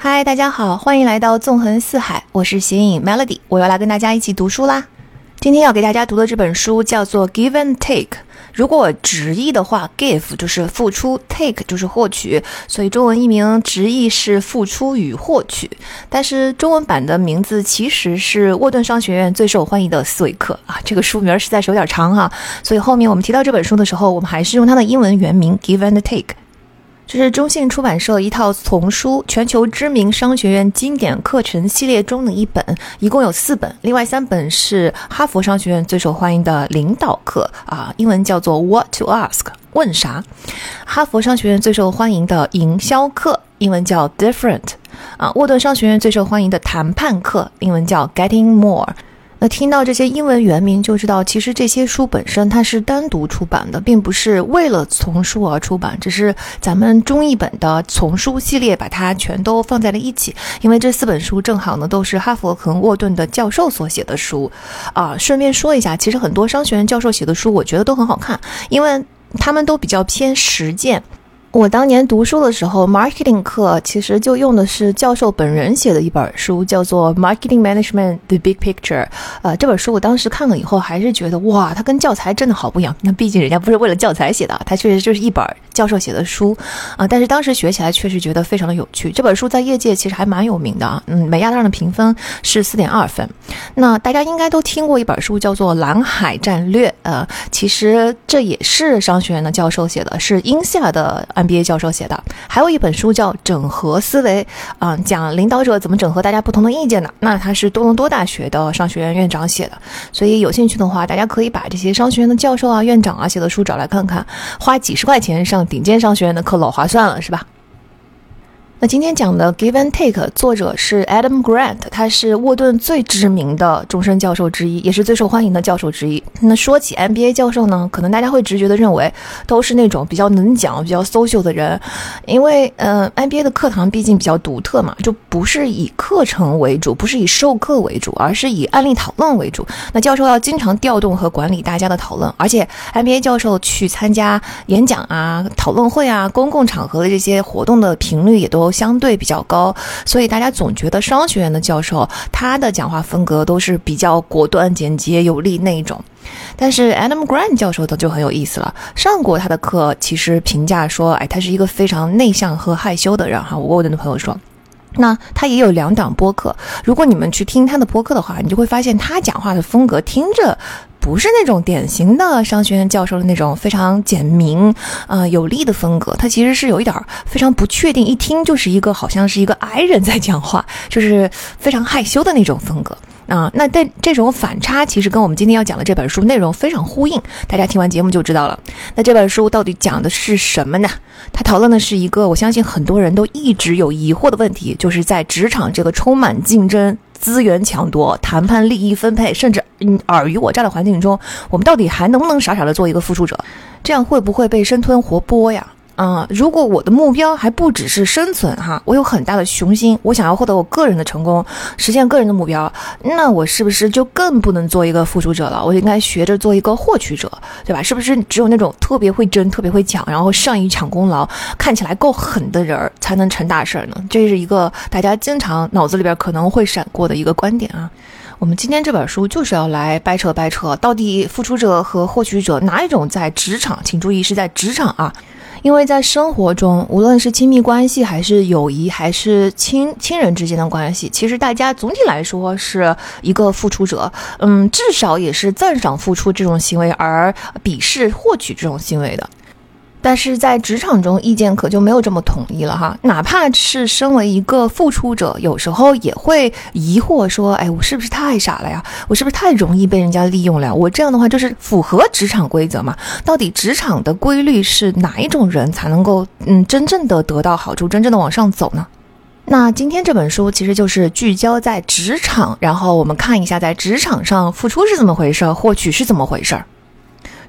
嗨，大家好，欢迎来到纵横四海，我是写影 Melody， 我要来跟大家一起读书啦。今天要给大家读的这本书叫做 Give and Take， 如果直译的话 Give 就是付出， Take 就是获取，所以中文译名直译是付出与获取，但是中文版的名字其实是沃顿商学院最受欢迎的思维课啊，这个书名实在是有点长哈，所以后面我们提到这本书的时候，我们还是用它的英文原名 Give and Take。这是中信出版社一套丛书，全球知名商学院经典课程系列中的一本，一共有4本，另外3本是哈佛商学院最受欢迎的领导课啊，英文叫做 What to Ask， 问啥？哈佛商学院最受欢迎的营销课，英文叫 Different 啊，沃顿商学院最受欢迎的谈判课，英文叫 Getting More。那听到这些英文原名就知道，其实这些书本身它是单独出版的，并不是为了丛书而出版，只是咱们中译本的丛书系列把它全都放在了一起，因为这4本书正好呢都是哈佛和沃顿的教授所写的书啊。顺便说一下，其实很多商学院教授写的书我觉得都很好看，因为他们都比较偏实践。我当年读书的时候 marketing 课其实就用的是教授本人写的一本书，叫做 Marketing Management The Big Picture。这本书我当时看了以后还是觉得哇，它跟教材真的好不一样，那毕竟人家不是为了教材写的，它确实就是一本教授写的书但是当时学起来确实觉得非常的有趣。这本书在业界其实还蛮有名的美亚当的评分是 4.2 分。那大家应该都听过一本书叫做蓝海战略其实这也是商学院的教授写的，是英夏的MBA 教授写的。还有一本书叫整合思维讲领导者怎么整合大家不同的意见的，那他是多伦多大学的商学院院长写的，所以有兴趣的话大家可以把这些商学院的教授啊院长啊写的书找来看看，花几十块钱上顶尖商学院的课老划算了，是吧？那今天讲的 Give and Take 作者是 Adam Grant， 他是沃顿最知名的终身教授之一，也是最受欢迎的教授之一。那说起 MBA 教授呢，可能大家会直觉的认为都是那种比较能讲比较 social 的人，因为MBA 的课堂毕竟比较独特嘛，就不是以课程为主，不是以授课为主，而是以案例讨论为主。那教授要经常调动和管理大家的讨论，而且 MBA 教授去参加演讲啊、讨论会啊、公共场合的这些活动的频率也都相对比较高，所以大家总觉得商学院的教授他的讲话风格都是比较果断、简洁、有力那一种。但是 Adam Grant 教授的就很有意思了，上过他的课其实评价说他是一个非常内向和害羞的人哈。我跟我的朋友说，那他也有2档播客，如果你们去听他的播客的话，你就会发现他讲话的风格听着不是那种典型的商学院教授的那种非常简明有力的风格，他其实是有一点非常不确定，一听就是一个好像是一个矮人在讲话，就是非常害羞的那种风格那这种反差其实跟我们今天要讲的这本书内容非常呼应，大家听完节目就知道了。那这本书到底讲的是什么呢？它讨论的是一个我相信很多人都一直有疑惑的问题，就是在职场这个充满竞争、资源抢夺、谈判利益分配，甚至尔虞我诈的环境中，我们到底还能不能傻傻的做一个付出者？这样会不会被生吞活剥呀？如果我的目标还不只是生存我有很大的雄心，我想要获得我个人的成功，实现个人的目标，那我是不是就更不能做一个付出者了？我应该学着做一个获取者，对吧？是不是只有那种特别会争、特别会抢，然后善于抢功劳，看起来够狠的人才能成大事呢？这是一个大家经常脑子里边可能会闪过的一个观点我们今天这本书就是要来掰扯，到底付出者和获取者哪一种在职场，请注意是在职场因为在生活中，无论是亲密关系还是友谊还是亲人之间的关系，其实大家总体来说是一个付出者至少也是赞赏付出这种行为而鄙视获取这种行为的。但是在职场中意见可就没有这么统一了哪怕是身为一个付出者，有时候也会疑惑说我是不是太傻了呀，我是不是太容易被人家利用了呀，我这样的话就是符合职场规则嘛？到底职场的规律是哪一种人才能够真正的得到好处，真正的往上走呢？那今天这本书其实就是聚焦在职场，然后我们看一下在职场上付出是怎么回事，获取是怎么回事。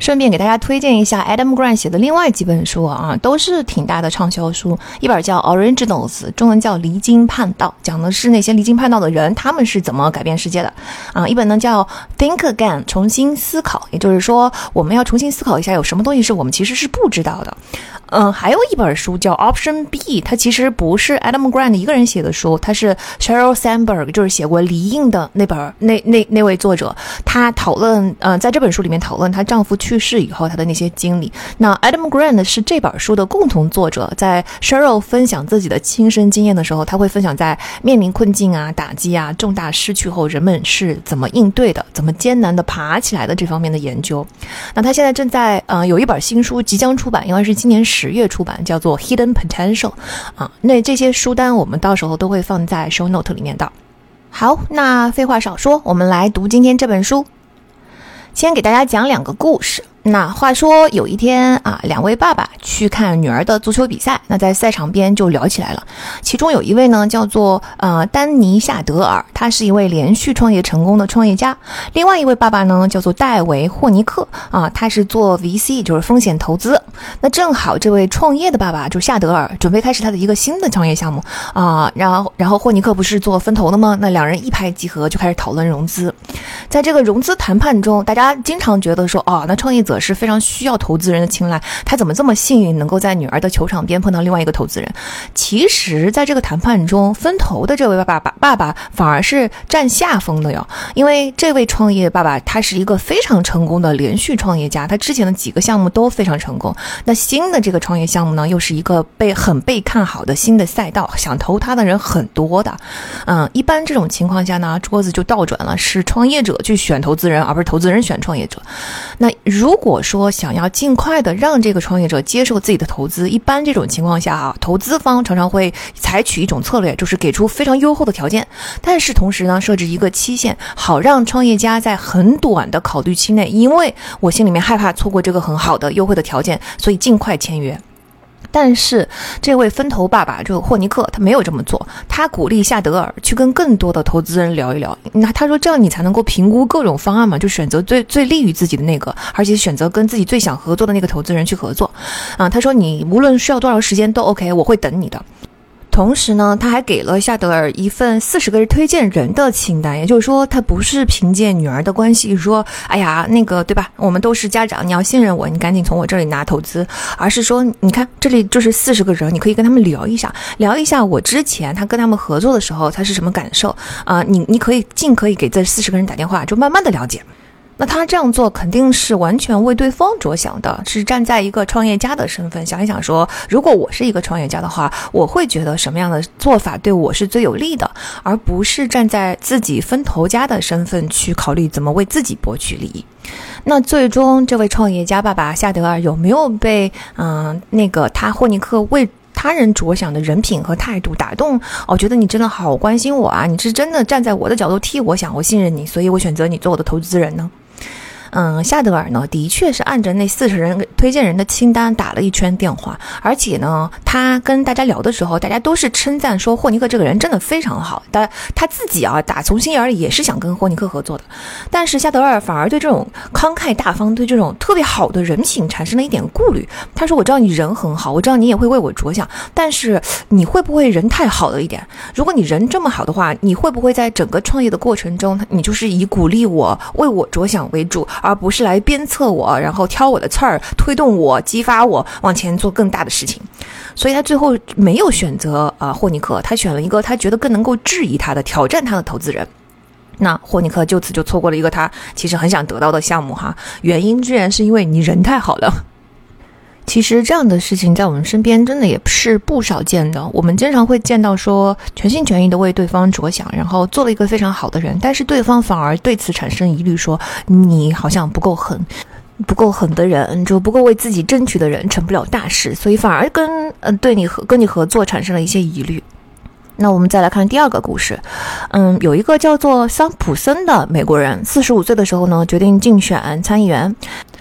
顺便给大家推荐一下 Adam Grant 写的另外几本书啊，都是挺大的畅销书。一本叫 Originals， 中文叫离经叛道，讲的是那些离经叛道的人，他们是怎么改变世界的啊。一本呢叫 Think Again， 重新思考，也就是说我们要重新思考一下有什么东西是我们其实是不知道的。还有一本书叫 Option B， 它其实不是 Adam Grant 一个人写的书，它是 Sheryl Sandberg， 就是写过离印的那位作者，他讨论在这本书里面讨论她丈夫去世以后她的那些经历。那 Adam Grant 是这本书的共同作者，在 Sheryl 分享自己的亲身经验的时候，他会分享在面临困境啊、打击啊、重大失去后人们是怎么应对的，怎么艰难的爬起来的这方面的研究。那他现在正在有一本新书即将出版，应该是今年10月出版，叫做 Hidden Potential 那这些书单我们到时候都会放在 show note 里面的。好，那废话少说，我们来读今天这本书。先给大家讲2个故事。那话说有一天2位爸爸去看女儿的足球比赛，那在赛场边就聊起来了。其中有一位呢叫做丹尼夏德尔，他是一位连续创业成功的创业家。另外一位爸爸呢叫做戴维霍尼克他是做 VC， 就是风险投资。那正好这位创业的爸爸就是夏德尔准备开始他的一个新的创业项目然后霍尼克不是做分投的吗？那两人一拍即合，就开始讨论融资。在这个融资谈判中，大家经常觉得说那创业者是非常需要投资人的青睐，他怎么这么幸运能够在女儿的球场边碰到另外一个投资人。其实在这个谈判中，分投的这位爸爸反而是占下风的哟。因为这位创业爸爸他是一个非常成功的连续创业家，他之前的几个项目都非常成功。那新的这个创业项目呢，又是一个很被看好的新的赛道，想投他的人很多的。一般这种情况下呢，桌子就倒转了，是创业者去选投资人，而不是投资人选创业者。那如果说想要尽快的让这个创业者接受自己的投资，一般这种情况下投资方常常会采取一种策略，就是给出非常优厚的条件，但是同时呢设置一个期限，好让创业家在很短的考虑期内，因为我心里面害怕错过这个很好的优惠的条件，所以尽快签约。但是这位分投爸爸这个霍尼克他没有这么做，他鼓励夏德尔去跟更多的投资人聊一聊。那他说这样你才能够评估各种方案嘛，就选择最利于自己的那个，而且选择跟自己最想合作的那个投资人去合作他说你无论需要多少时间都 OK， 我会等你的。同时呢，他还给了夏德尔一份40个推荐人的清单，也就是说他不是凭借女儿的关系说哎呀那个对吧，我们都是家长，你要信任我，你赶紧从我这里拿投资，而是说你看这里就是40个人，你可以跟他们聊一下我之前他跟他们合作的时候他是什么感受你可以给这40个人打电话，就慢慢的了解。那他这样做肯定是完全为对方着想的，是站在一个创业家的身份想一想说，如果我是一个创业家的话，我会觉得什么样的做法对我是最有利的，而不是站在自己分投家的身份去考虑怎么为自己博取利益。那最终这位创业家爸爸夏德尔有没有被他霍尼克为他人着想的人品和态度打动？我觉得你真的好关心我你是真的站在我的角度替我想，我信任你，所以我选择你做我的投资人呢。夏德尔呢的确是按着那40人推荐人的清单打了一圈电话，而且呢他跟大家聊的时候，大家都是称赞说霍尼克这个人真的非常好，但他自己打从心眼里也是想跟霍尼克合作的。但是夏德尔反而对这种慷慨大方，对这种特别好的人品产生了一点顾虑。他说我知道你人很好，我知道你也会为我着想，但是你会不会人太好了一点？如果你人这么好的话，你会不会在整个创业的过程中，你就是以鼓励我为我着想为主，而不是来鞭策我，然后挑我的刺儿，推动我，激发我往前做更大的事情。所以他最后没有选择霍尼克，他选了一个他觉得更能够质疑他的、挑战他的投资人。那霍尼克就此就错过了一个他其实很想得到的项目原因居然是因为你人太好了。其实这样的事情在我们身边真的也是不少见的，我们经常会见到说全心全意的为对方着想，然后做了一个非常好的人，但是对方反而对此产生疑虑，说你好像不够狠的人，就不够为自己争取的人成不了大事，所以反而跟你合作产生了一些疑虑。那我们再来看第2个故事。有一个叫做桑普森的美国人，45岁的时候呢决定竞选参议员。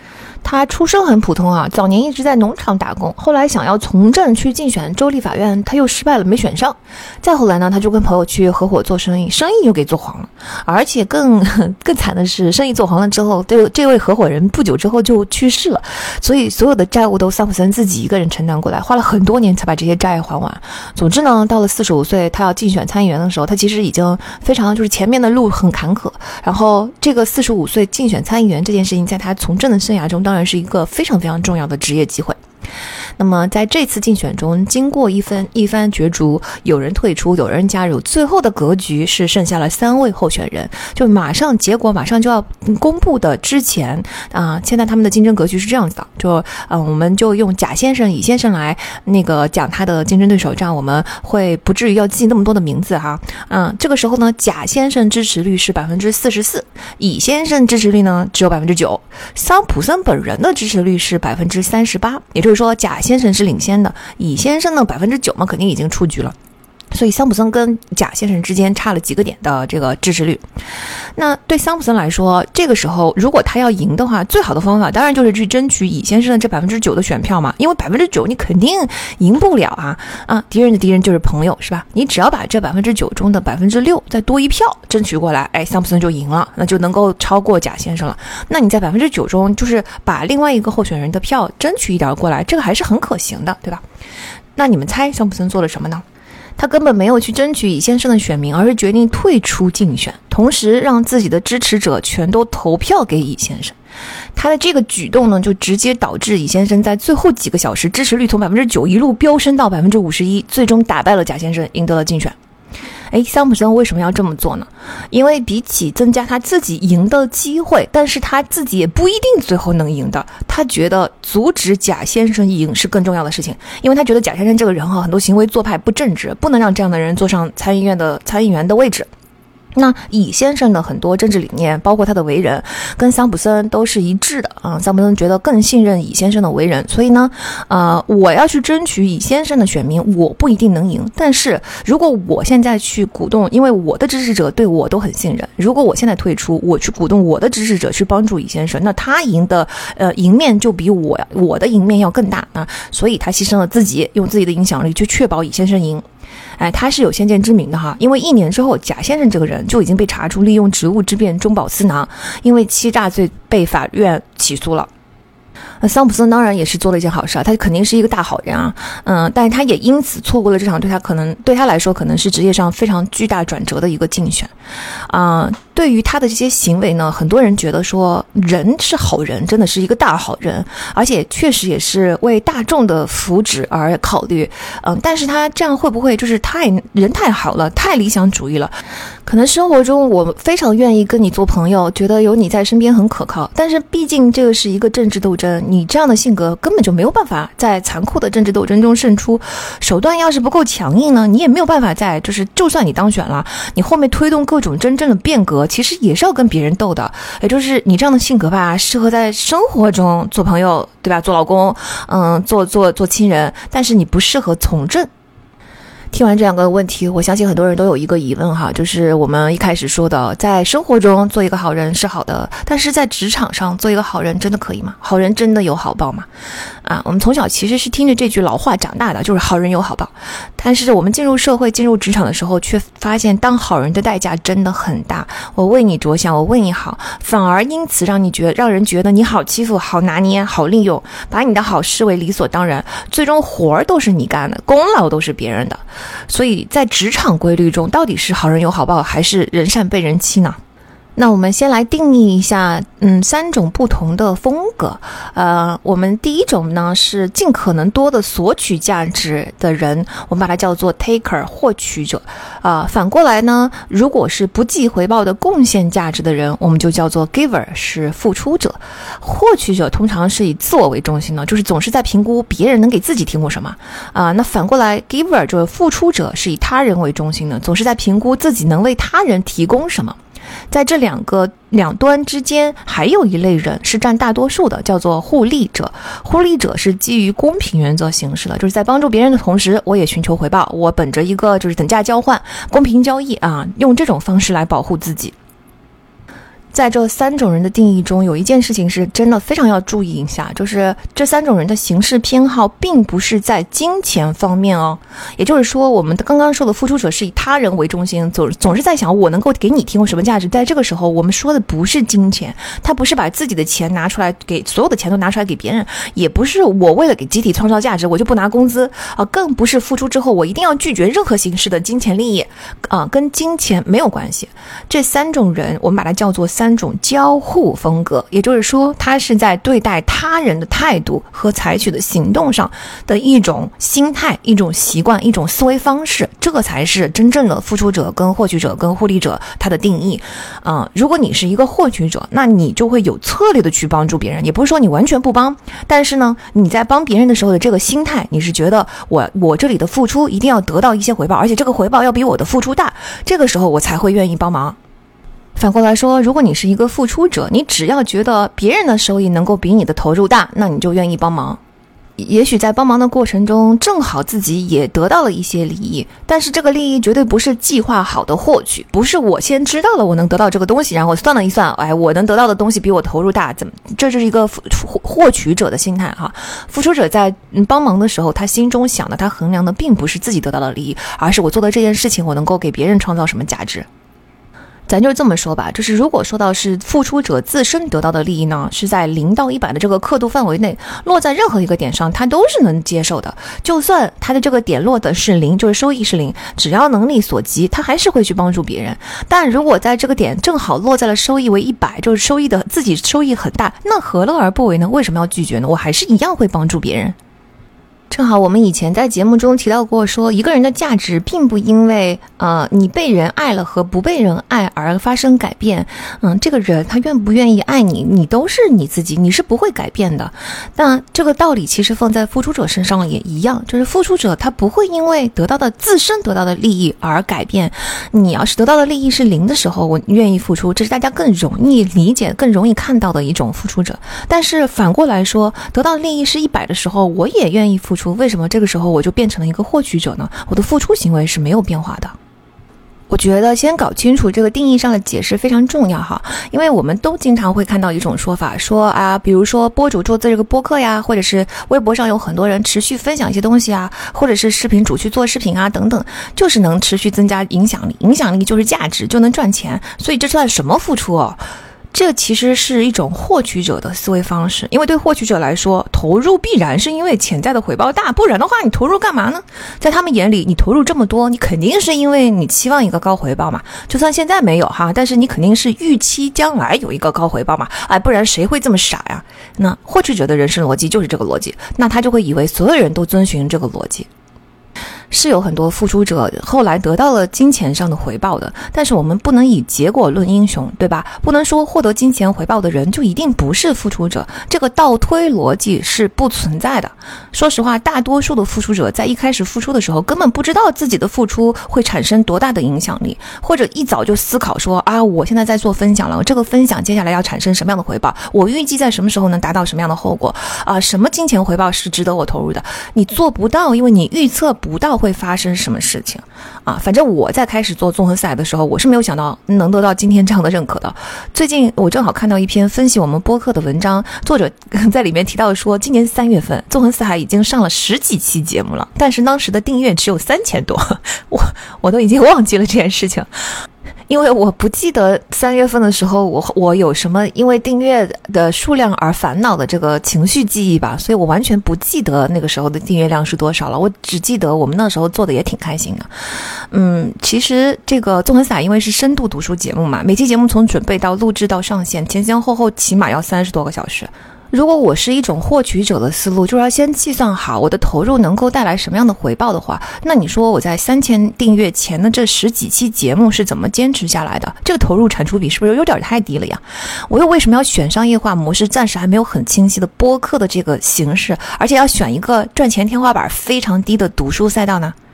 他出身很普通啊，早年一直在农场打工，后来想要从政去竞选州立法院，他又失败了，没选上。再后来呢，他就跟朋友去合伙做生意，生意又给做黄了，而且更惨的是，生意做黄了之后，这位合伙人不久之后就去世了，所以所有的债务都桑普森自己一个人承担过来，花了很多年才把这些债还完。总之呢，到了45岁，他要竞选参议员的时候，他其实已经非常就是前面的路很坎坷，然后这个45岁竞选参议员这件事情，在他从政的生涯中当然是一个非常非常重要的职业机会。那么在这次竞选中，经过一番角逐，有人退出，有人加入，最后的格局是剩下了3位候选人，就结果马上就要公布的之前现在他们的竞争格局是这样子的，我们就用甲先生、乙先生来讲他的竞争对手，这样我们会不至于要记那么多的名字哈。这个时候呢，甲先生支持率是44%，乙先生支持率呢只有9%，桑普森本人的支持率是38%，也就是说甲先生是领先的，乙先生呢9%嘛，肯定已经出局了。所以桑普森跟贾先生之间差了几个点的这个支持率。那对桑普森来说，这个时候如果他要赢的话，最好的方法当然就是去争取乙先生的这9%的选票嘛，因为9%你肯定赢不了敌人的敌人就是朋友，是吧？你只要把这9%中的6%再多一票争取过来，桑普森就赢了，那就能够超过贾先生了。那你在9%中就是把另外一个候选人的票争取一点过来，这个还是很可行的，对吧？那你们猜桑普森做了什么呢？他根本没有去争取乙先生的选民，而是决定退出竞选，同时让自己的支持者全都投票给乙先生。他的这个举动呢，就直接导致乙先生在最后几个小时支持率从9%一路飙升到51%，最终打败了贾先生，赢得了竞选。桑普森为什么要这么做呢？因为比起增加他自己赢的机会，但是他自己也不一定最后能赢的，他觉得阻止贾先生赢是更重要的事情。因为他觉得贾先生这个人很多行为做派不正直，不能让这样的人坐上参议员的位置。那乙先生的很多政治理念，包括他的为人，跟桑普森都是一致的桑普森觉得更信任乙先生的为人，所以呢，我要去争取乙先生的选民，我不一定能赢。但是如果我现在去鼓动，因为我的支持者对我都很信任，如果我现在退出，我去鼓动我的支持者去帮助乙先生，那他赢的赢面就比我的赢面要更大所以他牺牲了自己，用自己的影响力去确保乙先生赢。他是有先见之明的哈，因为1年之后，贾先生这个人就已经被查出利用职务之便中饱私囊，因为欺诈罪被法院起诉了。桑普森当然也是做了一件好事他肯定是一个大好人但是他也因此错过了这场对他来说可能是职业上非常巨大转折的一个竞选对于他的这些行为呢，很多人觉得说人是好人，真的是一个大好人，而且确实也是为大众的福祉而考虑但是他这样会不会就是人太好了，太理想主义了？可能生活中我非常愿意跟你做朋友，觉得有你在身边很可靠，但是毕竟这个是一个政治斗争，你这样的性格根本就没有办法在残酷的政治斗争中胜出，手段要是不够强硬呢，你也没有办法就算你当选了，你后面推动各种真正的变革，其实也是要跟别人斗的。也就是你这样的性格吧，适合在生活中做朋友，对吧？做老公，做亲人，但是你不适合从政。听完这两个问题，我相信很多人都有一个疑问哈，就是我们一开始说的，在生活中做一个好人是好的，但是在职场上做一个好人真的可以吗？好人真的有好报吗？我们从小其实是听着这句老话长大的，就是好人有好报。但是我们进入社会、进入职场的时候，却发现当好人的代价真的很大。我为你着想，我为你好，反而因此让人觉得你好欺负、好拿捏、好利用，把你的好视为理所当然，最终活儿都是你干的，功劳都是别人的。所以在职场规律中，到底是好人有好报，还是人善被人欺呢？那我们先来定义一下3种不同的风格。我们第一种呢是尽可能多的索取价值的人，我们把它叫做 taker 获取者。反过来呢，如果是不计回报的贡献价值的人，我们就叫做 giver 是付出者。获取者通常是以自我为中心的，就是总是在评估别人能给自己提供什么那反过来 giver 就是付出者是以他人为中心的，总是在评估自己能为他人提供什么。在这两端之间，还有一类人是占大多数的，叫做互利者。互利者是基于公平原则行事的，就是在帮助别人的同时，我也寻求回报，我本着一个就是等价交换、公平交易用这种方式来保护自己。 在这3种人的定义中，有一件事情是真的非常要注意一下，就是这3种人的行事偏好并不是在金钱方面哦。也就是说，我们刚刚说的付出者是以他人为中心，总是在想我能够给你提供什么价值。在这个时候，我们说的不是金钱，他不是把自己的钱拿出来给所有的钱都拿出来给别人，也不是我为了给集体创造价值我就不拿工资更不是付出之后我一定要拒绝任何形式的金钱利益跟金钱没有关系。这3种人我们把它叫做3种交互风格，也就是说他是在对待他人的态度和采取的行动上的一种心态、一种习惯、一种思维方式，这个才是真正的付出者跟获取者跟互利者他的定义如果你是一个获取者，那你就会有策略的去帮助别人，也不是说你完全不帮，但是呢你在帮别人的时候的这个心态，你是觉得我这里的付出一定要得到一些回报，而且这个回报要比我的付出大，这个时候我才会愿意帮忙。反过来说，如果你是一个付出者，你只要觉得别人的收益能够比你的投入大，那你就愿意帮忙。也许在帮忙的过程中正好自己也得到了一些利益，但是这个利益绝对不是计划好的获取，不是我先知道了我能得到这个东西，然后我算了一算，我能得到的东西比我投入大，这是一个获取者的心态哈。付出者在帮忙的时候，他心中想的，他衡量的并不是自己得到的利益，而是我做的这件事情我能够给别人创造什么价值。咱就这么说吧，就是如果说到是付出者自身得到的利益呢，是在0到100的这个刻度范围内，落在任何一个点上他都是能接受的，就算他的这个点落的是0，就是收益是0，只要能力所及他还是会去帮助别人。但如果在这个点正好落在了收益为100，就是自己收益很大，那何乐而不为呢？为什么要拒绝呢？我还是一样会帮助别人。正好我们以前在节目中提到过，说一个人的价值并不因为你被人爱了和不被人爱而发生改变。这个人他愿不愿意爱你，你都是你自己，你是不会改变的。那这个道理其实放在付出者身上也一样，就是付出者他不会因为自身得到的利益而改变。你要是得到的利益是0的时候，我愿意付出，这是大家更容易理解更容易看到的一种付出者。但是反过来说，得到的利益是100的时候，我也愿意付出，为什么这个时候我就变成了一个获取者呢？我的付出行为是没有变化的。我觉得先搞清楚这个定义上的解释非常重要哈，因为我们都经常会看到一种说法，说比如说博主做这个播客呀，或者是微博上有很多人持续分享一些东西啊，或者是视频主去做视频啊等等，就是能持续增加影响力，影响力就是价值，就能赚钱，所以这算什么付出哦？这其实是一种获取者的思维方式，因为对获取者来说，投入必然是因为潜在的回报大，不然的话你投入干嘛呢？在他们眼里，你投入这么多，你肯定是因为你期望一个高回报嘛，就算现在没有哈，但是你肯定是预期将来有一个高回报嘛，不然谁会这么傻呀？那获取者的人生逻辑就是这个逻辑，那他就会以为所有人都遵循这个逻辑。是有很多付出者后来得到了金钱上的回报的，但是我们不能以结果论英雄，对吧？不能说获得金钱回报的人就一定不是付出者，这个倒推逻辑是不存在的。说实话，大多数的付出者在一开始付出的时候根本不知道自己的付出会产生多大的影响力，或者一早就思考说我现在在做分享了，这个分享接下来要产生什么样的回报，我预计在什么时候能达到什么样的后果什么金钱回报是值得我投入的，你做不到，因为你预测不到会发生什么事情反正我在开始做纵横四海的时候，我是没有想到能得到今天这样的认可的。最近我正好看到一篇分析我们播客的文章，作者在里面提到说，今年3月份纵横四海已经上了10几期节目了，但是当时的订阅只有3000多，我都已经忘记了这件事情。因为我不记得3月份的时候我有什么因为订阅的数量而烦恼的这个情绪记忆吧，所以我完全不记得那个时候的订阅量是多少了，我只记得我们那时候做的也挺开心的。其实这个纵横四海因为是深度读书节目嘛，每期节目从准备到录制到上线前前后后起码要30多个小时。如果我是一种获取者的思路，就是要先计算好我的投入能够带来什么样的回报的话，那你说我在3000订阅前的这10几期节目是怎么坚持下来的？这个投入产出比是不是有点太低了呀？我又为什么要选商业化模式暂时还没有很清晰的播客的这个形式，而且要选一个赚钱天花板非常低的读书赛道呢？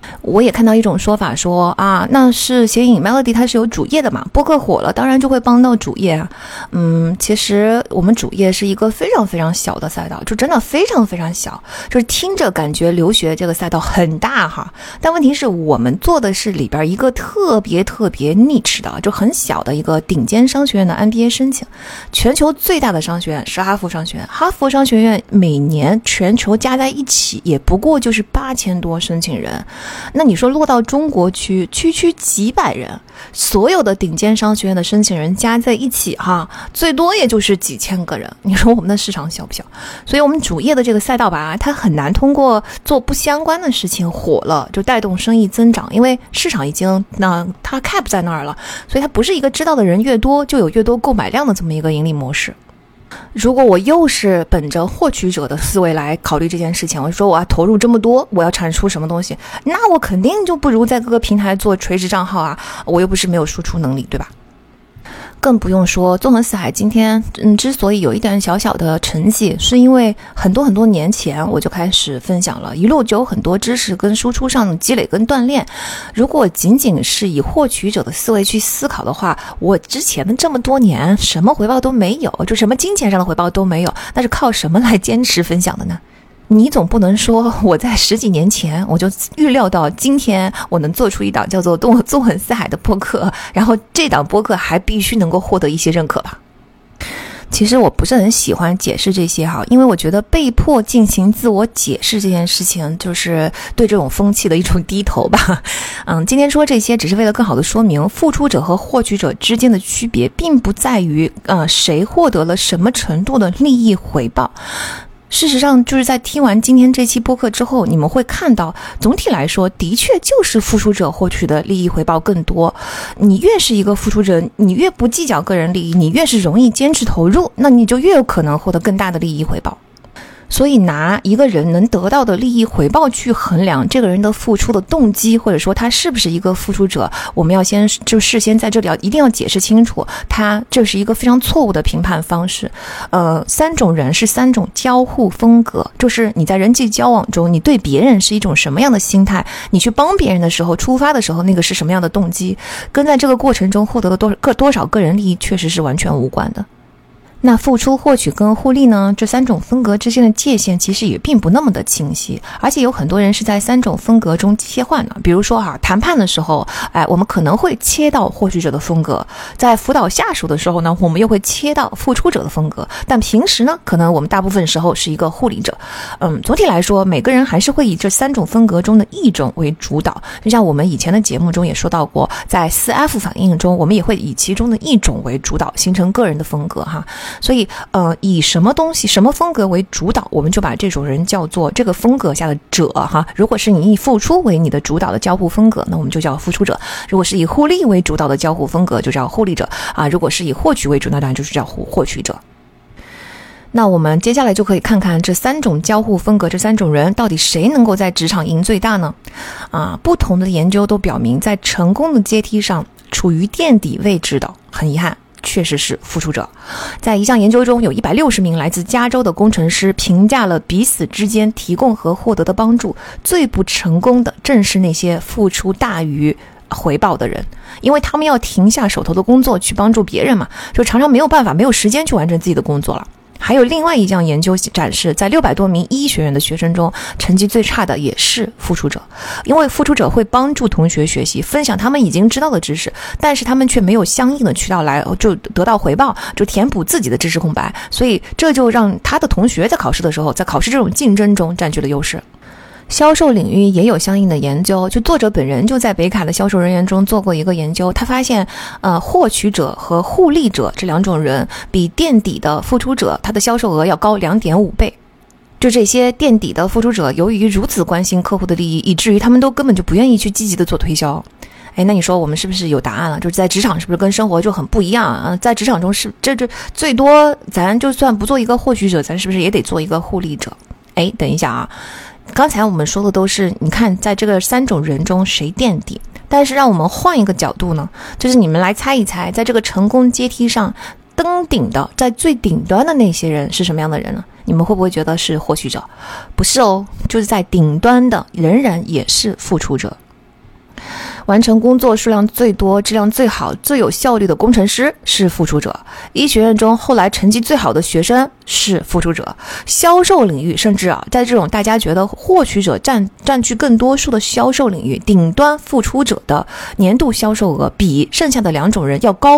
我也看到一种说法说啊，那是写影 Melody 它是有主页的嘛，播客火了当然就会帮到主页啊。其实我们主页是一个非常非常小的赛道，就真的非常非常小，就是听着感觉留学这个赛道很大哈，但问题是我们做的是里边一个特别特别 niche 的，就很小的一个顶尖商学院的 MBA 申请。全球最大的商学院是哈佛商学院，哈佛商学院每年全球加在一起也不过就是8000多申请人，那你说落到中国区几百人，所有的顶尖商学院的申请人加在一起哈，最多也就是几千个人，你说我们的市场小不小？所以我们主业的这个赛道吧，它很难通过做不相关的事情火了就带动生意增长，因为市场已经它 cap 在那儿了，所以它不是一个知道的人越多就有越多购买量的这么一个盈利模式。如果我又是本着获取者的思维来考虑这件事情，我说我要投入这么多，我要产出什么东西，那我肯定就不如在各个平台做垂直账号啊，我又不是没有输出能力，对吧？更不用说纵横四海今天之所以有一点小小的成绩，是因为很多年前我就开始分享了，一路就有很多知识跟输出上的积累跟锻炼。如果仅仅是以获取者的思维去思考的话，我之前的这么多年什么回报都没有，就什么金钱上的回报都没有，那是靠什么来坚持分享的呢？你总不能说我在10几年前我就预料到今天我能做出一档叫做纵横四海的播客，然后这档播客还必须能够获得一些认可吧。其实我不是很喜欢解释这些哈，因为我觉得被迫进行自我解释这件事情就是对这种风气的一种低头吧。今天说这些只是为了更好的说明付出者和获取者之间的区别，并不在于谁获得了什么程度的利益回报。事实上就是在听完今天这期播客之后，你们会看到总体来说的确就是付出者获取的利益回报更多。你越是一个付出者，你越不计较个人利益，你越是容易坚持投入，那你就越有可能获得更大的利益回报。所以拿一个人能得到的利益回报去衡量这个人的付出的动机，或者说他是不是一个付出者，我们要事先在这里一定要解释清楚，他这是一个非常错误的评判方式。3种人是3种交互风格，就是你在人际交往中，你对别人是一种什么样的心态，你去帮别人的时候，出发的时候那个是什么样的动机，跟在这个过程中获得了多少个人利益确实是完全无关的。那付出、获取跟互利呢，这3种风格之间的界限其实也并不那么的清晰，而且有很多人是在3种风格中切换的。比如说谈判的时候，我们可能会切到获取者的风格，在辅导下属的时候呢，我们又会切到付出者的风格，但平时呢，可能我们大部分时候是一个互利者。总体来说，每个人还是会以这3种风格中的一种为主导。就像我们以前的节目中也说到过，在4F 反应中，我们也会以其中的一种为主导，形成个人的风格哈。所以以什么东西什么风格为主导，我们就把这种人叫做这个风格下的者哈。如果是你以付出为你的主导的交互风格，那我们就叫付出者；如果是以互利为主导的交互风格，就叫互利者啊；如果是以获取为主，那当然就是叫获取者。那我们接下来就可以看看这3种交互风格，这3种人到底谁能够在职场赢最大呢？不同的研究都表明，在成功的阶梯上处于垫底位置的，很遗憾确实是付出者。在一项研究中，有160名来自加州的工程师评价了彼此之间提供和获得的帮助，最不成功的正是那些付出大于回报的人，因为他们要停下手头的工作去帮助别人嘛，就常常没有办法没有时间去完成自己的工作了。还有另外一项研究展示，在600多名医学院的学生中，成绩最差的也是付出者，因为付出者会帮助同学学习，分享他们已经知道的知识，但是他们却没有相应的渠道来就得到回报，就填补自己的知识空白，所以这就让他的同学在考试的时候，在考试这种竞争中占据了优势。销售领域也有相应的研究，就作者本人就在北卡的销售人员中做过一个研究，他发现获取者和互利者这2种人比垫底的付出者他的销售额要高 2.5 倍。就这些垫底的付出者由于如此关心客户的利益，以至于他们都根本就不愿意去积极的做推销。那你说我们是不是有答案了？就是在职场是不是跟生活就很不一样啊？在职场中是这最多咱就算不做一个获取者，咱是不是也得做一个互利者？等一下啊，刚才我们说的都是你看在这个3种人中谁垫底，但是让我们换一个角度呢，就是你们来猜一猜，在这个成功阶梯上登顶的，在最顶端的那些人是什么样的人呢？你们会不会觉得是获取者？不是哦，就是在顶端的仍然也是付出者。完成工作数量最多、质量最好、最有效率的工程师是付出者，医学院中后来成绩最好的学生是付出者，销售领域甚至在这种大家觉得获取者占据更多数的销售领域，顶端付出者的年度销售额比剩下的两种人要高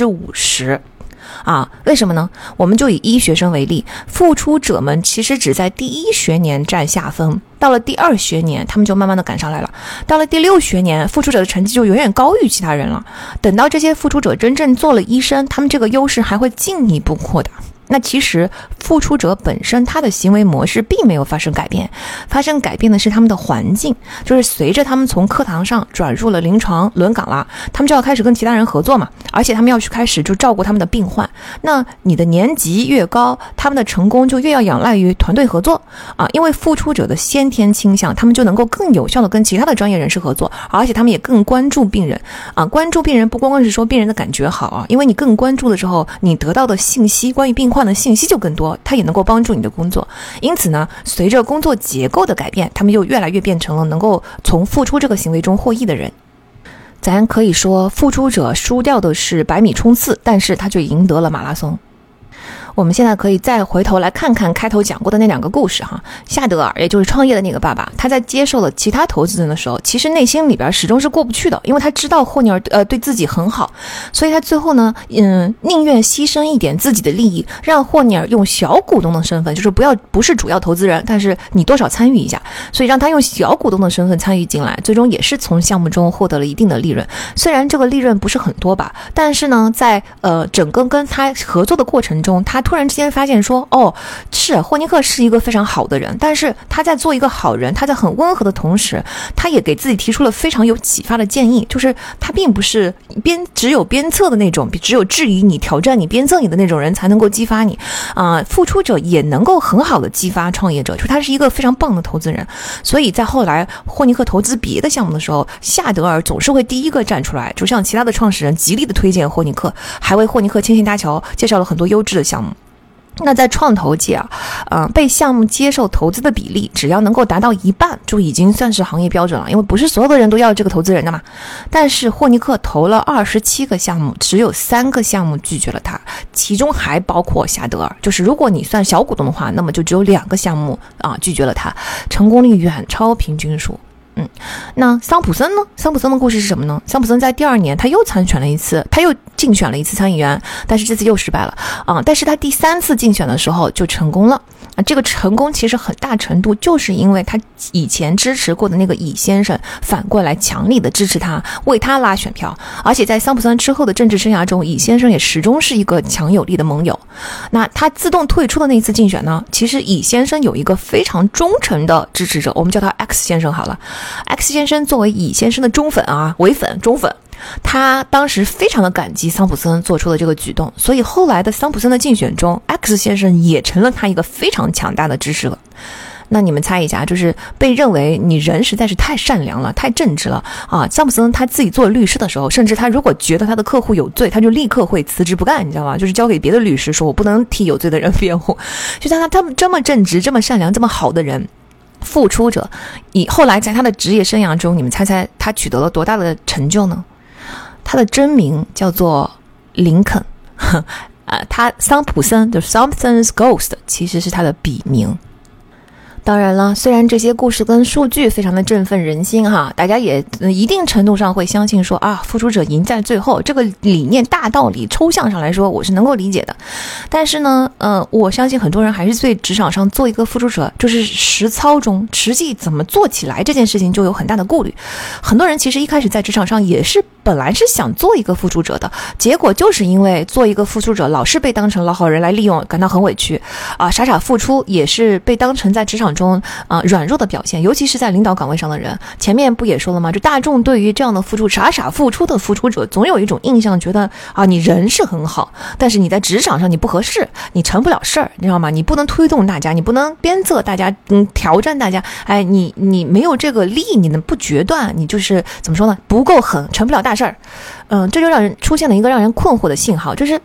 50%。为什么呢？我们就以医学生为例，付出者们其实只在第1学年占下风，到了第2学年他们就慢慢的赶上来了，到了第6学年付出者的成绩就远远高于其他人了，等到这些付出者真正做了医生，他们这个优势还会进一步扩大。那其实付出者本身他的行为模式并没有发生改变，发生改变的是他们的环境，就是随着他们从课堂上转入了临床轮岗了，他们就要开始跟其他人合作嘛，而且他们要去开始就照顾他们的病患。那你的年级越高，他们的成功就越要仰赖于团队合作因为付出者的先天倾向，他们就能够更有效的跟其他的专业人士合作，而且他们也更关注病人关注病人不光光是说病人的感觉好因为你更关注的时候，你得到的信息关于病患的信息就更多，它也能够帮助你的工作。因此呢，随着工作结构的改变，他们又越来越变成了能够从付出这个行为中获益的人。咱可以说付出者输掉的是100米冲刺，但是他就赢得了马拉松。我们现在可以再回头来看看开头讲过的那2个故事夏德尔也就是创业的那个爸爸，他在接受了其他投资人的时候，其实内心里边始终是过不去的，因为他知道霍尼尔对自己很好，所以他最后呢宁愿牺牲一点自己的利益，让霍尼尔用小股东的身份，就是不是主要投资人，但是你多少参与一下，所以让他用小股东的身份参与进来，最终也是从项目中获得了一定的利润。虽然这个利润不是很多吧，但是呢在整个跟他合作的过程中，他突然之间发现说是霍尼克是一个非常好的人，但是他在做一个好人，他在很温和的同时，他也给自己提出了非常有启发的建议，就是他并不是只有鞭策的那种，只有质疑你、挑战你、鞭策你的那种人才能够激发你付出者也能够很好的激发创业者，就是他是一个非常棒的投资人。所以在后来霍尼克投资别的项目的时候，夏德尔总是会第一个站出来，就像其他的创始人极力的推荐霍尼克，还为霍尼克牵线搭桥，介绍了很多优质的项目。那在创投界被项目接受投资的比例只要能够达到1半，就已经算是行业标准了，因为不是所有的人都要这个投资人的嘛。但是霍尼克投了27个项目，只有3个项目拒绝了他，其中还包括夏德尔，就是如果你算小股东的话，那么就只有2个项目拒绝了他，成功率远超平均数。那桑普森呢？桑普森的故事是什么呢？桑普森在第2年他又参选了一次，他又竞选了一次参议员，但是这次又失败了但是他第3次竞选的时候就成功了这个成功其实很大程度就是因为他以前支持过的那个乙先生反过来强力的支持他，为他拉选票，而且在桑普森之后的政治生涯中，乙先生也始终是一个强有力的盟友。那他自动退出的那一次竞选呢，其实乙先生有一个非常忠诚的支持者，我们叫他 X 先生好了。X 先生作为乙先生的忠粉忠粉，他当时非常的感激桑普森做出的这个举动，所以后来的桑普森的竞选中， X 先生也成了他一个非常强大的支持者。那你们猜一下，就是被认为你人实在是太善良了，太正直了桑普森他自己做律师的时候，甚至他如果觉得他的客户有罪，他就立刻会辞职不干，你知道吗？就是交给别的律师，说我不能替有罪的人辩护。就像他这么正直、这么善良、这么好的人，付出者，后来在他的职业生涯中，你们猜猜他取得了多大的成就呢？他的真名叫做林肯桑普森的 Something's Ghost 其实是他的笔名。当然了，虽然这些故事跟数据非常的振奋人心大家也一定程度上会相信说付出者赢在最后，这个理念大道理抽象上来说我是能够理解的。但是呢我相信很多人还是对职场上做一个付出者，就是实操中实际怎么做起来这件事情就有很大的顾虑。很多人其实一开始在职场上也是本来是想做一个付出者的，结果就是因为做一个付出者老是被当成老好人来利用，感到很委屈傻傻付出也是被当成在职场中软弱的表现，尤其是在领导岗位上的人。前面不也说了吗？就大众对于这样的傻傻付出的付出者总有一种印象，觉得你人是很好，但是你在职场上你不合适，你成不了事儿，你知道吗？你不能推动大家，你不能鞭策大家挑战大家，你没有这个力，你能不决断，你就是怎么说呢，不够狠，成不了大事儿。这就让人出现了一个让人困惑的信号，就是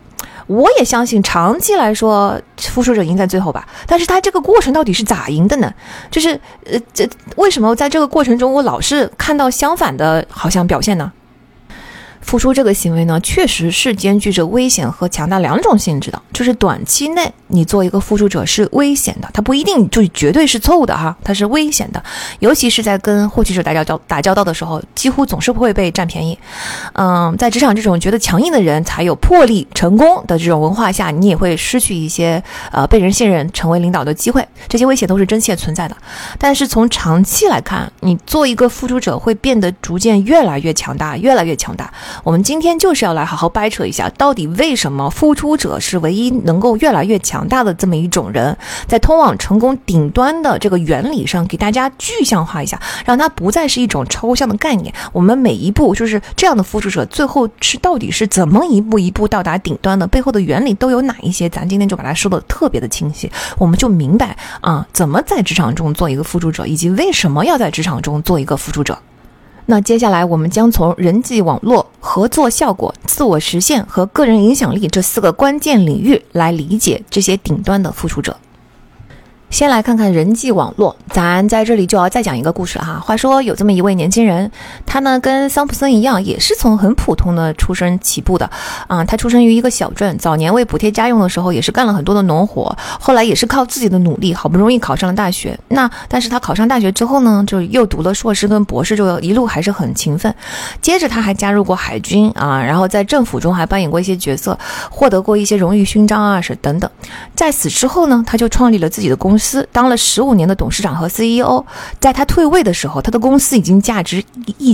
我也相信长期来说复述者赢在最后吧，但是他这个过程到底是咋赢的呢？就是为什么在这个过程中我老是看到相反的好像表现呢？复出这个行为呢，确实是兼具着危险和强大两种性质的。就是短期内你做一个复出者是危险的，它不一定就绝对是错误的哈，它是危险的。尤其是在跟获取者打交道的时候，几乎总是会被占便宜。在职场这种觉得强硬的人才有魄力成功的这种文化下，你也会失去一些被人信任成为领导的机会。这些危险都是真切存在的。但是从长期来看，你做一个复出者会变得逐渐越来越强大，越来越强大。我们今天就是要来好好掰扯一下，到底为什么复出者是唯一能够越来越强大的这么一种人，在通往成功顶端的这个原理上给大家具象化一下，让它不再是一种抽象的概念。我们每一步就是这样的复出者最后是到底是怎么一步一步到达顶端的，背后的原理都有哪一些，咱今天就把它说的特别的清晰，我们就明白怎么在职场中做一个复出者，以及为什么要在职场中做一个复出者。那接下来我们将从人际网络、合作效果、自我实现和个人影响力这4个关键领域来理解这些顶端的复出者。先来看看人际网络，咱在这里就要再讲一个故事了哈。话说有这么一位年轻人，他呢跟桑普森一样，也是从很普通的出身起步的他出生于一个小镇，早年为补贴家用的时候也是干了很多的农活，后来也是靠自己的努力，好不容易考上了大学。但是他考上大学之后呢，就又读了硕士跟博士，就一路还是很勤奋。接着他还加入过海军然后在政府中还扮演过一些角色，获得过一些荣誉勋章是等等。在此之后呢，他就创立了自己的公司，当了15年的董事长和 CEO。 在他退位的时候，他的公司已经价值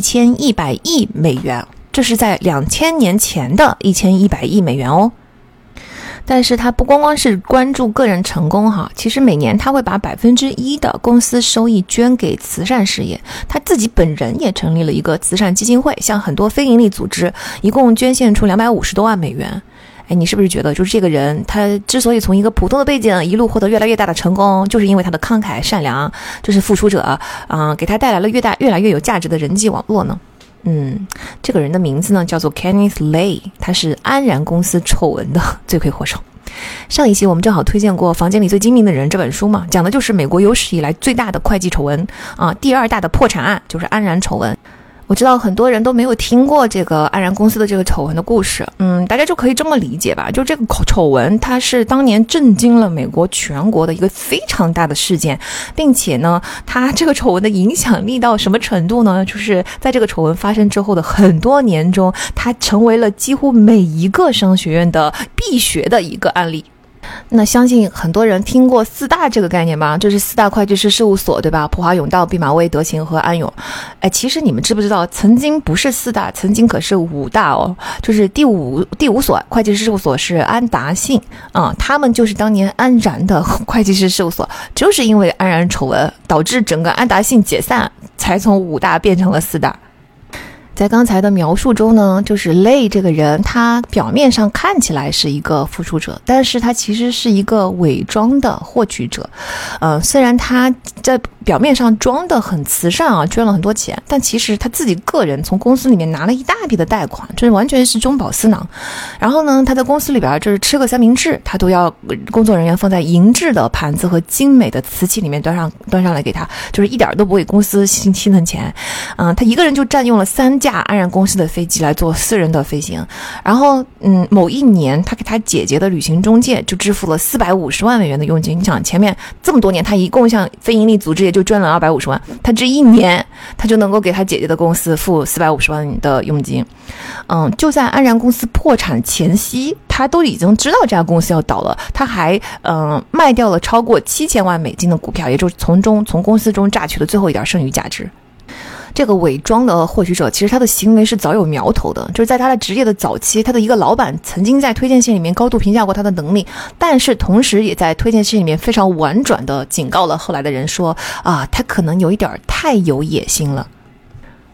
1100亿美元，这是在2000年前的1100亿美元哦。但是他不光光是关注个人成功其实每年他会把1%的公司收益捐给慈善事业，他自己本人也成立了一个慈善基金会，向很多非营利组织一共捐献出250多万美元。你是不是觉得就是这个人他之所以从一个普通的背景一路获得越来越大的成功，就是因为他的慷慨善良，就是付出者给他带来了越来越有价值的人际网络呢？这个人的名字呢叫做 Kenneth Lay， 他是安然公司丑闻的罪魁祸首。上一期我们正好推荐过《房间里最精明的人》这本书嘛，讲的就是美国有史以来最大的会计丑闻第2大的破产案就是安然丑闻。我知道很多人都没有听过这个安然公司的这个丑闻的故事，大家就可以这么理解吧，就这个丑闻它是当年震惊了美国全国的一个非常大的事件，并且呢它这个丑闻的影响力到什么程度呢，就是在这个丑闻发生之后的很多年中，它成为了几乎每一个商学院的必学的一个案例。那相信很多人听过4大这个概念吧，这是4大会计师事务所，对吧？普华永道、毕马威、德勤和安永。其实你们知不知道，曾经不是4大，曾经可是5大哦。就是第五所会计师事务所是安达信他们就是当年安然的会计师事务所，就是因为安然丑闻导致整个安达信解散，才从5大变成了4大。在刚才的描述中呢，就是 Lay 这个人，他表面上看起来是一个付出者，但是他其实是一个伪装的获取者。虽然他在表面上装的很慈善捐了很多钱，但其实他自己个人从公司里面拿了一大笔的贷款，这完全是中饱私囊。然后呢，他在公司里边就是吃个三明治，他都要工作人员放在银质的盘子和精美的瓷器里面端上来给他，就是一点都不为公司心疼钱。他一个人就占用了3架安然公司的飞机来做私人的飞行。然后某一年他给他姐姐的旅行中介就支付了450万美元的佣金。你想前面这么多年他一共向非营利组织也就赚了250万，他这一年他就能够给他姐姐的公司付450万的佣金。就在安然公司破产前夕，他都已经知道这家公司要倒了，他还卖掉了超过7000万美金的股票，也就是从公司中榨取了最后一点剩余价值。这个伪装的获取者其实他的行为是早有苗头的，就是在他的职业的早期，他的一个老板曾经在推荐信里面高度评价过他的能力，但是同时也在推荐信里面非常婉转的警告了后来的人说他可能有一点太有野心了。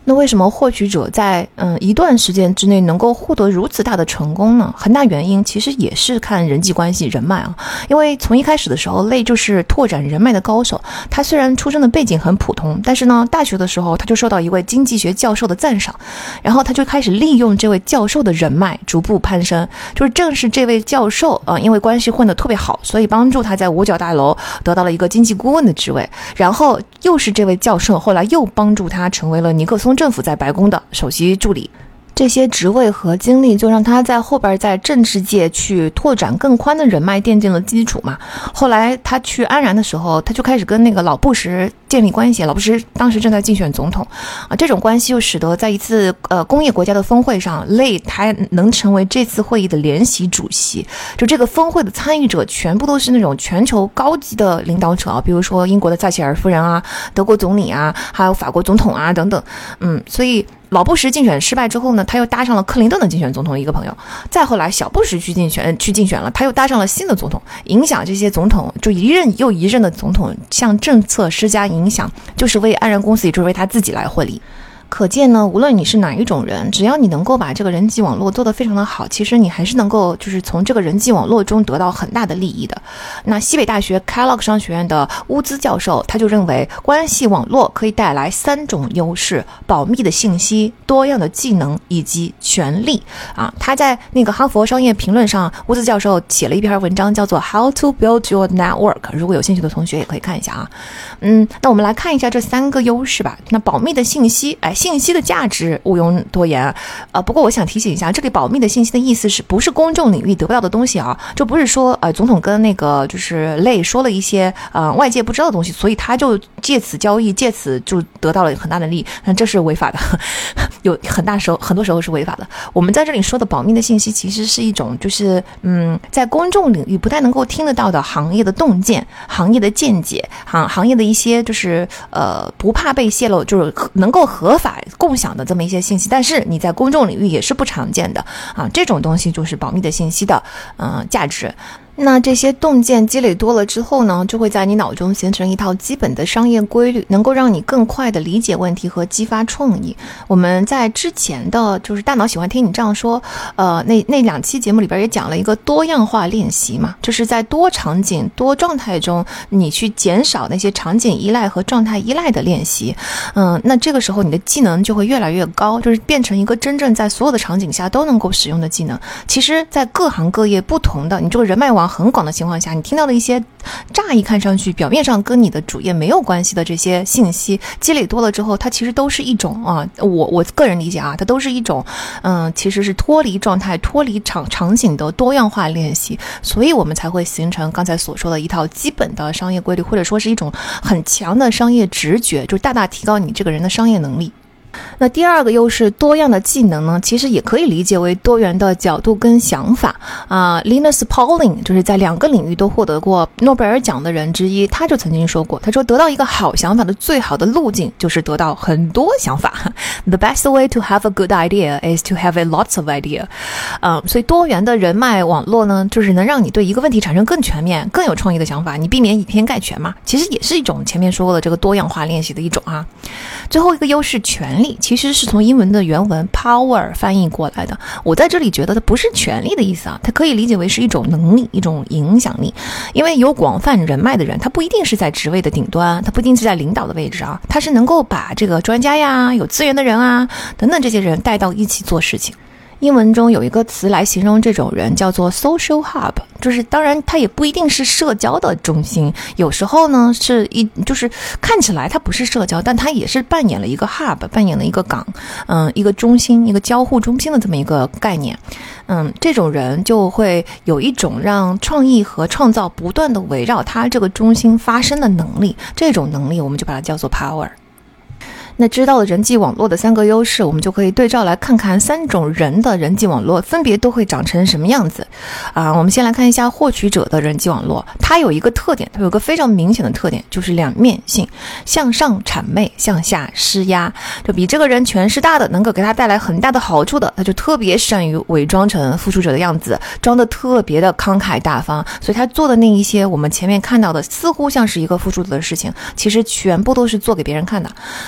那为什么获取者在一段时间之内能够获得如此大的成功呢？很大原因其实也是看人际关系、人脉啊。因为从一开始的时候，类就是拓展人脉的高手。他虽然出身的背景很普通，但是呢，大学的时候他就受到一位经济学教授的赞赏，然后他就开始利用这位教授的人脉逐步攀升。就是正是这位教授因为关系混得特别好，所以帮助他在五角大楼得到了一个经济顾问的职位。然后又是这位教授后来又帮助他成为了尼克松政府在白宫的首席助理。这些职位和经历就让他在后边在政治界去拓展更宽的人脉奠定了基础嘛。后来他去安然的时候，他就开始跟那个老布什建立关系。老布什当时正在竞选总统这种关系又使得在一次工业国家的峰会上，类他能成为这次会议的联席主席。就这个峰会的参与者全部都是那种全球高级的领导者比如说英国的撒切尔夫人啊，德国总理啊，还有法国总统啊等等。所以老布什竞选失败之后呢，他又搭上了克林顿的竞选总统的一个朋友。再后来小布什去竞选了，他又搭上了新的总统，影响这些总统，就一任又一任的总统向政策施加影响，就是为安然公司，也就是为他自己来获利。可见呢，无论你是哪一种人，只要你能够把这个人际网络做得非常的好，其实你还是能够就是从这个人际网络中得到很大的利益的。那西北大学 Kellogg 商学院的乌兹教授他就认为，关系网络可以带来3种优势：保密的信息、多样的技能以及权利他在那个哈佛商业评论上，乌兹教授写了一篇文章叫做 How to Build Your Network， 如果有兴趣的同学也可以看一下那我们来看一下这3个优势吧。那保密的信息，信息的价值毋庸多言不过我想提醒一下，这里保密的信息的意思是不是公众领域得不到的东西就不是说总统跟那个就是类说了一些外界不知道的东西，所以他就借此交易，借此就得到了很大的利益，这是违法的有很多时候是违法的。我们在这里说的保密的信息其实是一种就是在公众领域不太能够听得到的行业的洞见、行业的见解、行业的一些就是不怕被泄露，就是能够合法共享的这么一些信息，但是你在公众领域也是不常见的这种东西就是保密的信息的价值。那这些洞见积累多了之后呢，就会在你脑中形成一套基本的商业规律，能够让你更快的理解问题和激发创意。我们在之前的就是大脑喜欢听你这样说那2期节目里边也讲了一个多样化练习嘛，就是在多场景多状态中你去减少那些场景依赖和状态依赖的练习那这个时候你的技能就会越来越高，就是变成一个真正在所有的场景下都能够使用的技能。其实在各行各业不同的你这个人脉网很广的情况下，你听到的一些乍一看上去表面上跟你的主业没有关系的这些信息积累多了之后，它其实都是一种我个人理解它都是一种其实是脱离状态脱离场景的多样化练习，所以我们才会形成刚才所说的一套基本的商业规律，或者说是一种很强的商业直觉，就是大大提高你这个人的商业能力。那第2个优势多样的技能呢，其实也可以理解为多元的角度跟想法Linus Pauling 就是在2个领域都获得过诺贝尔奖的人之一，他就曾经说过，他说得到一个好想法的最好的路径就是得到很多想法The best way to have a good idea is to have a lots of idea 所以多元的人脉网络呢，就是能让你对一个问题产生更全面更有创意的想法，你避免以偏概全嘛，其实也是一种前面说过的这个多样化练习的一种最后一个优势权利，其实是从英文的原文 power 翻译过来的。我在这里觉得它不是权利的意思它可以理解为是一种能力，一种影响力。因为有广泛人脉的人，他不一定是在职位的顶端，他不一定是在领导的位置他是能够把这个专家呀、有资源的人等等这些人带到一起做事情。英文中有一个词来形容这种人，叫做 social hub， 就是当然它也不一定是社交的中心，有时候呢就是看起来它不是社交，但它也是扮演了一个 hub， 扮演了一个港一个中心，一个交互中心的这么一个概念。这种人就会有一种让创意和创造不断的围绕他这个中心发生的能力，这种能力我们就把它叫做 power。那知道了人际网络的3个优势，我们就可以对照来看看3种人的人际网络分别都会长成什么样子我们先来看一下获取者的人际网络，它有一个特点，它有一个非常明显的特点，就是两面性，向上谄媚，向下施压。就比这个人权势大的，能够给他带来很大的好处的，他就特别善于伪装成付出者的样子，装得特别的慷慨大方，所以他做的那一些我们前面看到的似乎像是一个付出者的事情，其实全部都是做给别人看的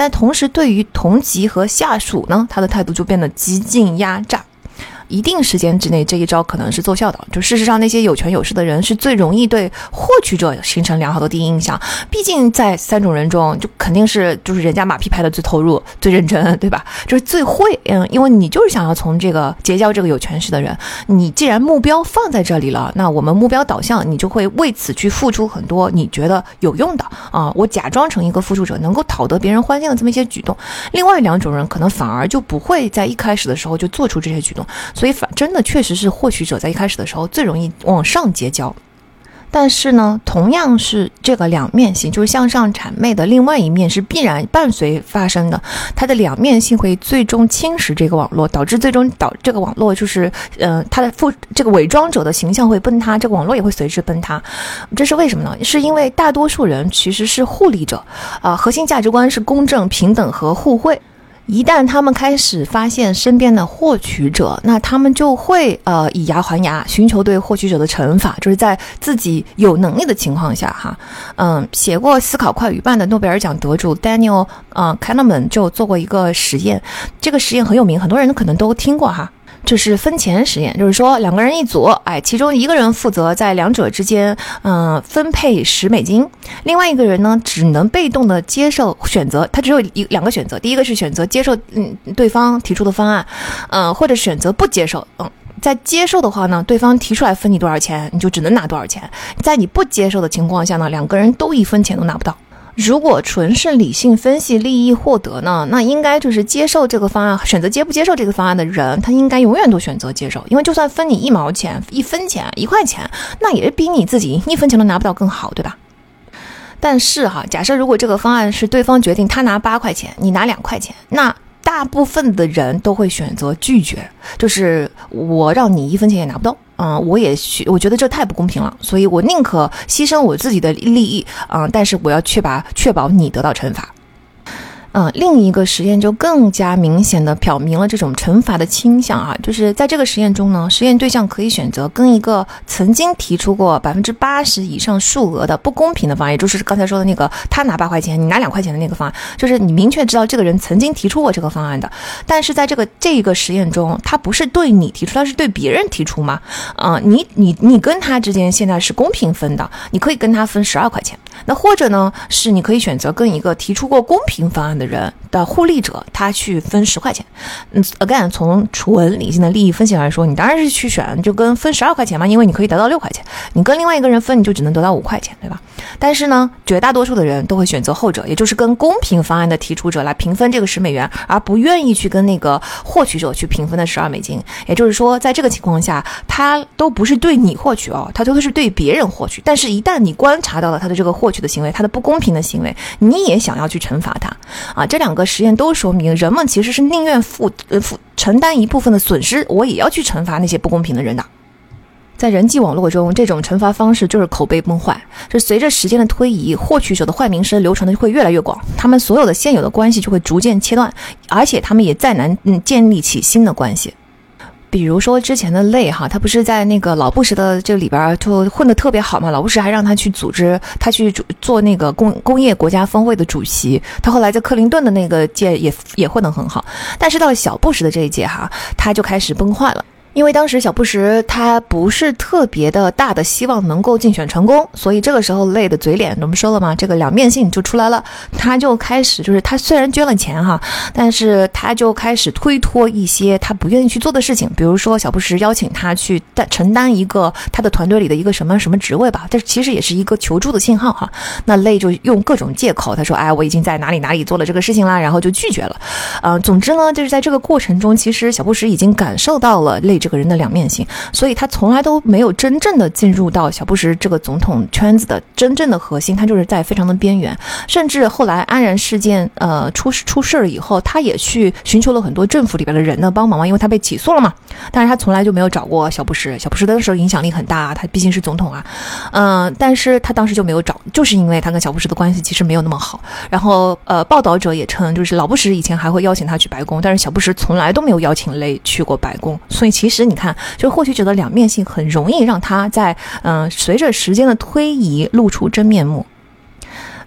但同时对于同级和下属呢，他的态度就变得极尽压榨。一定时间之内，这一招可能是奏效的。就事实上，那些有权有势的人是最容易对获取者形成良好的第一印象。毕竟在3种人中，就肯定是就是人家马屁拍的最投入、最认真，对吧？就是最会。因为你就是想要从这个结交这个有权势的人。你既然目标放在这里了，那我们目标导向，你就会为此去付出很多你觉得有用的我假装成一个付出者，能够讨得别人欢心的这么一些举动。另外2种人可能反而就不会在一开始的时候就做出这些举动。所以真的确实是获取者在一开始的时候最容易往上结交。但是呢，同样是这个两面性，就是向上谄媚的另外一面是必然伴随发生的。它的两面性会最终侵蚀这个网络，导致最终这个网络就是它的这个伪装者的形象会崩塌，这个网络也会随之崩塌。这是为什么呢？是因为大多数人其实是互利者核心价值观是公正、平等和互惠。一旦他们开始发现身边的获取者，那他们就会以牙还牙，寻求对获取者的惩罚，就是在自己有能力的情况下写过《思考快与慢》的诺贝尔奖得主 Daniel Kahneman 就做过一个实验。这个实验很有名，很多人可能都听过就是分钱实验，就是说2个人一组，其中一个人负责在2者之间分配$10，另外一个人呢只能被动的接受选择，他只有2个选择，第一个是选择接受对方提出的方案，或者选择不接受。在接受的话呢，对方提出来分你多少钱，你就只能拿多少钱。在你不接受的情况下呢，2个人都1分钱都拿不到。如果纯是理性分析利益获得呢，那应该就是接受这个方案，选择接不接受这个方案的人，他应该永远都选择接受，因为就算分你1毛钱、1分钱、1块钱，那也比你自己1分钱都拿不到更好，对吧？但是假设如果这个方案是对方决定他拿8块钱，你拿2块钱，那大部分的人都会选择拒绝，就是我让你1分钱也拿不到。我觉得这太不公平了，所以我宁可牺牲我自己的利益但是我要确保你得到惩罚。另一个实验就更加明显的表明了这种惩罚的倾向就是在这个实验中呢，实验对象可以选择跟一个曾经提出过80%以上数额的不公平的方案，也就是刚才说的那个他拿8块钱你拿2块钱的那个方案，就是你明确知道这个人曾经提出过这个方案的，但是在这个实验中，他不是对你提出，他是对别人提出嘛你跟他之间现在是公平分的，你可以跟他分12块钱。那或者呢，是你可以选择跟一个提出过公平方案的人的互利者，他去分10块钱。again 从纯理性的利益分析来说，你当然是去选就跟分12块钱嘛，因为你可以得到6块钱，你跟另外一个人分你就只能得到5块钱，对吧？但是呢，绝大多数的人都会选择后者，也就是跟公平方案的提出者来平分这个$10，而不愿意去跟那个获取者去平分的$12。也就是说，在这个情况下，他都不是对你获取他都是对别人获取。但是一旦你观察到了他的这个获取的行为，他的不公平的行为，你也想要去惩罚他这2个实验都说明，人们其实是宁愿承担一部分的损失，我也要去惩罚那些不公平的人的。在人际网络中，这种惩罚方式就是口碑崩坏，就随着时间的推移，获取者的坏名声流传的会越来越广，他们所有的现有的关系就会逐渐切断，而且他们也再难建立起新的关系。比如说之前的累他不是在那个老布什的这里边就混得特别好嘛，老布什还让他去做那个工业国家峰会的主席，他后来在克林顿的那个届也混得很好，但是到了小布什的这一届他就开始崩坏了。因为当时小布什他不是特别的大的希望能够竞选成功，所以这个时候累的嘴脸我们说了嘛，这个两面性就出来了。他就开始就是他虽然捐了钱但是他就开始推脱一些他不愿意去做的事情，比如说小布什邀请他去承担一个他的团队里的一个什么什么职位吧，这其实也是一个求助的信号那累就用各种借口，他说我已经在哪里做了这个事情啦，然后就拒绝了。总之呢，就是在这个过程中，其实小布什已经感受到了累这个人的两面性，所以他从来都没有真正的进入到小布什这个总统圈子的真正的核心，他就是在非常的边缘。甚至后来安然事件出事了以后，他也去寻求了很多政府里边的人的帮忙嘛，因为他被起诉了嘛。但是他从来就没有找过小布什，小布什当时影响力很大他毕竟是总统但是他当时就没有找，就是因为他跟小布什的关系其实没有那么好。然后报道者也称，就是老布什以前还会邀请他去白宫，但是小布什从来都没有邀请雷去过白宫。所以其实你看，就是获取者的两面性很容易让他在随着时间的推移露出真面目。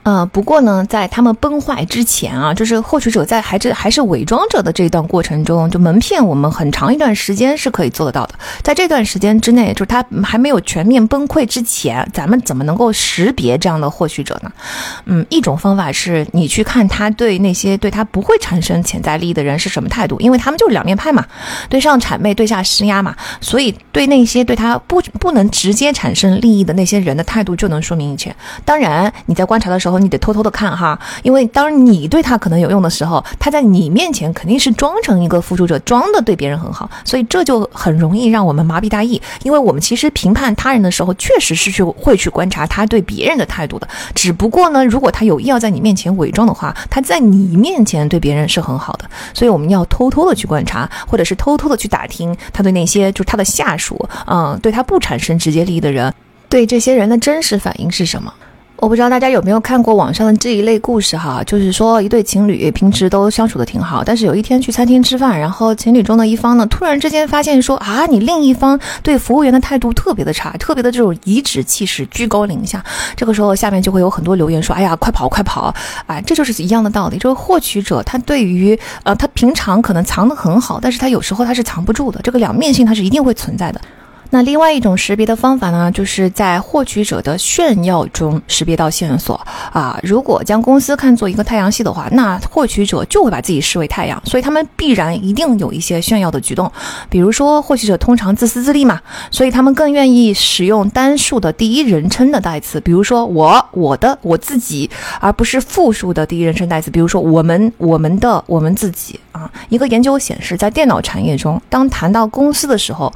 不过呢，在他们崩坏之前啊，就是获取者在还是伪装者的这一段过程中，就蒙骗我们很长一段时间是可以做得到的。在这段时间之内，就是他还没有全面崩溃之前，咱们怎么能够识别这样的获取者呢？一种方法是你去看他对那些对他不会产生潜在利益的人是什么态度，因为他们就是两面派嘛，对上谄媚，对下施压嘛，所以对那些对他不能直接产生利益的那些人的态度就能说明一切。当然，你在观察的时候，你得偷偷的看哈，因为当你对他可能有用的时候，他在你面前肯定是装成一个付出者，装的对别人很好，所以这就很容易让我们麻痹大意，因为我们其实评判他人的时候，确实是会去观察他对别人的态度的。只不过呢，如果他有意要在你面前伪装的话，他在你面前对别人是很好的，所以我们要偷偷的去观察，或者是偷偷的去打听他对那些就是他的下属，对他不产生直接利益的人，对这些人的真实反应是什么。我不知道大家有没有看过网上的这一类故事哈，就是说一对情侣平时都相处的挺好，但是有一天去餐厅吃饭，然后情侣中的一方呢，突然之间发现说你另一方对服务员的态度特别的差，特别的这种颐指气使，居高临下。这个时候下面就会有很多留言说，哎呀，快跑快跑啊！这就是一样的道理，就是获取者他对于他平常可能藏得很好，但是他有时候他是藏不住的，这个两面性它是一定会存在的。那另外一种识别的方法呢，就是在获取者的炫耀中识别到线索如果将公司看作一个太阳系的话，那获取者就会把自己视为太阳，所以他们必然一定有一些炫耀的举动。比如说获取者通常自私自利嘛，所以他们更愿意使用单数的第一人称的代词，比如说我、我的、我自己，而不是复数的第一人称代词，比如说我们、我们的、我们自己一个研究显示，在电脑产业中，当谈到公司的时候，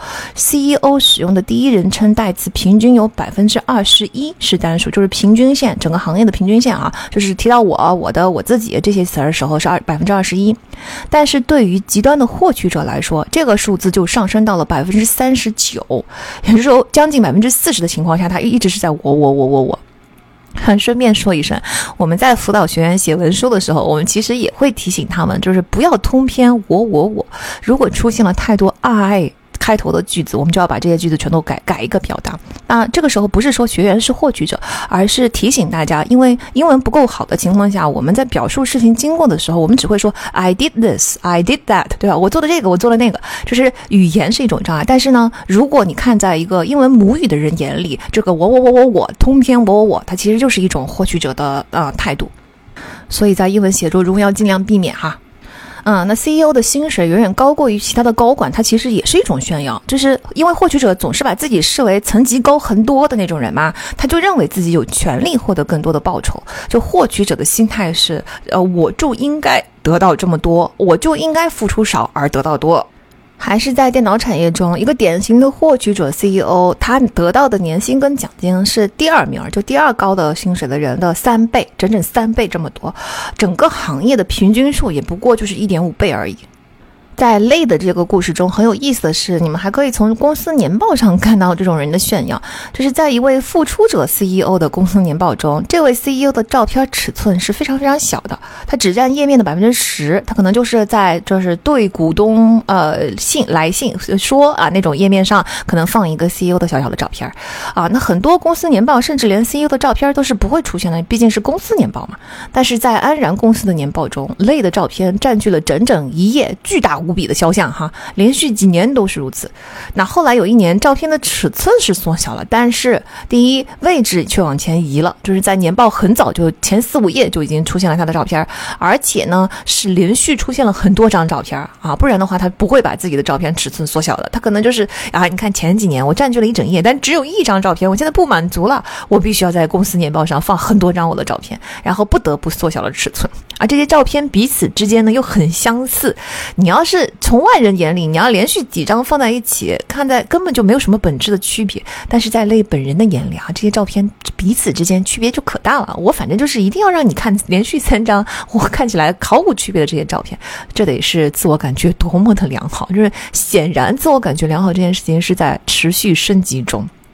CEO 使用的第一人称代词平均有 21% 是单数，就是平均线，整个行业的平均线就是提到我、我的、我自己这些词的时候是 21%， 但是对于极端的获取者来说，这个数字就上升到了 39%， 也就是说将近 40% 的情况下，他一直是在我。顺便说一声，我们在辅导学员写文书的时候，我们其实也会提醒他们，就是不要通篇我，如果出现了太多 I开头的句子，我们就要把这些句子全都改一个表达。这个时候不是说学员是获取者，而是提醒大家，因为英文不够好的情况下，我们在表述事情经过的时候，我们只会说 I did this, I did that， 对吧？我做了这个，我做了那个，就是语言是一种障碍。但是呢，如果你看在一个英文母语的人眼里，这个我通篇我，它其实就是一种获取者的态度。所以在英文写作中要尽量避免哈。那 CEO 的薪水远远高过于其他的高管，它其实也是一种炫耀，就是因为获取者总是把自己视为层级高很多的那种人嘛，他就认为自己有权利获得更多的报酬。就获取者的心态是，我就应该得到这么多，我就应该付出少而得到多。还是在电脑产业中，一个典型的获取者 CEO， 他得到的年薪跟奖金是第二名，就第二高的薪水的人的3倍，整整3倍这么多。整个行业的平均数也不过就是 1.5 倍而已。在类的这个故事中，很有意思的是，你们还可以从公司年报上看到这种人的炫耀。就是在一位付出者 CEO 的公司年报中，这位 CEO 的照片尺寸是非常非常小的，它只占页面的 10%， 它可能就是在对股东来信说那种页面上可能放一个 CEO 的小小的照片那很多公司年报甚至连 CEO 的照片都是不会出现的，毕竟是公司年报嘛。但是在安然公司的年报中，类的照片占据了整整一页，巨大无比的肖像连续几年都是如此。那后来有一年，照片的尺寸是缩小了，但是第一位置却往前移了，就是在年报很早就前4-5页就已经出现了他的照片，而且呢是连续出现了很多张照片不然的话他不会把自己的照片尺寸缩小的。他可能就是你看前几年我占据了一整页，但只有一张照片，我现在不满足了，我必须要在公司年报上放很多张我的照片，然后不得不缩小了尺寸。而这些照片彼此之间呢又很相似，你要是从外人眼里，你要连续几张放在一起，看在根本就没有什么本质的区别，但是在类本人的眼里这些照片彼此之间区别就可大了。我反正就是一定要让你看连续3张我看起来毫无区别的这些照片，这得是自我感觉多么的良好。就是显然自我感觉良好这件事情是在持续升级中。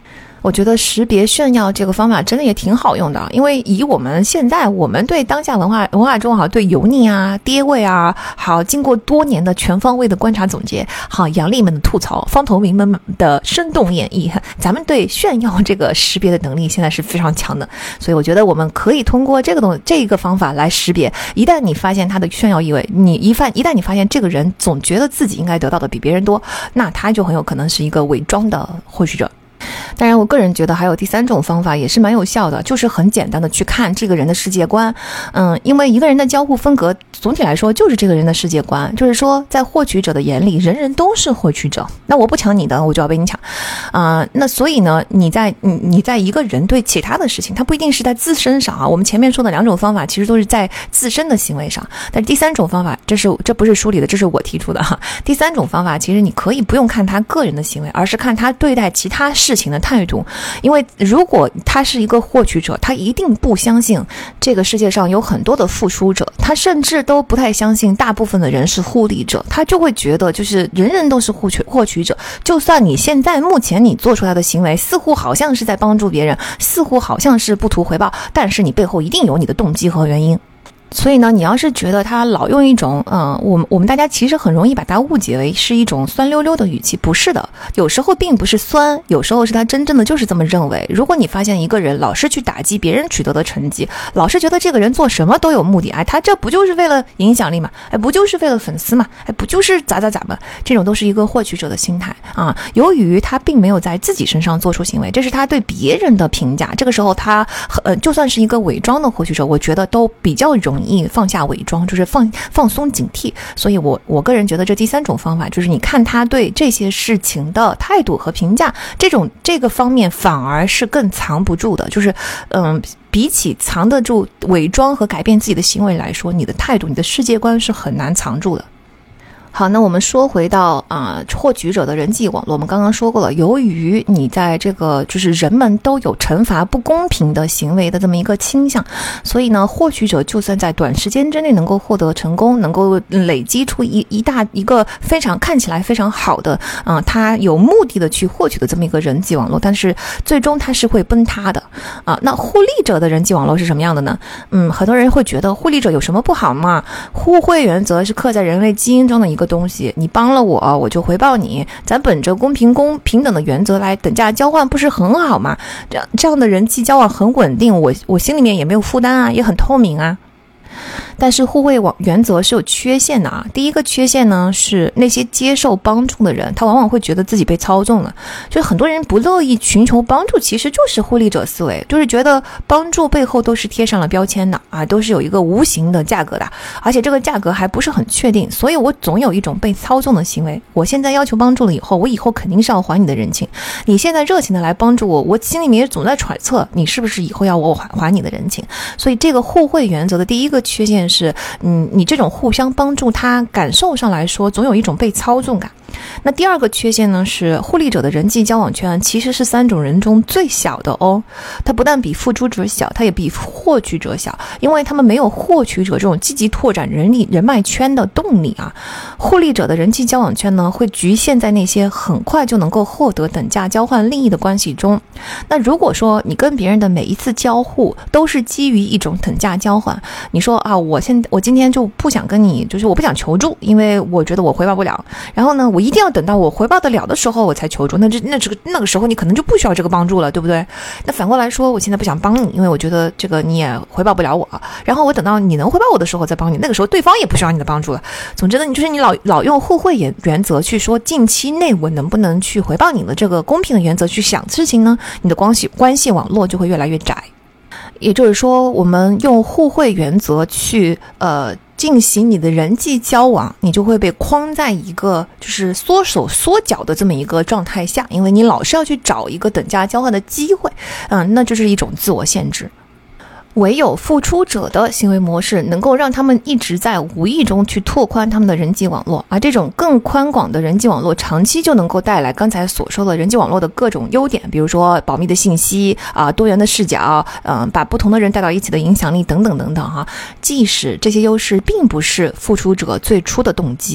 我觉得识别炫耀这个方法真的也挺好用的，因为以我们现在我们对当下文化中对油腻啊、爹味啊，好经过多年的全方位的观察总结，好杨丽们的吐槽，方头民们的生动演绎，咱们对炫耀这个识别的能力现在是非常强的，所以我觉得我们可以通过这个方法来识别，一旦你发现他的炫耀意味，一旦你发现这个人总觉得自己应该得到的比别人多，那他就很有可能是一个伪装的获取者。当然我个人觉得还有第三种方法也是蛮有效的，就是很简单的去看这个人的世界观。因为一个人的交互风格总体来说就是这个人的世界观，就是说在获取者的眼里人人都是获取者，那我不抢你的我就要被你抢那所以呢你在一个人对其他的事情，它不一定是在自身上啊，我们前面说的两种方法其实都是在自身的行为上，但是第三种方法这不是书里的，这是我提出的哈。第三种方法其实你可以不用看他个人的行为，而是看他对待其他事情的态度。因为如果他是一个获取者，他一定不相信这个世界上有很多的付出者，他甚至都不太相信大部分的人是互利者，他就会觉得就是人人都是获取者，就算你现在目前你做出来的行为似乎好像是在帮助别人，似乎好像是不图回报，但是你背后一定有你的动机和原因。所以呢，你要是觉得他老用一种我们大家其实很容易把它误解为是一种酸溜溜的语气，不是的，有时候并不是酸，有时候是他真正的就是这么认为。如果你发现一个人老是去打击别人取得的成绩，老是觉得这个人做什么都有目的，他这不就是为了影响力嘛，不就是为了粉丝嘛，不就是咋嘛，这种都是一个获取者的心态啊。由于他并没有在自己身上做出行为，这是他对别人的评价，这个时候他就算是一个伪装的获取者，我觉得都比较容易放下伪装，就是放松警惕。所以我个人觉得这第三种方法就是你看他对这些事情的态度和评价，这个方面反而是更藏不住的，就是比起藏得住伪装和改变自己的行为来说，你的态度你的世界观是很难藏住的。好，那我们说回到获取者的人际网络，我们刚刚说过了，由于你在这个就是人们都有惩罚不公平的行为的这么一个倾向，所以呢，获取者就算在短时间之内能够获得成功，能够累积出一个非常看起来非常好的他有目的的去获取的这么一个人际网络，但是最终他是会崩塌的那互利者的人际网络是什么样的呢？很多人会觉得互利者有什么不好嘛？互惠原则是刻在人类基因中的一个东西，你帮了我就回报你，咱本着公平平等的原则来等价交换，不是很好吗？这样的人际交往很稳定，我心里面也没有负担啊，也很透明啊。但是互惠原则是有缺陷的啊。第一个缺陷呢，是那些接受帮助的人，他往往会觉得自己被操纵了。就是很多人不乐意寻求帮助，其实就是互利者思维，就是觉得帮助背后都是贴上了标签的都是有一个无形的价格的，而且这个价格还不是很确定，所以我总有一种被操纵的行为。我现在要求帮助了以后，我以后肯定是要还你的人情。你现在热情的来帮助我，我心里面总在揣测你是不是以后要我还你的人情。所以这个互惠原则的第一个缺陷是你这种互相帮助，他感受上来说总有一种被操纵感。那第二个缺陷呢，是互利者的人际交往圈其实是三种人中最小的哦。它不但比付出者小，它也比获取者小，因为他们没有获取者这种积极拓展人脉圈的动力啊。互利者的人际交往圈呢，会局限在那些很快就能够获得等价交换利益的关系中。那如果说你跟别人的每一次交互都是基于一种等价交换，你说我今天就不想跟你，就是我不想求助，因为我觉得我回报不了，然后呢我一定要等到我回报得了的时候我才求助，那个时候你可能就不需要这个帮助了，对不对？那反过来说，我现在不想帮你，因为我觉得这个你也回报不了我，然后我等到你能回报我的时候再帮你，那个时候对方也不需要你的帮助了。总之呢，你老用互惠原则去说近期内我能不能去回报你的这个公平的原则去想事情呢，你的关系网络就会越来越窄。也就是说，我们用互惠原则去进行你的人际交往，你就会被框在一个就是缩手缩脚的这么一个状态下，因为你老是要去找一个等价交换的机会，那就是一种自我限制。唯有付出者的行为模式能够让他们一直在无意中去拓宽他们的人际网络，而这种更宽广的人际网络长期就能够带来刚才所说的人际网络的各种优点，比如说保密的信息多元的视角，把不同的人带到一起的影响力等等等等即使这些优势并不是付出者最初的动机。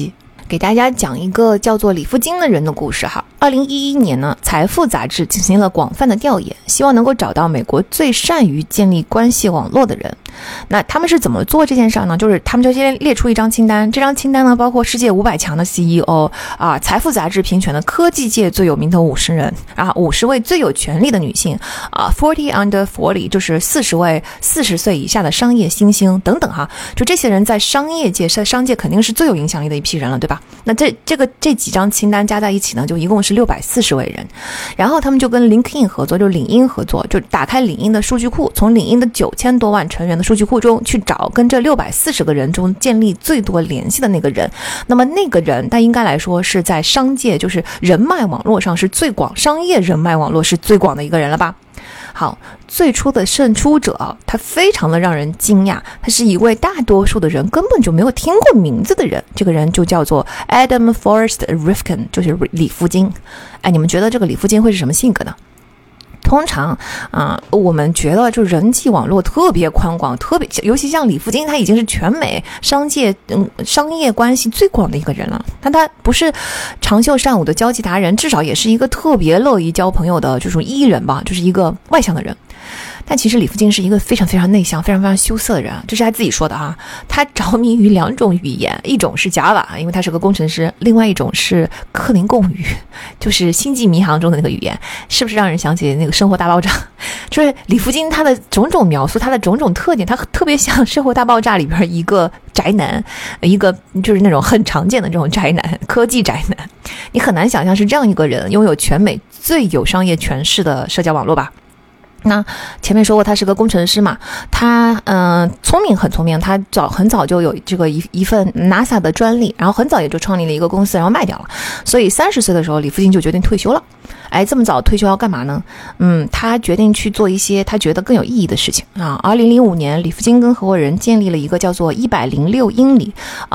给大家讲一个叫做李富金的人的故事哈。2011年呢，财富杂志进行了广泛的调研，希望能够找到美国最善于建立关系网络的人。那他们是怎么做这件事呢？就是他们就先列出一张清单，这张清单呢包括世界500强的 CEO 啊，财富杂志评选的科技界最有名的50人啊，50位最有权力的女性啊，40 under 40就是40位40岁以下的商业新星等等哈，就这些人在商业界，在商界肯定是最有影响力的一批人了，对吧？那这几张清单加在一起呢，就一共是640位人。然后他们就跟 LinkedIn 合作，就领英合作，就打开领英的数据库，从领英的9000多万成员的数据库中去找跟这640个人中建立最多联系的那个人。那么那个人他应该来说是在商界，就是人脉网络上是最广，商业人脉网络是最广的一个人了吧。好，最初的胜出者他非常的让人惊讶，他是一位大多数的人根本就没有听过名字的人，这个人就叫做 Adam Forrest Rifkin， 就是李富金。你们觉得这个李富金会是什么性格呢？通常我们觉得就人际网络特别宽广，尤其像李富金，他已经是全美商业关系最广的一个人了。但他不是长袖善舞的交际达人，至少也是一个特别乐意交朋友的这种 E 人吧，就是一个外向的人。但其实李富金是一个非常非常内向、非常非常羞涩的人，这是他自己说的哈。他着迷于2种语言，一种是 Java， 因为他是个工程师；另外一种是克林贡语，就是星际迷航中的那个语言，是不是让人想起那个《生活大爆炸》？就是李富金他的种种描述，他的种种特点，他特别像《生活大爆炸》里边一个宅男，一个就是那种很常见的这种宅男，科技宅男。你很难想象是这样一个人拥有全美最有商业权势的社交网络吧。那前面说过他是个工程师嘛，他聪明，很聪明，他很早就有这个一份 NASA 的专利，然后很早也就创立了一个公司，然后卖掉了。所以30岁的时候李富金就决定退休了。这么早退休要干嘛呢？他决定去做一些他觉得更有意义的事情啊。2005年李富金跟合伙人建立了一个叫做106英里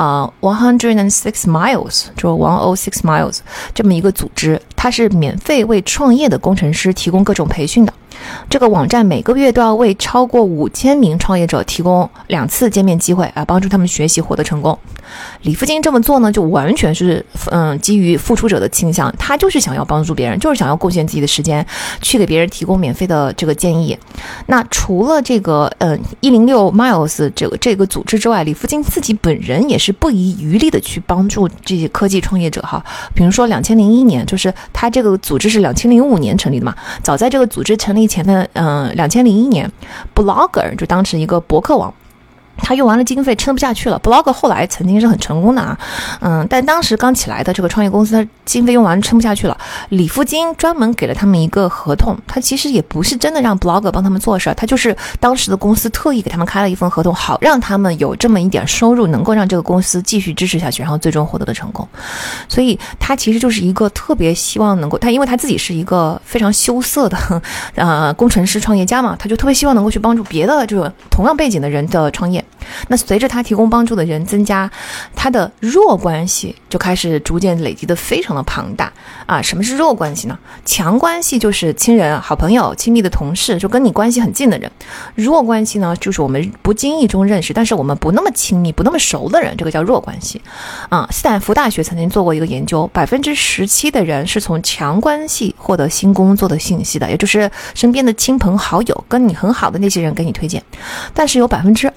106 miles， 就是106 miles 这么一个组织，它是免费为创业的工程师提供各种培训的。这个网站每个月都要为超过5000名创业者提供2次见面机会啊，帮助他们学习获得成功。李富金这么做呢，就完全是基于付出者的倾向，他就是想要帮助别人，就是想要贡献自己的时间去给别人提供免费的这个建议。那除了这个106 miles 这个组织之外，李富金自己本人也是不遗余力的去帮助这些科技创业者哈。比如说2001年，就是他这个组织是2005年成立的嘛，早在这个组织成立前的2001年 Blogger 就当时一个博客网，他用完了经费撑不下去了。Blogger 后来曾经是很成功的啊，但当时刚起来的这个创业公司，他经费用完撑不下去了。李富金专门给了他们一个合同，他其实也不是真的让 Blogger 帮他们做事，他就是当时的公司特意给他们开了一份合同，好让他们有这么一点收入，能够让这个公司继续支持下去，然后最终获得的成功。所以他其实就是一个特别希望能够，因为他自己是一个非常羞涩的工程师创业家嘛，他就特别希望能够去帮助别的就是同样背景的人的创业。那随着他提供帮助的人增加，他的弱关系就开始逐渐累积的非常的庞大啊。什么是弱关系呢？强关系就是亲人、好朋友、亲密的同事，就跟你关系很近的人。弱关系呢，就是我们不经意中认识，但是我们不那么亲密、不那么熟的人，这个叫弱关系啊。斯坦福大学曾经做过一个研究，17%的人是从强关系获得新工作的信息的，也就是身边的亲朋好友跟你很好的那些人给你推荐，但是有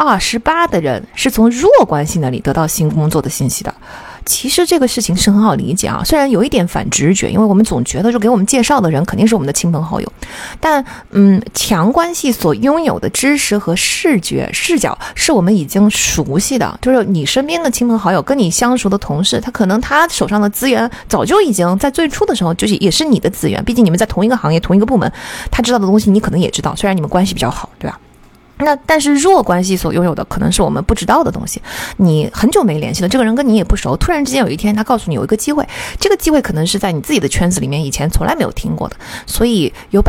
28%的人是从弱关系那里得到新工作的信息的。其实这个事情是很好理解啊，虽然有一点反直觉，因为我们总觉得就给我们介绍的人肯定是我们的亲朋好友，但强关系所拥有的知识和视角是我们已经熟悉的，就是你身边的亲朋好友跟你相熟的同事，他可能他手上的资源早就已经在最初的时候就是也是你的资源，毕竟你们在同一个行业同一个部门，他知道的东西你可能也知道，虽然你们关系比较好，对吧？那但是弱关系所拥有的可能是我们不知道的东西，你很久没联系了，这个人跟你也不熟，突然之间有一天他告诉你有一个机会，这个机会可能是在你自己的圈子里面以前从来没有听过的，所以有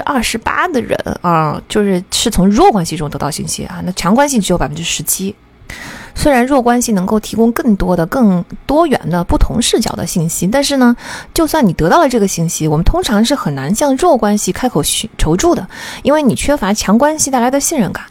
28%的人是从弱关系中得到信息啊，那强关系只有17%。虽然弱关系能够提供更多的、更多元的不同视角的信息，但是呢，就算你得到了这个信息，我们通常是很难向弱关系开口求助的，因为你缺乏强关系带来的信任感。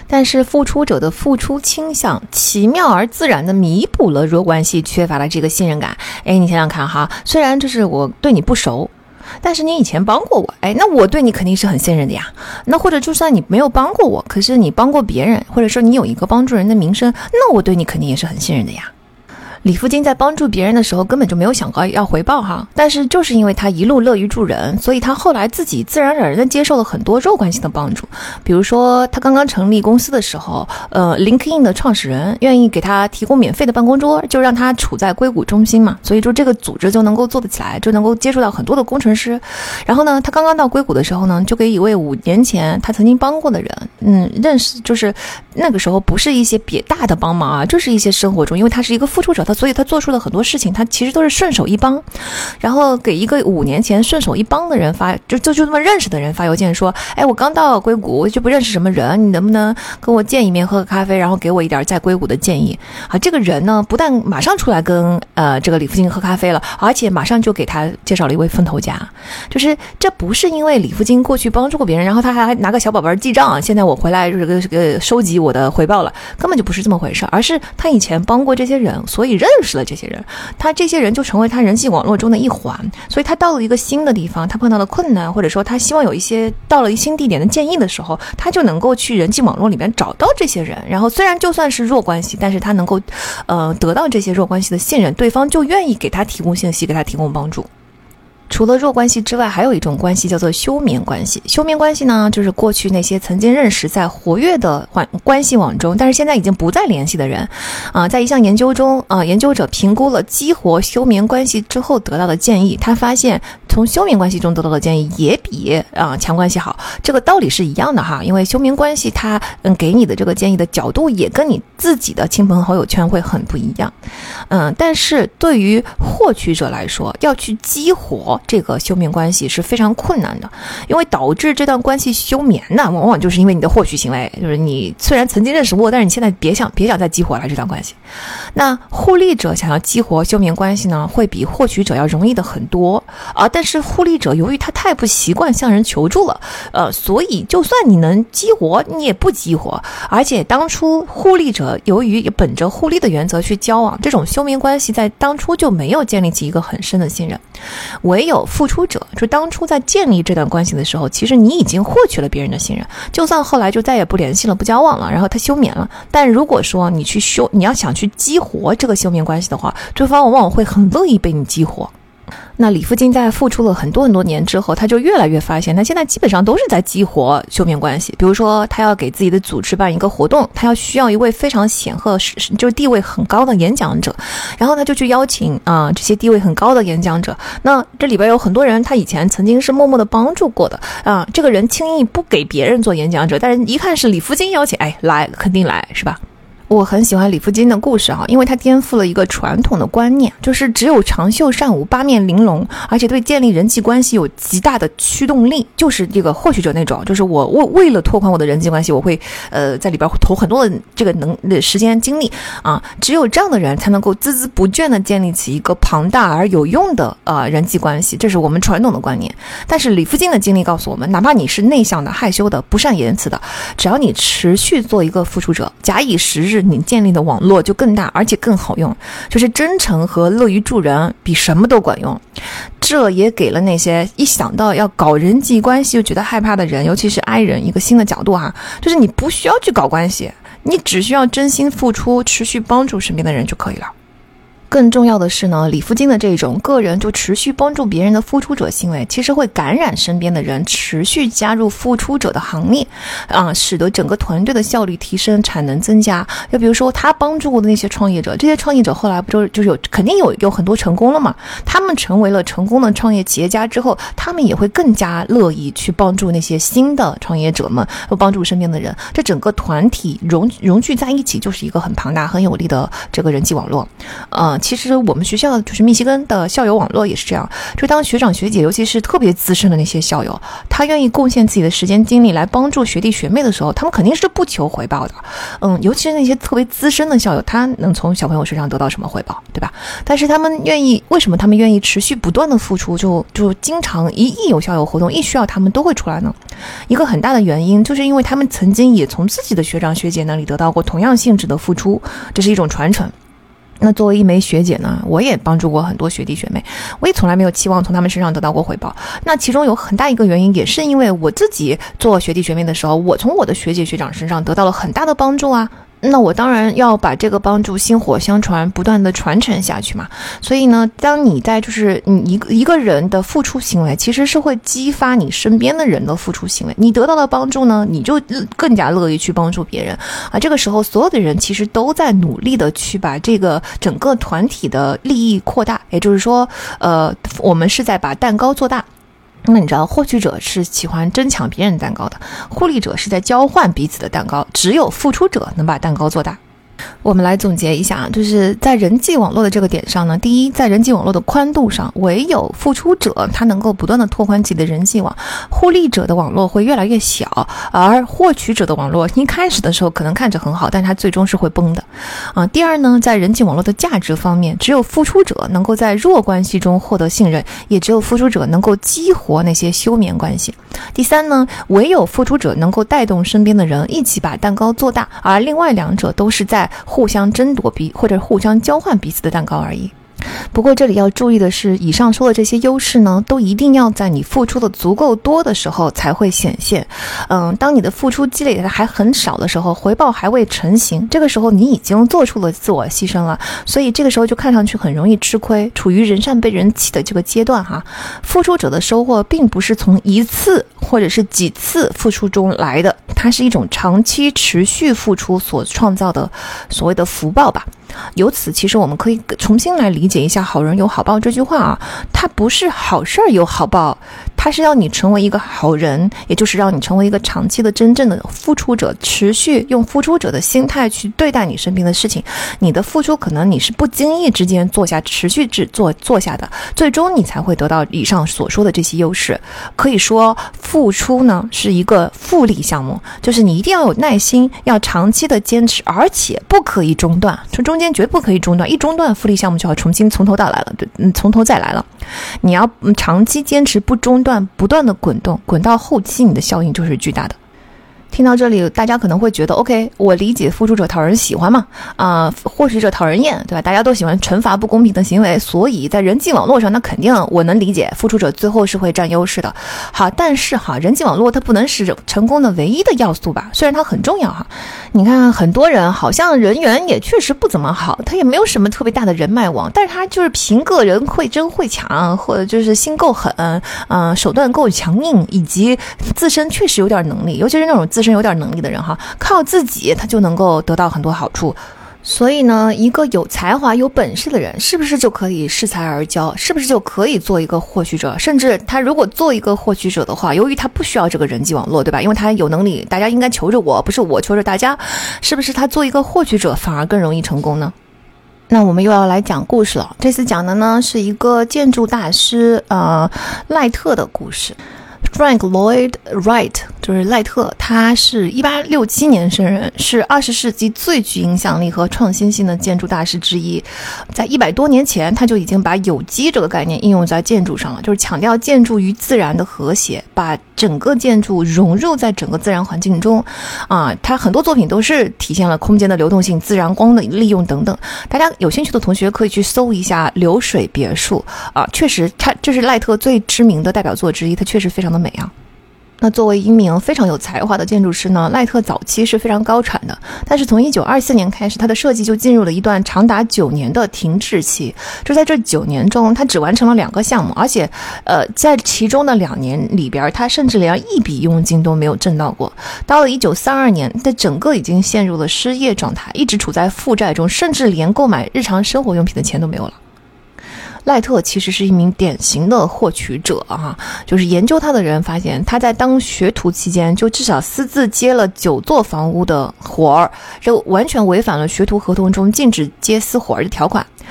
但是付出者的付出倾向奇妙而自然地弥补了弱关系缺乏的这个信任感。你想想看哈，虽然就是我对你不熟，但是你以前帮过我，那我对你肯定是很信任的呀。那或者就算你没有帮过我，可是你帮过别人，或者说你有一个帮助人的名声，那我对你肯定也是很信任的呀。李福金在帮助别人的时候根本就没有想过要回报哈，但是就是因为他一路乐于助人，所以他后来自己自然而然地接受了很多弱关系的帮助。比如说他刚刚成立公司的时候，LinkedIn 的创始人愿意给他提供免费的办公桌，就让他处在硅谷中心嘛，所以说这个组织就能够做得起来，就能够接触到很多的工程师。然后呢，他刚刚到硅谷的时候呢，就给一位5年前他曾经帮过的人认识，就是那个时候不是一些别大的帮忙啊，就是一些生活中，因为他是一个付出者，所以他做出了很多事情，他其实都是顺手一帮。然后给一个5年前顺手一帮的人发，就这么认识的人发邮件说，我刚到硅谷，我就不认识什么人，你能不能跟我见一面喝个咖啡，然后给我一点在硅谷的建议啊？这个人呢，不但马上出来跟这个李福金喝咖啡了，而且马上就给他介绍了一位风投家。就是这不是因为李福金过去帮助过别人，然后他还拿个小宝贝记账，现在我回来就是收集我的回报了，根本就不是这么回事，而是他以前帮过这些人，所以认识了这些人，他这些人就成为他人际网络中的一环。所以他到了一个新的地方，他碰到了困难，或者说他希望有一些到了新地点的建议的时候，他就能够去人际网络里面找到这些人，然后虽然就算是弱关系，但是他能够得到这些弱关系的信任，对方就愿意给他提供信息，给他提供帮助。除了弱关系之外，还有一种关系叫做休眠关系。休眠关系呢，就是过去那些曾经认识在活跃的关系网中，但是现在已经不再联系的人在一项研究中研究者评估了激活休眠关系之后得到的建议，他发现从休眠关系中得到的建议也比强关系好。这个道理是一样的哈，因为休眠关系它给你的这个建议的角度也跟你自己的亲朋好友圈会很不一样。但是对于获取者来说，要去激活这个休眠关系是非常困难的，因为导致这段关系休眠的往往就是因为你的获取行为，就是你虽然曾经认识过，但是你现在别想再激活了这段关系。那互利者想要激活休眠关系呢，会比获取者要容易的很多但是互利者由于他太不习惯向人求助了所以就算你能激活，你也不激活。而且当初互利者由于本着互利的原则去交往，这种休眠关系在当初就没有建立起一个很深的信任。唯有付出者，就当初在建立这段关系的时候，其实你已经获取了别人的信任，就算后来就再也不联系了，不交往了，然后他休眠了，但如果说你要想去激活这个休眠关系的话，对方往往会很乐意被你激活。那李福金在付出了很多年之后，他就越来越发现他现在基本上都是在激活休眠关系。比如说他要给自己的组织办一个活动，他需要一位非常显赫就是地位很高的演讲者，然后他就去邀请这些地位很高的演讲者。那这里边有很多人他以前曾经是默默的帮助过的这个人轻易不给别人做演讲者，但是一看是李福金邀请，来肯定来，是吧？我很喜欢李福金的故事因为他颠覆了一个传统的观念，就是只有长袖善舞、八面玲珑，而且对建立人际关系有极大的驱动力，就是这个获取者那种，就是我为了拓宽我的人际关系，我会在里边投很多的这个时间精力只有这样的人才能够孜孜不倦地建立起一个庞大而有用的人际关系，这是我们传统的观念。但是李福金的经历告诉我们，哪怕你是内向的、害羞的、不善言辞的，只要你持续做一个付出者，假以时日，你建立的网络就更大，而且更好用。就是真诚和乐于助人比什么都管用。这也给了那些一想到要搞人际关系就觉得害怕的人，尤其是 I 人一个新的角度就是你不需要去搞关系，你只需要真心付出，持续帮助身边的人就可以了。更重要的是呢，李福金的这种个人就持续帮助别人的付出者行为，其实会感染身边的人，持续加入付出者的行列使得整个团队的效率提升，产能增加。就比如说他帮助过的那些创业者，这些创业者后来不就是肯定有很多成功了嘛，他们成为了成功的创业企业家之后，他们也会更加乐意去帮助那些新的创业者们，帮助身边的人，这整个团体融聚在一起，就是一个很庞大很有力的这个人际网络。 其实我们学校就是密西根的校友网络也是这样，就当学长学姐，尤其是特别资深的那些校友，他愿意贡献自己的时间精力来帮助学弟学妹的时候，他们肯定是不求回报的。尤其是那些特别资深的校友，他能从小朋友身上得到什么回报，对吧？但是他们为什么他们愿意持续不断的付出，就经常一有校友活动，一需要他们都会出来呢？一个很大的原因就是因为他们曾经也从自己的学长学姐那里得到过同样性质的付出，这是一种传承。那作为一枚学姐呢，我也帮助过很多学弟学妹，我也从来没有期望从他们身上得到过回报。那其中有很大一个原因，也是因为我自己做学弟学妹的时候，我从我的学姐学长身上得到了很大的帮助啊。那我当然要把这个帮助薪火相传，不断的传承下去嘛。所以呢，当你在你一个人的付出行为，其实是会激发你身边的人的付出行为。你得到了帮助呢，你就更加乐意去帮助别人啊。这个时候，所有的人其实都在努力的去把这个整个团体的利益扩大，也就是说，我们是在把蛋糕做大。那你知道，获取者是喜欢争抢别人蛋糕的，互利者是在交换彼此的蛋糕，只有付出者能把蛋糕做大。我们来总结一下，就是在人际网络的这个点上呢，第一，在人际网络的宽度上，唯有付出者他能够不断的拓宽自己的人际网，互利者的网络会越来越小，而获取者的网络一开始的时候可能看着很好，但它最终是会崩的第二呢，在人际网络的价值方面，只有付出者能够在弱关系中获得信任，也只有付出者能够激活那些休眠关系。第三呢，唯有付出者能够带动身边的人一起把蛋糕做大，而另外两者都是在互相争夺或者互相交换彼此的蛋糕而已。不过这里要注意的是，以上说的这些优势呢，都一定要在你付出的足够多的时候才会显现。当你的付出积累的还很少的时候，回报还未成型，这个时候你已经做出了自我牺牲了，所以这个时候就看上去很容易吃亏，处于人善被人欺的这个阶段哈。付出者的收获并不是从一次或者是几次付出中来的，它是一种长期持续付出所创造的所谓的福报吧。由此其实我们可以重新来理解一下好人有好报这句话啊，它不是好事儿有好报，它是要你成为一个好人，也就是让你成为一个长期的真正的付出者，持续用付出者的心态去对待你身边的事情。你的付出可能你是不经意之间做下，持续做下的，最终你才会得到以上所说的这些优势。可以说付出呢是一个复利项目，就是你一定要有耐心，要长期的坚持，而且不可以中断，就中间绝不可以中断，一中断复利项目就要重新从头再来了。你要长期坚持不中断，不断的滚动，滚到后期你的效应就是巨大的。听到这里，大家可能会觉得 OK， 我理解付出者讨人喜欢嘛，获取者讨人厌，对吧？大家都喜欢惩罚不公平的行为，所以在人际网络上，那肯定我能理解付出者最后是会占优势的。好，但是人际网络它不能是成功的唯一的要素吧？虽然它很重要哈。你看很多人好像人缘也确实不怎么好，他也没有什么特别大的人脉网，但是他就是凭个人会争会抢，或者就是心够狠，手段够强硬，以及自身确实有点能力，尤其是那种自身有点能力的人哈，靠自己他就能够得到很多好处。所以呢，一个有才华有本事的人是不是就可以恃才而骄，是不是就可以做一个获取者？甚至他如果做一个获取者的话，由于他不需要这个人际网络，对吧？因为他有能力，大家应该求着我，不是我求着大家，是不是他做一个获取者反而更容易成功呢？那我们又要来讲故事了，这次讲的呢是一个建筑大师赖特的故事。Frank Lloyd Wright 就是赖特，他是1867年生人，是20世纪最具影响力和创新性的建筑大师之一。在100多年前，他就已经把有机这个概念应用在建筑上了，就是强调建筑与自然的和谐，把整个建筑融入在整个自然环境中他很多作品都是体现了空间的流动性、自然光的利用等等。大家有兴趣的同学可以去搜一下流水别墅确实这是赖特最知名的代表作之一，它确实非常的美啊。那作为一名非常有才华的建筑师呢，赖特早期是非常高产的，但是从1924年开始，他的设计就进入了一段长达9年的停滞期。就在这9年中，他只完成了2个项目，而且在其中的2年里边，他甚至连一笔佣金都没有挣到过。到了1932年，他整个已经陷入了失业状态，一直处在负债中，甚至连购买日常生活用品的钱都没有了。赖特其实是一名典型的获取者就是研究他的人发现，他在当学徒期间就至少私自接了9座房屋的活儿，这完全违反了学徒合同中禁止接私活儿的条款。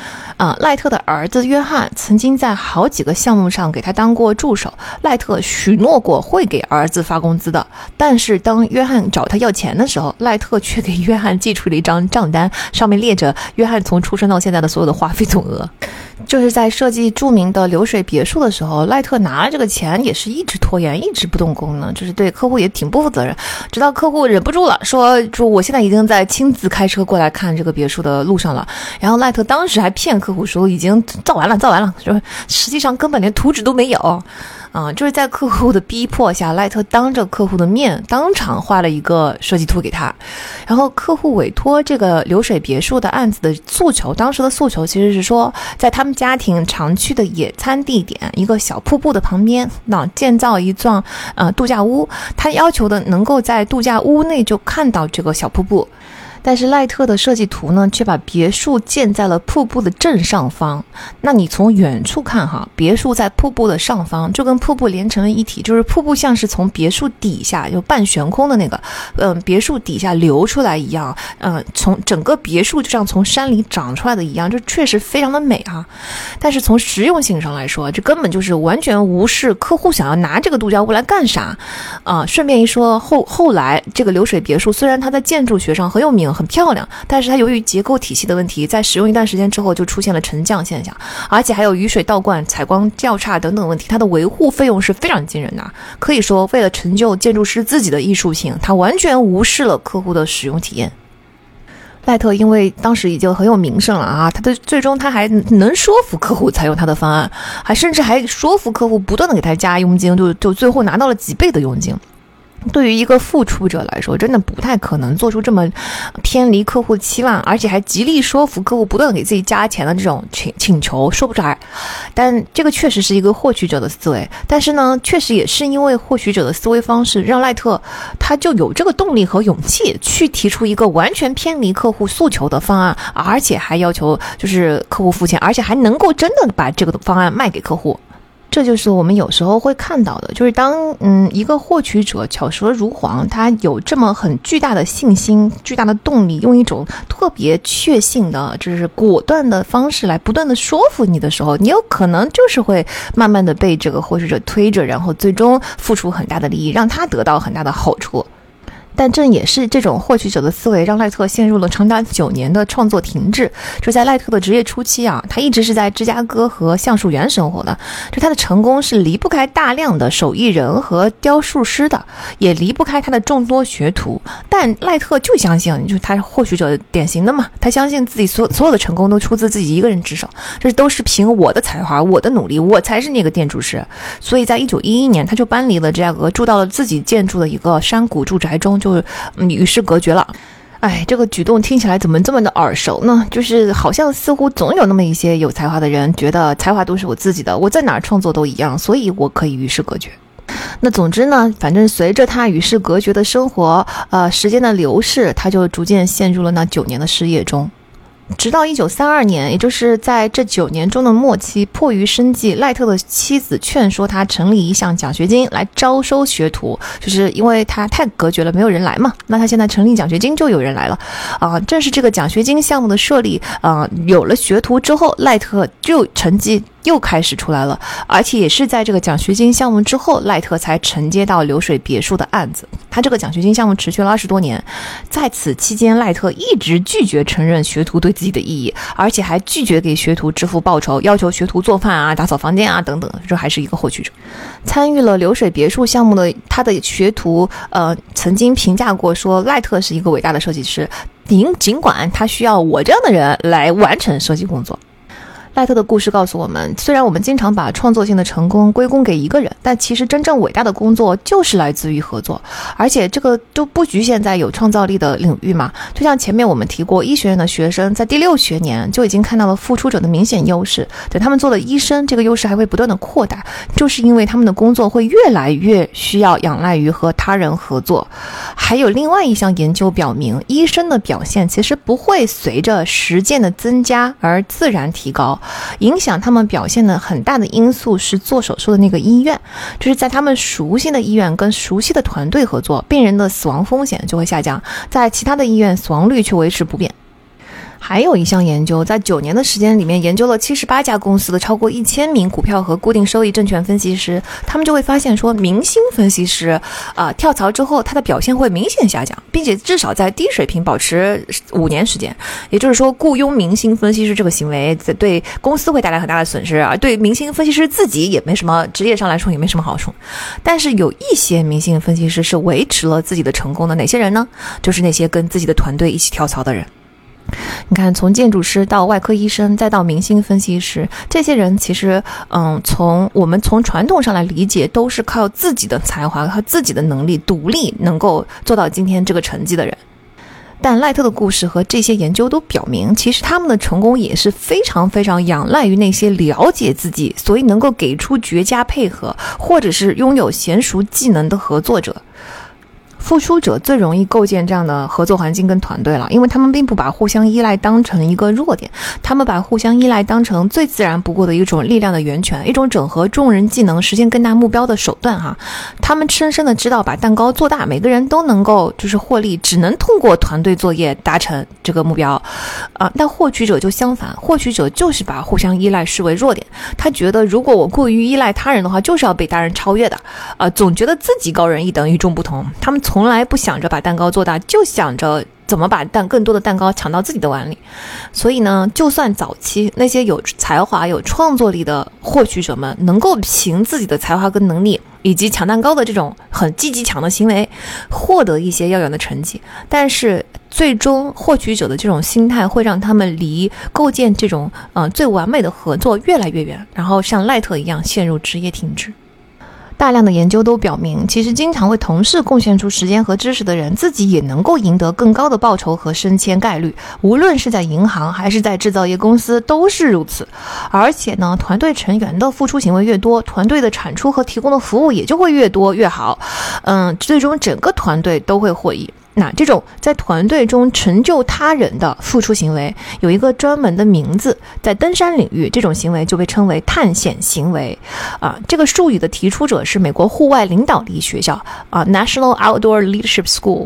赖特的儿子约翰曾经在好几个项目上给他当过助手，赖特许诺过会给儿子发工资的，但是当约翰找他要钱的时候，赖特却给约翰寄出了一张账单，上面列着约翰从出生到现在的所有的花费总额。就是在设计著名的流水别墅的时候，赖特拿了这个钱也是一直拖延，一直不动工呢，就是对客户也挺不负责任。直到客户忍不住了，说我现在已经在亲自开车过来看这个别墅的路上了。然后赖特当时还骗客户说已经造完了，说实际上根本连图纸都没有。就是在客户的逼迫下，赖特当着客户的面当场画了一个设计图给他。然后客户委托这个流水别墅的案子的诉求，当时的诉求其实是说，在他们家庭常去的野餐地点一个小瀑布的旁边，建造一幢度假屋，他要求的能够在度假屋内就看到这个小瀑布。但是赖特的设计图呢，却把别墅建在了瀑布的正上方。那你从远处看哈，别墅在瀑布的上方，就跟瀑布连成了一体，就是瀑布像是从别墅底下就半悬空的那个，别墅底下流出来一样，从整个别墅就像从山里长出来的一样，这确实非常的美啊。但是从实用性上来说，这根本就是完全无视客户想要拿这个度假屋来干啥。顺便一说，后来这个流水别墅虽然它在建筑学上很有名，很漂亮，但是它由于结构体系的问题，在使用一段时间之后就出现了沉降现象，而且还有雨水倒灌、采光较差等等问题，它的维护费用是非常惊人的。可以说为了成就建筑师自己的艺术性，他完全无视了客户的使用体验。赖特因为当时已经很有名声了啊，最终他还能说服客户采用他的方案，甚至还说服客户不断的给他加佣金，就最后拿到了几倍的佣金。对于一个付出者来说，真的不太可能做出这么偏离客户期望，而且还极力说服客户不断的给自己加钱的这种请求，说不出来。但这个确实是一个获取者的思维，但是呢，确实也是因为获取者的思维方式，让赖特他就有这个动力和勇气去提出一个完全偏离客户诉求的方案，而且还要求就是客户付钱，而且还能够真的把这个方案卖给客户。这就是我们有时候会看到的，就是当一个获取者巧舌如簧，他有这么很巨大的信心、巨大的动力，用一种特别确信的，就是果断的方式来不断的说服你的时候，你有可能就是会慢慢的被这个获取者推着，然后最终付出很大的利益，让他得到很大的好处。但正也是这种获取者的思维，让赖特陷入了长达9年的创作停滞。就在赖特的职业初期啊，他一直是在芝加哥和橡树园生活的。就他的成功是离不开大量的手艺人和雕塑师的，也离不开他的众多学徒。但赖特就相信，就是他是获取者典型的嘛，他相信自己所有的成功都出自自己一个人之手，这都是凭我的才华、我的努力，我才是那个建筑师。所以在1911年，他就搬离了芝加哥，住到了自己建筑的一个山谷住宅中，就与世隔绝了。这个举动听起来怎么这么的耳熟呢？就是好像似乎总有那么一些有才华的人，觉得才华都是我自己的，我在哪儿创作都一样，所以我可以与世隔绝。那总之呢，反正随着他与世隔绝的生活，时间的流逝，他就逐渐陷入了那9年的失业中。直到1932年，也就是在这9年中的末期，迫于生计，赖特的妻子劝说他成立一项奖学金来招收学徒，就是因为他太隔绝了，没有人来嘛。那他现在成立奖学金就有人来了正是这个奖学金项目的设立有了学徒之后，赖特就成绩又开始出来了，而且也是在这个奖学金项目之后，赖特才承接到流水别墅的案子。他这个奖学金项目持续了20多年，在此期间，赖特一直拒绝承认学徒对自己的意义，而且还拒绝给学徒支付报酬，要求学徒做饭啊、打扫房间啊等等，这还是一个获取者。参与了流水别墅项目的他的学徒曾经评价过说，赖特是一个伟大的设计师，尽管他需要我这样的人来完成设计工作。赖特的故事告诉我们，虽然我们经常把创作性的成功归功给一个人，但其实真正伟大的工作就是来自于合作，而且这个都不局限在有创造力的领域嘛。就像前面我们提过，医学院的学生在第6学年就已经看到了付出者的明显优势，等他们做了医生，这个优势还会不断的扩大，就是因为他们的工作会越来越需要仰赖于和他人合作。还有另外一项研究表明，医生的表现其实不会随着实践的增加而自然提高，影响他们表现的很大的因素是做手术的那个医院，就是在他们熟悉的医院跟熟悉的团队合作，病人的死亡风险就会下降，在其他的医院死亡率却维持不变。 还有一项研究，在9年的时间里面，研究了78家公司的超过1000名股票和固定收益证券分析师，他们就会发现说，明星分析师跳槽之后，他的表现会明显下降，并且至少在低水平保持5年时间。也就是说，雇佣明星分析师这个行为对公司会带来很大的损失，而对明星分析师自己也没什么，职业上来说也没什么好处。但是有一些明星分析师是维持了自己的成功的，哪些人呢？就是那些跟自己的团队一起跳槽的人。你看，从建筑师到外科医生，再到明星分析师，这些人其实，我们从传统上来理解，都是靠自己的才华和自己的能力独立能够做到今天这个成绩的人。但赖特的故事和这些研究都表明，其实他们的成功也是非常非常仰赖于那些了解自己，所以能够给出绝佳配合，或者是拥有娴熟技能的合作者。付出者最容易构建这样的合作环境跟团队了，因为他们并不把互相依赖当成一个弱点，他们把互相依赖当成最自然不过的一种力量的源泉，一种整合众人技能实现更大目标的手段哈。他们深深的知道把蛋糕做大，每个人都能够获利，只能通过团队作业达成这个目标但获取者就相反，获取者就是把互相依赖视为弱点，他觉得如果我过于依赖他人的话，就是要被他人超越的总觉得自己高人一等与众不同。他们从来不想着把蛋糕做大，就想着怎么把更多的蛋糕抢到自己的碗里。所以呢，就算早期那些有才华有创作力的获取者们能够凭自己的才华跟能力以及抢蛋糕的这种很积极抢的行为获得一些耀眼的成绩，但是最终获取者的这种心态会让他们离构建这种最完美的合作越来越远，然后像赖特一样陷入职业停滞。大量的研究都表明，其实经常为同事贡献出时间和知识的人，自己也能够赢得更高的报酬和升迁概率，无论是在银行还是在制造业公司都是如此。而且呢，团队成员的付出行为越多，团队的产出和提供的服务也就会越多越好，最终整个团队都会获益。那这种在团队中成就他人的付出行为有一个专门的名字，在登山领域这种行为就被称为探险行为这个术语的提出者是美国户外领导力学校National Outdoor Leadership School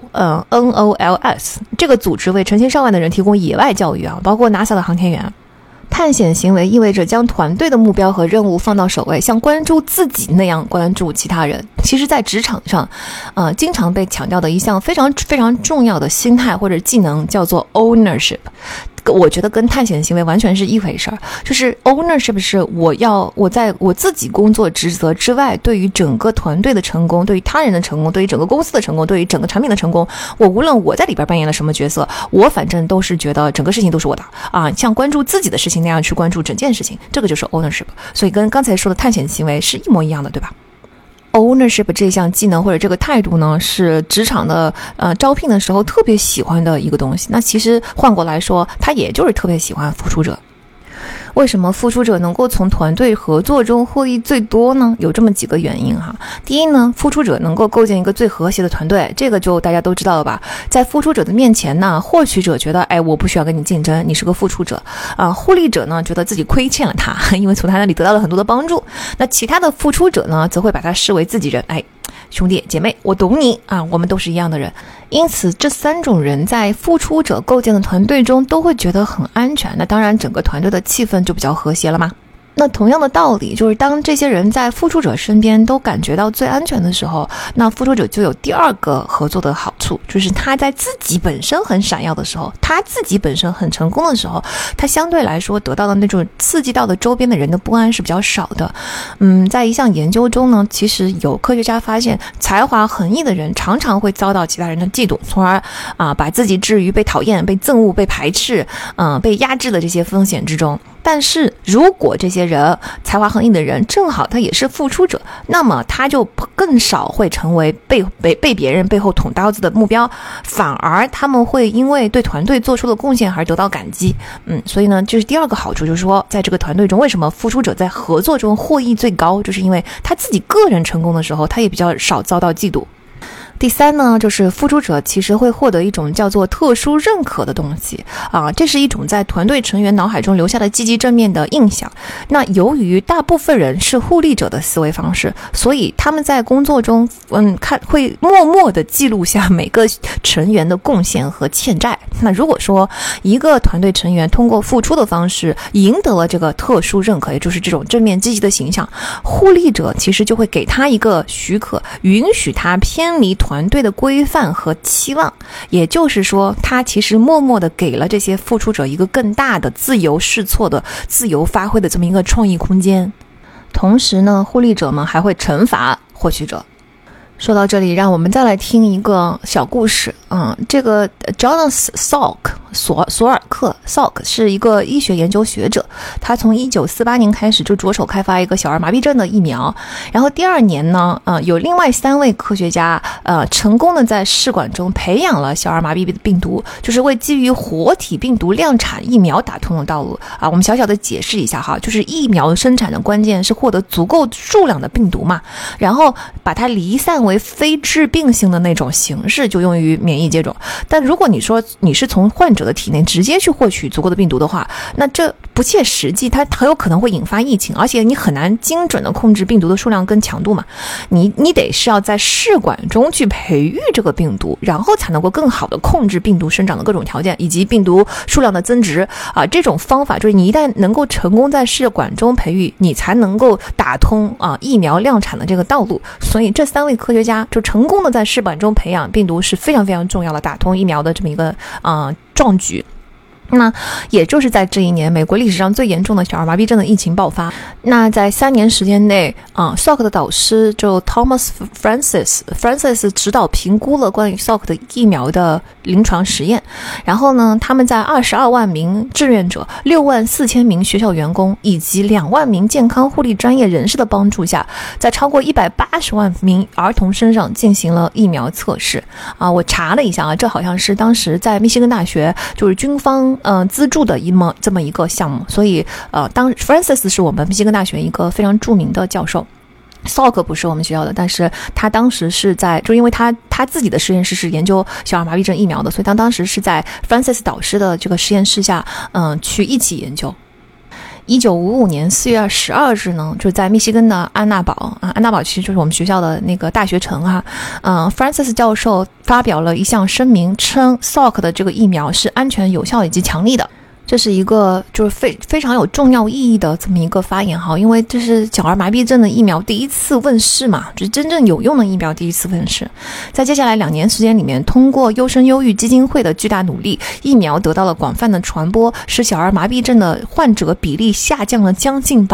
NOLS 这个组织为成千上万的人提供野外教育包括 NASA 的航天员。探险行为意味着将团队的目标和任务放到首位，像关注自己那样关注其他人。其实在职场上经常被强调的一项非常非常重要的心态或者技能叫做 ownership，我觉得跟探险行为完全是一回事儿。就是 ownership 是我在我自己工作职责之外，对于整个团队的成功，对于他人的成功，对于整个公司的成功，对于整个产品的成功，我无论我在里边扮演了什么角色，我反正都是觉得整个事情都是我的像关注自己的事情那样去关注整件事情，这个就是 ownership。 所以跟刚才说的探险行为是一模一样的，对吧？ownership 这项技能或者这个态度呢，是职场的招聘的时候特别喜欢的一个东西。那其实换过来说，他也就是特别喜欢付出者。为什么付出者能够从团队合作中获益最多呢？有这么几个原因哈。第一呢，付出者能够构建一个最和谐的团队，这个就大家都知道了吧。在付出者的面前呢，获取者觉得我不需要跟你竞争，你是个付出者互利者呢觉得自己亏欠了他，因为从他那里得到了很多的帮助。那其他的付出者呢，则会把他视为自己人，兄弟姐妹，我懂你我们都是一样的人。因此这3种人在付出者构建的团队中都会觉得很安全，那当然整个团队的气氛就比较和谐了嘛。那同样的道理，就是当这些人在付出者身边都感觉到最安全的时候，那付出者就有第二个合作的好处，就是他在自己本身很闪耀的时候，他自己本身很成功的时候，他相对来说得到的那种刺激到的周边的人的不安是比较少的。在一项研究中呢，其实有科学家发现，才华横溢的人常常会遭到其他人的嫉妒，从而把自己置于被讨厌、被憎恶、被排斥、被压制的这些风险之中。但是如果这些人才华横溢的人正好他也是付出者，那么他就更少会成为被别人背后捅刀子的目标，反而他们会因为对团队做出的贡献而得到感激。所以呢，这是第二个好处，就是说在这个团队中，为什么付出者在合作中获益最高，就是因为他自己个人成功的时候，他也比较少遭到嫉妒。 第三呢，就是付出者其实会获得一种叫做特殊认可的东西啊，这是一种在团队成员脑海中留下的积极正面的印象。那由于大部分人是互利者的思维方式，所以他们在工作中会默默地记录下每个成员的贡献和欠债。那如果说一个团队成员通过付出的方式赢得了这个特殊认可，也就是这种正面积极的形象，互利者其实就会给他一个许可，允许他偏离团队的规范和期望，也就是说他其实默默地给了这些付出者一个更大的自由试错的自由发挥的这么一个创意空间。同时呢，互利者们还会惩罚获取者。说到这里，让我们再来听一个小故事。这个 Jonas Salk 索尔克 Salk 是一个医学研究学者，他从1948年开始就着手开发一个小儿麻痹症的疫苗，然后第二年呢，有另外3位科学家成功的在试管中培养了小儿麻痹病毒，就是为基于活体病毒量产疫苗打通了道路啊。我们小小的解释一下哈，就是疫苗生产的关键是获得足够数量的病毒嘛，然后把它离散为非致病性的那种形式，就用于免疫接种。但如果你说你是从患者的体内直接去获取足够的病毒的话，那这不切实际，它很有可能会引发疫情，而且你很难精准的控制病毒的数量跟强度嘛。你得是要在试管中去培育这个病毒，然后才能够更好的控制病毒生长的各种条件以及病毒数量的增值啊。这种方法就是你一旦能够成功在试管中培育，你才能够打通疫苗量产的这个道路。所以这3位科学家就成功的在试管中培养病毒是非常非常重要的，打通疫苗的这么一个壮举。那也就是在这一年，美国历史上最严重的小儿麻痹症的疫情爆发。那在3年时间内Salk 的导师就 Thomas Francis 指导评估了关于 Salk 的疫苗的临床实验，然后呢，他们在22万名志愿者、6万4千名学校员工以及2万名健康护理专业人士的帮助下，在超过180万名儿童身上进行了疫苗测试我查了一下这好像是当时在密歇根大学就是军方资助的这么一个项目，所以当 Francis 是我们密歇根大学一个非常著名的教授。Salk 不是我们学校的，但是他当时是就因为他自己的实验室是研究小儿麻痹症疫苗的，所以他当时是在 Francis 导师的这个实验室下去一起研究。1955年4月12日呢，就在密西根的安娜堡安娜堡其实就是我们学校的那个大学城Francis 教授发表了一项声明，称 Salk 的这个疫苗是安全、有效以及强力的。这是一个就是非常有重要意义的这么一个发言因为这是小儿麻痹症的疫苗第一次问世嘛，就是真正有用的疫苗第一次问世。在接下来2年时间里面，通过优生优育基金会的巨大努力，疫苗得到了广泛的传播，使小儿麻痹症的患者比例下降了将近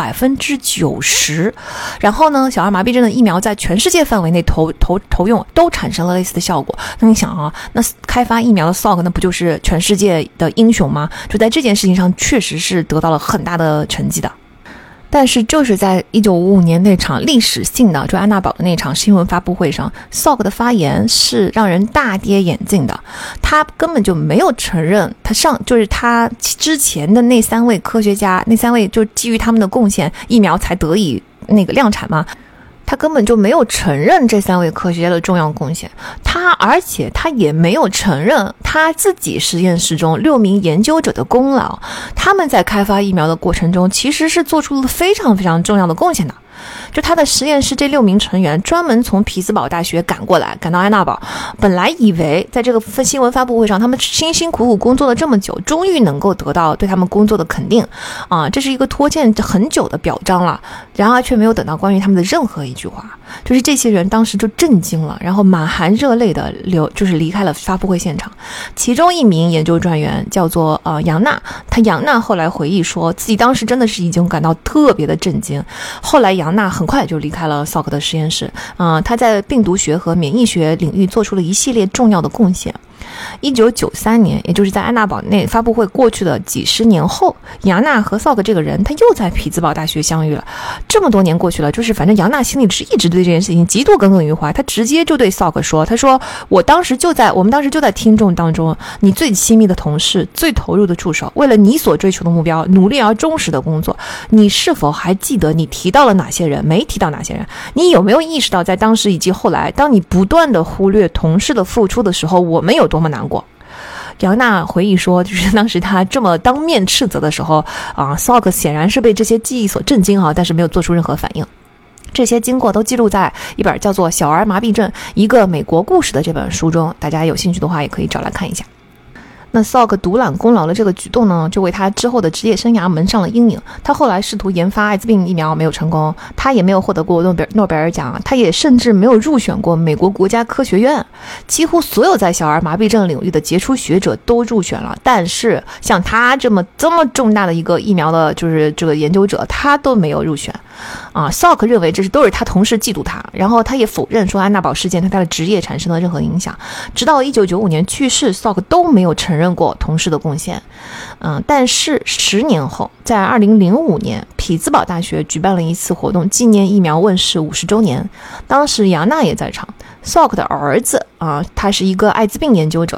90%。然后呢，小儿麻痹症的疫苗在全世界范围内投用都产生了类似的效果。那你想那开发疫苗的 Salk 那不就是全世界的英雄吗？就在这件事情上确实是得到了很大的成绩的。但是就是在1955年那场历史性的就安娜堡的那场新闻发布会上， Salk 的发言是让人大跌眼镜的。他根本就没有承认就是他之前的那3位科学家，那3位就基于他们的贡献，疫苗才得以那个量产嘛。他根本就没有承认这3位科学家的重要贡献，而且他也没有承认他自己实验室中6名研究者的功劳，他们在开发疫苗的过程中其实是做出了非常非常重要的贡献的。就他的实验室这6名成员专门从匹兹堡大学赶到安娜堡，本来以为在这个新闻发布会上他们辛辛苦苦工作了这么久，终于能够得到对他们工作的肯定这是一个拖欠很久的表彰了，然而却没有等到关于他们的任何一句话。就是这些人当时就震惊了，然后满含热泪的就是离开了发布会现场。其中一名研究专员叫做杨娜，杨娜后来回忆说自己当时真的是已经感到特别的震惊。后来杨娜很快就离开了 Salk 的实验室他在病毒学和免疫学领域做出了一系列重要的贡献。 1993年，也就是在安娜堡内发布会过去的几十年后，杨娜和 Salk 这个人他又在匹兹堡大学相遇了。这么多年过去了，就是反正杨娜心里是一直对这件事情极度耿耿于怀，他直接就对 Salk 说，他说我们当时就在听众当中，你最亲密的同事，最投入的助手，为了你所追求的目标努力而忠实的工作，你是否还记得你提到了哪些人，没提到哪些人？你有没有意识到在当时以及后来，当你不断的忽略同事的付出的时候，我们有多么难过？杨娜回忆说，就是当时她这么当面斥责的时候Salk 显然是被这些记忆所震惊但是没有做出任何反应。这些经过都记录在一本叫做《小儿麻痹症：一个美国故事》的这本书中，大家有兴趣的话也可以找来看一下。那 Salk 独揽功劳的这个举动呢，就为他之后的职业生涯蒙上了阴影。他后来试图研发艾滋病疫苗没有成功，他也没有获得过诺贝尔奖，他也甚至没有入选过美国国家科学院。几乎所有在小儿麻痹症领域的杰出学者都入选了，但是像他这么重大的一个疫苗的就是这个研究者，他都没有入选。Salk 认为都是他同事嫉妒他，然后他也否认说安娜堡事件对他的职业产生了任何影响。直到1995年去世， Salk 都没有承认过同事的贡献。但是10年后，在2005年，匹兹堡大学举办了一次活动，纪念疫苗问世50周年。当时杨娜也在场。Salk 的儿子他是一个艾滋病研究者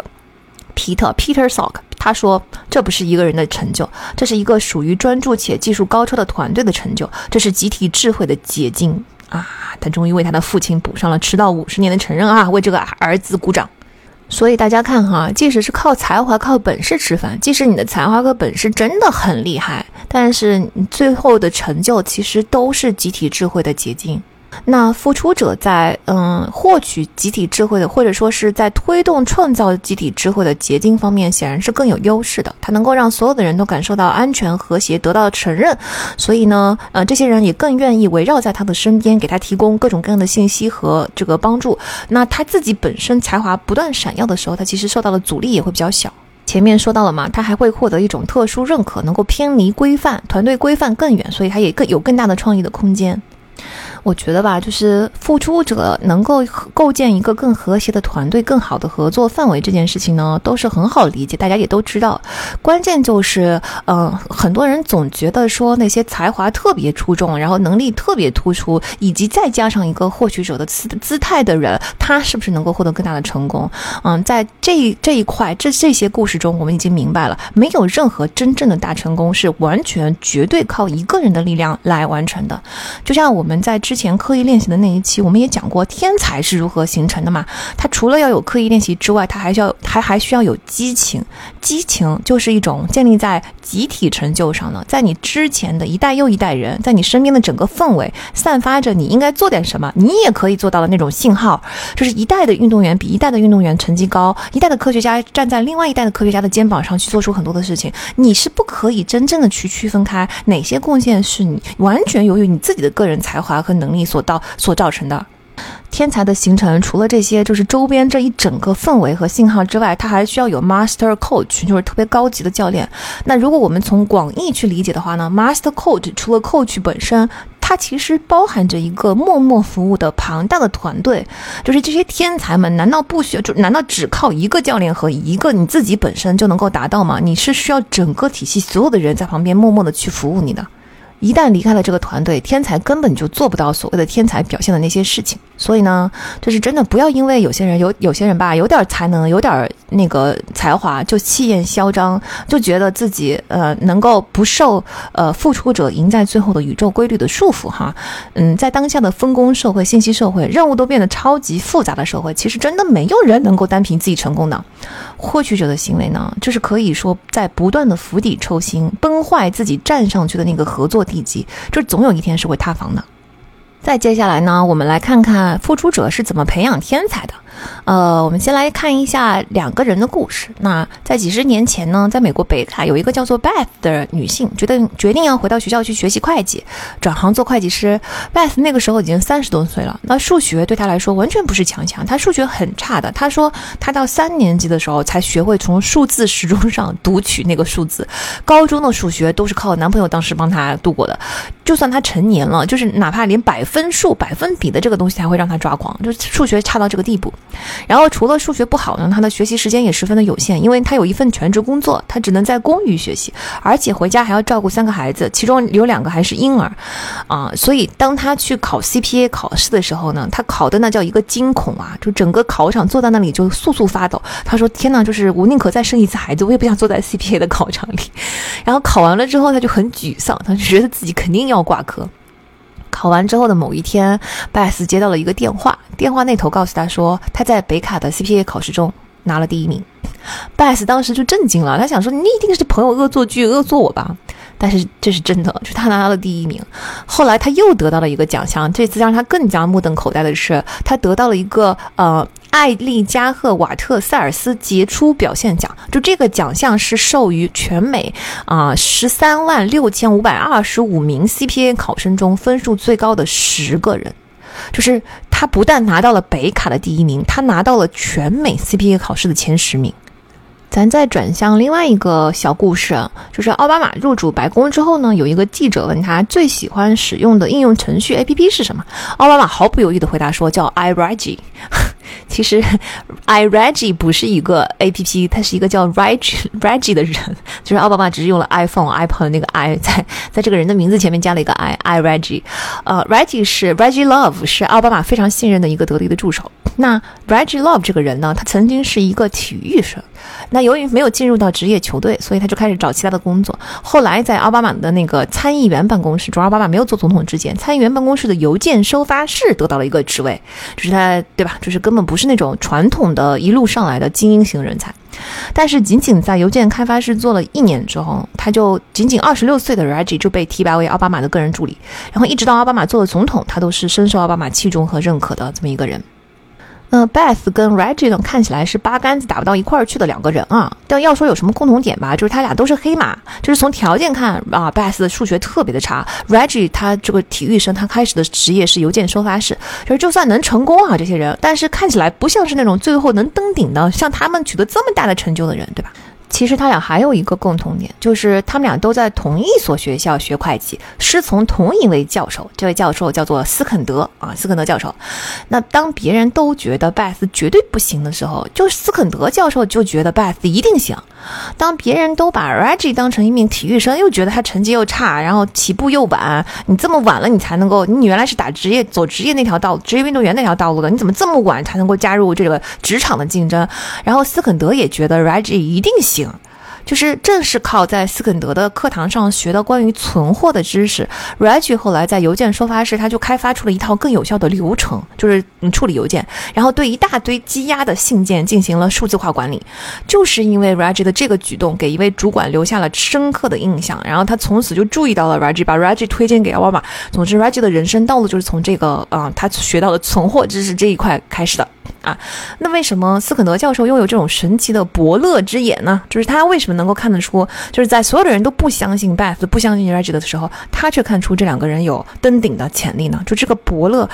Peter Salk， 他说这不是一个人的成就，这是一个属于专注且技术高超的团队的成就，这是集体智慧的结晶他终于为他的父亲补上了迟到50年的承认为这个儿子鼓掌。所以大家看即使是靠才华靠本事吃饭，即使你的才华和本事真的很厉害，但是你最后的成就其实都是集体智慧的结晶。那付出者在获取集体智慧的，或者说是在推动创造集体智慧的结晶方面，显然是更有优势的。它能够让所有的人都感受到安全、和谐，得到承认。所以呢，这些人也更愿意围绕在他的身边，给他提供各种各样的信息和这个帮助。那他自己本身才华不断闪耀的时候，他其实受到的阻力也会比较小。前面说到了嘛，他还会获得一种特殊认可，能够偏离规范，团队规范更远，所以他也有更大的创意的空间。我觉得吧，就是付出者能够构建一个更和谐的团队，更好的合作氛围，这件事情呢都是很好理解，大家也都知道。关键就是很多人总觉得说那些才华特别出众，然后能力特别突出，以及再加上一个获取者的姿态的人，他是不是能够获得更大的成功？在这一块这些故事中，我们已经明白了，没有任何真正的大成功是完全绝对靠一个人的力量来完成的。就像我们在之前刻意练习的那一期，我们也讲过天才是如何形成的嘛。他除了要有刻意练习之外，他还需要有激情。激情就是一种建立在集体成就上的，在你之前的一代又一代人，在你身边的整个氛围散发着你应该做点什么，你也可以做到的那种信号。就是一代的运动员比一代的运动员成绩高，一代的科学家站在另外一代的科学家的肩膀上去做出很多的事情，你是不可以真正的去区分开哪些贡献是你完全由于你自己的个人才华和能力所造成的。天才的形成除了这些就是周边这一整个氛围和信号之外，它还需要有 master coach， 就是特别高级的教练。那如果我们从广义去理解的话呢， master coach 除了 coach 本身，它其实包含着一个默默服务的庞大的团队。就是这些天才们难道只靠一个教练和一个你自己本身就能够达到吗？你是需要整个体系所有的人在旁边默默的去服务你的。一旦离开了这个团队，天才根本就做不到所谓的天才表现的那些事情。所以呢，就是真的不要因为有些人吧有点才能，有点那个才华就气焰嚣张，就觉得自己能够不受付出者赢在最后的宇宙规律的束缚哈。在当下的分工社会、信息社会，任务都变得超级复杂的社会，其实真的没有人能够单凭自己成功的。获取者的行为呢，就是可以说在不断的釜底抽薪，崩坏自己站上去的那个合作地基，这总有一天是会塌房的。再接下来呢，我们来看看付出者是怎么培养天才的。我们先来看一下两个人的故事。那在几十年前呢，在美国北卡有一个叫做 Beth 的女性，决定要回到学校去学习会计，转行做会计师。Beth 那个时候已经30多岁了，那数学对她来说完全不是强项，她数学很差的。她说她到3年级的时候才学会从数字时钟上读取那个数字，高中的数学都是靠男朋友当时帮她度过的。就算她成年了，就是哪怕连百分比的这个东西才会让她抓狂，就是数学差到这个地步。 然后除了数学不好呢，他的学习时间也十分的有限，因为他有一份全职工作，他只能在公寓学习，而且回家还要照顾3个孩子，其中有2个还是婴儿所以当他去考 CPA 考试的时候呢，他考的那叫一个惊恐啊，就整个考场坐在那里就簌簌发抖。他说天哪，就是我宁可再生一次孩子，我也不想坐在 CPA 的考场里。然后考完了之后他就很沮丧，他就觉得自己肯定要挂科。考完之后的某一天，拜斯接到了一个电话，电话那头告诉他说他在北卡的 CPA 考试中拿了第1名。拜斯当时就震惊了，他想说你一定是朋友恶作剧恶作我吧，但是这是真的，就他拿了第1名。后来他又得到了一个奖项，这次让他更加目瞪口呆的是，他得到了一个艾利加赫瓦特塞尔斯杰出表现奖，就这个奖项是授予全美136525名 CPA 考生中分数最高的10个人。就是他不但拿到了北卡的第1名，他拿到了全美 CPA 考试的前10名。咱再转向另外一个小故事，就是奥巴马入主白宫之后呢，有一个记者问他最喜欢使用的应用程序 APP 是什么，奥巴马毫不犹豫地回答说叫 iReggie。其实 iReggie 不是一个 APP， 它是一个叫 Reggie 的人，就是奥巴马只是用了 iPhone 的那个 i， 在这个人的名字前面加了一个 iReggie。Reggie 是 Reggie Love， 是奥巴马非常信任的一个得力的助手。那 Reggie Love 这个人呢，他曾经是一个体育生，那由于没有进入到职业球队，所以他就开始找其他的工作。后来在奥巴马的那个参议员办公室，主要奥巴马没有做总统之前，参议员办公室的邮件收发室得到了一个职位，就是他对吧，就是根本不是那种传统的一路上来的精英型人才。但是仅仅在邮件开发室做了1年之后，他就仅仅26岁的 Reggie 就被提拔为奥巴马的个人助理，然后一直到奥巴马做了总统，他都是深受奥巴马器重和认可的这么一个人。Beth 跟 Reggie 呢看起来是8竿子打不到一块儿去的2个人啊，但要说有什么共同点吧，就是他俩都是黑马，就是从条件看Beth 的数学特别的差， Reggie 他这个体育生，他开始的职业是邮件收发室，就是就算能成功这些人，但是看起来不像是那种最后能登顶的像他们取得这么大的成就的人，对吧？其实他俩还有一个共同点，就是他们俩都在同一所学校学会计，师从同一位教授，这位教授叫做斯肯德教授。那当别人都觉得 Beth 绝对不行的时候，就斯肯德教授就觉得 Beth 一定行。当别人都把 Reggie 当成一名体育生，又觉得他成绩又差，然后起步又晚，你这么晚了你才能够，你原来是走职业那条道路，职业运动员那条道路的，你怎么这么晚才能够加入这个职场的竞争？然后斯肯德也觉得 Reggie 一定行。就是正是靠在斯肯德的课堂上学到关于存货的知识， Reggie 后来在邮件收发室他就开发出了一套更有效的流程，就是处理邮件，然后对一大堆积压的信件进行了数字化管理。就是因为 Reggie 的这个举动给一位主管留下了深刻的印象，然后他从此就注意到了 Reggie， 把 Reggie 推荐给奥巴马。总之 Reggie 的人生道路就是从这个他学到的存货知识这一块开始的那为什么斯肯德教授拥有这种神奇的伯乐之眼呢？就是他为什么能够看得出，就是在所有的人都不相信 Beth 不相信 Reggie 的时候，他却看出这2个人有登顶的潜力呢？就这个伯乐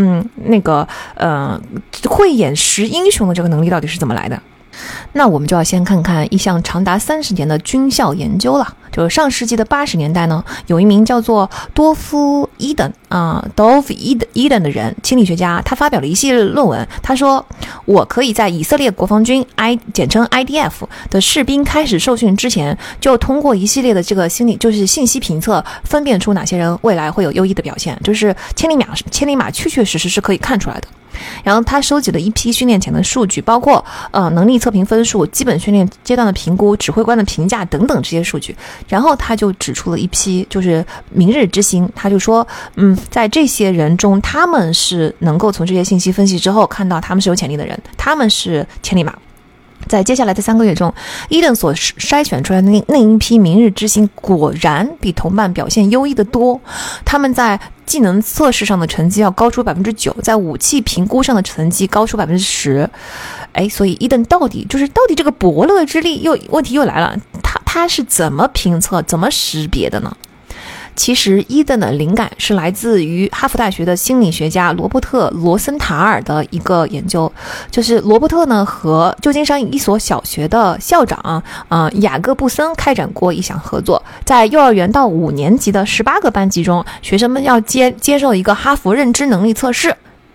慧眼识英雄的这个能力到底是怎么来的？那我们就要先看看一项长达30年的军校研究了。就是上世纪的80年代呢，有一名叫做多夫伊登的人，心理学家，他发表了一系列论文。他说，我可以在以色列国防军简称 IDF 的士兵开始受训之前，就通过一系列的这个就是信息评测，分辨出哪些人未来会有优异的表现，就是千里马确确实实是可以看出来的。然后他收集了一批训练前的数据，包括能力测评分数、基本训练阶段的评估、指挥官的评价等等这些数据。然后他就指出了一批就是明日之星，他就说在这些人中，他们是能够从这些信息分析之后看到他们是有潜力的人，他们是千里马。在接下来的3个月中，伊登所筛选出来的那一批明日之星果然比同伴表现优异的多，他们在技能测试上的成绩要高出 9%， 在武器评估上的成绩高出 10%。所以伊登到底这个伯乐之力问题又来了，他是怎么评测怎么识别的呢？其实伊登的灵感是来自于哈佛大学的心理学家罗伯特·罗森塔尔的一个研究。就是罗伯特呢和旧金山一所小学的校长雅各布森开展过一项合作，在幼儿园到5年级的18个班级中，学生们要接受一个哈佛认知能力测试。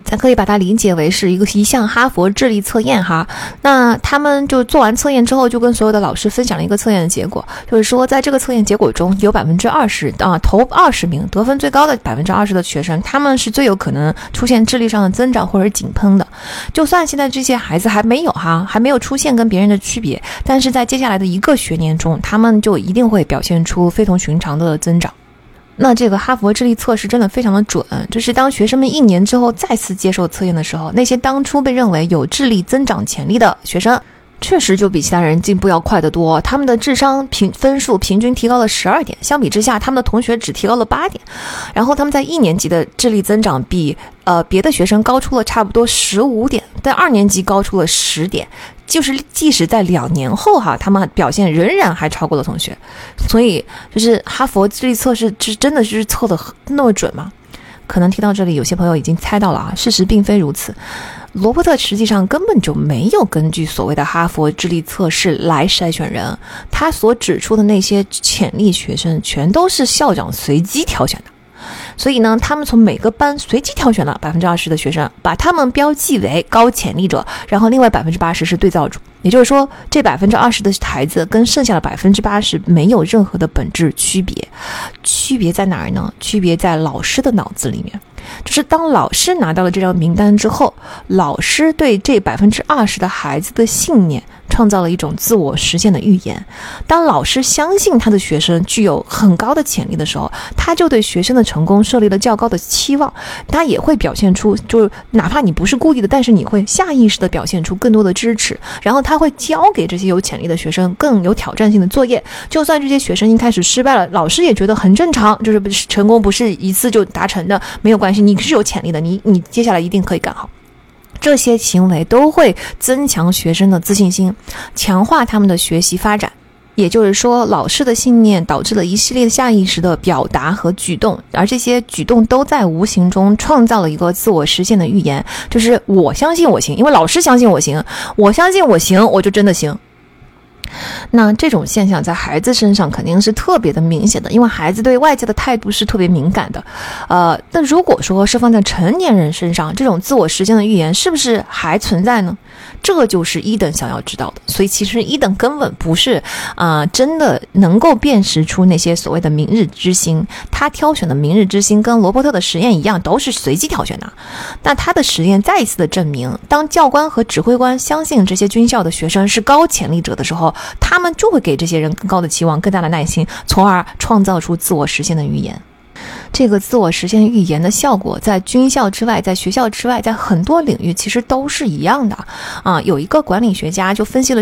咱可以把它理解为是一项哈佛智力测验哈。那他们就做完测验之后，就跟所有的老师分享了一个测验的结果，就是说在这个测验结果中，有20%头20名得分最高的20%的学生，他们是最有可能出现智力上的增长或者井喷的。就算现在这些孩子还没有出现跟别人的区别，但是在接下来的一个学年中，他们就一定会表现出非同寻常的增长。那这个哈佛智力测试真的非常的准，就是当学生们1年之后再次接受测验的时候，那些当初被认为有智力增长潜力的学生，确实就比其他人进步要快得多，他们的智商分数平均提高了12点，相比之下他们的同学只提高了8点，然后他们在1年级的智力增长比别的学生高出了差不多15点，在2年级高出了10点，就是即使在2年后他们表现仍然还超过了同学。所以就是哈佛智力测试真的是测得那么准吗？可能听到这里有些朋友已经猜到了事实并非如此。罗伯特实际上根本就没有根据所谓的哈佛智力测试来筛选人，他所指出的那些潜力学生全都是校长随机挑选的。所以呢，他们从每个班随机挑选了20%的学生，把他们标记为高潜力者，然后另外80%是对照组。也就是说，这20%的孩子跟剩下的80%没有任何的本质区别。区别在哪儿呢？区别在老师的脑子里面。就是当老师拿到了这张名单之后，老师对这20%的孩子的信念创造了一种自我实现的预言。当老师相信他的学生具有很高的潜力的时候，他就对学生的成功设立了较高的期望，他也会表现出，就是哪怕你不是故意的，但是你会下意识的表现出更多的支持，然后他会教给这些有潜力的学生更有挑战性的作业，就算这些学生一开始失败了，老师也觉得很正常，就是成功不是一次就达成的，没有关系，你是有潜力的，你接下来一定可以干好。这些行为都会增强学生的自信心，强化他们的学习发展。也就是说，老师的信念导致了一系列下意识的表达和举动，而这些举动都在无形中创造了一个自我实现的预言，就是我相信我行，因为老师相信我行，我相信我行，我就真的行。那这种现象在孩子身上肯定是特别的明显的，因为孩子对外界的态度是特别敏感的。但如果说是放在成年人身上，这种自我实现的预言是不是还存在呢？这就是伊登想要知道的。所以其实伊登根本不是真的能够辨识出那些所谓的明日之星，他挑选的明日之星跟罗伯特的实验一样，都是随机挑选的。那他的实验再一次的证明，当教官和指挥官相信这些军校的学生是高潜力者的时候，他们就会给这些人更高的期望，更大的耐心，从而创造出自我实现的预言。这个自我实现预言的效果在军校之外，在学校之外，在很多领域其实都是一样的有一个管理学家就分析了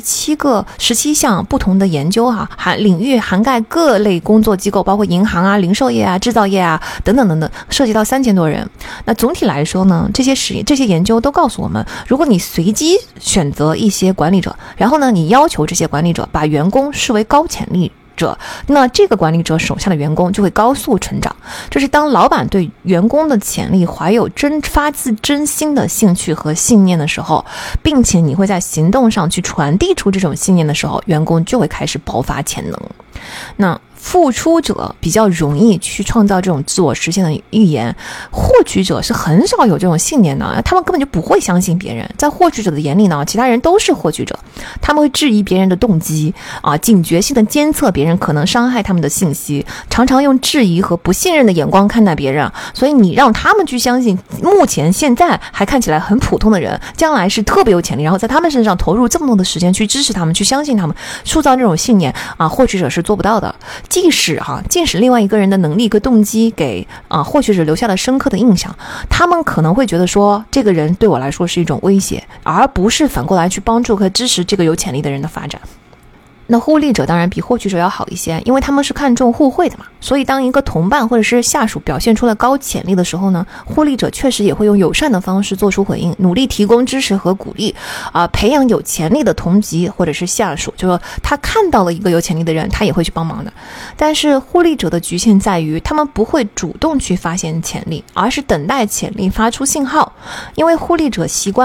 17项不同的研究领域涵盖各类工作机构，包括银行零售业制造业等等等等，涉及到3000多人。那总体来说呢，这些研究都告诉我们，如果你随机选择一些管理者，然后呢，你要求这些管理者把员工视为高潜力者，那这个管理者手下的员工就会高速成长。就是当老板对员工的潜力怀有发自真心的兴趣和信念的时候，并且你会在行动上去传递出这种信念的时候，员工就会开始爆发潜能。那付出者比较容易去创造这种自我实现的预言，获取者是很少有这种信念的，他们根本就不会相信别人。在获取者的眼里呢，其他人都是获取者，他们会质疑别人的动机警觉性的监测别人可能伤害他们的信息，常常用质疑和不信任的眼光看待别人。所以你让他们去相信现在还看起来很普通的人，将来是特别有潜力，然后在他们身上投入这么多的时间去支持他们，去相信他们，塑造这种信念获取者是做不到的。即使另外一个人的能力和动机给获取者留下了深刻的印象，他们可能会觉得说，这个人对我来说是一种威胁，而不是反过来去帮助和支持这个有潜力的人的发展。那互利者当然比获取者要好一些，因为他们是看重互惠的嘛。所以当一个同伴或者是下属表现出了高潜力的时候呢，互利者确实也会用友善的方式做出回应，努力提供支持和鼓励培养有潜力的同级或者是下属，就是他看到了一个有潜力的人，他也会去帮忙的。但是互利者的局限在于，他们不会主动去发现潜力，而是等待潜力发出信号。因为互利者习惯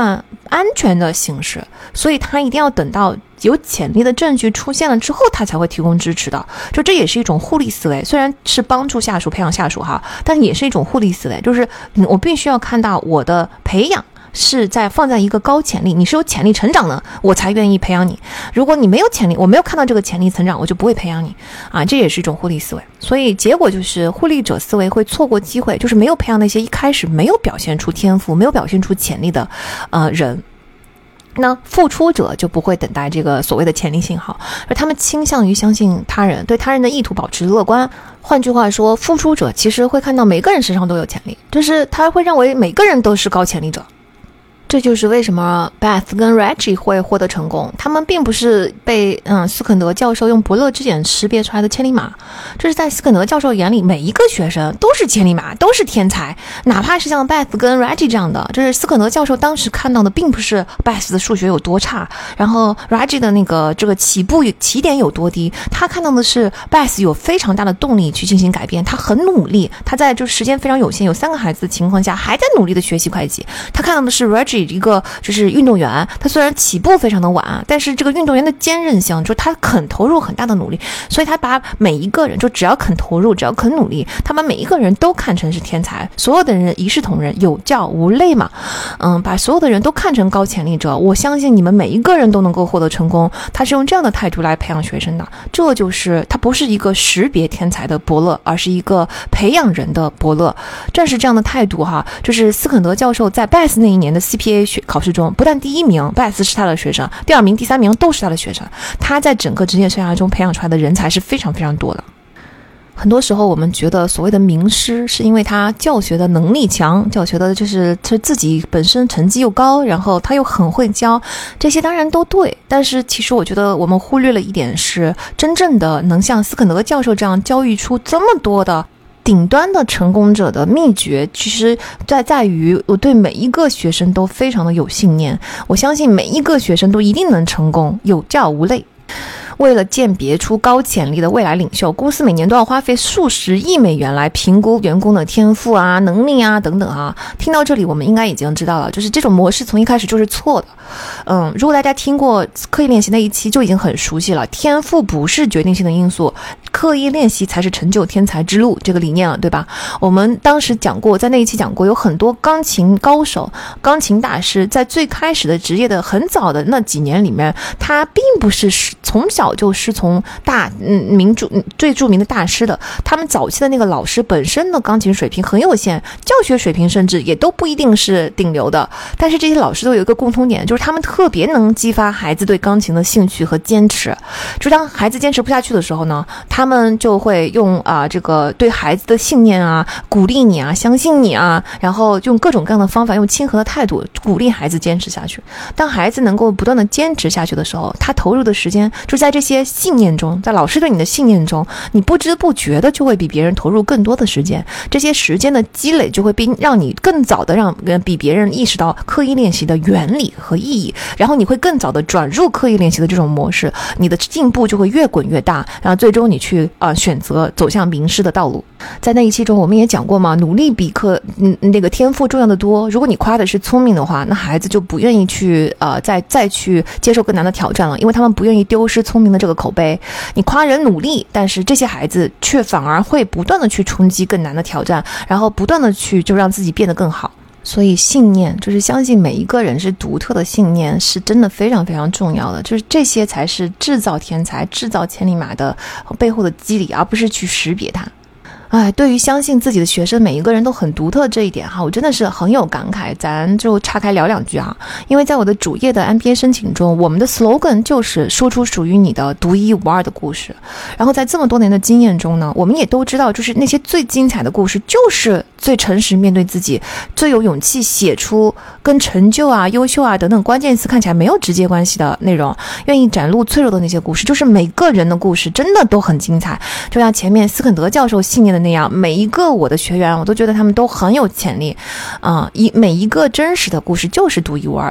安全的形式，所以他一定要等到有潜力的证据出现了之后，他才会提供支持的。就这也是一种互利思维，虽然是帮助下属培养下属哈，但也是一种互利思维，就是我必须要看到我的培养是放在一个高潜力，你是有潜力成长的，我才愿意培养你。如果你没有潜力，我没有看到这个潜力成长，我就不会培养你啊，这也是一种互利思维。所以结果就是互利者思维会错过机会，就是没有培养那些一开始没有表现出天赋、没有表现出潜力的人。那付出者就不会等待这个所谓的潜力信号，而他们倾向于相信他人，对他人的意图保持乐观。换句话说，付出者其实会看到每个人身上都有潜力，就是他会认为每个人都是高潜力者。这就是为什么 Beth 跟 Reggie 会获得成功，他们并不是被斯肯德教授用伯乐之眼识别出来的千里马，这是在斯肯德教授眼里，每一个学生都是千里马，都是天才，哪怕是像 Beth 跟 Reggie 这样的，就是斯肯德教授当时看到的并不是 Beth 的数学有多差，然后 Reggie 的这个起点有多低，他看到的是 Beth 有非常大的动力去进行改变，他很努力，他在就是时间非常有限，有3个孩子的情况下还在努力的学习会计。他看到的是 Reggie一个就是运动员，他虽然起步非常的晚，但是这个运动员的坚韧性，就是他肯投入很大的努力，所以他把每一个人，就只要肯投入，只要肯努力，他把每一个人都看成是天才，所有的人一视同仁，有教无类嘛，把所有的人都看成高潜力者，我相信你们每一个人都能够获得成功。他是用这样的态度来培养学生的，这就是他不是一个识别天才的伯乐，而是一个培养人的伯乐。正是这样的态度哈，就是斯肯德教授在 Beth 那一年的 CPA 考试中，不但第1名 Beth 是他的学生，第2名、第3名都是他的学生，他在整个职业生涯中培养出来的人才是非常非常多的。很多时候我们觉得所谓的名师是因为他教学的能力强，教学的就是他自己本身成绩又高，然后他又很会教，这些当然都对，但是其实我觉得我们忽略了一点，是真正的能像斯肯德教授这样教育出这么多的顶端的成功者的秘诀，其实在于我对每一个学生都非常的有信念，我相信每一个学生都一定能成功，有教无类。为了鉴别出高潜力的未来领袖，公司每年都要花费数十亿美元来评估员工的天赋啊、能力啊等等啊。听到这里，我们应该已经知道了，就是这种模式从一开始就是错的。如果大家听过刻意练习那一期，就已经很熟悉了。天赋不是决定性的因素，刻意练习才是成就天才之路这个理念了，对吧？我们当时讲过，在那一期讲过，有很多钢琴高手、钢琴大师，在最开始的职业的很早的那几年里面，他并不是从小就是从最著名的大师的，他们早期的那个老师本身的钢琴水平很有限，教学水平甚至也都不一定是顶流的，但是这些老师都有一个共通点，就是他们特别能激发孩子对钢琴的兴趣和坚持。就当孩子坚持不下去的时候呢，他们就会用这个对孩子的信念啊，鼓励你啊，相信你啊，然后用各种各样的方法，用亲和的态度鼓励孩子坚持下去。当孩子能够不断的坚持下去的时候，他投入的时间就在这些信念中，在老师对你的信念中，你不知不觉的就会比别人投入更多的时间，这些时间的积累就会让你更早的比别人意识到刻意练习的原理和意义，然后你会更早的转入刻意练习的这种模式，你的进步就会越滚越大，然后最终你去选择走向名师的道路。在那一期中我们也讲过嘛，努力比那个天赋重要的多。如果你夸的是聪明的话，那孩子就不愿意去再去接受更难的挑战了，因为他们不愿意丢失聪明的这个口碑。你夸人努力，但是这些孩子却反而会不断的去冲击更难的挑战，然后不断的去就让自己变得更好。所以信念，就是相信每一个人是独特的信念，是真的非常非常重要的，就是这些才是制造天才、制造千里马的背后的机理，而不是去识别它。对于相信自己的学生每一个人都很独特这一点哈，我真的是很有感慨，咱就岔开聊两句哈。因为在我的主页的 MBA 申请中，我们的 slogan 就是说出属于你的独一无二的故事。然后在这么多年的经验中呢，我们也都知道，就是那些最精彩的故事，就是最诚实面对自己，最有勇气写出跟成就啊、优秀啊等等关键词看起来没有直接关系的内容，愿意展露脆弱的那些故事，就是每个人的故事真的都很精彩。就像前面斯肯德教授信念的那样，每一个我的学员，我都觉得他们都很有潜力每一个真实的故事就是独一无二的。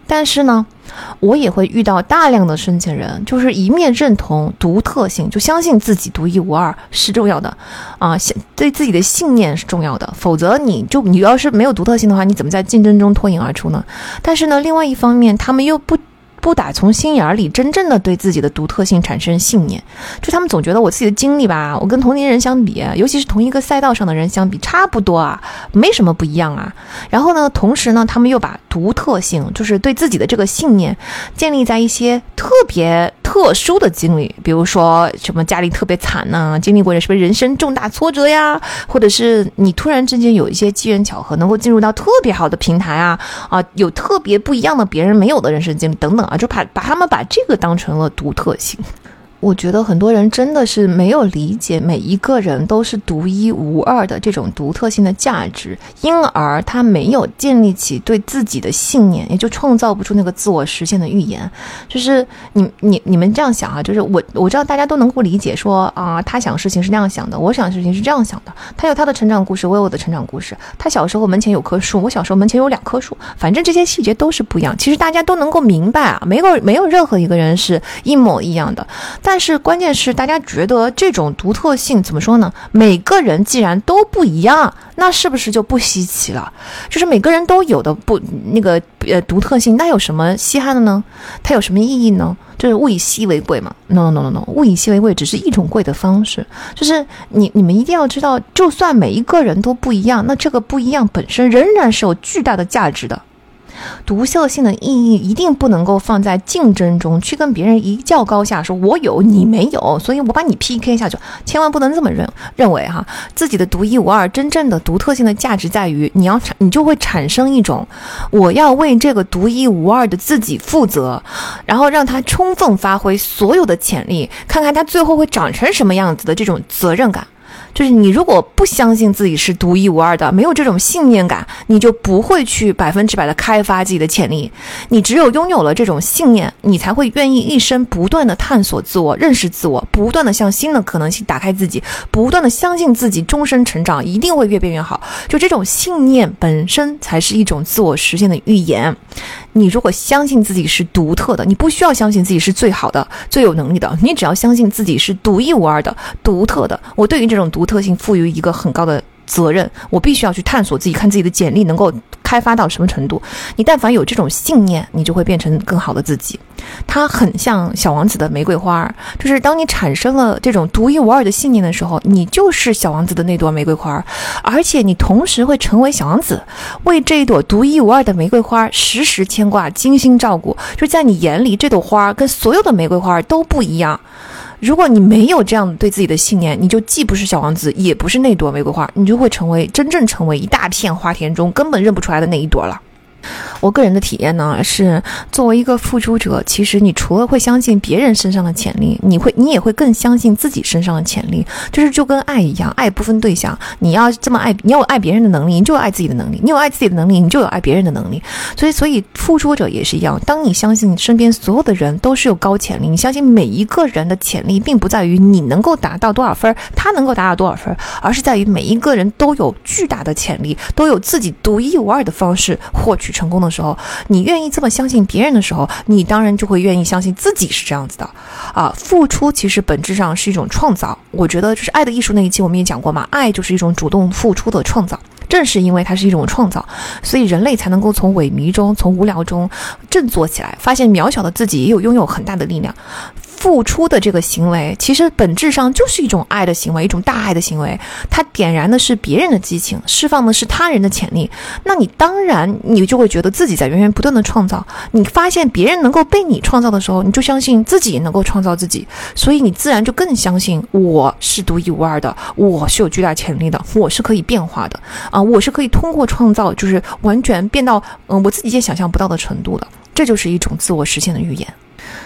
但是呢，我也会遇到大量的申请人，就是一面认同独特性，就相信自己独一无二是重要的啊，对自己的信念是重要的，否则你要是没有独特性的话，你怎么在竞争中脱颖而出呢？但是呢，另外一方面，他们又不打从心眼里真正的对自己的独特性产生信念，就他们总觉得我自己的经历吧，我跟同龄人相比，尤其是同一个赛道上的人相比，差不多啊，没什么不一样啊。然后呢，同时呢，他们又把独特性，就是对自己的这个信念，建立在一些特别特殊的经历，比如说什么家里特别惨呐，经历过什么人生重大挫折呀，或者是你突然之间有一些机缘巧合，能够进入到特别好的平台啊，有特别不一样的别人没有的人生经历等等啊，就把他们把这个当成了独特性。我觉得很多人真的是没有理解每一个人都是独一无二的这种独特性的价值，因而他没有建立起对自己的信念，也就创造不出那个自我实现的预言。就是你们这样想啊，就是我知道大家都能够理解说啊，他想事情是那样想的，我想事情是这样想的，他有他的成长故事，我有我的成长故事，他小时候门前有棵树，我小时候门前有2棵树，反正这些细节都是不一样，其实大家都能够明白啊，没有任何一个人是一模一样的。但是关键是大家觉得这种独特性怎么说呢？每个人既然都不一样，那是不是就不稀奇了？就是每个人都有的独特性，那有什么稀罕的呢？它有什么意义呢？就是物以稀为贵嘛。No， 物以稀为贵只是一种贵的方式。就是你们一定要知道，就算每一个人都不一样，那这个不一样本身仍然是有巨大的价值的。独特性的意义一定不能够放在竞争中去跟别人一较高下，说我有你没有，所以我把你 PK 下去，千万不能这么认为哈。自己的独一无二真正的独特性的价值在于你就会产生一种我要为这个独一无二的自己负责，然后让他充分发挥所有的潜力，看看他最后会长成什么样子的这种责任感。就是你如果不相信自己是独一无二的，没有这种信念感，你就不会去100%的开发自己的潜力。你只有拥有了这种信念，你才会愿意一生不断的探索自我，认识自我，不断的向新的可能性打开自己，不断的相信自己终身成长一定会越变越好。就这种信念本身才是一种自我实现的预言。你如果相信自己是独特的，你不需要相信自己是最好的、最有能力的，你只要相信自己是独一无二的、独特的。我对于这种独特性赋予一个很高的责任，我必须要去探索自己，看自己的简历能够开发到什么程度。你但凡有这种信念，你就会变成更好的自己。它很像小王子的玫瑰花，就是当你产生了这种独一无二的信念的时候，你就是小王子的那朵玫瑰花，而且你同时会成为小王子，为这一朵独一无二的玫瑰花时时牵挂，精心照顾。就在你眼里，这朵花跟所有的玫瑰花都不一样。如果你没有这样对自己的信念，你就既不是小王子，也不是那朵玫瑰花，你就会真正成为一大片花田中根本认不出来的那一朵了。我个人的体验呢，是作为一个付出者，其实你除了会相信别人身上的潜力，你也会更相信自己身上的潜力。就跟爱一样，爱不分对象，你要这么爱，你有爱别人的能力，你就有爱自己的能力；你有爱自己的能力，你就有爱别人的能力。所以付出者也是一样，当你相信身边所有的人都是有高潜力，你相信每一个人的潜力并不在于你能够达到多少分，他能够达到多少分，而是在于每一个人都有巨大的潜力，都有自己独一无二的方式获取成功的时候，你愿意这么相信别人的时候，你当然就会愿意相信自己是这样子的啊。付出其实本质上是一种创造，我觉得就是爱的艺术那一期我们也讲过嘛，爱就是一种主动付出的创造。正是因为它是一种创造，所以人类才能够从萎靡中、从无聊中振作起来，发现渺小的自己也拥有很大的力量。付出的这个行为其实本质上就是一种爱的行为，一种大爱的行为，它点燃的是别人的激情，释放的是他人的潜力。那你当然你就会觉得自己在源源不断的创造，你发现别人能够被你创造的时候，你就相信自己也能够创造自己，所以你自然就更相信我是独一无二的，我是有巨大潜力的，我是可以变化的我是可以通过创造就是完全变到我自己也想象不到的程度的。这就是一种自我实现的预言。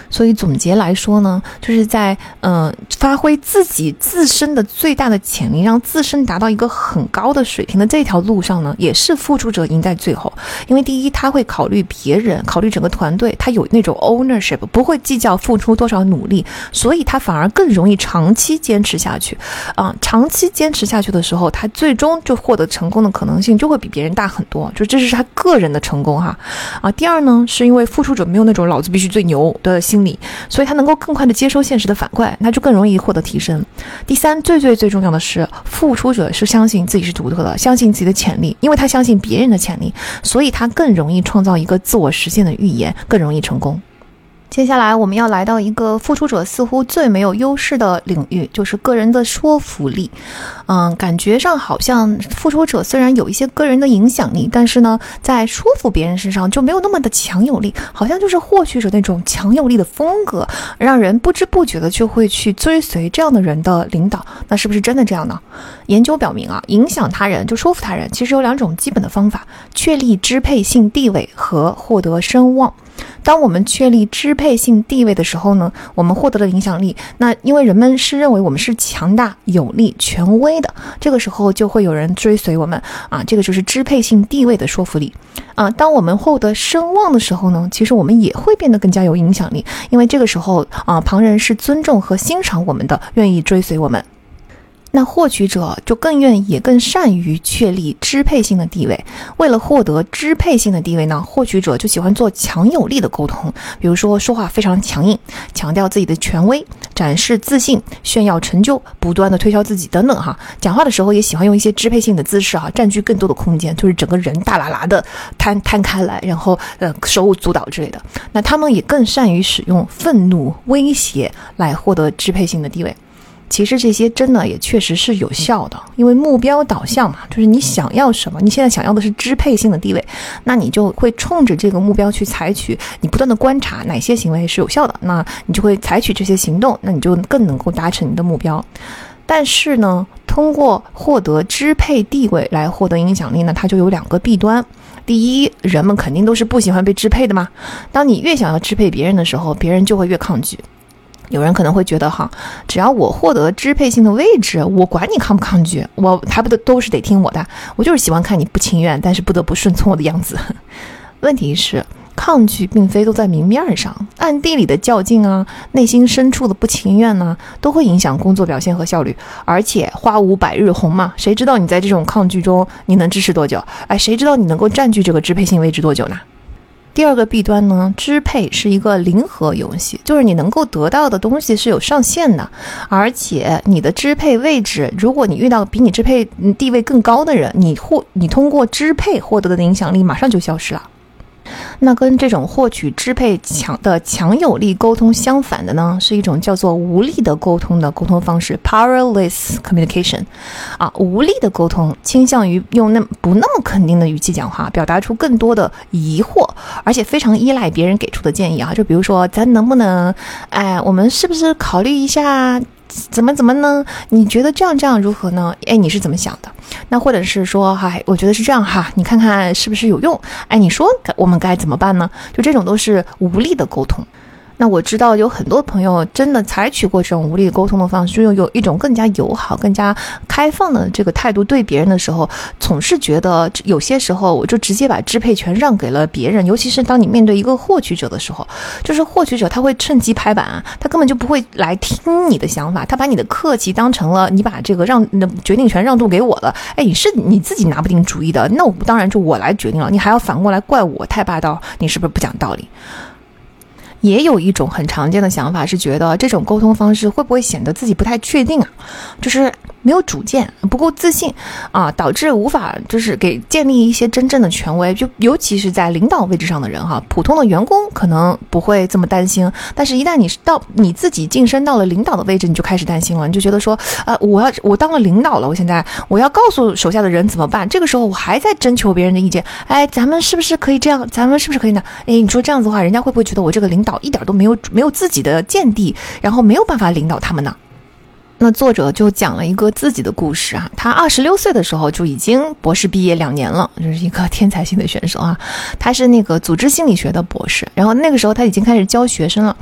所以总结来说呢，就是在发挥自己自身的最大的潜力，让自身达到一个很高的水平的这条路上呢，也是付出者赢在最后。因为第一，他会考虑别人，考虑整个团队，他有那种 ownership， 不会计较付出多少努力，所以他反而更容易长期坚持下去长期坚持下去的时候，他最终就获得成功的可能性就会比别人大很多，就这是他个人的成功第二呢，是因为付出者没有那种老子必须最牛的心理，所以他能够更快的接收现实的反馈，那就更容易获得提升。第三，最重要的是，付出者是相信自己是独特的，相信自己的潜力，因为他相信别人的潜力，所以他更容易创造一个自我实现的预言，更容易成功。接下来我们要来到一个付出者似乎最没有优势的领域，就是个人的说服力。感觉上好像付出者虽然有一些个人的影响力，但是呢，在说服别人身上就没有那么的强有力，好像就是获取者那种强有力的风格，让人不知不觉的就会去追随这样的人的领导。那是不是真的这样呢？研究表明影响他人就说服他人，其实有2种基本的方法：确立支配性地位和获得声望。当我们确立支配性地位的时候呢，我们获得了影响力，那因为人们是认为我们是强大、有力、权威的，这个时候就会有人追随我们这个就是支配性地位的说服力当我们获得声望的时候呢，其实我们也会变得更加有影响力，因为这个时候旁人是尊重和欣赏我们的，愿意追随我们。那获取者就更愿意也更善于确立支配性的地位。为了获得支配性的地位呢，获取者就喜欢做强有力的沟通，比如说说话非常强硬，强调自己的权威，展示自信，炫耀成就，不断的推销自己等等讲话的时候也喜欢用一些支配性的姿势占据更多的空间，就是整个人大喇喇的摊开来，然后手舞足蹈之类的。那他们也更善于使用愤怒、威胁来获得支配性的地位。其实这些真的也确实是有效的，因为目标导向嘛，就是你想要什么，你现在想要的是支配性的地位，那你就会冲着这个目标去采取，你不断的观察哪些行为是有效的，那你就会采取这些行动，那你就更能够达成你的目标。但是呢，通过获得支配地位来获得影响力呢，它就有2个弊端。第一，人们肯定都是不喜欢被支配的嘛，当你越想要支配别人的时候，别人就会越抗拒。有人可能会觉得只要我获得支配性的位置，我管你抗不抗拒，我还不都是得听我的，我就是喜欢看你不情愿但是不得不顺从我的样子。问题是抗拒并非都在明面上，暗地里的较劲内心深处的不情愿都会影响工作表现和效率。而且花无百日红嘛，谁知道你在这种抗拒中你能支持多久？谁知道你能够占据这个支配性位置多久呢？第2个弊端呢，支配是一个零和游戏，就是你能够得到的东西是有上限的，而且你的支配位置，如果你遇到比你支配地位更高的人，你通过支配获得的影响力马上就消失了。那跟这种获取支配强有力沟通相反的呢，是一种叫做无力的沟通的沟通方式 powerless communication 无力的沟通倾向于用不那么肯定的语气讲话，表达出更多的疑惑，而且非常依赖别人给出的建议就比如说咱能不能我们是不是考虑一下怎么呢？你觉得这样如何呢？你是怎么想的？那或者是说我觉得是这样你看看是不是有用？你说我们该怎么办呢？就这种都是无力的沟通。那我知道有很多朋友真的采取过这种无力沟通的方式，有一种更加友好、更加开放的这个态度对别人的时候，总是觉得有些时候我就直接把支配权让给了别人，尤其是当你面对一个获取者的时候，就是获取者他会趁机拍板他根本就不会来听你的想法，他把你的客气当成了你把这个决定权让渡给我了，是你自己拿不定主意的，那当然就我来决定了，你还要反过来怪我太霸道，你是不是不讲道理？也有一种很常见的想法是觉得这种沟通方式会不会显得自己不太确定就是没有主见，不够自信导致无法就是建立一些真正的权威，就尤其是在领导位置上的人普通的员工可能不会这么担心，但是一旦你自己晋升到了领导的位置，你就开始担心了，你就觉得说我当了领导了，我现在我要告诉手下的人怎么办，这个时候我还在征求别人的意见，咱们是不是可以这样，咱们是不是可以呢？你说这样子的话，人家会不会觉得我这个领导一点都没有自己的见地，然后没有办法领导他们呢？那作者就讲了一个自己的故事他26岁的时候就已经博士毕业2年了，就是一个天才型的选手他是那个组织心理学的博士，然后那个时候他已经开始教学生了。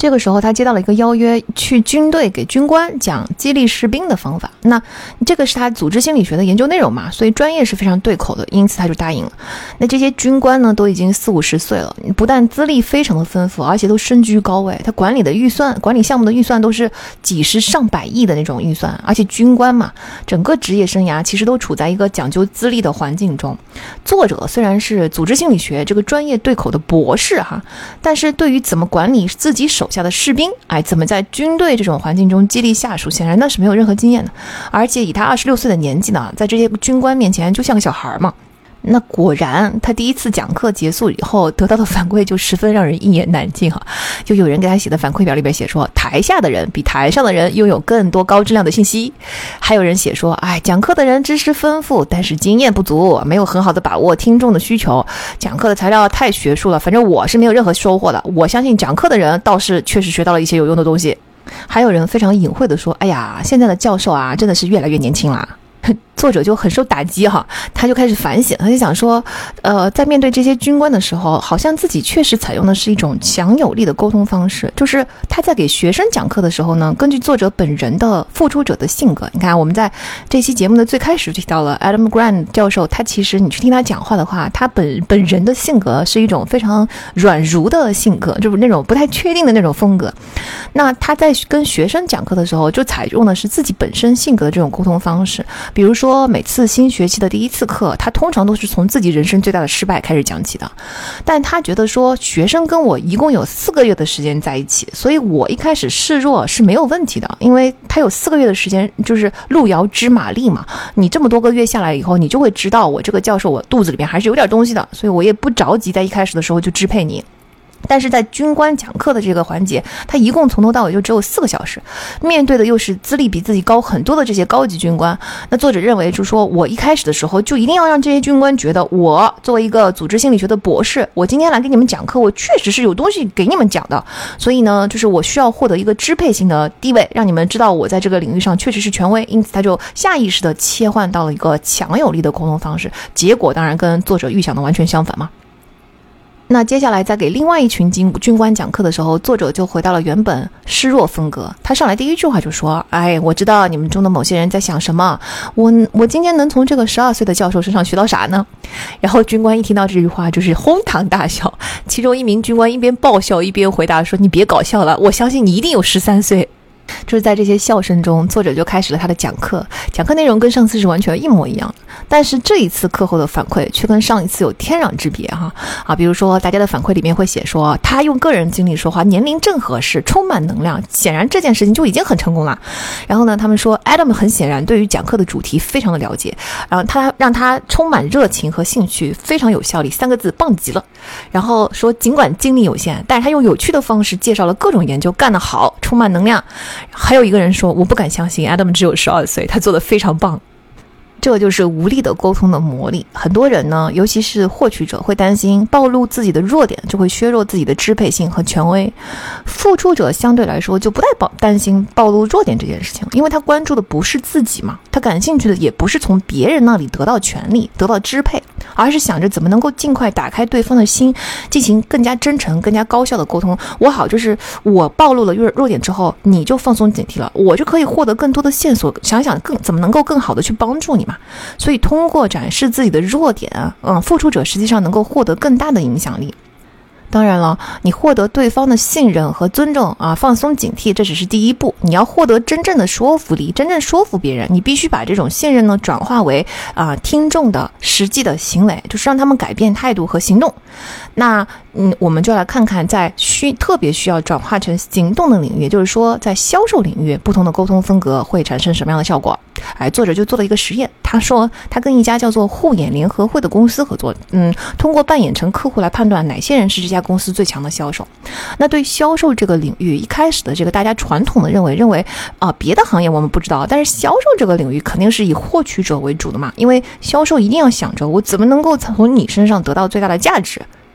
这个时候他接到了一个邀约，去军队给军官讲激励士兵的方法。那这个是他组织心理学的研究内容嘛，所以专业是非常对口的，因此他就答应了。那这些军官呢都已经40-50岁了，不但资历非常的丰富，而且都身居高位，他管理项目的预算都是几十上百亿的那种预算，而且军官嘛，整个职业生涯其实都处在一个讲究资历的环境中。作者虽然是组织心理学这个专业对口的博士哈，但是对于怎么管理自己手下的士兵，怎么在军队这种环境中激励下属，显然那是没有任何经验的。而且以他26岁的年纪呢，在这些军官面前就像个小孩嘛。那果然他第一次讲课结束以后得到的反馈就十分让人一言难尽哈。就有人给他写的反馈表里边写说，台下的人比台上的人拥有更多高质量的信息。还有人写说，讲课的人知识丰富，但是经验不足，没有很好的把握听众的需求，讲课的材料太学术了，反正我是没有任何收获的。我相信讲课的人倒是确实学到了一些有用的东西。还有人非常隐晦的说，现在的教授真的是越来越年轻啦。作者就很受打击哈，他就开始反省，他就想说，在面对这些军官的时候，好像自己确实采用的是一种强有力的沟通方式，就是他在给学生讲课的时候呢，根据作者本人的付出者的性格，你看我们在这期节目的最开始就提到了 Adam Grant 教授，他其实你去听他讲话的话，他本人的性格是一种非常软儒的性格，就是那种不太确定的那种风格。那他在跟学生讲课的时候，就采用的是自己本身性格的这种沟通方式，比如说每次新学期的第一次课，他通常都是从自己人生最大的失败开始讲起的。但他觉得说，学生跟我一共有4个月的时间在一起，所以我一开始示弱是没有问题的，因为他有4个月的时间，就是路遥知马力嘛。你这么多个月下来以后，你就会知道我这个教授我肚子里面还是有点东西的，所以我也不着急在一开始的时候就支配你。但是在军官讲课的这个环节，他一共从头到尾就只有4个小时，面对的又是资历比自己高很多的这些高级军官。那作者认为就是说，我一开始的时候就一定要让这些军官觉得，我作为一个组织心理学的博士，我今天来给你们讲课，我确实是有东西给你们讲的。所以呢，就是我需要获得一个支配性的地位，让你们知道我在这个领域上确实是权威。因此他就下意识的切换到了一个强有力的沟通方式，结果当然跟作者预想的完全相反嘛。那接下来在给另外一群军官讲课的时候，作者就回到了原本示弱风格。他上来第一句话就说，我知道你们中的某些人在想什么，我今天能从这个12岁的教授身上学到啥呢？然后军官一听到这句话就是哄堂大笑，其中一名军官一边爆笑一边回答说，你别搞笑了，我相信你一定有13岁。就是在这些笑声中，作者就开始了他的讲课内容跟上次是完全一模一样的，但是这一次课后的反馈却跟上一次有天壤之别比如说大家的反馈里面会写说，他用个人经历说话，年龄正合适，充满能量，显然这件事情就已经很成功了。然后呢，他们说 Adam 很显然对于讲课的主题非常的了解，然后他让他充满热情和兴趣，非常有效率，3个字，棒极了。然后说尽管精力有限，但是他用有趣的方式介绍了各种研究，干得好，充满能量。还有一个人说，我不敢相信 Adam 只有12岁，他做得非常棒。这就是无力的沟通的魔力。很多人呢，尤其是获取者，会担心暴露自己的弱点就会削弱自己的支配性和权威。付出者相对来说就不太担心暴露弱点这件事情，因为他关注的不是自己嘛，他感兴趣的也不是从别人那里得到权利、得到支配，而是想着怎么能够尽快打开对方的心，进行更加真诚、更加高效的沟通。就是我暴露了弱点之后，你就放松警惕了，我就可以获得更多的线索，想想怎么能够更好的去帮助你嘛。所以通过展示自己的弱点，付出者实际上能够获得更大的影响力。当然了，你获得对方的信任和尊重放松警惕，这只是第一步。你要获得真正的说服力，真正说服别人，你必须把这种信任呢转化为听众的实际的行为，就是让他们改变态度和行动。那我们就来看看在特别需要转化成行动的领域，也就是说在销售领域，不同的沟通风格会产生什么样的效果。作者就做了一个实验，他说他跟一家叫做护眼联合会的公司合作，通过扮演成客户来判断哪些人是这家公司最强的销售。那对销售这个领域，一开始的这个大家传统的认为别的行业我们不知道，但是销售这个领域肯定是以获取者为主的嘛，因为销售一定要想着我怎么能够从你身上得到最大的价值。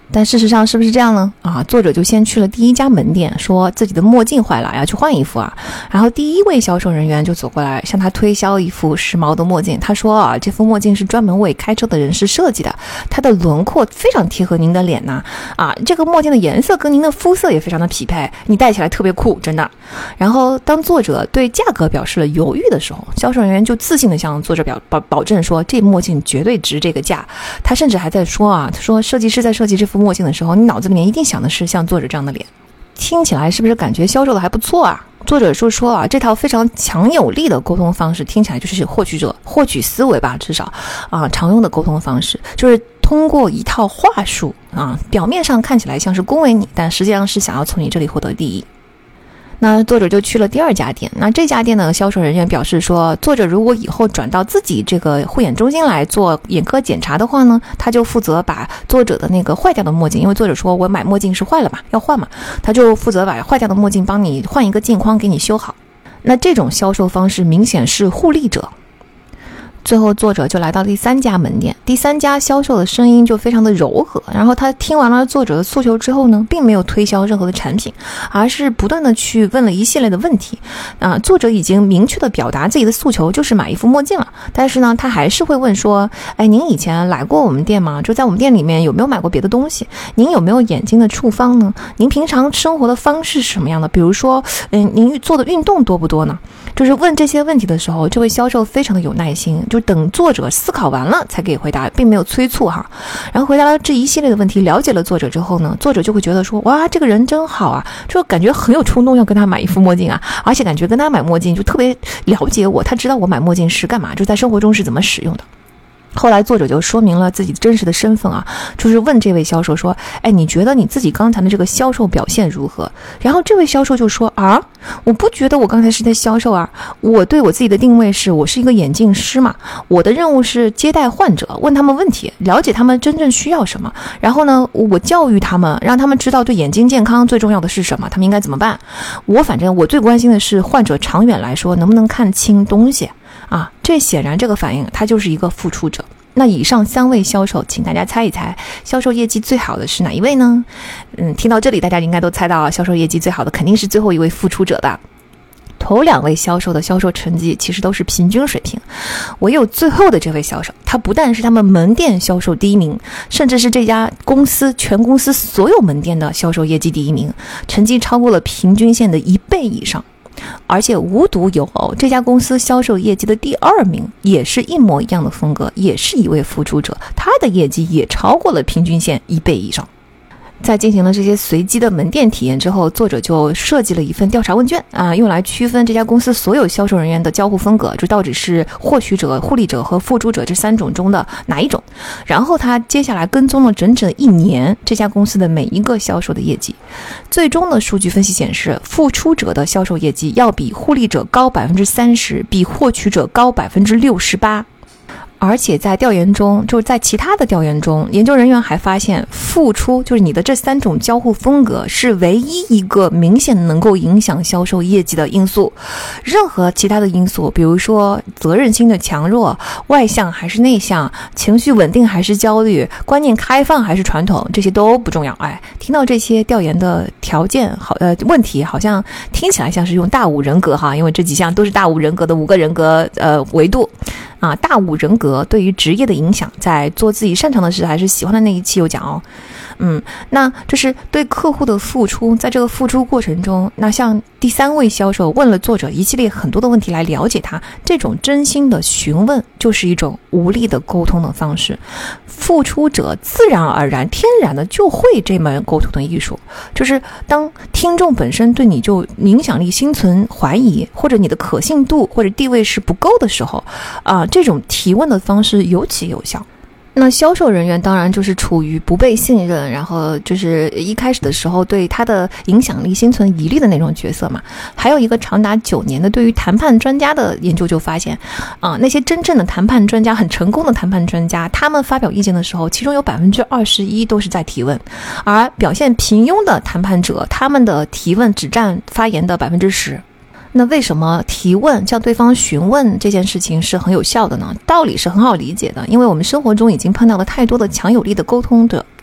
但事实上是不是这样呢？作者就先去了第一家门店，说自己的墨镜坏了，要去换一副啊。然后第一位销售人员就走过来向他推销一副时髦的墨镜，他说这副墨镜是专门为开车的人士设计的，它的轮廓非常贴合您的脸呐，这个墨镜的颜色跟您的肤色也非常的匹配，你戴起来特别酷，真的。然后当作者对价格表示了犹豫的时候，销售人员就自信的向作者保证说这墨镜绝对值这个价。他甚至还在说他说设计师在设计这副墨镜的时候，你脑子里面一定想的是像作者这样的脸。听起来是不是感觉销售的还不错啊？作者就说这套非常强有力的沟通方式听起来就是获取思维吧，至少常用的沟通方式就是通过一套话术表面上看起来像是恭维你，但实际上是想要从你这里获得利益。那作者就去了第二家店，那这家店的销售人员表示说，作者如果以后转到自己这个护眼中心来做眼科检查的话呢，他就负责把作者的那个坏掉的墨镜，因为作者说我买墨镜是坏了嘛，要换嘛，他就负责把坏掉的墨镜帮你换一个镜框给你修好。那这种销售方式明显是互利者。最后作者就来到第三家门店，第三家销售的声音就非常的柔和，然后他听完了作者的诉求之后呢，并没有推销任何的产品，而是不断的去问了一系列的问题。作者已经明确的表达自己的诉求就是买一副墨镜了，但是呢他还是会问说，您以前来过我们店吗？就在我们店里面有没有买过别的东西？您有没有眼睛的处方呢？您平常生活的方式是什么样的？比如说您做的运动多不多呢？就是问这些问题的时候，这位销售非常的有耐心，就等作者思考完了才给回答，并没有催促哈。然后回答了这一系列的问题，了解了作者之后呢，作者就会觉得说，哇，这个人真好啊，就感觉很有冲动要跟他买一副墨镜而且感觉跟他买墨镜就特别了解我，他知道我买墨镜是干嘛，就在生活中是怎么使用的。后来作者就说明了自己真实的身份就是问这位销售说，你觉得你自己刚才的这个销售表现如何？然后这位销售就说我不觉得我刚才是在销售我对我自己的定位是我是一个眼镜师嘛，我的任务是接待患者，问他们问题，了解他们真正需要什么，然后呢我教育他们，让他们知道对眼睛健康最重要的是什么，他们应该怎么办。反正我最关心的是患者长远来说能不能看清东西这显然这个反应他就是一个付出者。那以上三位销售，请大家猜一猜，销售业绩最好的是哪一位呢？听到这里大家应该都猜到销售业绩最好的肯定是最后一位付出者的。头两位销售的销售成绩其实都是平均水平，唯有最后的这位销售，他不但是他们门店销售第一名，甚至是这家公司全公司所有门店的销售业绩第一名，成绩超过了平均线的1倍以上。而且无独有偶，这家公司销售业绩的第二名也是一模一样的风格，也是一位付出者，他的业绩也超过了平均线1倍以上。在进行了这些随机的门店体验之后，作者就设计了一份调查问卷用来区分这家公司所有销售人员的交互风格，就到底是获取者、互利者和付出者这3种中的哪一种。然后他接下来跟踪了整整1年这家公司的每一个销售的业绩，最终的数据分析显示，付出者的销售业绩要比互利者高 30%， 比获取者高 68%。而且在调研中，就是在其他的调研中，研究人员还发现，付出就是你的这3种交互风格是唯一一个明显能够影响销售业绩的因素。任何其他的因素，比如说责任心的强弱、外向还是内向、情绪稳定还是焦虑、观念开放还是传统，这些都不重要。听到这些调研的条件问题，好像听起来像是用大5人格因为这几项都是大5人格的5个人格维度。大5人格对于职业的影响，在做自己擅长的事还是喜欢的那一期有讲那这是对客户的付出，在这个付出过程中，那像第3位销售问了作者一系列很多的问题来了解他，这种真心的询问就是一种无力的沟通的方式。付出者自然而然天然的就会这门沟通的艺术，就是当听众本身对你就影响力心存怀疑，或者你的可信度或者地位是不够的时候这种提问的方式尤其有效。那销售人员当然就是处于不被信任，然后就是一开始的时候对他的影响力心存疑虑的那种角色嘛。还有一个长达9年的对于谈判专家的研究就发现那些真正的谈判专家，很成功的谈判专家，他们发表意见的时候，其中有 21% 都是在提问，而表现平庸的谈判者，他们的提问只占发言的 10%。那为什么提问向对方询问这件事情是很有效的呢？道理是很好理解的，因为我们生活中已经碰到了太多的强有力的沟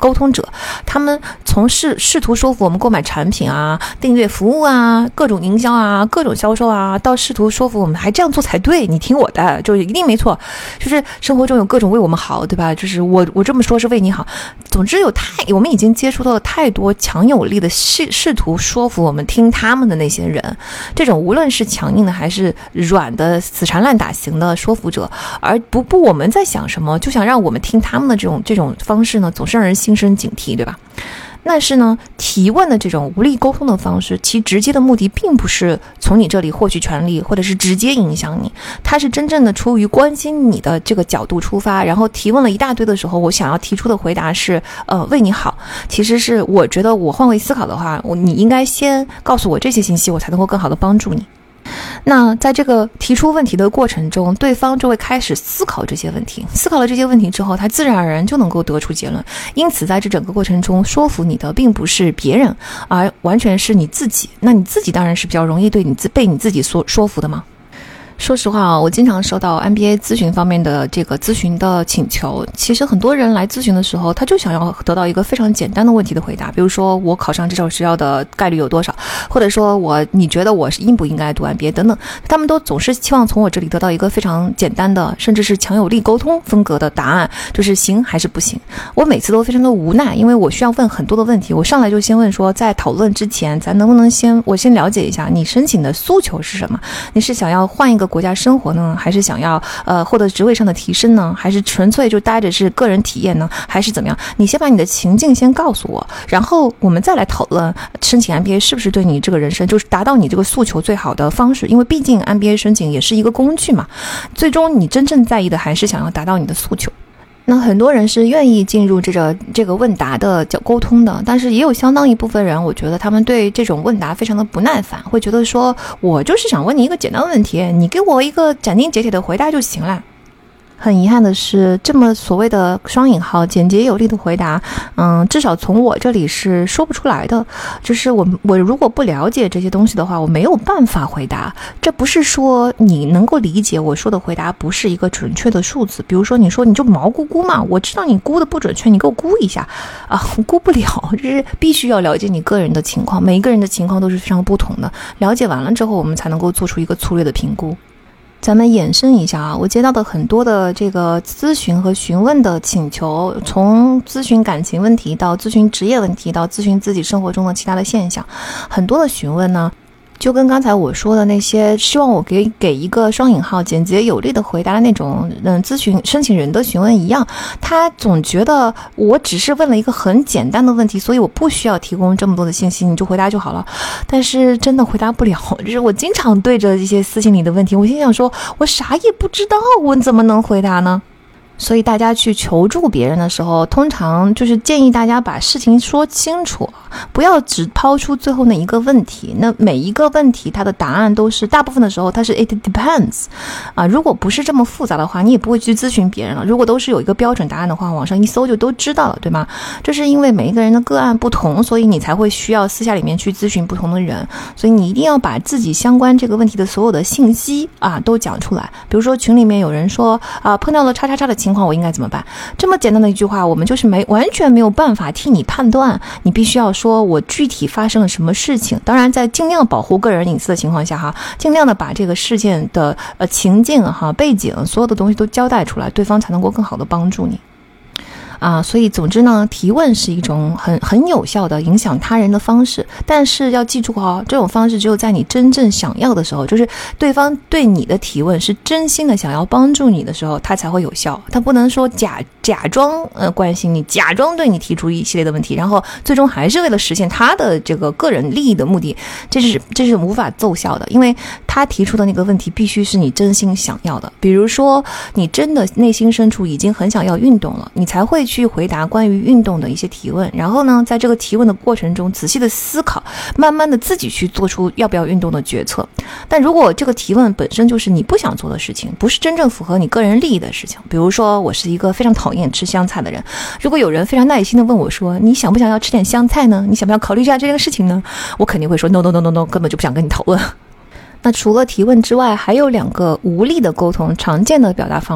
沟通者，他们从试图说服我们购买产品啊、订阅服务啊、各种营销啊、各种销售啊，到试图说服我们还这样做才对，你听我的，就一定没错。就是生活中有各种为我们好，对吧？就是我这么说是为你好。总之我们已经接触到了太多强有力的试图说服我们听他们的那些人，这种无论是强硬的还是软的死缠烂打型的说服者，而不我们在想什么就想让我们听他们的这种方式呢，总是让人心生警惕，对吧？但是呢，提问的这种无力沟通的方式，其直接的目的并不是从你这里获取权利，或者是直接影响你，它是真正的出于关心你的这个角度出发，然后提问了一大堆的时候，我想要提出的回答是为你好。其实是我觉得我换位思考的话，你应该先告诉我这些信息，我才能够更好的帮助你。那在这个提出问题的过程中，对方就会开始思考这些问题，思考了这些问题之后，他自然而然就能够得出结论。因此在这整个过程中，说服你的并不是别人，而完全是你自己。那你自己当然是比较容易被你自己说服的嘛。说实话啊，我经常收到 MBA 咨询方面的这个咨询的请求。其实很多人来咨询的时候，他就想要得到一个非常简单的问题的回答，比如说我考上这所学校的概率有多少，或者说你觉得我是应不应该读 MBA 等等，他们都总是期望从我这里得到一个非常简单的，甚至是强有力沟通风格的答案，就是行还是不行。我每次都非常的无奈，因为我需要问很多的问题。我上来就先问说，在讨论之前，咱能不能我先了解一下你申请的诉求是什么？你是想要换一个国家生活呢，还是想要获得职位上的提升呢，还是纯粹就待着是个人体验呢，还是怎么样？你先把你的情境先告诉我，然后我们再来讨论申请 MBA 是不是对你这个人生就是达到你这个诉求最好的方式。因为毕竟 MBA 申请也是一个工具嘛，最终你真正在意的还是想要达到你的诉求。那很多人是愿意进入这个问答的沟通的，但是也有相当一部分人，我觉得他们对这种问答非常的不耐烦，会觉得说我就是想问你一个简单的问题，你给我一个斩钉截铁的回答就行了。很遗憾的是，这么所谓的双引号简洁有力的回答，至少从我这里是说不出来的。就是我如果不了解这些东西的话，我没有办法回答。这不是说你能够理解我说的回答不是一个准确的数字。比如说你说你就毛估嘛，我知道你估的不准确，你给我估一下啊，我估不了。就是必须要了解你个人的情况，每一个人的情况都是非常不同的。了解完了之后，我们才能够做出一个粗略的评估。咱们延伸一下啊，我接到的很多的这个咨询和询问的请求，从咨询感情问题到咨询职业问题，到咨询自己生活中的其他的现象，很多的询问呢，就跟刚才我说的那些希望我给一个双引号简洁有力的回答的那种咨询申请人的询问一样，他总觉得我只是问了一个很简单的问题，所以我不需要提供这么多的信息，你就回答就好了。但是真的回答不了，就是我经常对着一些私信里的问题，我心想说我啥也不知道，我怎么能回答呢？所以大家去求助别人的时候，通常就是建议大家把事情说清楚，不要只抛出最后那一个问题。那每一个问题它的答案都是，大部分的时候它是 it depends 啊。如果不是这么复杂的话，你也不会去咨询别人了。如果都是有一个标准答案的话，网上一搜就都知道了，对吗？这是因为每一个人的个案不同，所以你才会需要私下里面去咨询不同的人。所以你一定要把自己相关这个问题的所有的信息啊都讲出来。比如说群里面有人说碰到了叉叉叉的情况，我应该怎么办？这么简单的一句话，我们就是完全没有办法替你判断，你必须要说我具体发生了什么事情。当然在尽量保护个人隐私的情况下哈，尽量的把这个事件的情境背景所有的东西都交代出来，对方才能够更好的帮助你。所以总之呢，提问是一种很有效的影响他人的方式，但是要记住这种方式只有在你真正想要的时候，就是对方对你的提问是真心的想要帮助你的时候，他才会有效。他不能说假装关心你，假装对你提出一系列的问题，然后最终还是为了实现他的这个个人利益的目的，这是无法奏效的，因为他提出的那个问题必须是你真心想要的。比如说你真的内心深处已经很想要运动了，你才会去回答关于运动的一些提问，然后呢在这个提问的过程中仔细的思考，慢慢的自己去做出要不要运动的决策。但如果这个提问本身就是你不想做的事情，不是真正符合你个人利益的事情，比如说我是一个非常讨厌吃香菜的人，如果有人非常耐心的问我说你想不想要吃点香菜呢，你想不想考虑一下这件事情呢，我肯定会说 no， 根本就不想跟你讨论。那除了提问之外，还有2个无力的沟通常见的表达方式。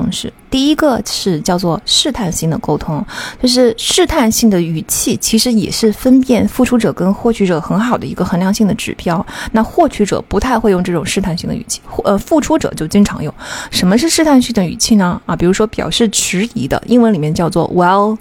第一个是叫做试探性的沟通，就是试探性的语气其实也是分辨付出者跟获取者很好的一个衡量性的指标。那获取者不太会用这种试探性的语气，付出者就经常用。什么是试探性的语气呢？比如说表示迟疑的，英文里面叫做 well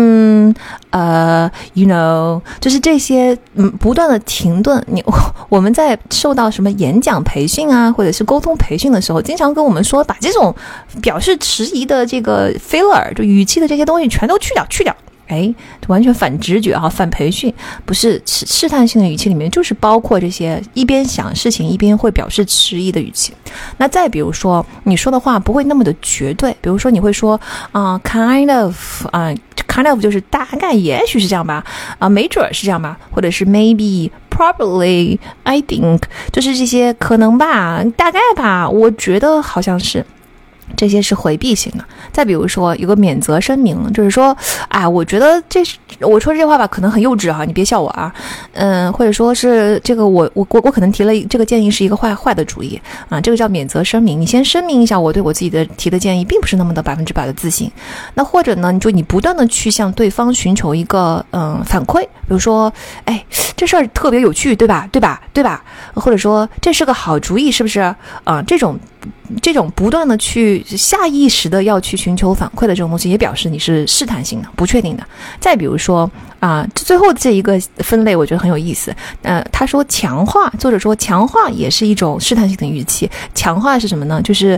you know， 就是这些不断的停顿。我们在受到什么演讲培训啊，或者是沟通培训的时候，经常跟我们说把这种表示迟疑的这个 filler 就语气的这些东西全都去掉。完全反直觉反培训。不是试探性的语气里面就是包括这些一边想事情一边会表示迟疑的语气。那再比如说你说的话不会那么的绝对，比如说你会说kind of 就是大概也许是这样吧，没准是这样吧，或者是 maybe probably I think， 就是这些可能吧，大概吧，我觉得好像是，这些是回避型的。再比如说有个免责声明，就是说我觉得我说这话吧可能很幼稚你别笑我或者说是这个我可能提了这个建议是一个坏的主意这个叫免责声明。你先声明一下我对我自己的提的建议并不是那么的100%的自信。那或者呢你不断的去向对方寻求一个反馈，比如说这事儿特别有趣对吧，或者说这是个好主意是不是这种不断的去下意识的要去寻求反馈的这种东西，也表示你是试探性的不确定的。再比如说最后这一个分类我觉得很有意思，他说强化，作者说强化也是一种试探性的语气。强化是什么呢？就是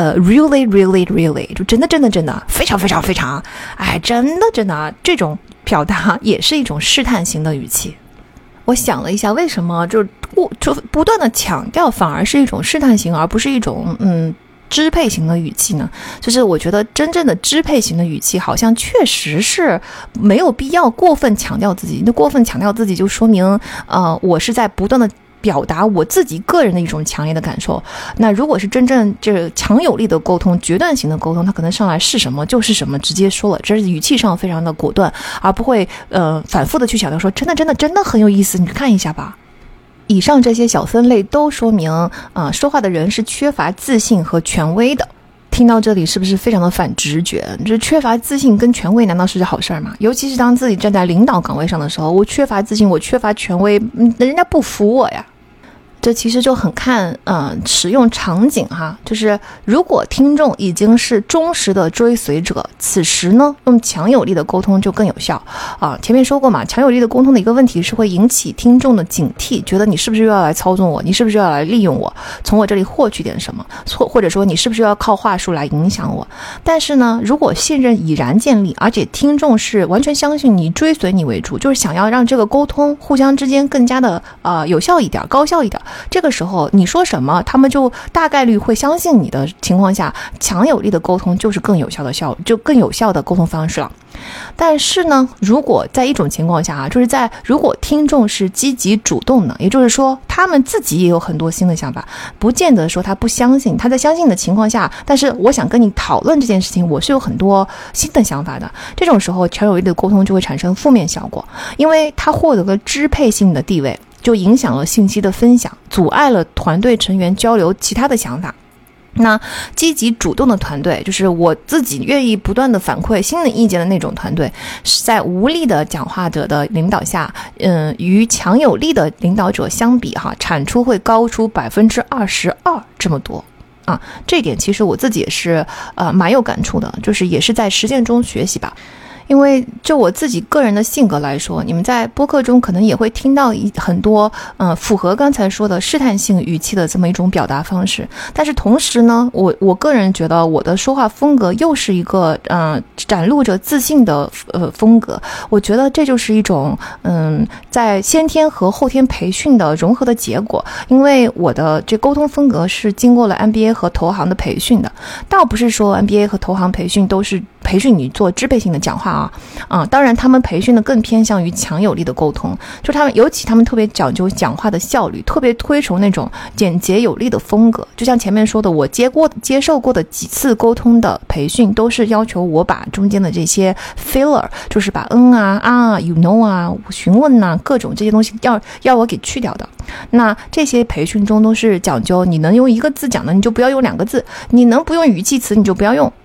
really 就真的非常真的这种表达也是一种试探型的语气。我想了一下，为什么就不断的强调反而是一种试探型而不是一种支配型的语气呢？就是我觉得真正的支配型的语气好像确实是没有必要过分强调自己。那过分强调自己就说明我是在不断的表达我自己个人的一种强烈的感受。那如果是真正这强有力的沟通，决断型的沟通，他可能上来是什么就是什么，直接说了，这是语气上非常的果断，而不会反复的去强调说真的很有意思，你看一下吧。以上这些小分类都说明说话的人是缺乏自信和权威的。听到这里是不是非常的反直觉？这缺乏自信跟权威难道是好事吗？尤其是当自己站在领导岗位上的时候，我缺乏自信，我缺乏权威，人家不服我呀。这其实就很看使用场景就是如果听众已经是忠实的追随者，此时呢用强有力的沟通就更有效前面说过嘛，强有力的沟通的一个问题是会引起听众的警惕，觉得你是不是又要来操纵我，你是不是又要来利用我，从我这里获取点什么，或者说你是不是要靠话术来影响我。但是呢如果信任已然建立，而且听众是完全相信你，追随你为主，就是想要让这个沟通互相之间更加的有效一点，高效一点，这个时候你说什么他们就大概率会相信你的情况下，强有力的沟通就是更有效的沟通方式了。但是呢如果在一种情况下就是如果听众是积极主动的，也就是说他们自己也有很多新的想法，不见得说他不相信，他在相信的情况下，但是我想跟你讨论这件事情，我是有很多新的想法的，这种时候强有力的沟通就会产生负面效果，因为他获得了支配性的地位，就影响了信息的分享，阻碍了团队成员交流其他的想法。那积极主动的团队，就是我自己愿意不断的反馈新的意见的那种团队，是在无力的讲话者的领导下与强有力的领导者相比产出会高出22%这么多这点其实我自己也是蛮有感触的，就是也是在实践中学习吧。因为就我自己个人的性格来说，你们在播客中可能也会听到很多符合刚才说的试探性语气的这么一种表达方式，但是同时呢我个人觉得我的说话风格又是一个展露着自信的风格。我觉得这就是一种在先天和后天培训的融合的结果，因为我的这沟通风格是经过了 MBA 和投行的培训的，倒不是说 MBA 和投行培训都是培训你做支配性的讲话当然他们培训的更偏向于强有力的沟通，就尤其他们特别讲究讲话的效率，特别推崇那种简洁有力的风格。就像前面说的，我接受过的几次沟通的培训都是要求我把中间的这些 filler， 就是把you know 询问各种这些东西要我给去掉的。那这些培训中都是讲究你能用一个字讲的你就不要用2个字，你能不用语气词你就不要用。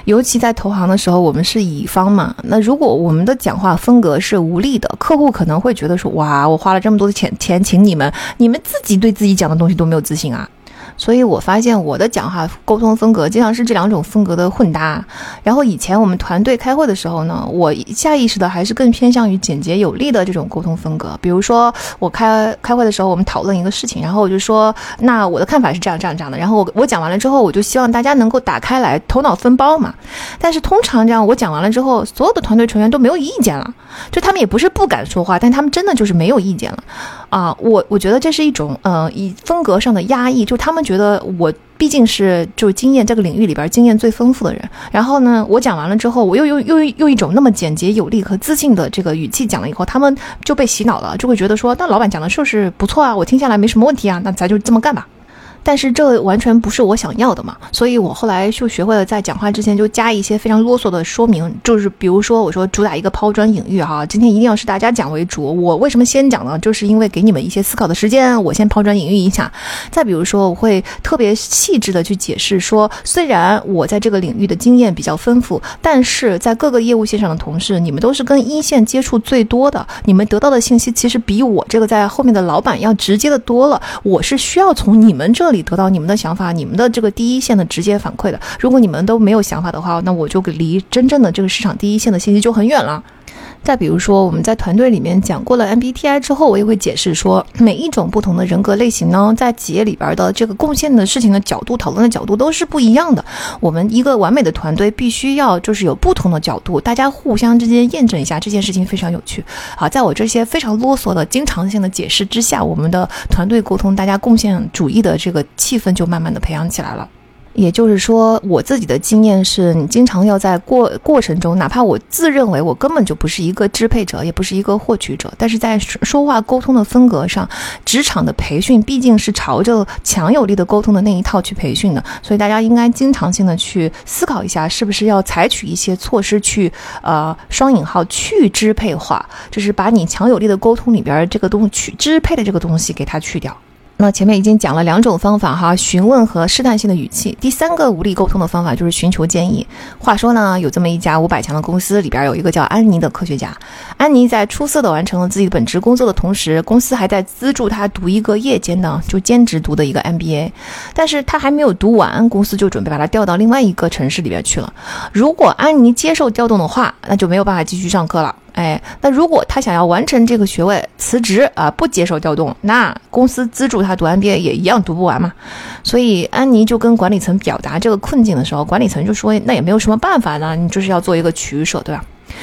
尤其在投行的时候，我们是乙方嘛，那如果我们的讲话风格是无力的，客户可能会觉得说，哇，我花了这么多的钱请你们自己对自己讲的东西都没有自信啊。所以我发现我的讲话沟通风格经常是这两种风格的混搭。然后以前我们团队开会的时候呢，我下意识的还是更偏向于简洁有力的这种沟通风格。比如说我开会的时候，我们讨论一个事情，然后我就说，那我的看法是这样的，然后我讲完了之后，我就希望大家能够打开来头脑风暴嘛。但是通常这样我讲完了之后，所有的团队成员都没有意见了，就他们也不是不敢说话，但他们真的就是没有意见了啊。我觉得这是一种以风格上的压抑，就他们觉得我毕竟是就是经验这个领域里边经验最丰富的人，然后呢我讲完了之后，我又用一种那么简洁有力和自信的这个语气讲了以后，他们就被洗脑了，就会觉得说，那老板讲的是不错啊，我听下来没什么问题啊，那咱就这么干吧。但是这完全不是我想要的嘛，所以我后来就学会了在讲话之前就加一些非常啰嗦的说明，就是比如说我说主打一个抛砖引玉哈，今天一定要是大家讲为主，我为什么先讲呢？就是因为给你们一些思考的时间，我先抛砖引玉一下。再比如说我会特别细致的去解释说，虽然我在这个领域的经验比较丰富，但是在各个业务线上的同事，你们都是跟一线接触最多的，你们得到的信息其实比我这个在后面的老板要直接的多了，我是需要从你们这里得到你们的想法，你们的这个第一线的直接反馈的。如果你们都没有想法的话，那我就离真正的这个市场第一线的信息就很远了。再比如说我们在团队里面讲过了 MBTI 之后，我也会解释说，每一种不同的人格类型呢，在企业里边的这个贡献的事情的角度，讨论的角度都是不一样的。我们一个完美的团队必须要就是有不同的角度，大家互相之间验证一下，这件事情非常有趣。好，在我这些非常啰嗦的经常性的解释之下，我们的团队沟通大家贡献主义的这个气氛就慢慢的培养起来了。也就是说，我自己的经验是，你经常要在过程中，哪怕我自认为我根本就不是一个支配者，也不是一个获取者，但是在说话沟通的风格上，职场的培训毕竟是朝着强有力的沟通的那一套去培训的，所以大家应该经常性的去思考一下，是不是要采取一些措施去双引号去支配化，就是把你强有力的沟通里边这个东西去支配的这个东西给它去掉。那前面已经讲了两种方法哈，询问和试探性的语气。第三个无力沟通的方法就是寻求建议。话说呢，有这么一家500强的公司，里边有一个叫安妮的科学家。安妮在出色的完成了自己的本职工作的同时，公司还在资助她读一个夜间的就兼职读的一个 MBA。但是她还没有读完，公司就准备把她调到另外一个城市里边去了。如果安妮接受调动的话，那就没有办法继续上课了。那如果他想要完成这个学位辞职不接受调动，那公司资助他读 MBA 也一样读不完嘛。所以安妮就跟管理层表达这个困境的时候，管理层就说那也没有什么办法呢，你就是要做一个取舍，对吧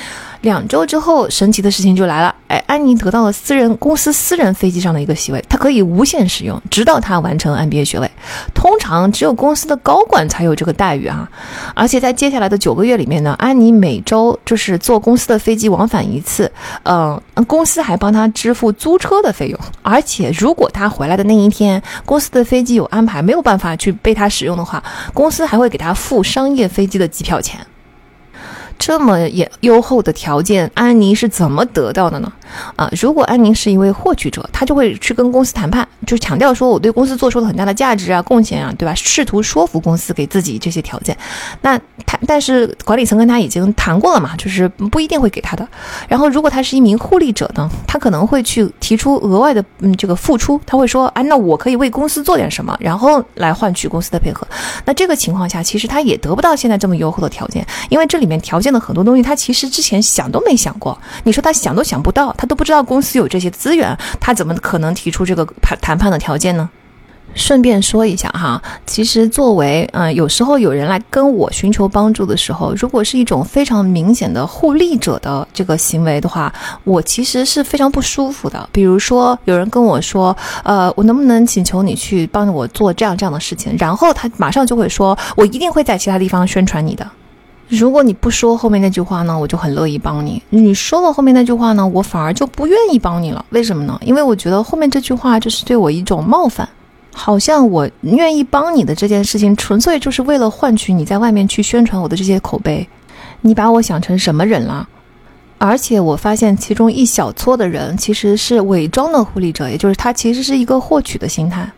？2周之后，神奇的事情就来了。安妮得到了公司私人飞机上的一个席位，她可以无限使用，直到她完成 MBA 学位。通常只有公司的高管才有这个待遇啊！而且在接下来的9个月里面呢，安妮每周就是坐公司的飞机往返1次，公司还帮她支付租车的费用。而且如果她回来的那一天，公司的飞机有安排，没有办法去被她使用的话，公司还会给她付商业飞机的机票钱。这么优厚的条件，安妮是怎么得到的呢？如果安妮是一位获取者，她就会去跟公司谈判，就强调说我对公司做出了很大的价值啊、贡献啊，对吧？试图说服公司给自己这些条件。但是管理层跟他已经谈过了嘛，就是不一定会给他的。然后如果他是一名互利者呢，他可能会去提出额外的这个付出，他会说那我可以为公司做点什么，然后来换取公司的配合。那这个情况下，其实他也得不到现在这么优厚的条件，因为这里面条件的很多东西他其实之前想都没想过。你说他想都想不到，他都不知道公司有这些资源，他怎么可能提出这个谈判的条件呢？顺便说一下哈，其实作为有时候有人来跟我寻求帮助的时候，如果是一种非常明显的互利者的这个行为的话，我其实是非常不舒服的。比如说有人跟我说我能不能请求你去帮我做这样的事情，然后他马上就会说我一定会在其他地方宣传你的。如果你不说后面那句话呢，我就很乐意帮你；你说了后面那句话呢，我反而就不愿意帮你了。为什么呢？因为我觉得后面这句话就是对我一种冒犯，好像我愿意帮你的这件事情纯粹就是为了换取你在外面去宣传我的这些口碑。你把我想成什么人了？而且我发现其中一小撮的人其实是伪装的互利者，也就是他其实是一个获取的心态。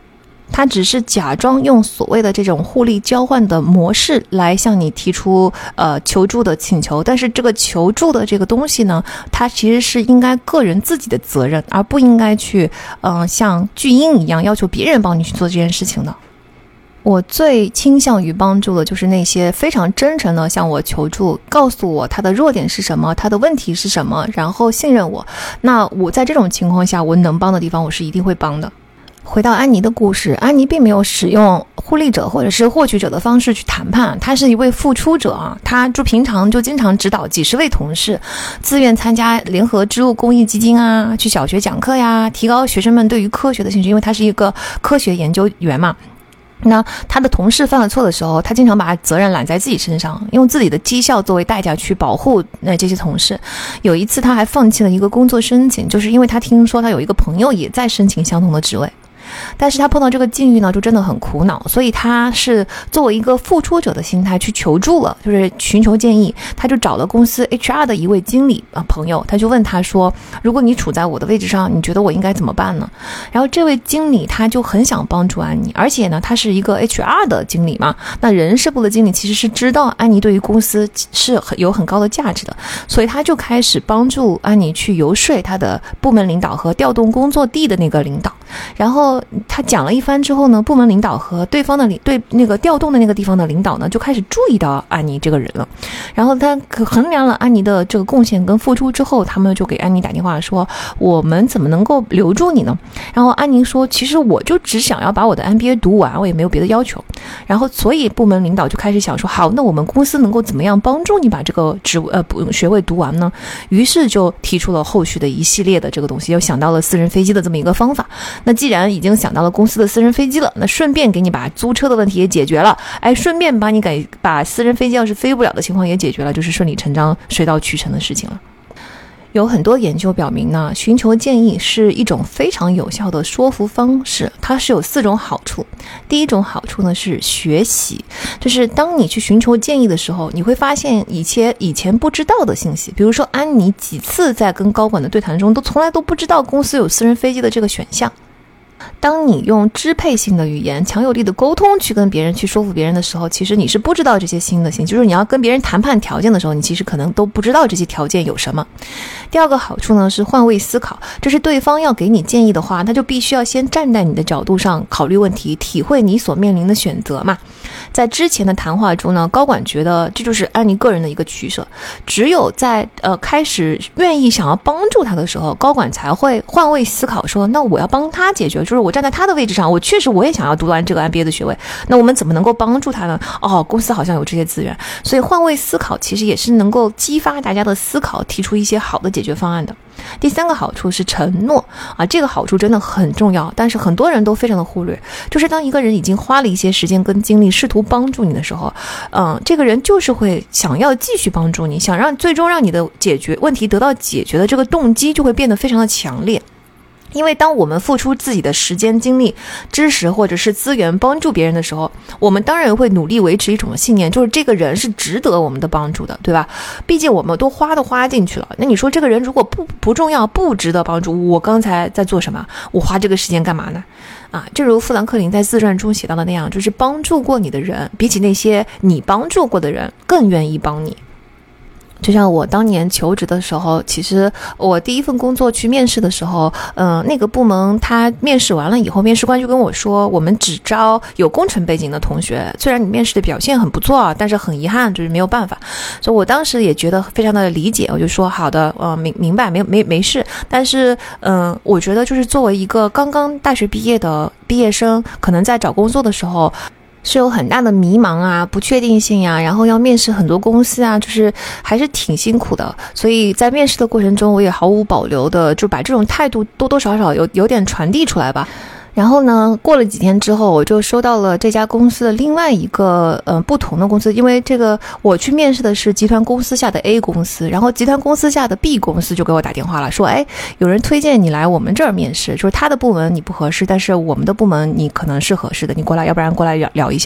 他只是假装用所谓的这种互利交换的模式来向你提出求助的请求，但是这个求助的这个东西呢，它其实是应该个人自己的责任，而不应该去像巨婴一样要求别人帮你去做这件事情的。我最倾向于帮助的就是那些非常真诚的向我求助，告诉我他的弱点是什么，他的问题是什么，然后信任我。那我在这种情况下，我能帮的地方我是一定会帮的。回到安妮的故事，安妮并没有使用互利者或者是获取者的方式去谈判，她是一位付出者啊，她就平常就经常指导几十位同事自愿参加联合支路公益基金啊，去小学讲课呀，提高学生们对于科学的兴趣，因为她是一个科学研究员嘛。那他的同事犯了错的时候，他经常把责任揽在自己身上，用自己的绩效作为代价去保护这些同事。有一次他还放弃了一个工作申请，就是因为他听说他有一个朋友也在申请相同的职位。但是他碰到这个境遇呢，就真的很苦恼，所以他是作为一个付出者的心态去求助了，就是寻求建议。他就找了公司 HR 的一位经理朋友，他就问他说，如果你处在我的位置上，你觉得我应该怎么办呢？然后这位经理他就很想帮助安妮，而且呢，他是一个 HR 的经理嘛，那人事部的经理其实是知道安妮对于公司是有很高的价值的，所以他就开始帮助安妮去游说他的部门领导和调动工作地的那个领导。然后他讲了一番之后呢，部门领导和对那个调动的那个地方的领导呢，就开始注意到安妮这个人了。然后他衡量了安妮的这个贡献跟付出之后，他们就给安妮打电话说，我们怎么能够留住你呢？然后安妮说，其实我就只想要把我的 MBA 读完，我也没有别的要求。然后所以部门领导就开始想说，好，那我们公司能够怎么样帮助你把这个学位读完呢？于是就提出了后续的一系列的这个东西，又想到了私人飞机的这么一个方法。那既然已经想到了公司的私人飞机了，那顺便给你把租车的问题也解决了，顺便把私人飞机要是飞不了的情况也解决了，就是顺理成章水到渠成的事情了。有很多研究表明呢，寻求建议是一种非常有效的说服方式，它是有4种好处。第一种好处呢是学习，就是当你去寻求建议的时候，你会发现以前不知道的信息，比如说安妮几次在跟高管的对谈中都从来都不知道公司有私人飞机的这个选项。当你用支配性的语言强有力的沟通去跟别人去说服别人的时候，其实你是不知道这些新的信息，就是你要跟别人谈判条件的时候，你其实可能都不知道这些条件有什么。第二个好处呢是换位思考，就是对方要给你建议的话，他就必须要先站在你的角度上考虑问题，体会你所面临的选择嘛。在之前的谈话中呢，高管觉得这就是安妮个人的一个取舍，只有在开始愿意想要帮助他的时候，高管才会换位思考说，那我要帮他解决，就是我站在他的位置上，我确实我也想要读完这个 MBA 的学位，那我们怎么能够帮助他呢？公司好像有这些资源，所以换位思考其实也是能够激发大家的思考，提出一些好的解决方案的。第三个好处是承诺这个好处真的很重要，但是很多人都非常的忽略，就是当一个人已经花了一些时间跟精力试图帮助你的时候，这个人就是会想要继续帮助你，想最终让你的问题得到解决的这个动机就会变得非常的强烈。因为当我们付出自己的时间、精力、知识或者是资源帮助别人的时候，我们当然会努力维持一种信念，就是这个人是值得我们的帮助的，对吧？毕竟我们都花进去了，那你说这个人如果不重要、不值得帮助，我刚才在做什么？我花这个时间干嘛呢？正如富兰克林在自传中写到的那样，就是帮助过你的人，比起那些你帮助过的人，更愿意帮你。就像我当年求职的时候，其实我第一份工作去面试的时候，那个部门他面试完了以后，面试官就跟我说，我们只招有工程背景的同学，虽然你面试的表现很不错，但是很遗憾就是没有办法。所以我当时也觉得非常的理解，我就说好的，明白，没事。但是我觉得就是作为一个刚刚大学毕业的毕业生，可能在找工作的时候是有很大的迷茫不确定性然后要面试很多公司就是还是挺辛苦的。所以在面试的过程中，我也毫无保留的就把这种态度多多少少有点传递出来吧。然后呢，过了几天之后，我就收到了这家公司的另外一个不同的公司，因为这个我去面试的是集团公司下的 A 公司，然后集团公司下的 B 公司就给我打电话了，说有人推荐你来我们这儿面试，就是他的部门你不合适，但是我们的部门你可能是合适的，你过来，要不然过来聊一下。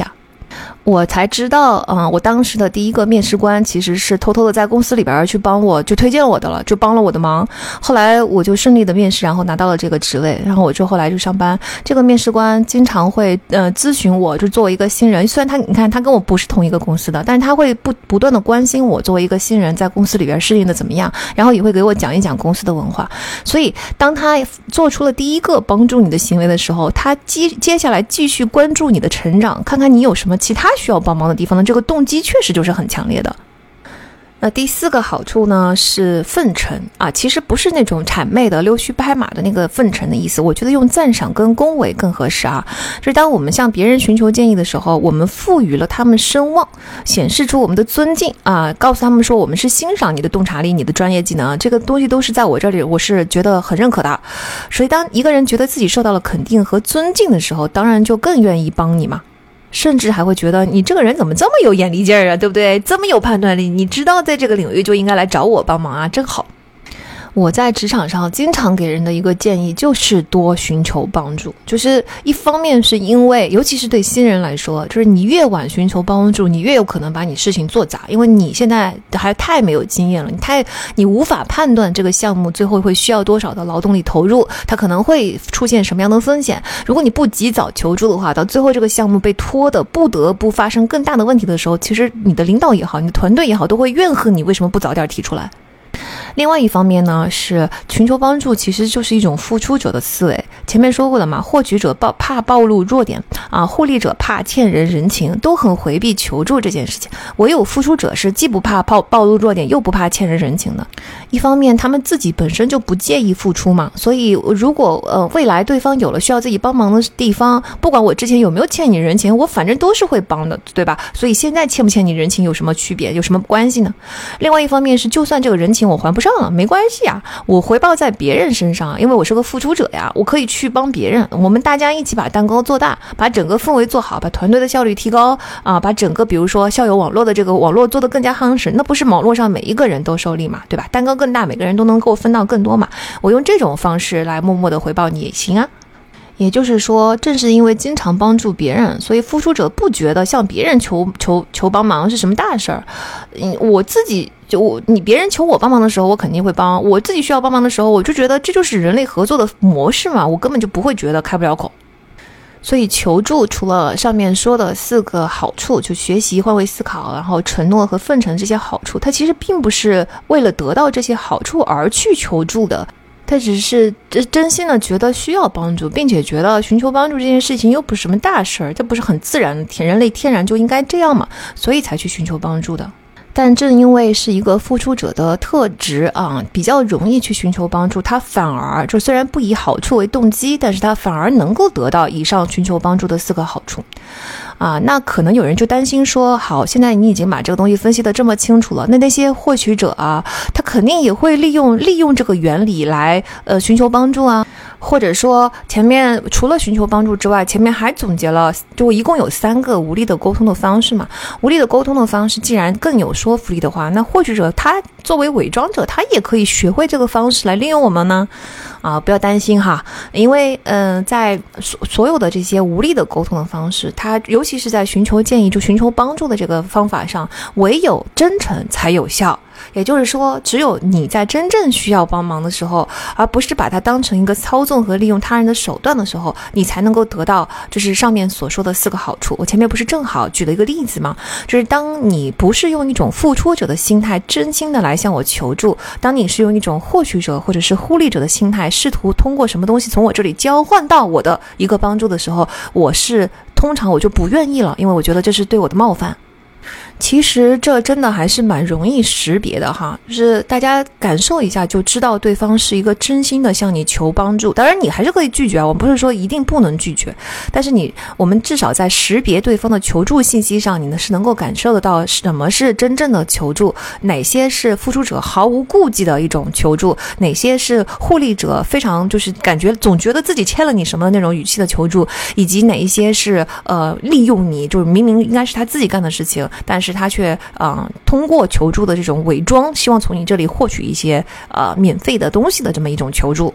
我才知道，我当时的第一个面试官其实是偷偷的在公司里边去帮我，就推荐我的了，就帮了我的忙。后来我就顺利的面试，然后拿到了这个职位，然后我就后来就上班。这个面试官经常会咨询我，就作为一个新人，虽然你看他跟我不是同一个公司的，但是他会不断的关心我作为一个新人在公司里边适应的怎么样，然后也会给我讲一讲公司的文化。所以当他做出了第一个帮助你的行为的时候，他接下来继续关注你的成长，看看你有什么其他需要帮忙的地方呢，这个动机确实就是很强烈的。那第4个好处呢是奉承啊，其实不是那种谄媚的溜须拍马的那个奉承的意思，我觉得用赞赏跟恭维更合适啊。就是当我们向别人寻求建议的时候，我们赋予了他们声望，显示出我们的尊敬啊，告诉他们说我们是欣赏你的洞察力、你的专业技能，这个东西都是在我这里我是觉得很认可的。所以当一个人觉得自己受到了肯定和尊敬的时候，当然就更愿意帮你嘛。甚至还会觉得你这个人怎么这么有眼力劲儿啊，对不对？这么有判断力，你知道在这个领域就应该来找我帮忙啊，真好。我在职场上经常给人的一个建议就是多寻求帮助，就是一方面是因为尤其是对新人来说，就是你越晚寻求帮助，你越有可能把你事情做砸，因为你现在还太没有经验了，你无法判断这个项目最后会需要多少的劳动力投入，它可能会出现什么样的风险。如果你不及早求助的话，到最后这个项目被拖的不得不发生更大的问题的时候，其实你的领导也好，你的团队也好，都会怨恨你为什么不早点提出来。另外一方面呢，是寻求帮助其实就是一种付出者的思维。前面说过了嘛，获取者怕暴露弱点啊，互利者怕欠人人情，都很回避求助这件事情。唯有付出者是既不怕暴露弱点，又不怕欠人人情的。一方面他们自己本身就不介意付出嘛，所以如果未来对方有了需要自己帮忙的地方，不管我之前有没有欠你人情，我反正都是会帮的，对吧？所以现在欠不欠你人情有什么区别，有什么关系呢？另外一方面是，就算这个人情我还不上了，没关系啊，我回报在别人身上，因为我是个付出者呀，我可以去帮别人，我们大家一起把蛋糕做大，把整个氛围做好，把团队的效率提高啊，把整个比如说校友网络的这个网络做得更加夯实，那不是网络上每一个人都受利嘛，对吧？蛋糕更大，每个人都能够分到更多嘛，我用这种方式来默默的回报你也行啊。也就是说，正是因为经常帮助别人，所以付出者不觉得向别人求帮忙是什么大事儿。我自己你别人求我帮忙的时候，我肯定会帮；我自己需要帮忙的时候，我就觉得这就是人类合作的模式嘛，我根本就不会觉得开不了口。所以求助除了上面说的4个好处，就学习、换位思考，然后承诺和奉承这些好处，它其实并不是为了得到这些好处而去求助的。他只是真心的觉得需要帮助，并且觉得寻求帮助这件事情又不是什么大事儿，这不是很自然的，人类天然就应该这样嘛，所以才去寻求帮助的。但正因为是一个付出者的特质啊，比较容易去寻求帮助，他反而就虽然不以好处为动机，但是他反而能够得到以上寻求帮助的4个好处啊。那可能有人就担心说，好，现在你已经把这个东西分析得这么清楚了，那些获取者啊，他肯定也会利用这个原理来寻求帮助啊。或者说前面除了寻求帮助之外，前面还总结了就一共有3个无力的沟通的方式嘛。无力的沟通的方式既然更有说服力的话，那获取者他作为伪装者，他也可以学会这个方式来利用我们呢。不要担心哈，因为在所有的这些无力的沟通的方式，它尤其是在寻求建议就寻求帮助的这个方法上，唯有真诚才有效。也就是说，只有你在真正需要帮忙的时候，而不是把它当成一个操纵和利用他人的手段的时候，你才能够得到就是上面所说的4个好处。我前面不是正好举了一个例子吗？就是当你不是用一种付出者的心态真心的来向我求助，当你是用一种获取者或者是互利者的心态试图通过什么东西从我这里交换到我的一个帮助的时候，通常我就不愿意了，因为我觉得这是对我的冒犯。其实这真的还是蛮容易识别的哈，就是大家感受一下就知道对方是一个真心的向你求帮助。当然你还是可以拒绝啊，我不是说一定不能拒绝，但是我们至少在识别对方的求助信息上，你是能够感受得到什么是真正的求助，哪些是付出者毫无顾忌的一种求助，哪些是互利者非常就是感觉总觉得自己欠了你什么的那种语气的求助，以及哪一些是利用你，就是明明应该是他自己干的事情，但是他却通过求助的这种伪装，希望从你这里获取一些免费的东西的这么一种求助。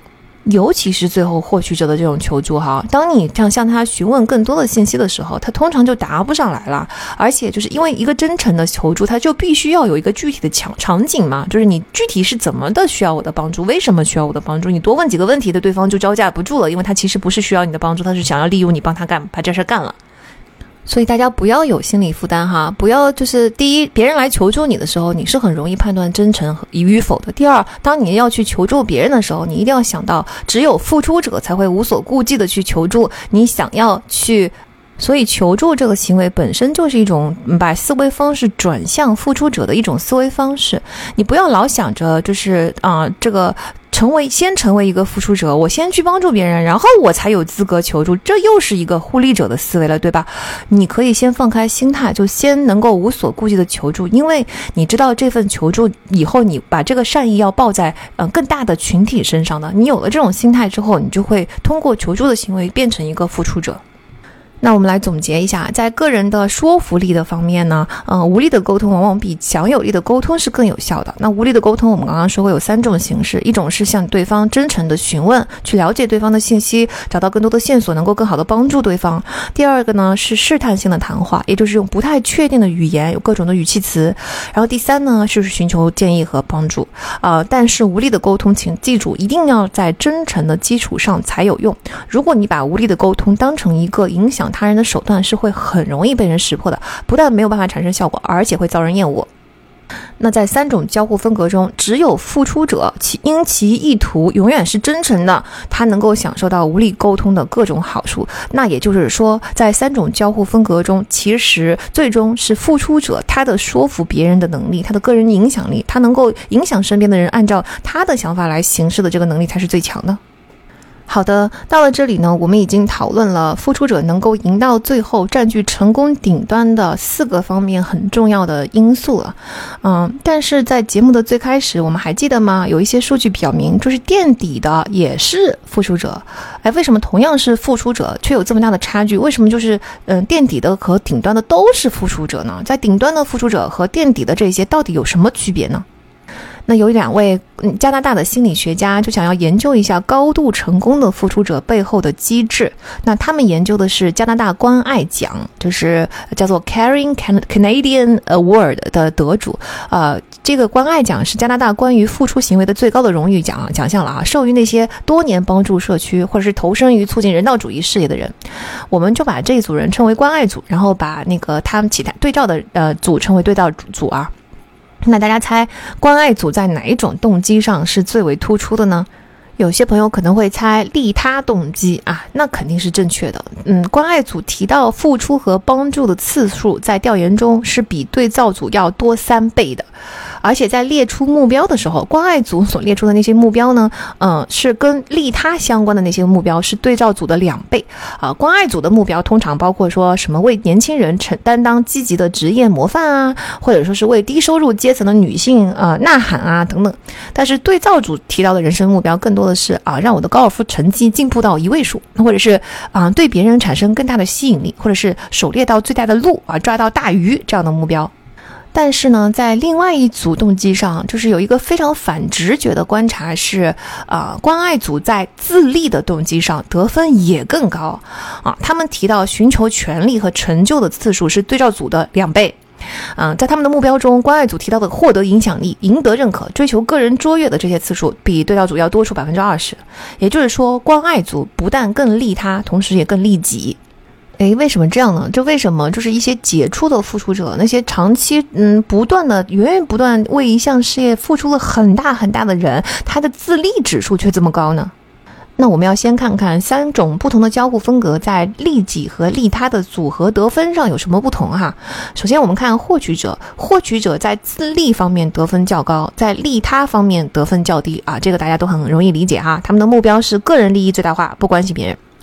尤其是最后获取者的这种求助哈，当你这样向他询问更多的信息的时候，他通常就答不上来了。而且就是因为一个真诚的求助，他就必须要有一个具体的场景嘛，就是你具体是怎么的需要我的帮助，为什么需要我的帮助，你多问几个问题的对方就招架不住了，因为他其实不是需要你的帮助，他是想要利用你帮他把这事干了。所以大家不要有心理负担哈，不要就是第一，别人来求助你的时候，你是很容易判断真诚与否的。第二，当你要去求助别人的时候，你一定要想到，只有付出者才会无所顾忌的去求助你想要去。所以求助这个行为本身就是一种把思维方式转向付出者的一种思维方式。你不要老想着就是这个先成为一个付出者，我先去帮助别人，然后我才有资格求助，这又是一个互利者的思维了，对吧？你可以先放开心态，就先能够无所顾忌的求助，因为你知道这份求助以后，你把这个善意要报在更大的群体身上的。你有了这种心态之后，你就会通过求助的行为变成一个付出者。那我们来总结一下，在个人的说服力的方面呢，无力的沟通往往比强有力的沟通是更有效的。那无力的沟通我们刚刚说过有3种形式，一种是向对方真诚的询问，去了解对方的信息，找到更多的线索，能够更好的帮助对方。第二个呢是试探性的谈话，也就是用不太确定的语言，有各种的语气词。然后第三呢就是寻求建议和帮助。但是无力的沟通请记住，一定要在真诚的基础上才有用。如果你把无力的沟通当成一个影响他人的手段，是会很容易被人识破的，不但没有办法产生效果，而且会遭人厌恶。那在3种交互风格中，只有付出者因其意图永远是真诚的，他能够享受到无力沟通的各种好处。那也就是说，在3种交互风格中，其实最终是付出者他的说服别人的能力，他的个人影响力，他能够影响身边的人按照他的想法来行事的这个能力才是最强的。好的，到了这里呢，我们已经讨论了付出者能够赢到最后，占据成功顶端的4个方面很重要的因素了。但是在节目的最开始，我们还记得吗？有一些数据表明，就是垫底的也是付出者。为什么同样是付出者，却有这么大的差距？为什么就是垫底的和顶端的都是付出者呢？在顶端的付出者和垫底的这些到底有什么区别呢？那有2位加拿大的心理学家就想要研究一下高度成功的付出者背后的机制。那他们研究的是加拿大关爱奖，就是叫做 Caring Canadian Award 的得主。这个关爱奖是加拿大关于付出行为的最高的荣誉奖项了啊，授予那些多年帮助社区或者是投身于促进人道主义事业的人。我们就把这一组人称为关爱组，然后把那个他们其他对照的组称为对照组啊。那大家猜关爱组在哪一种动机上是最为突出的呢？有些朋友可能会猜利他动机啊，那肯定是正确的。关爱组提到付出和帮助的次数在调研中是比对照组要多3倍的。而且在列出目标的时候，关爱组所列出的那些目标呢，是跟利他相关的那些目标是对照组的2倍。关爱组的目标通常包括说什么为年轻人担当积极的职业模范啊，或者说是为低收入阶层的女性呐喊啊等等。但是对照组提到的人生目标更多的是让我的高尔夫成绩进步到1位数，或者是对别人产生更大的吸引力，或者是狩猎到最大的鹿抓到大鱼这样的目标。但是呢，在另外一组动机上，就是有一个非常反直觉的观察是，关爱组在自立的动机上得分也更高他们提到寻求权利和成就的次数是对照组的2倍。在他们的目标中，关爱组提到的获得影响力、赢得认可、追求个人卓越的这些次数，比对照组要多出 20%。也就是说，关爱组不但更利他，同时也更利己。为什么这样呢？这为什么就是一些杰出的付出者，那些长期不断的源源不断为一项事业付出了很大很大的人，他的自立指数却这么高呢？那我们要先看看3种不同的交互风格在利己和利他的组合得分上有什么不同哈。首先我们看获取者在自利方面得分较高，在利他方面得分较低这个大家都很容易理解哈。他们的目标是个人利益最大化，不关心别人。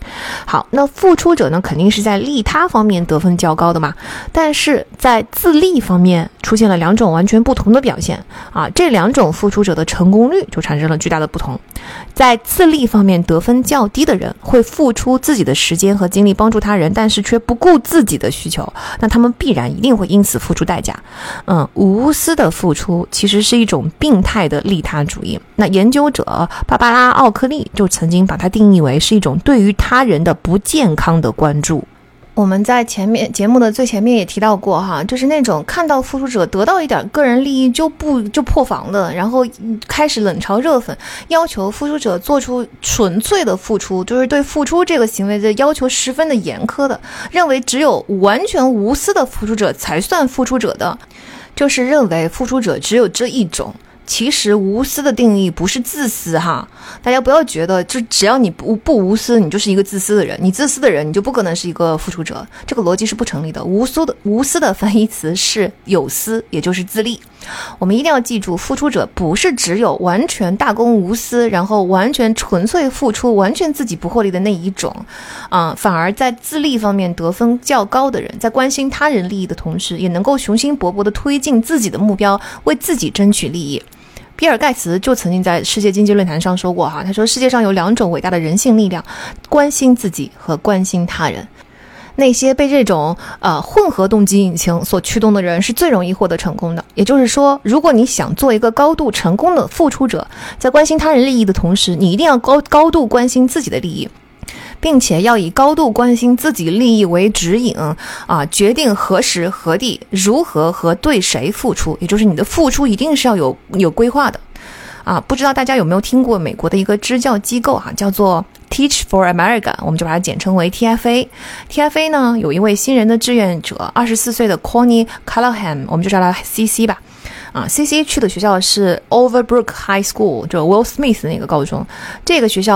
好，那付出者呢，肯定是在利他方面得分较高的嘛，但是在自利方面出现了两种完全不同的表现啊，这两种付出者的成功率就产生了巨大的不同。在自利方面得分较低的人，会付出自己的时间和精力帮助他人，但是却不顾自己的需求，那他们必然一定会因此付出代价。无私的付出其实是一种病态的利他主义。那研究者芭芭拉·奥克利就曾经把它定义为是一种对于他人的不健康的关注。我们在前面节目的最前面也提到过哈，就是那种看到付出者得到一点个人利益就破防的，然后开始冷嘲热讽，要求付出者做出纯粹的付出，就是对付出这个行为的要求十分的严苛的，认为只有完全无私的付出者才算付出者的，就是认为付出者只有这一种。其实无私的定义不是自私哈，大家不要觉得就只要你不无私，你就是一个自私的人，你自私的人你就不可能是一个付出者，这个逻辑是不成立的。无私的反义词是有私，也就是自利。我们一定要记住，付出者不是只有完全大公无私，然后完全纯粹付出，完全自己不获利的那一种反而在自利方面得分较高的人，在关心他人利益的同时，也能够雄心勃勃地推进自己的目标，为自己争取利益。比尔盖茨就曾经在世界经济论坛上说过哈，他说世界上有两种伟大的人性力量，关心自己和关心他人。那些被这种混合动机引擎所驱动的人是最容易获得成功的。也就是说，如果你想做一个高度成功的付出者，在关心他人利益的同时，你一定要高度关心自己的利益，并且要以高度关心自己利益为指引决定何时何地如何和对谁付出，也就是你的付出一定是要有规划的不知道大家有没有听过美国的一个支教机构叫做 Teach for America， 我们就把它简称为 TFA。TFA 呢有一位新人的志愿者，24岁的 Connie Callahan， 我们就叫他 CC 吧。CC 去的学校是 Overbrook High School， 就 Will Smith 那个高中。这个学校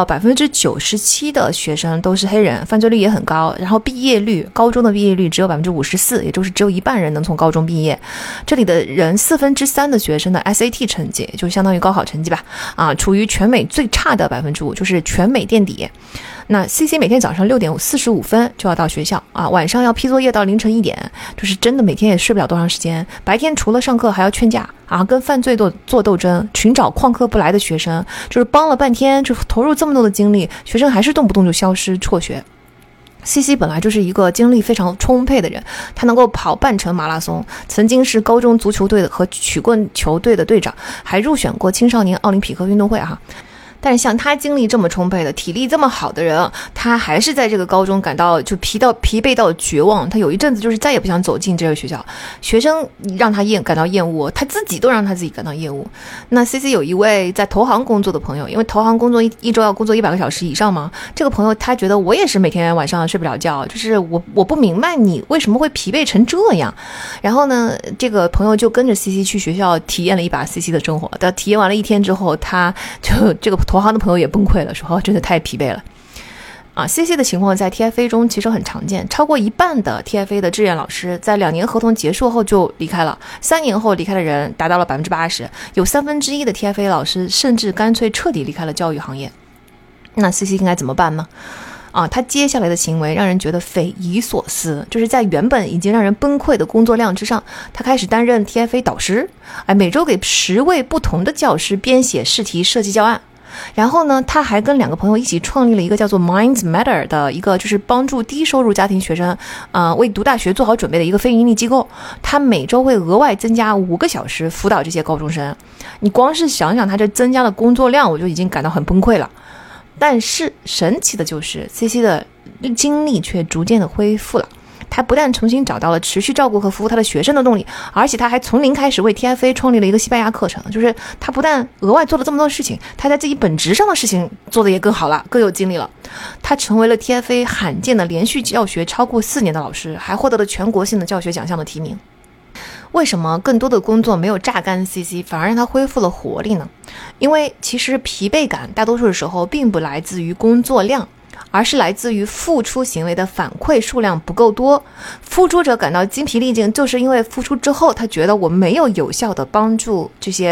97%的学生都是黑人，犯罪率也很高，然后高中的毕业率只有54%，也就是只有一半人能从高中毕业。这里的人3/4的学生的 SAT 成绩，就相当于高考成绩吧，处于全美最差的5%，就是全美垫底。那 CC 每天早上6点45分就要到学校晚上要批作业到凌晨1点，就是真的每天也睡不了多长时间。白天除了上课还要劝架跟犯罪做斗争，寻找旷课不来的学生，就是帮了半天，就投入这么多的精力，学生还是动不动就消失辍学。CC 本来就是一个精力非常充沛的人，他能够跑半程马拉松，曾经是高中足球队和曲棍球队的队长，还入选过青少年奥林匹克运动会但是像他精力这么充沛的，体力这么好的人，他还是在这个高中感到就疲惫到绝望。他有一阵子就是再也不想走进这个学校，学生让他感到厌恶，他自己都让他自己感到厌恶。那 CC 有一位在投行工作的朋友，因为投行工作一周要工作100个小时以上嘛，这个朋友他觉得我也是每天晚上睡不了觉，就是我不明白你为什么会疲惫成这样。然后呢，这个朋友就跟着 CC 去学校体验了一把 CC 的生活。但体验完了1天之后，他就这个投行的朋友也崩溃了，说真的太疲惫了CC 的情况在 TFA 中其实很常见，超过一半的 TFA 的志愿老师在2年合同结束后就离开了，3年后离开的人达到了80%，有1/3的 TFA 老师甚至干脆彻底离开了教育行业。那 CC 应该怎么办呢？他接下来的行为让人觉得匪夷所思，就是在原本已经让人崩溃的工作量之上，他开始担任 TFA 导师，每周给10位不同的教师编写试题设计教案。然后呢，他还跟2个朋友一起创立了一个叫做 Minds Matter 的一个就是帮助低收入家庭学生为读大学做好准备的一个非营利机构。他每周会额外增加5个小时辅导这些高中生。你光是想想他这增加的工作量，我就已经感到很崩溃了。但是神奇的就是 CC 的精力却逐渐的恢复了。他不但重新找到了持续照顾和服务他的学生的动力，而且他还从零开始为 TFA 创立了一个西班牙课程。就是他不但额外做了这么多事情，他在自己本职上的事情做得也更好了，更有精力了。他成为了 TFA 罕见的连续教学超过4年的老师，还获得了全国性的教学奖项的提名。为什么更多的工作没有榨干 CC， 反而让他恢复了活力呢？因为其实疲惫感大多数的时候并不来自于工作量，而是来自于付出行为的反馈数量不够多。付出者感到精疲力尽，就是因为付出之后他觉得我没有有效的帮助这些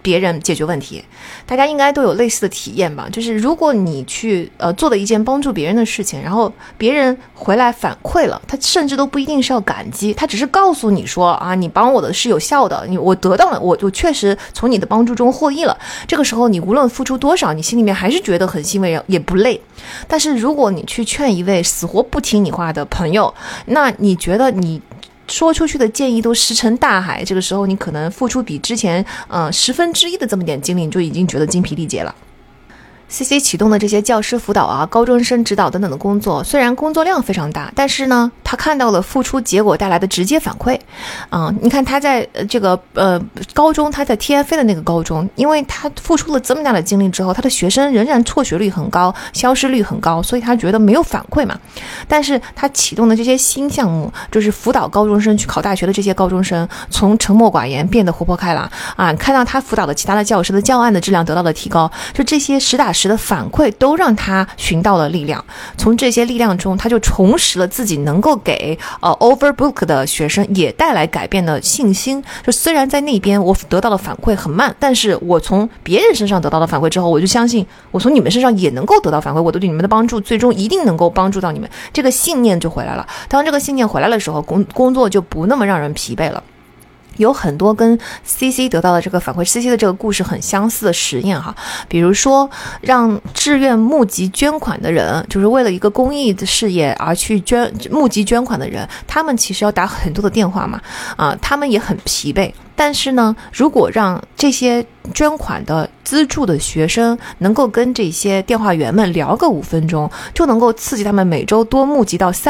别人解决问题。大家应该都有类似的体验吧，就是如果你去做了一件帮助别人的事情，然后别人回来反馈了，他甚至都不一定是要感激，他只是告诉你说啊，你帮我的是有效的，我得到了，我确实从你的帮助中获益了。这个时候你无论付出多少，你心里面还是觉得很欣慰，也不累。但是如果你去劝一位死活不听你话的朋友，那你觉得你说出去的建议都石沉大海，这个时候你可能付出比之前1/10的这么点精力，你就已经觉得精疲力竭了。CC 启动的这些教师辅导啊、高中生指导等等的工作，虽然工作量非常大，但是呢，他看到了付出结果带来的直接反馈。你看他在这个高中，他在 TFA 的那个高中，因为他付出了这么大的精力之后，他的学生仍然辍学率很高，消失率很高，所以他觉得没有反馈嘛。但是他启动的这些新项目，就是辅导高中生去考大学的这些高中生，从沉默寡言变得活泼开朗啊，看到他辅导的其他的教师的教案的质量得到了提高，就这些实打实的反馈都让他寻到了力量。从这些力量中，他就重拾了自己能够给overbook 的学生也带来改变的信心。就虽然在那边我得到的反馈很慢，但是我从别人身上得到的反馈之后，我就相信我从你们身上也能够得到反馈，我对你们的帮助最终一定能够帮助到你们，这个信念就回来了。当这个信念回来的时候，工作就不那么让人疲惫了。有很多跟 CC 得到的这个反馈 CC 的这个故事很相似的实验哈，比如说让志愿募集捐款的人，就是为了一个公益的事业而去募集捐款的人，他们其实要打很多的电话嘛，他们也很疲惫。但是呢，如果让这些捐款的资助的学生能够跟这些电话员们聊个5分钟，就能够刺激他们每周多募集到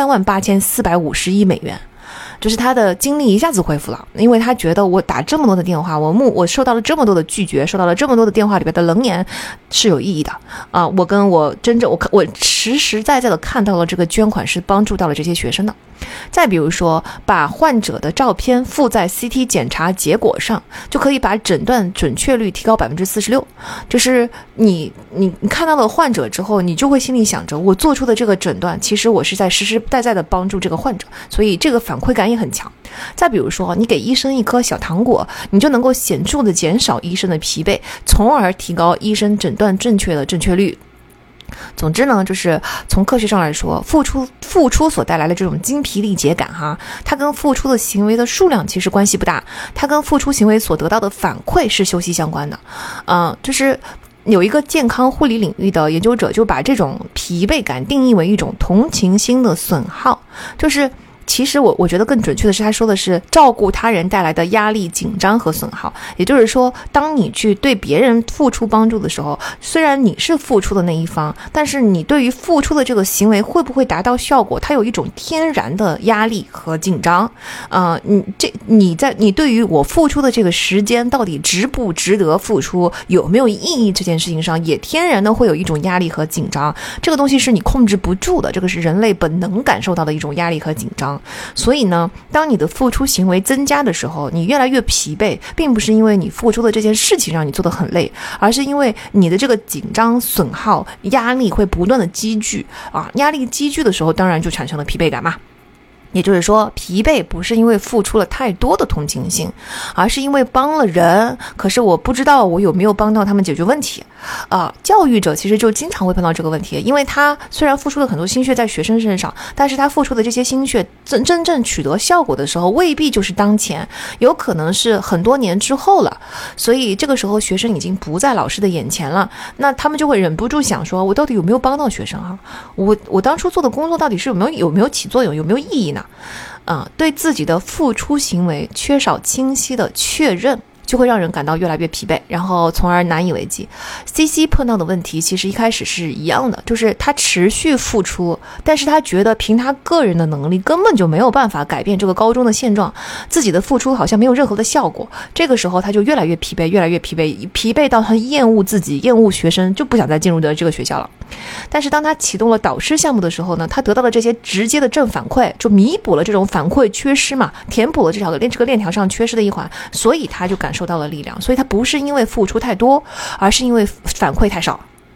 38451美元。就是他的精力一下子恢复了，因为他觉得我打这么多的电话，我受到了这么多的拒绝，受到了这么多的电话里边的冷言是有意义的啊！我实实在在的看到了这个捐款是帮助到了这些学生的。再比如说，把患者的照片附在 CT 检查结果上，就可以把诊断准确率提高46%。就是你看到了患者之后，你就会心里想着，我做出的这个诊断，其实我是在实实在在的帮助这个患者，所以这个反馈感也很强。再比如说，你给医生一颗小糖果，你就能够显著的减少医生的疲惫，从而提高医生诊断正确率。总之呢，就是从科学上来说，付出所带来的这种精疲力竭感哈，它跟付出的行为的数量其实关系不大，它跟付出行为所得到的反馈是休息相关的。就是有一个健康护理领域的研究者就把这种疲惫感定义为一种同情心的损耗，就是其实我觉得更准确的是，他说的是照顾他人带来的压力、紧张和损耗。也就是说，当你去对别人付出帮助的时候，虽然你是付出的那一方，但是你对于付出的这个行为会不会达到效果，它有一种天然的压力和紧张。你对于我付出的这个时间到底值不值得付出，有没有意义这件事情上，也天然的会有一种压力和紧张。这个东西是你控制不住的，这个是人类本能感受到的一种压力和紧张。所以呢，当你的付出行为增加的时候，你越来越疲惫，并不是因为你付出的这件事情让你做得很累，而是因为你的这个紧张、损耗、压力会不断的积聚压力积聚的时候，当然就产生了疲惫感嘛。也就是说，疲惫不是因为付出了太多的同情心，而是因为帮了人，可是我不知道我有没有帮到他们解决问题。教育者其实就经常会碰到这个问题，因为他虽然付出了很多心血在学生身上，但是他付出的这些心血真正取得效果的时候，未必就是当前，有可能是很多年之后了。所以这个时候学生已经不在老师的眼前了，那他们就会忍不住想说，我到底有没有帮到学生啊？我当初做的工作到底是有没有起作用，有没有意义呢？对自己的付出行为缺少清晰的确认，就会让人感到越来越疲惫，然后从而难以为继。CC 碰到的问题其实一开始是一样的，就是他持续付出，但是他觉得凭他个人的能力根本就没有办法改变这个高中的现状，自己的付出好像没有任何的效果。这个时候他就越来越疲惫，疲惫到他厌恶自己，厌恶学生，就不想再进入的这个学校了。但是当他启动了导师项目的时候呢，他得到了这些直接的正反馈，就弥补了这种反馈缺失嘛，填补了这个链条上缺失的一环，所以他就感受到了力量。所以他不是因为付出太多，而是因为反馈太少。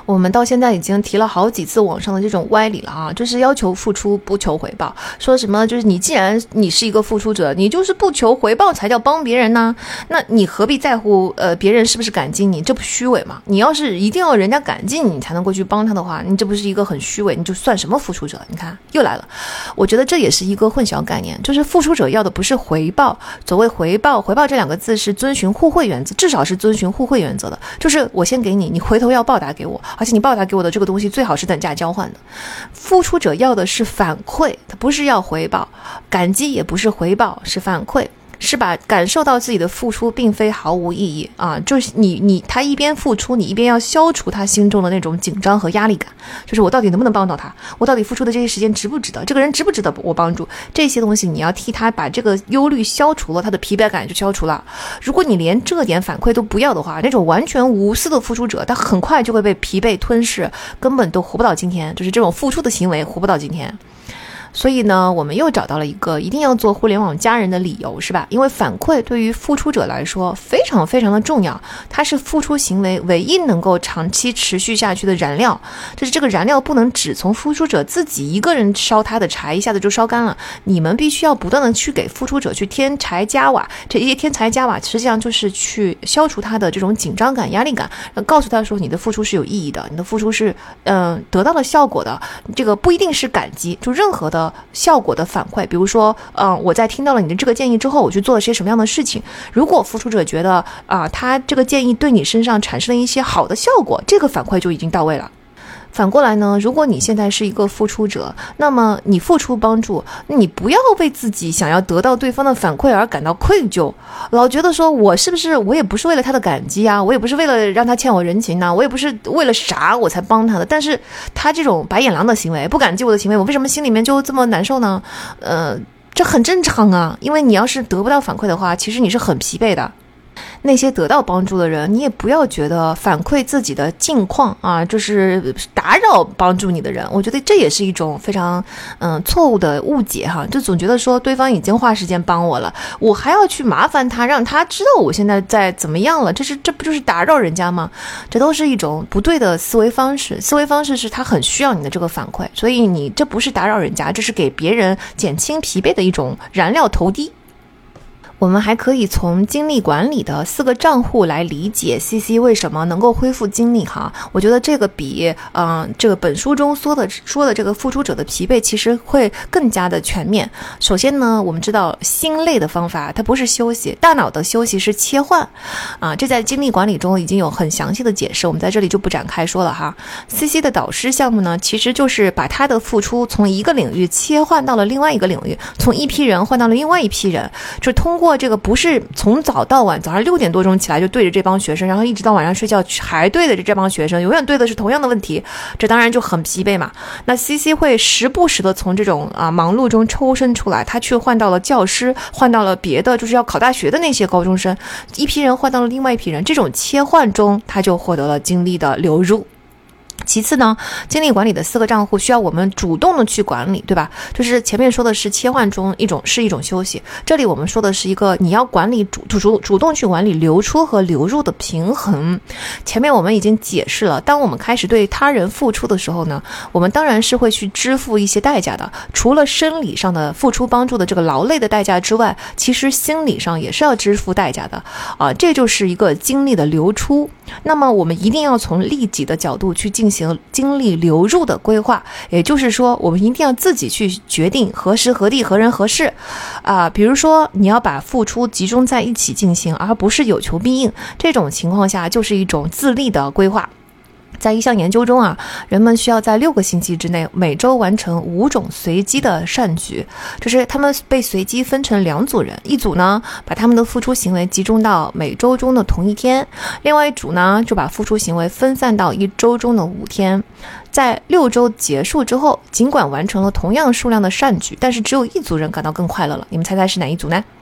我们到现在已经提了好几次网上的这种歪理了啊，就是要求付出不求回报，说什么就是你既然你是一个付出者，你就是不求回报才叫帮别人呢，那你何必在乎别人是不是感激你？这不虚伪吗？你要是一定要人家感激你才能过去帮他的话，你这不是一个很虚伪，你就算什么付出者？你看又来了，我觉得这也是一个混淆概念，就是付出者要的不是回报，所谓回报这两个字是遵循互惠原则，至少是遵循互惠原则的，就是我先给你，你回头要报答给我，而且你报答给我的这个东西最好是等价交换的。付出者要的是反馈，他不是要回报，感激也不是回报，是反馈，是把感受到自己的付出并非毫无意义啊，就是他一边付出，你一边要消除他心中的那种紧张和压力感，就是我到底能不能帮到他，我到底付出的这些时间值不值得，这个人值不值得我帮助，这些东西你要替他把这个忧虑消除了，他的疲惫感就消除了。如果你连这点反馈都不要的话，那种完全无私的付出者，他很快就会被疲惫吞噬，根本都活不到今天，就是这种付出的行为活不到今天。所以呢，我们又找到了一个一定要做互联网家人的理由，是吧？因为反馈对于付出者来说非常非常的重要，它是付出行为唯一能够长期持续下去的燃料。就是这个燃料不能只从付出者自己一个人烧他的柴一下子就烧干了，你们必须要不断的去给付出者去添柴加瓦，这些添柴加瓦实际上就是去消除他的这种紧张感、压力感，告诉他说你的付出是有意义的，你的付出是得到了效果的，这个不一定是感激，就任何的效果的反馈，比如说我在听到了你的这个建议之后，我去做了些什么样的事情，如果付出者觉得他这个建议对你身上产生了一些好的效果，这个反馈就已经到位了。反过来呢，如果你现在是一个付出者，那么你付出帮助，你不要为自己想要得到对方的反馈而感到愧疚，老觉得说我是不是我也不是为了他的感激啊，我也不是为了让他欠我人情啊，我也不是为了啥我才帮他的，但是他这种白眼狼的行为，不感激我的行为，我为什么心里面就这么难受呢？这很正常啊，因为你要是得不到反馈的话，其实你是很疲惫的。那些得到帮助的人，你也不要觉得反馈自己的境况啊，就是打扰帮助你的人，我觉得这也是一种非常错误的误解哈，就总觉得说对方已经花时间帮我了，我还要去麻烦他，让他知道我现在在怎么样了，这不就是打扰人家吗？这都是一种不对的思维方式，思维方式是他很需要你的这个反馈，所以你这不是打扰人家，这是给别人减轻疲惫的一种燃料投递。我们还可以从精力管理的4个账户来理解 CC 为什么能够恢复精力哈。我觉得这个比这个本书中说的这个付出者的疲惫其实会更加的全面。首先呢，我们知道心累的方法它不是休息，大脑的休息是切换这在精力管理中已经有很详细的解释，我们在这里就不展开说了哈。CC 的导师项目呢，其实就是把他的付出从一个领域切换到了另外一个领域，从一批人换到了另外一批人，就是通过这个不是从早到晚，早上6点多钟起来就对着这帮学生，然后一直到晚上睡觉还对着这帮学生，永远对的是同样的问题，这当然就很疲惫嘛。那 CC 会时不时的从这种忙碌中抽身出来，他去换到了教师，换到了别的就是要考大学的那些高中生，一批人换到了另外一批人，这种切换中他就获得了精力的流入。其次呢，精力管理的4个账户需要我们主动的去管理，对吧？就是前面说的是切换中一种休息，这里我们说的是一个你要管理主动去管理流出和流入的平衡。前面我们已经解释了，当我们开始对他人付出的时候呢，我们当然是会去支付一些代价的，除了生理上的付出帮助的这个劳累的代价之外，其实心理上也是要支付代价的这就是一个精力的流出。那么我们一定要从利己的角度去进行精力流入的规划，也就是说我们一定要自己去决定何时何地何人何事比如说你要把付出集中在一起进行，而不是有求必应，这种情况下就是一种自利的规划。在一项研究中人们需要在6个星期之内每周完成5种随机的善举，就是他们被随机分成2组人，一组呢把他们的付出行为集中到每周中的同一天，另外一组呢就把付出行为分散到1周中的5天。在6周结束之后，尽管完成了同样数量的善举，但是只有一组人感到更快乐了，你们猜猜是哪一组呢？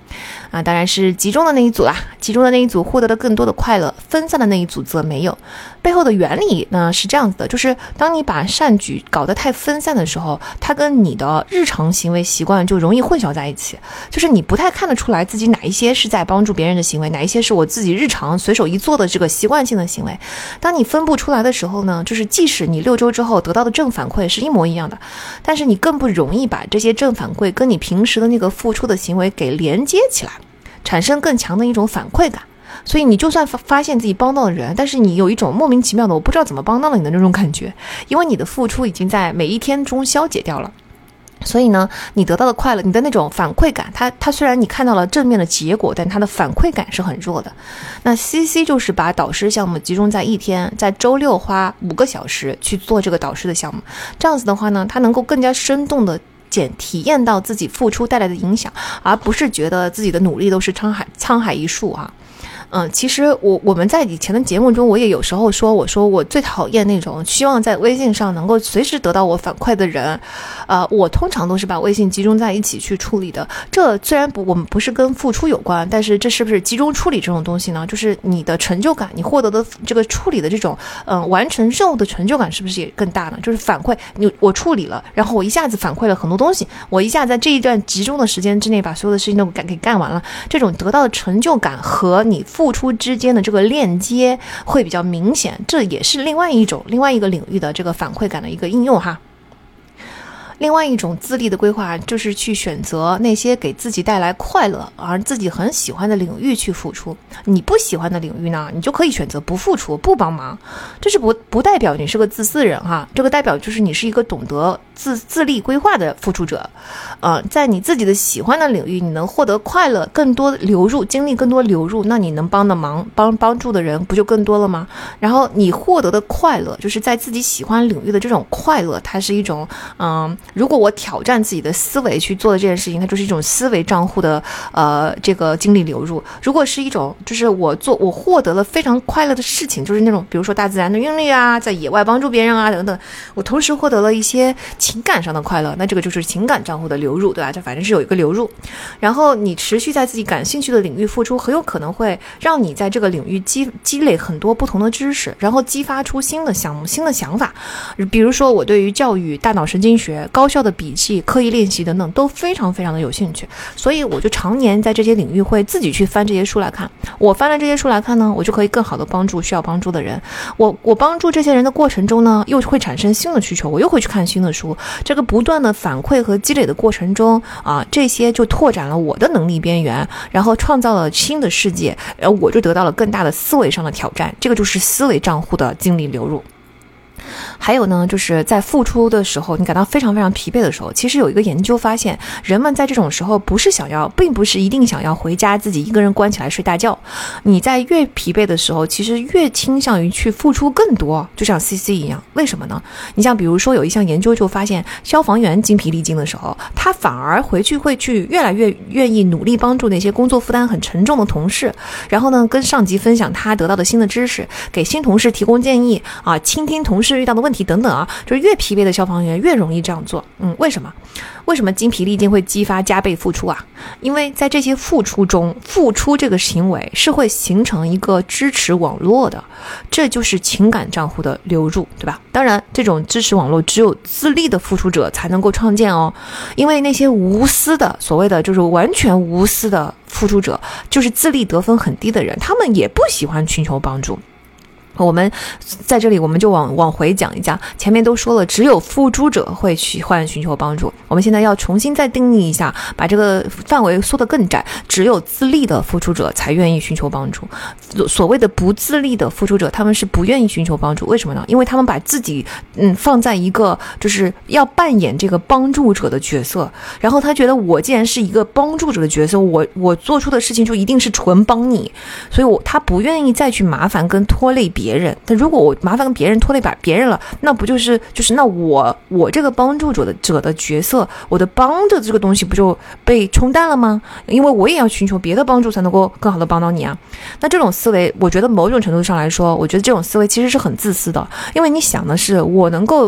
当然是集中的那一组啦，集中的那一组获得了更多的快乐，分散的那一组则没有。背后的原理呢是这样子的，就是当你把善举搞得太分散的时候，它跟你的日常行为习惯就容易混淆在一起，就是你不太看得出来自己哪一些是在帮助别人的行为，哪一些是我自己日常随手一做的这个习惯性的行为。当你分不出来的时候呢，就是即使你6周之后得到的正反馈是一模一样的，但是你更不容易把这些正反馈跟你平时的那个付出的行为给连接起来，产生更强的一种反馈感。所以你就算发现自己帮到了人，但是你有一种莫名其妙的我不知道怎么帮到了你的那种感觉，因为你的付出已经在每一天中消解掉了。所以呢，你得到的快乐，你的那种反馈感，它虽然你看到了正面的结果，但它的反馈感是很弱的。那 CC 就是把导师项目集中在一天，在周6花5个小时去做这个导师的项目，这样子的话呢，它能够更加生动的体验到自己付出带来的影响，而不是觉得自己的努力都是沧海一粟啊。其实我们在以前的节目中，我也有时候说，我说我最讨厌那种希望在微信上能够随时得到我反馈的人。我通常都是把微信集中在一起去处理的。这虽然我们不是跟付出有关，但是这是不是集中处理这种东西呢？就是你的成就感，你获得的这个处理的这种完成任务的成就感是不是也更大呢？就是反馈我处理了，然后我一下子反馈了很多东西，我一下在这一段集中的时间之内把所有的事情都给干完了，这种得到的成就感和你付出之间的这个链接会比较明显，这也是另外一个领域的这个反馈感的一个应用哈。另外一种自立的规划就是去选择那些给自己带来快乐而自己很喜欢的领域去付出。你不喜欢的领域呢，你就可以选择不付出不帮忙，这是不代表你是个自私人哈，这个代表就是你是一个懂得自立规划的付出者。在你自己的喜欢的领域，你能获得快乐更多流入，精力更多流入，那你能帮的忙帮助的人不就更多了吗？然后你获得的快乐就是在自己喜欢领域的这种快乐，它是一种如果我挑战自己的思维去做的这件事情，它就是一种思维账户的这个精力流入。如果是一种就是我获得了非常快乐的事情，就是那种比如说大自然的韵律啊，在野外帮助别人啊等等，我同时获得了一些情感上的快乐，那这个就是情感账户的流入，对吧？这反正是有一个流入。然后你持续在自己感兴趣的领域付出，很有可能会让你在这个领域积累很多不同的知识，然后激发出新的项目新的想法。比如说我对于教育、大脑神经学、高效的笔记、刻意练习等等都非常非常的有兴趣，所以我就常年在这些领域会自己去翻这些书来看。我翻了这些书来看呢，我就可以更好的帮助需要帮助的人。我帮助这些人的过程中呢，又会产生新的需求，我又会去看新的书。这个不断的反馈和积累的过程中这些就拓展了我的能力边缘，然后创造了新的世界，然后我就得到了更大的思维上的挑战。这个就是思维账户的精力流入。还有呢，就是在付出的时候，你感到非常非常疲惫的时候，其实有一个研究发现，人们在这种时候并不是一定想要回家自己一个人关起来睡大觉。你在越疲惫的时候，其实越倾向于去付出更多，就像 CC 一样。为什么呢？你像比如说有一项研究就发现，消防员精疲力尽的时候，他反而回去会去越来越愿意努力帮助那些工作负担很沉重的同事，然后呢跟上级分享他得到的新的知识，给新同事提供建议倾听同事遇到的问题等等就是越疲惫的消防员越容易这样做。为什么精疲力尽会激发加倍付出啊？因为在这些付出中，付出这个行为是会形成一个支持网络的，这就是情感账户的流入，对吧？当然这种支持网络只有自立的付出者才能够创建因为那些无私的所谓的就是完全无私的付出者，就是自立得分很低的人，他们也不喜欢寻求帮助。我们在这里我们就往回讲一讲，前面都说了只有付出者会喜欢寻求帮助，我们现在要重新再定义一下，把这个范围缩得更窄，只有自立的付出者才愿意寻求帮助。所谓的不自立的付出者，他们是不愿意寻求帮助，为什么呢？因为他们把自己放在一个就是要扮演这个帮助者的角色，然后他觉得我既然是一个帮助者的角色，我做出的事情就一定是纯帮你，所以他不愿意再去麻烦跟拖累别人。但如果我麻烦跟别人拖累别人了，那不就是那我这个帮助者的角色，我的帮的这个东西不就被冲淡了吗？因为我也要寻求别的帮助才能够更好的帮到你啊。那这种思维，我觉得某种程度上来说，我觉得这种思维其实是很自私的，因为你想的是我能够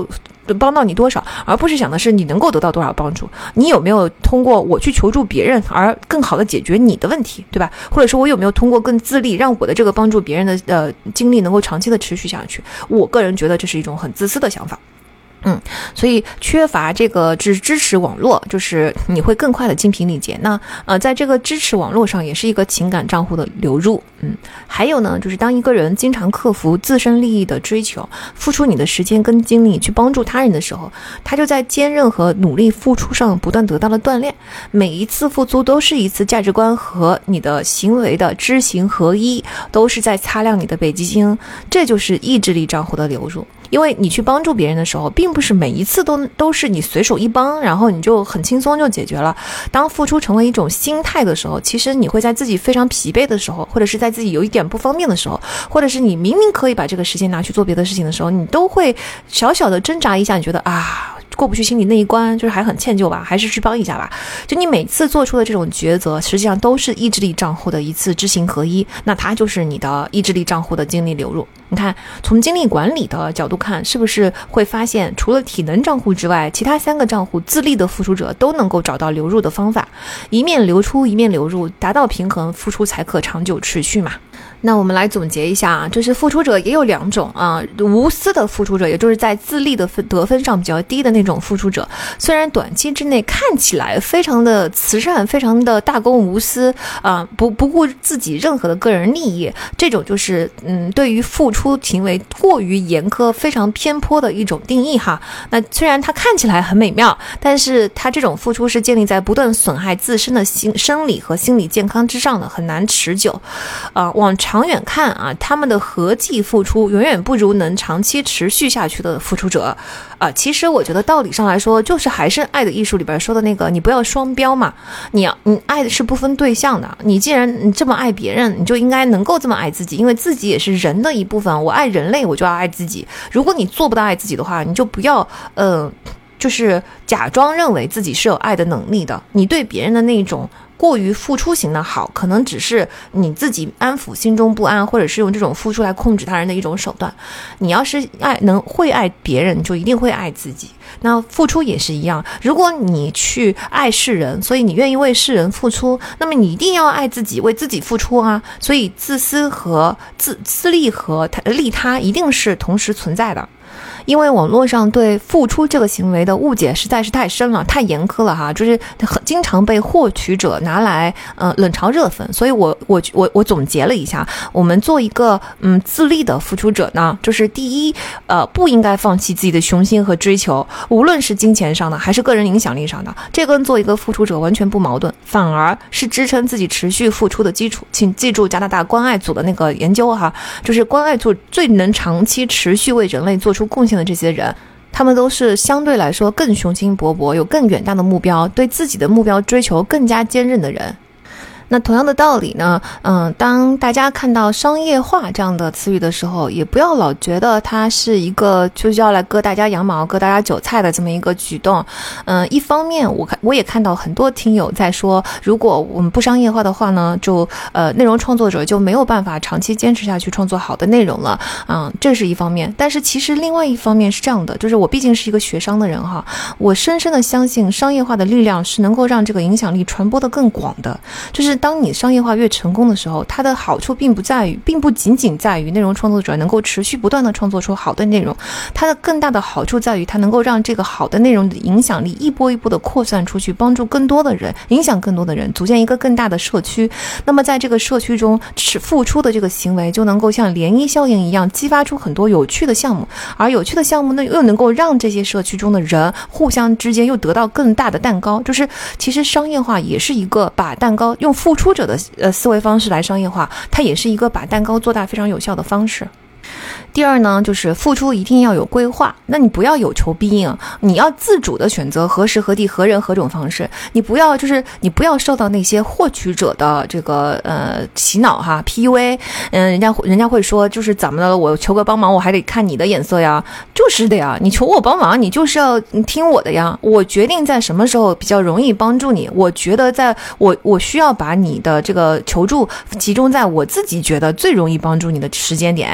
帮到你多少，而不是想的是你能够得到多少帮助，你有没有通过我去求助别人而更好的解决你的问题，对吧？或者说我有没有通过更自立，让我的这个帮助别人的经历能够长期的持续下去。我个人觉得这是一种很自私的想法。所以缺乏这个支持网络，就是你会更快的精疲力竭。那在这个支持网络上，也是一个情感账户的流入。还有呢，就是当一个人经常克服自身利益的追求，付出你的时间跟精力去帮助他人的时候，他就在坚韧和努力付出上不断得到了锻炼。每一次付出都是一次价值观和你的行为的知行合一，都是在擦亮你的北极星。这就是意志力账户的流入。因为你去帮助别人的时候，并不是每一次都是你随手一帮，然后你就很轻松就解决了。当付出成为一种心态的时候，其实你会在自己非常疲惫的时候，或者是在自己有一点不方便的时候，或者是你明明可以把这个时间拿去做别的事情的时候，你都会小小的挣扎一下，你觉得过不去心里那一关，就是还很歉疚吧，还是去帮一下吧。就你每次做出的这种抉择，实际上都是意志力账户的一次知行合一，那它就是你的意志力账户的精力流入。你看，从精力管理的角度看，是不是会发现除了体能账户之外，其他3个账户自立的付出者都能够找到流入的方法，一面流出一面流入，达到平衡，付出才可长久持续嘛。那我们来总结一下，就是付出者也有2种无私的付出者，也就是在自立的得分上比较低的那种付出者，虽然短期之内看起来非常的慈善，非常的大公无私不顾自己任何的个人利益，这种就是对于付出行为过于严苛，非常偏颇的一种定义哈。那虽然它看起来很美妙，但是它这种付出是建立在不断损害自身的生理和心理健康之上的，很难持久。往长远看他们的合计付出远远不如能长期持续下去的付出者。其实我觉得道理上来说，就是还是《爱的艺术》里边说的那个，你不要双标嘛。你爱的是不分对象的。你既然你这么爱别人，你就应该能够这么爱自己，因为自己也是人的一部分。我爱人类，我就要爱自己。如果你做不到爱自己的话，你就不要就是假装认为自己是有爱的能力的。你对别人的那种过于付出型的好，可能只是你自己安抚心中不安，或者是用这种付出来控制他人的一种手段。你要是会爱别人，你就一定会爱自己。那付出也是一样，如果你去爱世人，所以你愿意为世人付出，那么你一定要爱自己，为自己付出啊。所以自私和自利和利他一定是同时存在的。因为网络上对付出这个行为的误解实在是太深了，太严苛了哈，就是经常被获取者拿来冷嘲热讽。所以我总结了一下，我们做一个自立的付出者呢，就是第一不应该放弃自己的雄心和追求，无论是金钱上的还是个人影响力上的，这跟做一个付出者完全不矛盾，反而是支撑自己持续付出的基础。请记住加拿大关爱组的那个研究哈，就是关爱组最能长期持续为人类做出贡献的这些人，他们都是相对来说更雄心勃勃，有更远大的目标，对自己的目标追求更加坚韧的人。那同样的道理呢，当大家看到商业化这样的词语的时候，也不要老觉得它是一个就是要来割大家羊毛、割大家韭菜的这么一个举动。一方面我也看到很多听友在说，如果我们不商业化的话呢，就内容创作者就没有办法长期坚持下去创作好的内容了。这是一方面。但是其实另外一方面是这样的，就是我毕竟是一个学商的人哈，我深深的相信商业化的力量是能够让这个影响力传播得更广的。就是当你商业化越成功的时候，它的好处并不仅仅在于内容创作者能够持续不断的创作出好的内容，它的更大的好处在于它能够让这个好的内容的影响力一波一波的扩散出去，帮助更多的人，影响更多的人，组建一个更大的社区。那么在这个社区中付出的这个行为就能够像涟漪效应一样激发出很多有趣的项目，而有趣的项目呢又能够让这些社区中的人互相之间又得到更大的蛋糕。就是其实商业化也是一个把蛋糕用付出者的思维方式来商业化，它也是一个把蛋糕做大非常有效的方式。第二呢，就是付出一定要有规划，那你不要有求必应，你要自主的选择何时何地何人何种方式，你不要受到那些获取者的这个洗脑哈 PUA。人家会说就是怎么了，我求个帮忙我还得看你的眼色呀，就是的呀，你求我帮忙你就是要听我的呀，我决定在什么时候比较容易帮助你，我觉得我需要把你的这个求助集中在我自己觉得最容易帮助你的时间点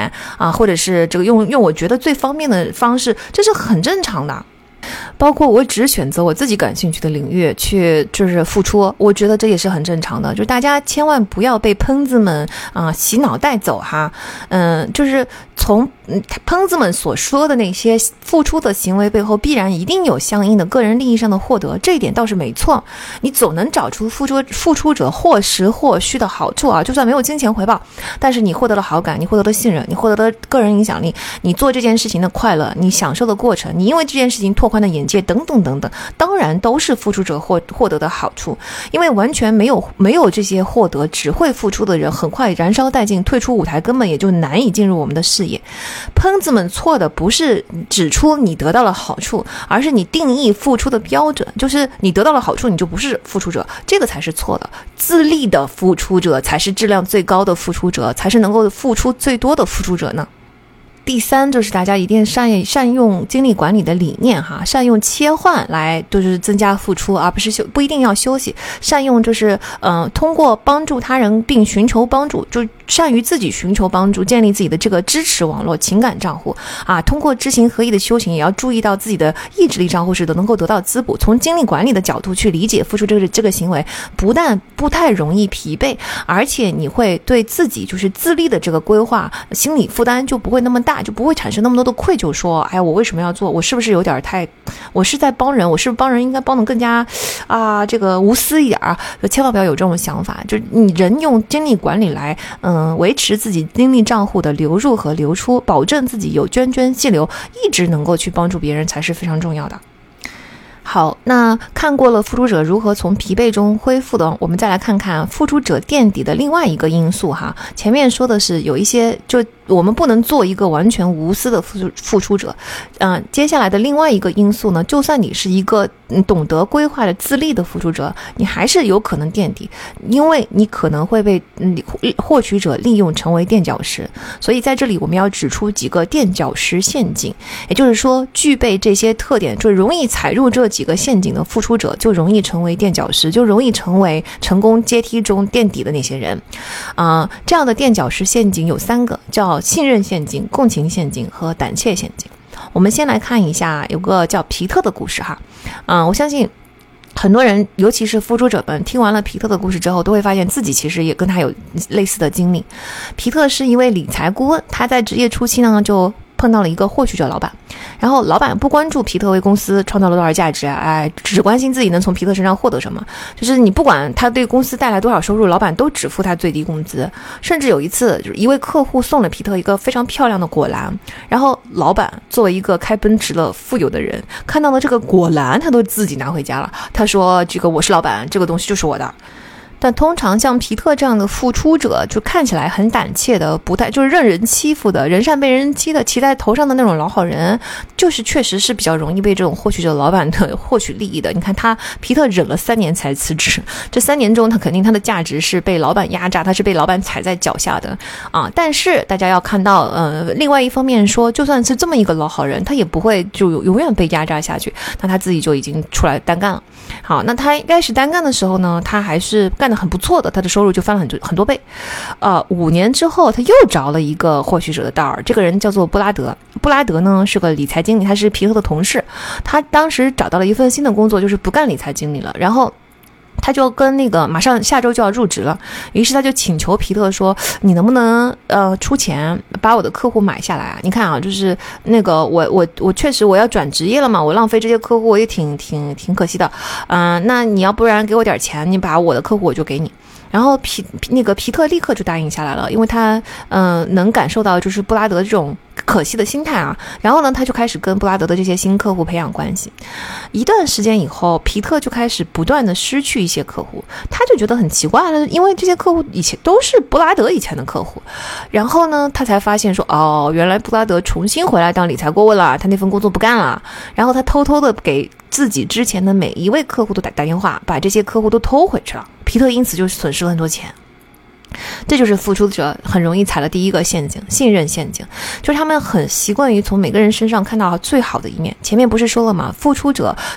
或者是这个用我觉得最方便的方式，这是很正常的。包括我只选择我自己感兴趣的领域去就是付出，我觉得这也是很正常的。就大家千万不要被喷子们洗脑带走哈。就是从喷子们所说的那些付出的行为背后，必然一定有相应的个人利益上的获得，这一点倒是没错。你总能找出付出者或实或虚的好处啊，就算没有金钱回报，但是你获得了好感，你获得了信任，你获得了个人影响力，你做这件事情的快乐，你享受的过程，你因为这件事情拓宽的眼界等等等等，当然都是付出者获得的好处。因为完全没有这些获得，只会付出的人很快燃烧殆尽，退出舞台根本也就难以进入我们的视野。喷子们错的不是指出你得到了好处，而是你定义付出的标准，就是你得到了好处你就不是付出者，这个才是错的。自立的付出者才是质量最高的付出者，才是能够付出最多的付出者呢。第三就是大家一定善用精力管理的理念哈，善用切换来就是增加付出，而不一定要休息。善用就是通过帮助他人并寻求帮助，就善于自己寻求帮助，建立自己的这个支持网络、情感账户通过知行合一的修行，也要注意到自己的意志力账户是能够得到滋补。从精力管理的角度去理解付出这个行为，不但不太容易疲惫，而且你会对自己就是自立的这个规划心理负担就不会那么大，就不会产生那么多的愧疚，说哎呀我为什么要做，我是不是有点我是在帮人，我是不是帮人应该帮得更加这个无私一点就千万不要有这种想法。就是你人用精力管理来维持自己精力账户的流入和流出，保证自己有涓细流，一直能够去帮助别人才是非常重要的。好，那看过了付出者如何从疲惫中恢复的，我们再来看看付出者垫底的另外一个因素哈。前面说的是有一些就我们不能做一个完全无私的付出者，接下来的另外一个因素呢，就算你是一个懂得规划的自立的付出者，你还是有可能垫底，因为你可能会被获取者利用成为垫脚石。所以在这里我们要指出几个垫脚石陷阱，也就是说具备这些特点就容易踩入这几个陷阱的付出者，就容易成为垫脚石，就容易成为成功阶梯中垫底的那些人。这样的垫脚石陷阱有3个，叫信任陷阱、共情陷阱和胆怯陷阱。我们先来看一下有个叫皮特的故事哈。我相信很多人尤其是付出者们听完了皮特的故事之后，都会发现自己其实也跟他有类似的经历。皮特是一位理财顾问，他在职业初期呢就碰到了一个获取者老板，然后老板不关注皮特为公司创造了多少价值只关心自己能从皮特身上获得什么，就是你不管他对公司带来多少收入，老板都只付他最低工资。甚至有一次就是一位客户送了皮特一个非常漂亮的果篮，然后老板作为一个开奔驰的富有的人，看到了这个果篮他都自己拿回家了，他说这个我是老板，这个东西就是我的。但通常像皮特这样的付出者，就看起来很胆怯的，不太就是任人欺负的，人善被人欺的，骑在头上的那种老好人，就是确实是比较容易被这种获取者老板的获取利益的。你看皮特忍了3年才辞职，这3年中他肯定他的价值是被老板压榨，他是被老板踩在脚下的但是大家要看到另外一方面说，就算是这么一个老好人，他也不会就永远被压榨下去，那他自己就已经出来单干了。好，那他开始单干的时候呢，他还是干得很不错的，他的收入就翻了很多倍。5年之后，他又着了一个获取者的道儿，这个人叫做布拉德。布拉德呢是个理财经理，他是皮特的同事。他当时找到了一份新的工作，就是不干理财经理了，然后他就跟那个马上下周就要入职了，于是他就请求皮特说，你能不能出钱把我的客户买下来你看就是那个我确实我要转职业了嘛，我浪费这些客户我也挺可惜的那你要不然给我点钱，你把我的客户我就给你。然后皮特立刻就答应下来了，因为他能感受到就是布拉德这种可惜的心态然后呢他就开始跟布拉德的这些新客户培养关系。一段时间以后，皮特就开始不断的失去一些客户，他就觉得很奇怪了，因为这些客户以前都是布拉德以前的客户。然后呢他才发现说原来布拉德重新回来当理财顾问了，他那份工作不干了。然后他偷偷的给自己之前的每一位客户都打电话，把这些客户都偷回去了。皮特因此就损失了很多钱。这就是付出者很容易踩的第一个陷阱，信任陷阱，就是他们很习惯于从每个人身上看到最好的一面。前面不是说了吗？付出者他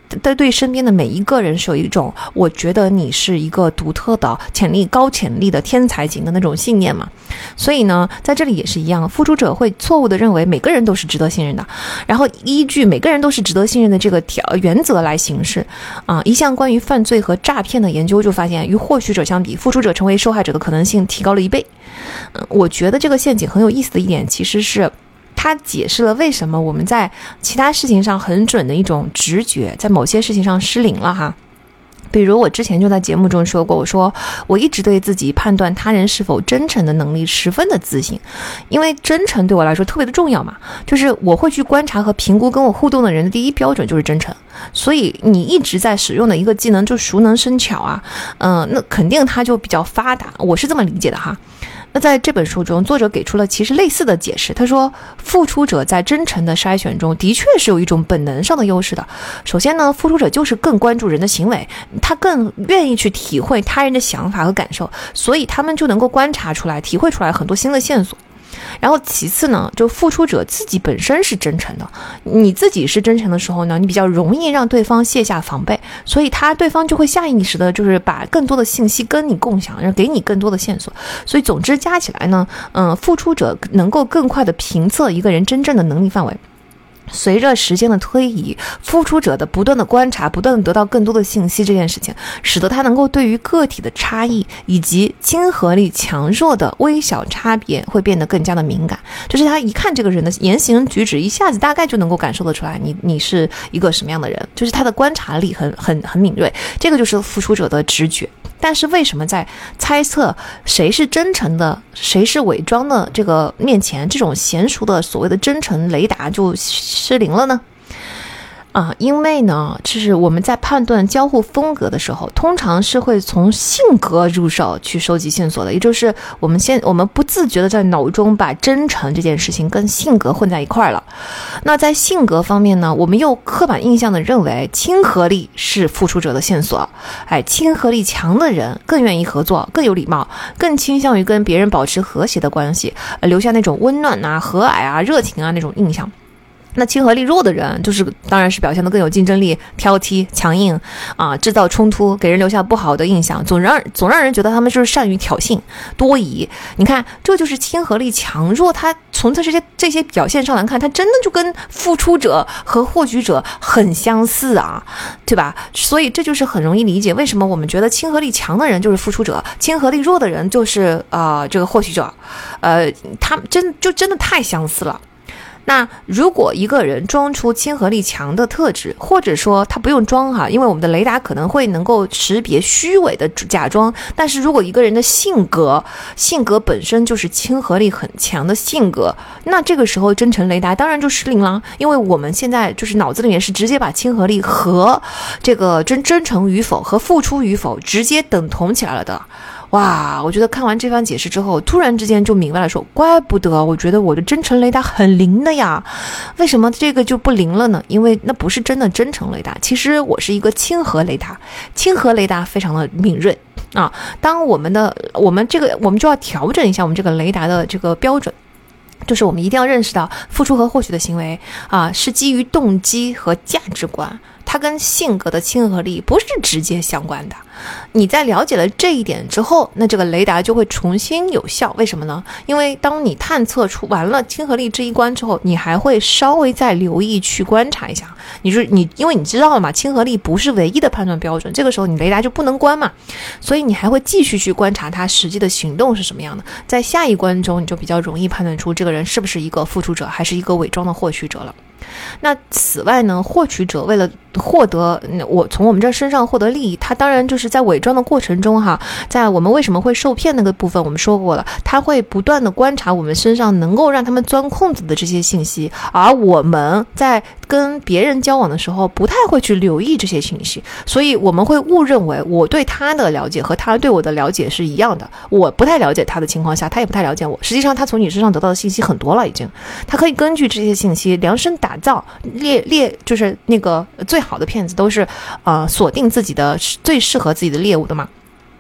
对身边的每一个人是有一种我觉得你是一个独特的高潜力的天才型的那种信念嘛。所以呢在这里也是一样，付出者会错误的认为每个人都是值得信任的，然后依据每个人都是值得信任的这个原则来行事一项关于犯罪和诈骗的研究就发现，与获取者相比，付出者成为受害者的可能性提高了1倍。我觉得这个陷阱很有意思的一点其实是它解释了为什么我们在其他事情上很准的一种直觉在某些事情上失灵了哈。比如我之前就在节目中说过，我说我一直对自己判断他人是否真诚的能力十分的自信，因为真诚对我来说特别的重要嘛，就是我会去观察和评估跟我互动的人的第一标准就是真诚。所以你一直在使用的一个技能就熟能生巧啊，那肯定它就比较发达，我是这么理解的哈。那在这本书中，作者给出了其实类似的解释。他说，付出者在真诚的筛选中的确是有一种本能上的优势的。首先呢，付出者就是更关注人的行为，他更愿意去体会他人的想法和感受，所以他们就能够观察出来、体会出来很多新的线索。然后其次呢，就付出者自己本身是真诚的，你自己是真诚的时候呢，你比较容易让对方卸下防备，所以对方就会下意识的就是把更多的信息跟你共享，然后给你更多的线索。所以总之加起来呢，付出者能够更快的评测一个人真正的能力范围。随着时间的推移，付出者的不断的观察，不断的得到更多的信息，这件事情使得他能够对于个体的差异以及亲和力强弱的微小差别会变得更加的敏感。就是他一看这个人的言行举止，一下子大概就能够感受得出来你是一个什么样的人，就是他的观察力很敏锐，这个就是付出者的直觉。但是为什么在猜测谁是真诚的谁是伪装的这个面前，这种娴熟的所谓的真诚雷达就失灵了呢？因为呢，就是我们在判断交互风格的时候，通常是会从性格入手去收集线索的，也就是我们不自觉的在脑中把真诚这件事情跟性格混在一块了。那在性格方面呢，我们又刻板印象的认为亲和力是付出者的线索，亲和力强的人更愿意合作，更有礼貌，更倾向于跟别人保持和谐的关系，留下那种温暖啊、和蔼啊、热情啊那种印象。那亲和力弱的人当然是表现得更有竞争力、挑剔、强硬制造冲突，给人留下不好的印象，总让人觉得他们就是善于挑衅、多疑。你看，这就是亲和力强弱，他从这些表现上来看，他真的就跟付出者和获取者很相似啊，对吧？所以这就是很容易理解为什么我们觉得亲和力强的人就是付出者，亲和力弱的人就是这个获取者，他们真的太相似了。那如果一个人装出亲和力强的特质，或者说他不用装因为我们的雷达可能会能够识别虚伪的假装，但是如果一个人的性格本身就是亲和力很强的性格，那这个时候真诚雷达当然就失灵了，因为我们现在就是脑子里面是直接把亲和力和这个真诚与否和付出与否直接等同起来了的。哇，我觉得看完这番解释之后，突然之间就明白了，说怪不得我觉得我的真诚雷达很灵的呀，为什么这个就不灵了呢？因为那不是真的真诚雷达，其实我是一个亲和雷达，亲和雷达非常的敏锐当我们就要调整一下我们这个雷达的这个标准。就是我们一定要认识到付出和获取的行为是基于动机和价值观，它跟性格的亲和力不是直接相关的。你在了解了这一点之后，那这个雷达就会重新有效。为什么呢？因为当你探测出完了亲和力这一关之后，你还会稍微再留意去观察一下。因为你知道了嘛，亲和力不是唯一的判断标准，这个时候你雷达就不能关嘛，所以你还会继续去观察他实际的行动是什么样的。在下一关中，你就比较容易判断出这个人是不是一个付出者，还是一个伪装的获取者了。那此外呢，获取者为了获得从我们这身上获得利益，他当然就是在伪装的过程中在我们为什么会受骗那个部分我们说过了，他会不断的观察我们身上能够让他们钻空子的这些信息，而我们在跟别人交往的时候不太会去留意这些信息，所以我们会误认为我对他的了解和他对我的了解是一样的，我不太了解他的情况下，他也不太了解我，实际上他从你身上得到的信息很多了，已经他可以根据这些信息量身打造就是那个最好的骗子都是锁定自己的最适合自己的猎物的嘛。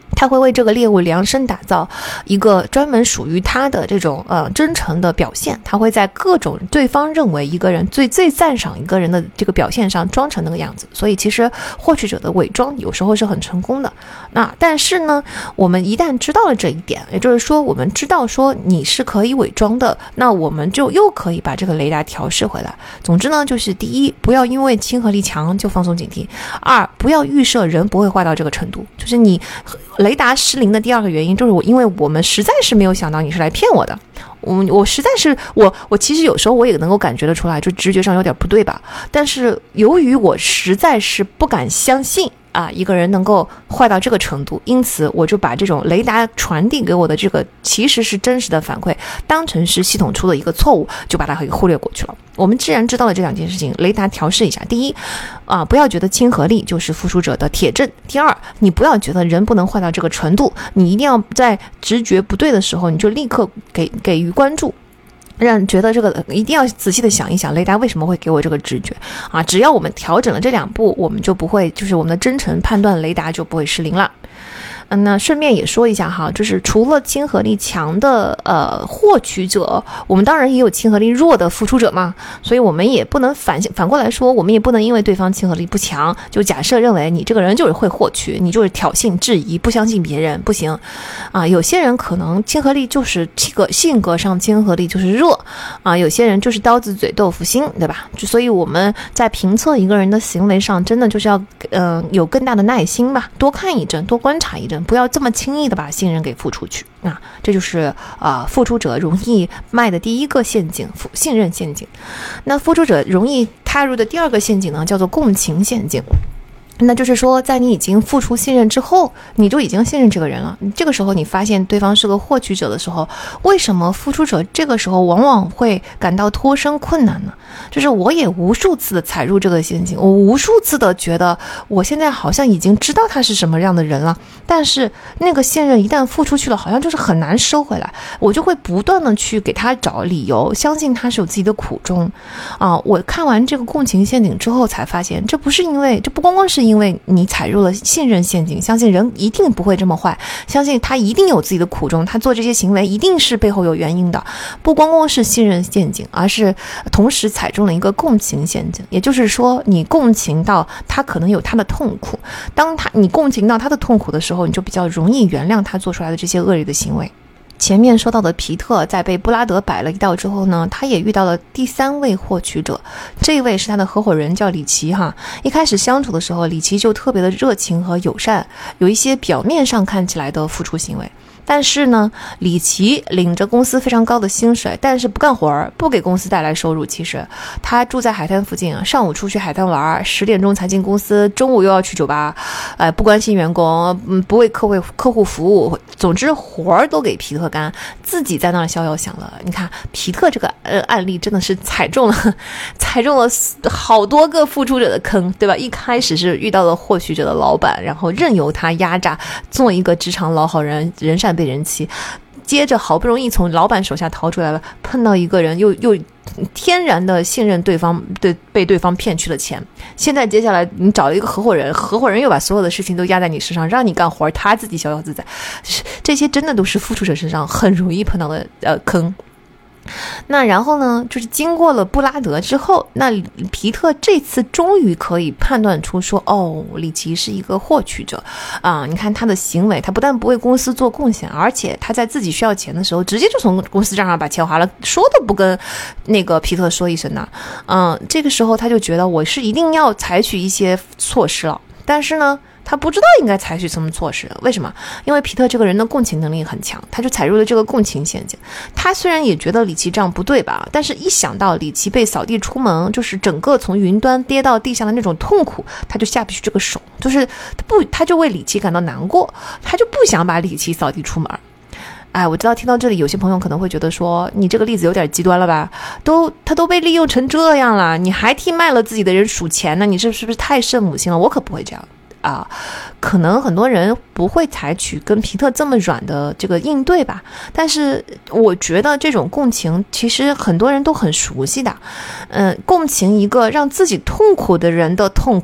他会为这个猎物量身打造一个专门属于他的这种真诚的表现，他会在各种对方认为一个人最赞赏一个人的这个表现上装成那个样子。所以其实获取者的伪装有时候是很成功的。那但是呢，我们一旦知道了这一点，也就是说我们知道说你是可以伪装的，那我们就又可以把这个雷达调试回来。总之呢，就是第一，不要因为亲和力强就放松警惕；二，不要预设人不会坏到这个程度，就是你雷达失灵的第二个原因就是因为我们实在是没有想到你是来骗我的。我实在是我其实有时候我也能够感觉得出来，就直觉上有点不对吧，但是由于我实在是不敢相信一个人能够坏到这个程度，因此我就把这种雷达传递给我的这个其实是真实的反馈当成是系统出的一个错误，就把它给忽略过去了。我们既然知道了这两件事情，雷达调试一下。第一不要觉得亲和力就是付出者的铁证。第二，你不要觉得人不能坏到这个程度，你一定要在直觉不对的时候你就立刻给予关注，让觉得这个一定要仔细的想一想雷达为什么会给我这个直觉只要我们调整了这两步，我们就不会，就是我们的真诚判断雷达就不会失灵了。那顺便也说一下哈，就是除了亲和力强的获取者，我们当然也有亲和力弱的付出者嘛，所以我们也不能反过来说，我们也不能因为对方亲和力不强，就假设认为你这个人就是会获取，你就是挑衅质疑，不相信别人，不行有些人可能亲和力就是性格上亲和力就是弱有些人就是刀子嘴豆腐心，对吧？所以我们在评测一个人的行为上，真的就是要有更大的耐心吧，多看一阵，多观察一阵，不要这么轻易的把信任给付出去这就是付出者容易迈的第一个陷阱，信任陷阱。那付出者容易踏入的第二个陷阱呢，叫做共情陷阱。那就是说，在你已经付出信任之后，你就已经信任这个人了。这个时候你发现对方是个获取者的时候，为什么付出者这个时候往往会感到脱身困难呢？就是我也无数次的踩入这个陷阱，我无数次的觉得我现在好像已经知道他是什么样的人了，但是那个信任一旦付出去了，好像就是很难收回来，我就会不断的去给他找理由，相信他是有自己的苦衷我看完这个共情陷阱之后才发现，这不光光是因为你踩入了信任陷阱，相信人一定不会这么坏，相信他一定有自己的苦衷，他做这些行为一定是背后有原因的，不光光是信任陷阱，而是同时踩中了一个共情陷阱。也就是说，你共情到他可能有他的痛苦，当你共情到他的痛苦的时候，你就比较容易原谅他做出来的这些恶劣的行为。前面说到的皮特在被布拉德摆了一道之后呢，他也遇到了第三位获取者，这一位是他的合伙人，叫里奇哈。一开始相处的时候，里奇就特别的热情和友善，有一些表面上看起来的付出行为。但是呢，里奇领着公司非常高的薪水，但是不干活，不给公司带来收入。其实他住在海滩附近，上午出去海滩玩，10点钟才进公司，中午又要去酒吧，不关心员工，不为客户服务，总之活儿都给皮特干，自己在那儿逍遥享乐。你看皮特这个案例真的是踩中了好多个付出者的坑，对吧？一开始是遇到了获取者的老板，然后任由他压榨，做一个职场老好人，人善被人欺，接着好不容易从老板手下逃出来了，碰到一个人又天然的信任对方，被对方骗去了钱。现在接下来你找了一个合伙人又把所有的事情都压在你身上，让你干活，他自己逍遥自在。这些真的都是付出者身上很容易碰到的坑。那然后呢，就是经过了布拉德之后，那皮特这次终于可以判断出说，里奇是一个获取者你看他的行为，他不但不为公司做贡献，而且他在自己需要钱的时候直接就从公司账上把钱花了，说都不跟那个皮特说一声呢这个时候他就觉得我是一定要采取一些措施了，但是呢他不知道应该采取什么措施。为什么？因为皮特这个人的共情能力很强，他就踩入了这个共情陷阱。他虽然也觉得里奇这样不对吧，但是一想到里奇被扫地出门，就是整个从云端跌到地上的那种痛苦，他就下不去这个手，就是他就为里奇感到难过，他就不想把里奇扫地出门。我知道听到这里有些朋友可能会觉得说，你这个例子有点极端了吧，他都被利用成这样了，你还替卖了自己的人数钱呢，你是不是太圣母心了？我可不会这样可能很多人不会采取跟皮特这么软的这个应对吧，但是我觉得这种共情其实很多人都很熟悉的共情一个让自己痛苦的人的痛苦，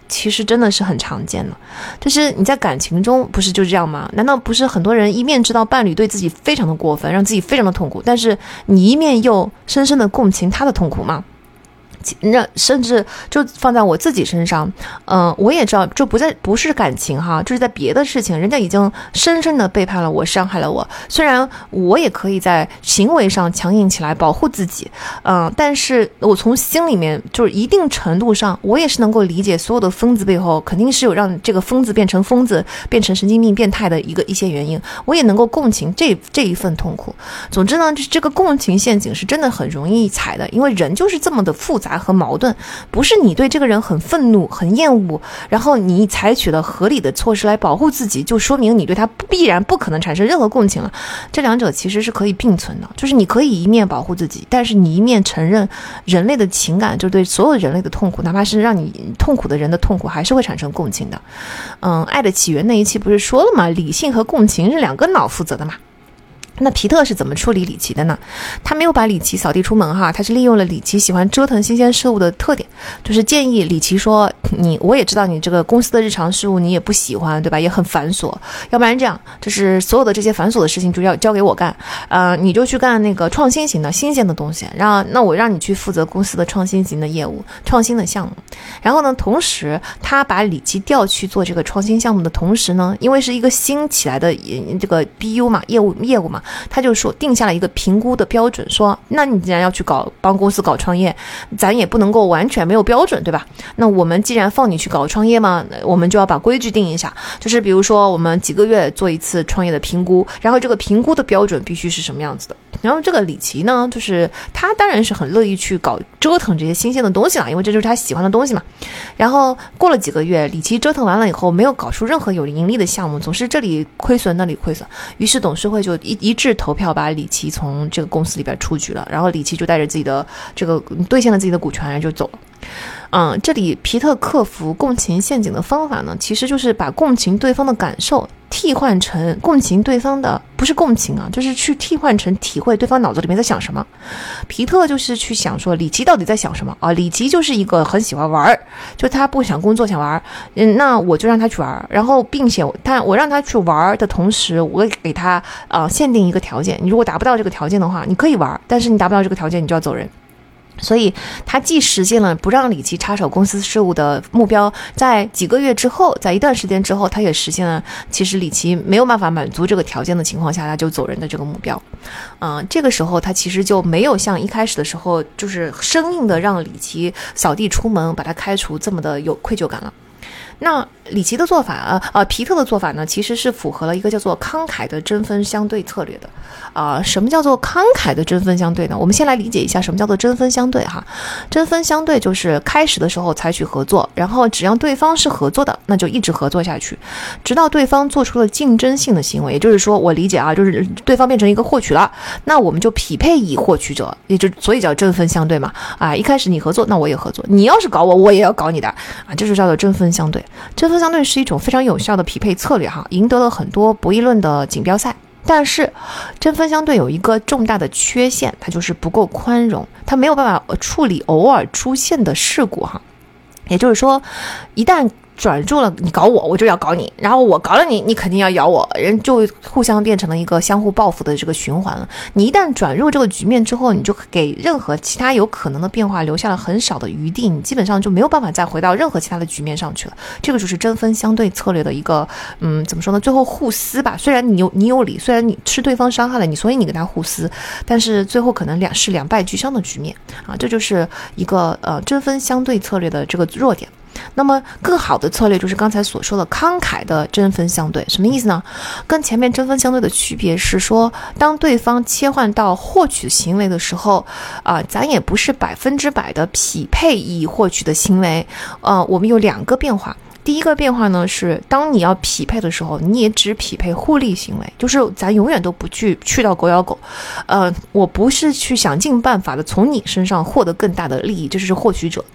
其实真的是很常见的，就是你在感情中不是就这样吗？难道不是很多人一面知道伴侣对自己非常的过分，让自己非常的痛苦，但是你一面又深深的共情他的痛苦吗？甚至就放在我自己身上，我也知道，就不是感情哈，就是在别的事情，人家已经深深的背叛了我，伤害了我。虽然我也可以在行为上强硬起来保护自己，但是我从心里面就是一定程度上，我也是能够理解所有的疯子背后肯定是有让这个疯子变成疯子、变成神经病、变态的一些原因，我也能够共情这一份痛苦。总之呢，这个共情陷阱是真的很容易踩的，因为人就是这么的复杂和矛盾，不是你对这个人很愤怒很厌恶，然后你采取了合理的措施来保护自己，就说明你对他必然不可能产生任何共情了。这两者其实是可以并存的，就是你可以一面保护自己，但是你一面承认人类的情感，就对所有人类的痛苦，哪怕是让你痛苦的人的痛苦还是会产生共情的。爱的起源那一期不是说了吗？理性和共情是两个脑负责的嘛。那皮特是怎么处理里奇的呢？他没有把里奇扫地出门哈，他是利用了里奇喜欢折腾新鲜事物的特点，就是建议里奇说，我也知道你这个公司的日常事务你也不喜欢，对吧？也很繁琐，要不然这样，就是所有的这些繁琐的事情就要交给我干，你就去干那个创新型的新鲜的东西，那我让你去负责公司的创新型的业务、创新的项目。然后呢，同时他把里奇调去做这个创新项目的同时呢，因为是一个新起来的这个 BU 嘛，业务嘛。他就说定下了一个评估的标准，说那你既然要去帮公司搞创业，咱也不能够完全没有标准，对吧？那我们既然放你去搞创业嘛，我们就要把规矩定一下，就是比如说我们几个月做一次创业的评估，然后这个评估的标准必须是什么样子的。然后这个里奇呢，就是他当然是很乐意去折腾这些新鲜的东西了，因为这就是他喜欢的东西嘛。然后过了几个月，里奇折腾完了以后，没有搞出任何有盈利的项目，总是这里亏损那里亏损，于是董事会就一致投票把里奇从这个公司里边出局了，然后里奇就带着自己的这个兑现了自己的股权就走了。这里皮特克服共情陷阱的方法呢，其实就是把共情对方的感受替换成共情对方的，不是共情啊，就是去替换成体会对方脑子里面在想什么。皮特就是去想说里奇到底在想什么啊？里奇就是一个很喜欢玩，就他不想工作想玩，那我就让他去玩，然后并且我让他去玩的同时，我给他限定一个条件，你如果达不到这个条件的话，你可以玩，但是你达不到这个条件，你就要走人。所以他既实现了不让里奇插手公司事务的目标，在几个月之后，在一段时间之后，他也实现了其实里奇没有办法满足这个条件的情况下，他就走人的这个目标。这个时候他其实就没有像一开始的时候就是生硬的让里奇扫地出门把他开除这么的有愧疚感了。那里奇的做法皮特的做法呢，其实是符合了一个叫做慷慨的针锋相对策略的。什么叫做慷慨的针锋相对呢？我们先来理解一下什么叫做针锋相对哈。针锋相对就是开始的时候采取合作，然后只要对方是合作的，那就一直合作下去，直到对方做出了竞争性的行为。也就是说，我理解就是对方变成一个获取了，那我们就匹配以获取者，所以叫针锋相对嘛。一开始你合作，那我也合作，你要是搞我，我也要搞你的这就叫做针锋相对。针锋相对是一种非常有效的匹配策略哈，赢得了很多博弈论的锦标赛。但是针锋相对有一个重大的缺陷，它就是不够宽容，它没有办法处理偶尔出现的事故哈。也就是说，一旦转入了你搞我，我就要搞你，然后我搞了你，你肯定要咬我，人就互相变成了一个相互报复的这个循环了。你一旦转入这个局面之后，你就给任何其他有可能的变化留下了很少的余地，你基本上就没有办法再回到任何其他的局面上去了。这个就是针锋相对策略的一个怎么说呢？最后互撕吧，虽然你有理，虽然你是对方伤害了你，所以你跟他互撕，但是最后可能是两败俱伤的局面这就是一个针锋相对策略的这个弱点。那么更好的策略就是刚才所说的慷慨的针锋相对。什么意思呢？跟前面针锋相对的区别是说，当对方切换到获取行为的时候咱也不是100%的匹配以获取的行为我们有两个变化。第一个变化呢是，当你要匹配的时候，你也只匹配互利行为，就是咱永远都不去到狗咬狗。我不是去想尽办法的从你身上获得更大的利益，这就是获取者。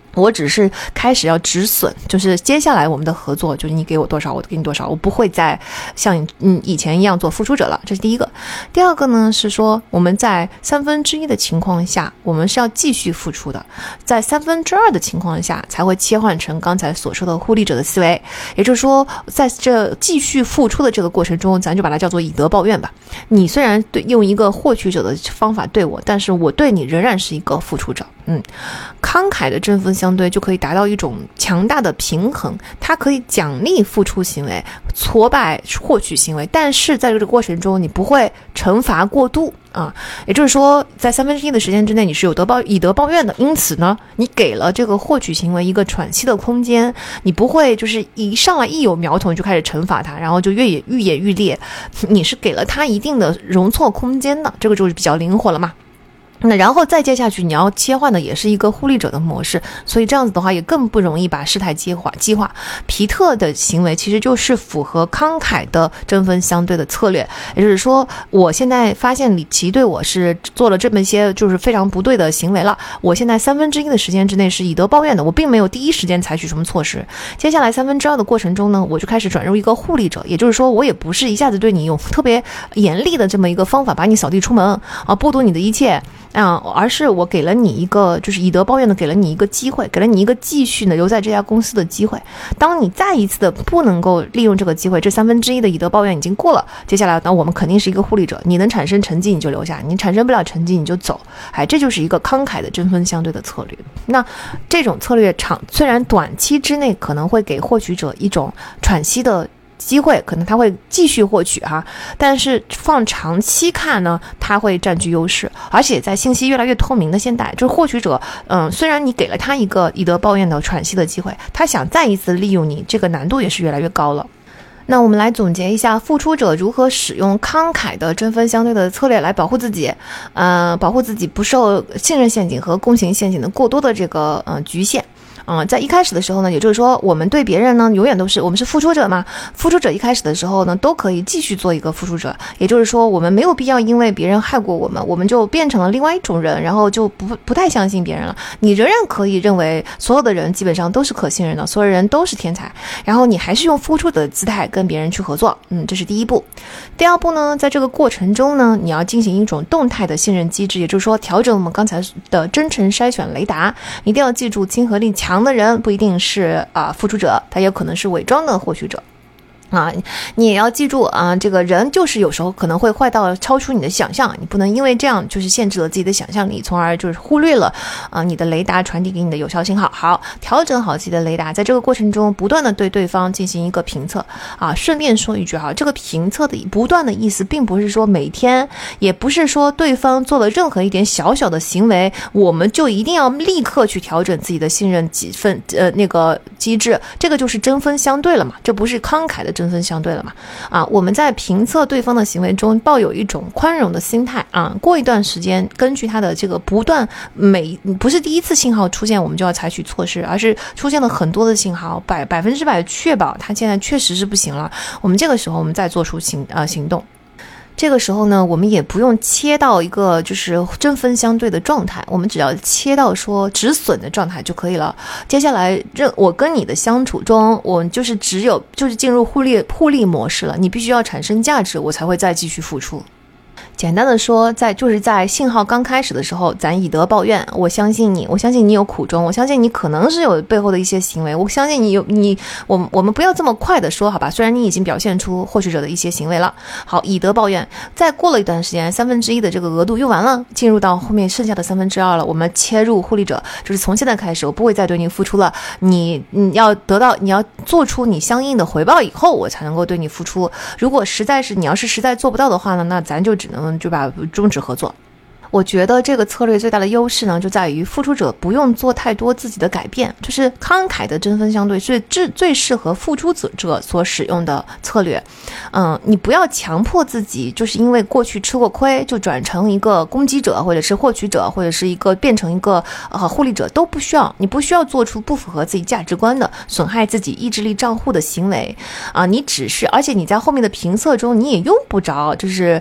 我只是开始要止损，就是接下来我们的合作就是你给我多少我给你多少，我不会再像以前一样做付出者了，这是第一个。第二个呢是说我们在1/3的情况下我们是要继续付出的，在2/3的情况下才会切换成刚才所说的互利者的思维，也就是说在这继续付出的这个过程中，咱就把它叫做以德报怨吧。你虽然用一个获取者的方法对我，但是我对你仍然是一个付出者。慷慨的针锋相对就可以达到一种强大的平衡，它可以奖励付出行为，挫败获取行为，但是在这个过程中你不会惩罚过度啊。也就是说在1/3的时间之内你是以德报怨的，因此呢你给了这个获取行为一个喘息的空间，你不会就是一上来一有苗头就开始惩罚它，然后就愈演愈烈，你是给了它一定的容错空间的，这个就是比较灵活了嘛。那然后再接下去你要切换的也是一个互利者的模式，所以这样子的话也更不容易把事态激化。皮特的行为其实就是符合慷慨的针锋相对的策略，也就是说我现在发现李琦对我是做了这么一些就是非常不对的行为了，我现在1/3的时间之内是以德报怨的，我并没有第一时间采取什么措施，接下来2/3的过程中呢，我就开始转入一个互利者，也就是说我也不是一下子对你用特别严厉的这么一个方法把你扫地出门啊，剥夺你的一切而是我给了你一个就是以德报怨的给了你一个机会，给了你一个继续的留在这家公司的机会。当你再一次的不能够利用这个机会，这1/3的以德报怨已经过了，接下来那我们肯定是一个互利者，你能产生成绩你就留下，你产生不了成绩你就走。这就是一个慷慨的针锋相对的策略。那这种策略虽然短期之内可能会给获取者一种喘息的机会，可能他会继续获取但是放长期看呢，他会占据优势。而且在信息越来越透明的现代，就是获取者虽然你给了他一个以德报怨的喘息的机会，他想再一次利用你，这个难度也是越来越高了。那我们来总结一下付出者如何使用慷慨的针锋相对的策略来保护自己不受信任陷阱和共情陷阱的过多的这个局限。在一开始的时候呢，也就是说我们对别人呢永远都是我们是付出者嘛，付出者一开始的时候呢都可以继续做一个付出者，也就是说我们没有必要因为别人害过我们就变成了另外一种人，然后就不太相信别人了。你仍然可以认为所有的人基本上都是可信任的，所有人都是天才，然后你还是用付出的姿态跟别人去合作，这是第一步。第二步呢，在这个过程中呢，你要进行一种动态的信任机制，也就是说调整我们刚才的真诚筛选雷达。一定要记住，亲和力强的人不一定是付出者，他也可能是伪装的获取者。你也要记住这个人就是有时候可能会坏到超出你的想象，你不能因为这样就是限制了自己的想象力，从而就是忽略了你的雷达传递给你的有效信号。好，调整好自己的雷达，在这个过程中不断的对对方进行一个评测顺便说一句这个评测的不断的意思并不是说每天，也不是说对方做了任何一点小小的行为我们就一定要立刻去调整自己的信任那个机制，这个就是针锋相对了嘛，这不是慷慨的针锋相对了嘛我们在评测对方的行为中抱有一种宽容的心态过一段时间根据他的这个不是第一次信号出现我们就要采取措施，而是出现了很多的信号100%确保他现在确实是不行了，我们这个时候我们再做出行动。这个时候呢，我们也不用切到一个就是针锋相对的状态，我们只要切到说止损的状态就可以了。接下来我跟你的相处中，我就是进入互利模式了，你必须要产生价值，我才会再继续付出。简单的说，在信号刚开始的时候，咱以德报怨，我相信你有苦衷，我相信你可能是有背后的一些行为，我相信我们不要这么快的说好吧，虽然你已经表现出获取者的一些行为了。好，以德报怨，再过了一段时间1/3的这个额度用完了，进入到后面剩下的2/3了，我们切入互利者，就是从现在开始我不会再对你付出了，你要做出你相应的回报以后我才能够对你付出，如果你要是实在做不到的话呢，那咱就只能终止合作。我觉得这个策略最大的优势呢，就在于付出者不用做太多自己的改变，就是慷慨的针锋相对是最适合付出者所使用的策略。你不要强迫自己，就是因为过去吃过亏就转成一个攻击者，或者是获取者，或者是变成一个互利者，都不需要。你不需要做出不符合自己价值观的、损害自己意志力账户的行为你只是，而且你在后面的评测中你也用不着就是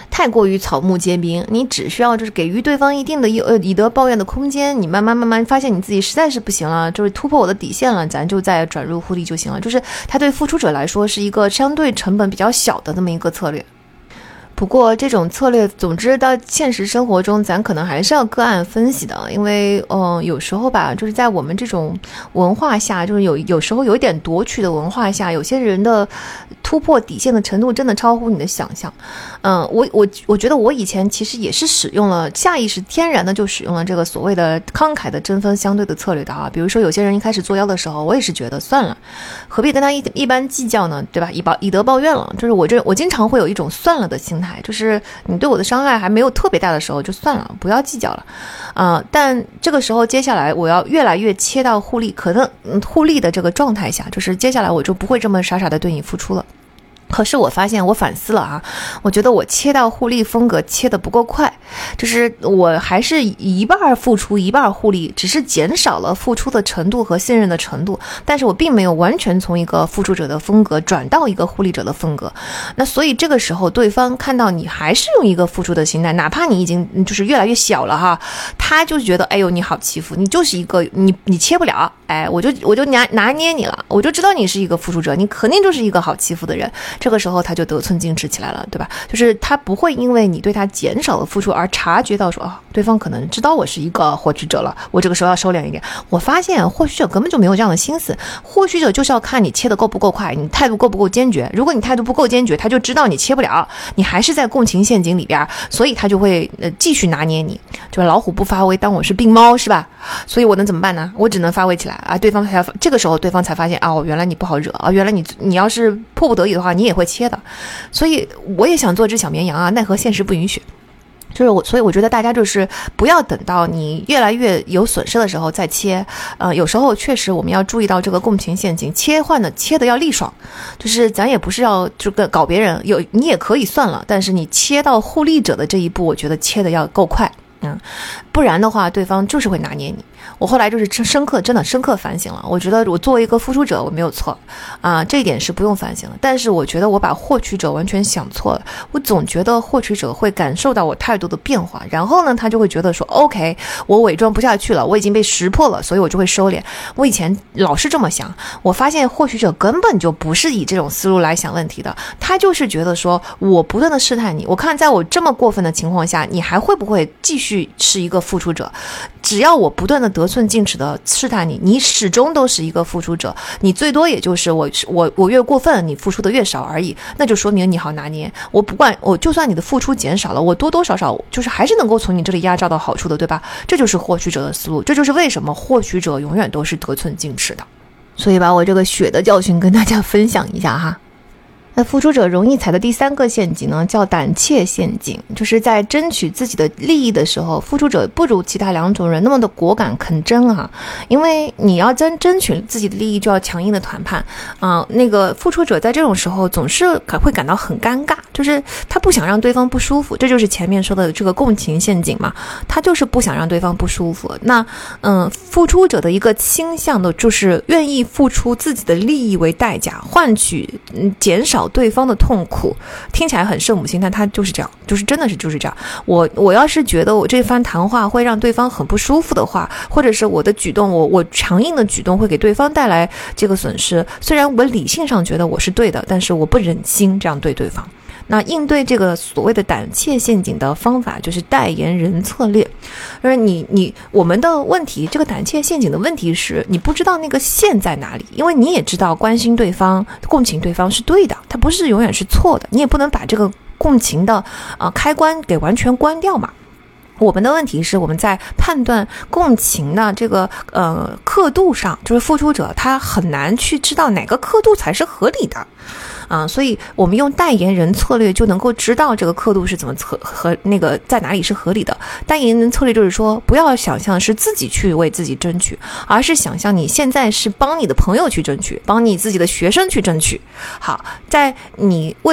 太过于草木皆兵，你只需要就是给予对方一定的以德报怨的空间，你慢慢发现你自己实在是不行了，就是突破我的底线了，咱就再转入互利就行了。就是它对付出者来说是一个相对成本比较小的这么一个策略。不过这种策略，总之到现实生活中，咱可能还是要个案分析的，因为有时候吧，就是在我们这种文化下，就是有时候有一点夺取的文化下，有些人的突破底线的程度真的超乎你的想象。我觉得我以前其实也是使用了下意识天然的就使用了这个所谓的慷慨的针锋相对的策略的哈。比如说有些人一开始作妖的时候，我也是觉得算了，何必跟他一般计较呢，对吧？以德报怨了，就是我经常会有一种算了的心态。就是你对我的伤害还没有特别大的时候就算了，不要计较了但这个时候接下来我要越来越切到互利，可能互利的这个状态下，就是接下来我就不会这么傻傻的对你付出了。可是我发现我反思了我觉得我切到互利风格切得不够快，就是我还是一半付出一半互利，只是减少了付出的程度和信任的程度，但是我并没有完全从一个付出者的风格转到一个互利者的风格。那所以这个时候对方看到你还是用一个付出的心态，哪怕你已经就是越来越小了他就觉得哎呦你好欺负，你就是一个你切不了，我就拿捏你了，我就知道你是一个付出者，你肯定就是一个好欺负的人。这个时候他就得寸进尺起来了，对吧？就是他不会因为你对他减少了付出而察觉到说对方可能知道我是一个获取者了，我这个时候要收敛一点。我发现获取者根本就没有这样的心思，获取者就是要看你切得够不够快，你态度够不够坚决。如果你态度不够坚决，他就知道你切不了，你还是在共情陷阱里边，所以他就会继续拿捏你，就是老虎不发威当我是病猫，是吧？所以我能怎么办呢？我只能发威起来对方才这个时候对方才发现原来你不好惹原来你要是迫不得已的话，你也会切的。所以我也想做只小绵羊奈何现实不允许。所以我觉得大家就是不要等到你越来越有损失的时候再切。有时候确实我们要注意到这个共情陷阱，切的要利爽，就是咱也不是要这个搞别人，你也可以算了，但是你切到互利者的这一步，我觉得切的要够快。不然的话对方就是会拿捏你。我后来就是真的深刻反省了，我觉得我作为一个付出者我没有错这一点是不用反省的。但是我觉得我把获取者完全想错了，我总觉得获取者会感受到我态度的变化，然后呢他就会觉得说 OK 我伪装不下去了，我已经被识破了，所以我就会收敛。我以前老是这么想，我发现获取者根本就不是以这种思路来想问题的，他就是觉得说我不断的试探你，我看在我这么过分的情况下，你还会不会继续是一个付出者。只要我不断的得寸进尺的试探你，你始终都是一个付出者，你最多也就是我越过分，你付出的越少而已，那就说明你好拿捏。我就算你的付出减少了，我多多少少就是还是能够从你这里压榨到好处的，对吧？这就是获取者的思路，这就是为什么获取者永远都是得寸进尺的。所以把我这个血的教训跟大家分享一下那付出者容易踩的第三个陷阱呢，叫胆怯陷阱，就是在争取自己的利益的时候，付出者不如其他两种人那么的果敢肯争因为你要争取自己的利益，就要强硬的谈判那个付出者在这种时候总是会感到很尴尬，就是他不想让对方不舒服，这就是前面说的这个共情陷阱嘛，他就是不想让对方不舒服。那付出者的一个倾向的就是愿意付出自己的利益为代价，换取减少对方的痛苦。听起来很圣母心，但他就是这样，就是真的是就是这样。我要是觉得我这番谈话会让对方很不舒服的话，或者是我的举动，我强硬的举动会给对方带来这个损失，虽然我理性上觉得我是对的，但是我不忍心这样对对方。那应对这个所谓的胆怯陷阱的方法就是代言人策略。而我们的问题，这个胆怯陷阱的问题是你不知道那个线在哪里，因为你也知道关心对方共情对方是对的，它不是永远是错的，你也不能把这个共情的开关给完全关掉嘛。我们的问题是我们在判断共情的这个刻度上，就是付出者他很难去知道哪个刻度才是合理的所以我们用代言人策略就能够知道这个刻度是怎么和那个在哪里是合理的。代言人策略就是说，不要想象是自己去为自己争取，而是想象你现在是帮你的朋友去争取，帮你自己的学生去争取。好，在你为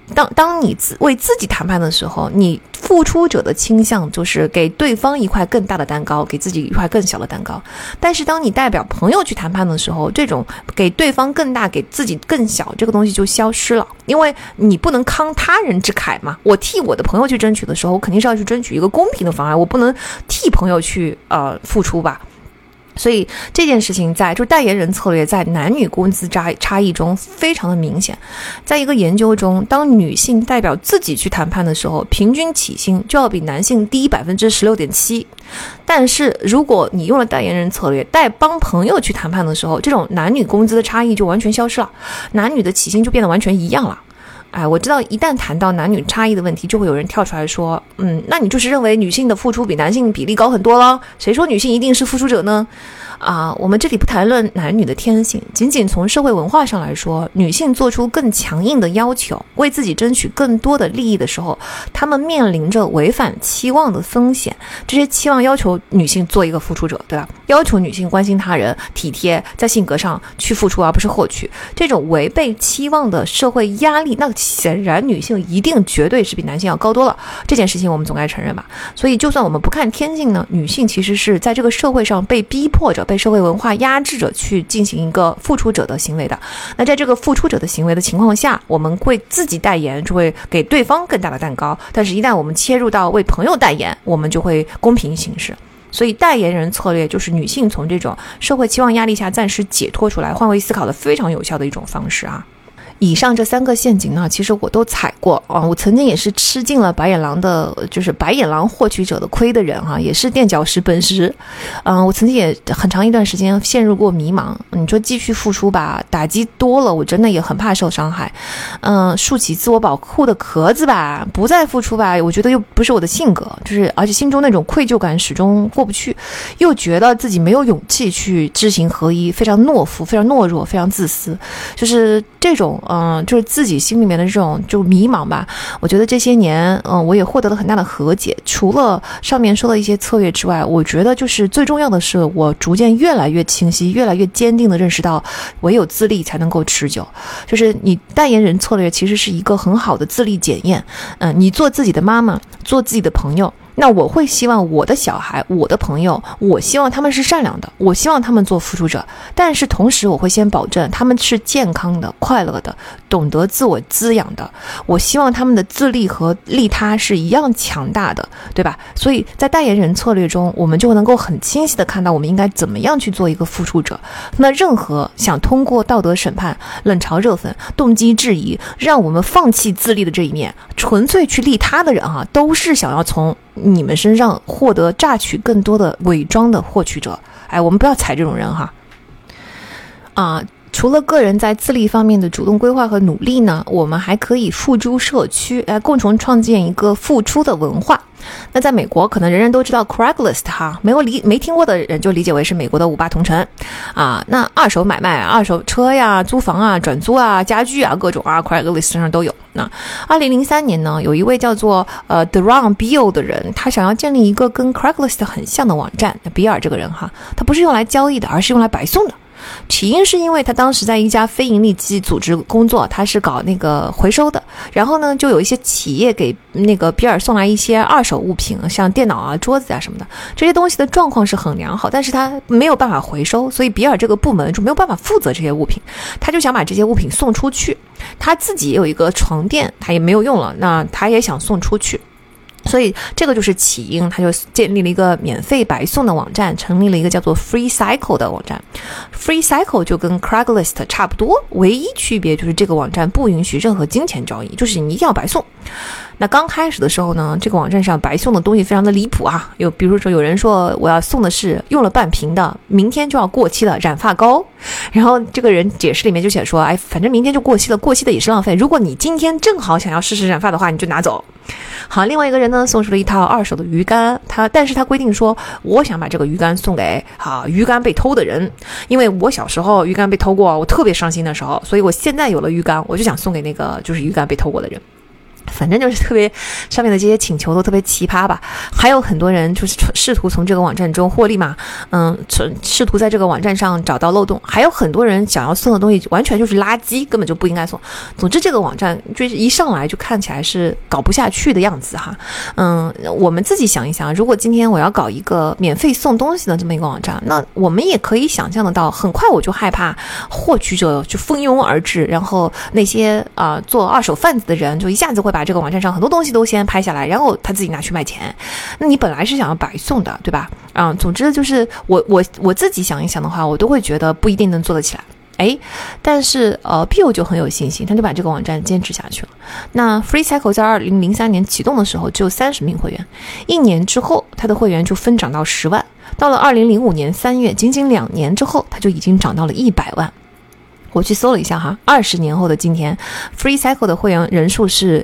当你为自己谈判的时候，你付出者的倾向就是给对方一块更大的蛋糕，给自己一块更小的蛋糕。但是当你代表朋友去谈判的时候，这种给对方更大给自己更小这个东西就消失了，因为你不能慷他人之慨嘛。我替我的朋友去争取的时候，我肯定是要去争取一个公平的方案，我不能替朋友去付出吧。所以这件事情就是代言人策略在男女工资差异中非常的明显。在一个研究中，当女性代表自己去谈判的时候，平均起薪就要比男性低 16.7%。但是如果你用了代言人策略帮朋友去谈判的时候，这种男女工资的差异就完全消失了，男女的起薪就变得完全一样了。我知道一旦谈到男女差异的问题，就会有人跳出来说，那你就是认为女性的付出比男性比例高很多了，谁说女性一定是付出者呢？我们这里不谈论男女的天性，仅仅从社会文化上来说，女性做出更强硬的要求，为自己争取更多的利益的时候，她们面临着违反期望的风险。这些期望要求女性做一个付出者，对吧？要求女性关心他人、体贴，在性格上去付出而不是获取，这种违背期望的社会压力，那显然女性一定绝对是比男性要高多了，这件事情我们总该承认吧。所以就算我们不看天性呢，女性其实是在这个社会上被逼迫着，被社会文化压制着去进行一个付出者的行为的。那在这个付出者的行为的情况下，我们会自己代言，就会给对方更大的蛋糕，但是一旦我们切入到为朋友代言，我们就会公平行事。所以代言人策略就是女性从这种社会期望压力下暂时解脱出来，换位思考的非常有效的一种方式啊。以上这3个陷阱呢，其实我都踩过啊。我曾经也是吃尽了白眼狼获取者的亏的人也是垫脚石本石。我曾经也很长一段时间陷入过迷茫。你说继续付出吧，打击多了，我真的也很怕受伤害。竖起自我保护的壳子吧，不再付出吧，我觉得又不是我的性格，而且心中那种愧疚感始终过不去，又觉得自己没有勇气去知行合一，非常懦夫，非常懦弱，非常自私，就是这种就是自己心里面的这种就迷茫吧。我觉得这些年我也获得了很大的和解。除了上面说的一些策略之外，我觉得就是最重要的是，我逐渐越来越清晰，越来越坚定的认识到，唯有自立才能够持久。就是你代言人策略其实是一个很好的自立检验。你做自己的妈妈，做自己的朋友，那我会希望我的小孩，我的朋友，我希望他们是善良的，我希望他们做付出者，但是同时我会先保证他们是健康的、快乐的，懂得自我滋养的，我希望他们的自立和利他是一样强大的，对吧？所以在代言人策略中，我们就能够很清晰的看到我们应该怎么样去做一个付出者。那任何想通过道德审判、冷嘲热讽、动机质疑让我们放弃自立的这一面，纯粹去利他的人都是想要从你们身上榨取更多的伪装的获取者。我们不要踩这种人除了个人在自立方面的主动规划和努力呢，我们还可以付诸社区，来共同创建一个付出的文化。那在美国可能人人都知道 Craigslist 没听过的人就理解为是美国的5·8同城那二手买卖、二手车呀、租房啊、转租啊、家具啊，各种Craigslist 上都有。那2003年呢，有一位叫做Deron Beal 的人，他想要建立一个跟 Craigslist 很像的网站。比尔这个人他不是用来交易的，而是用来白送的。起因是因为他当时在一家非营利组织工作，他是搞那个回收的，然后呢就有一些企业给那个比尔送来一些二手物品，像电脑桌子什么的，这些东西的状况是很良好，但是他没有办法回收，所以比尔这个部门就没有办法负责这些物品，他就想把这些物品送出去。他自己也有一个床垫，他也没有用了，那他也想送出去，所以这个就是起因，他就建立了一个免费白送的网站，成立了一个叫做 Free Cycle 的网站。Free Cycle 就跟 Craigslist 差不多，唯一区别就是这个网站不允许任何金钱交易，就是你一定要白送。那刚开始的时候呢，这个网站上白送的东西非常的离谱比如说有人说我要送的是用了半瓶的明天就要过期的染发膏，然后这个人解释里面就写说，反正明天就过期了，过期的也是浪费，如果你今天正好想要试试染发的话，你就拿走。好，另外一个人呢送出了一套二手的鱼竿，但是他规定说，我想把这个鱼竿送给鱼竿被偷的人，因为我小时候鱼竿被偷过，我特别伤心的时候，所以我现在有了鱼竿，我就想送给那个就是鱼竿被偷过的人。 反正就是特别上面的这些请求都特别奇葩吧，还有很多人就是试图从这个网站中获利嘛，试图在这个网站上找到漏洞，还有很多人想要送的东西完全就是垃圾，根本就不应该送。总之这个网站就是一上来就看起来是搞不下去的样子哈。我们自己想一想，如果今天我要搞一个免费送东西的这么一个网站，那我们也可以想象得到，很快我就害怕获取者就蜂拥而至，然后那些做二手贩子的人就一下子会把这个网站上很多东西都先拍下来，然后他自己拿去卖钱。那你本来是想要白送的，对吧？总之就是我自己想一想的话，我都会觉得不一定能做得起来。但是Bill 就很有信心，他就把这个网站坚持下去了。那 FreeCycle 在2003年启动的时候就30名会员，1年之后他的会员就分涨到10万，到了2005年3月，仅仅2年之后他就已经涨到了100万。我去搜了一下哈，20年后的今天 FreeCycle 的会员人数是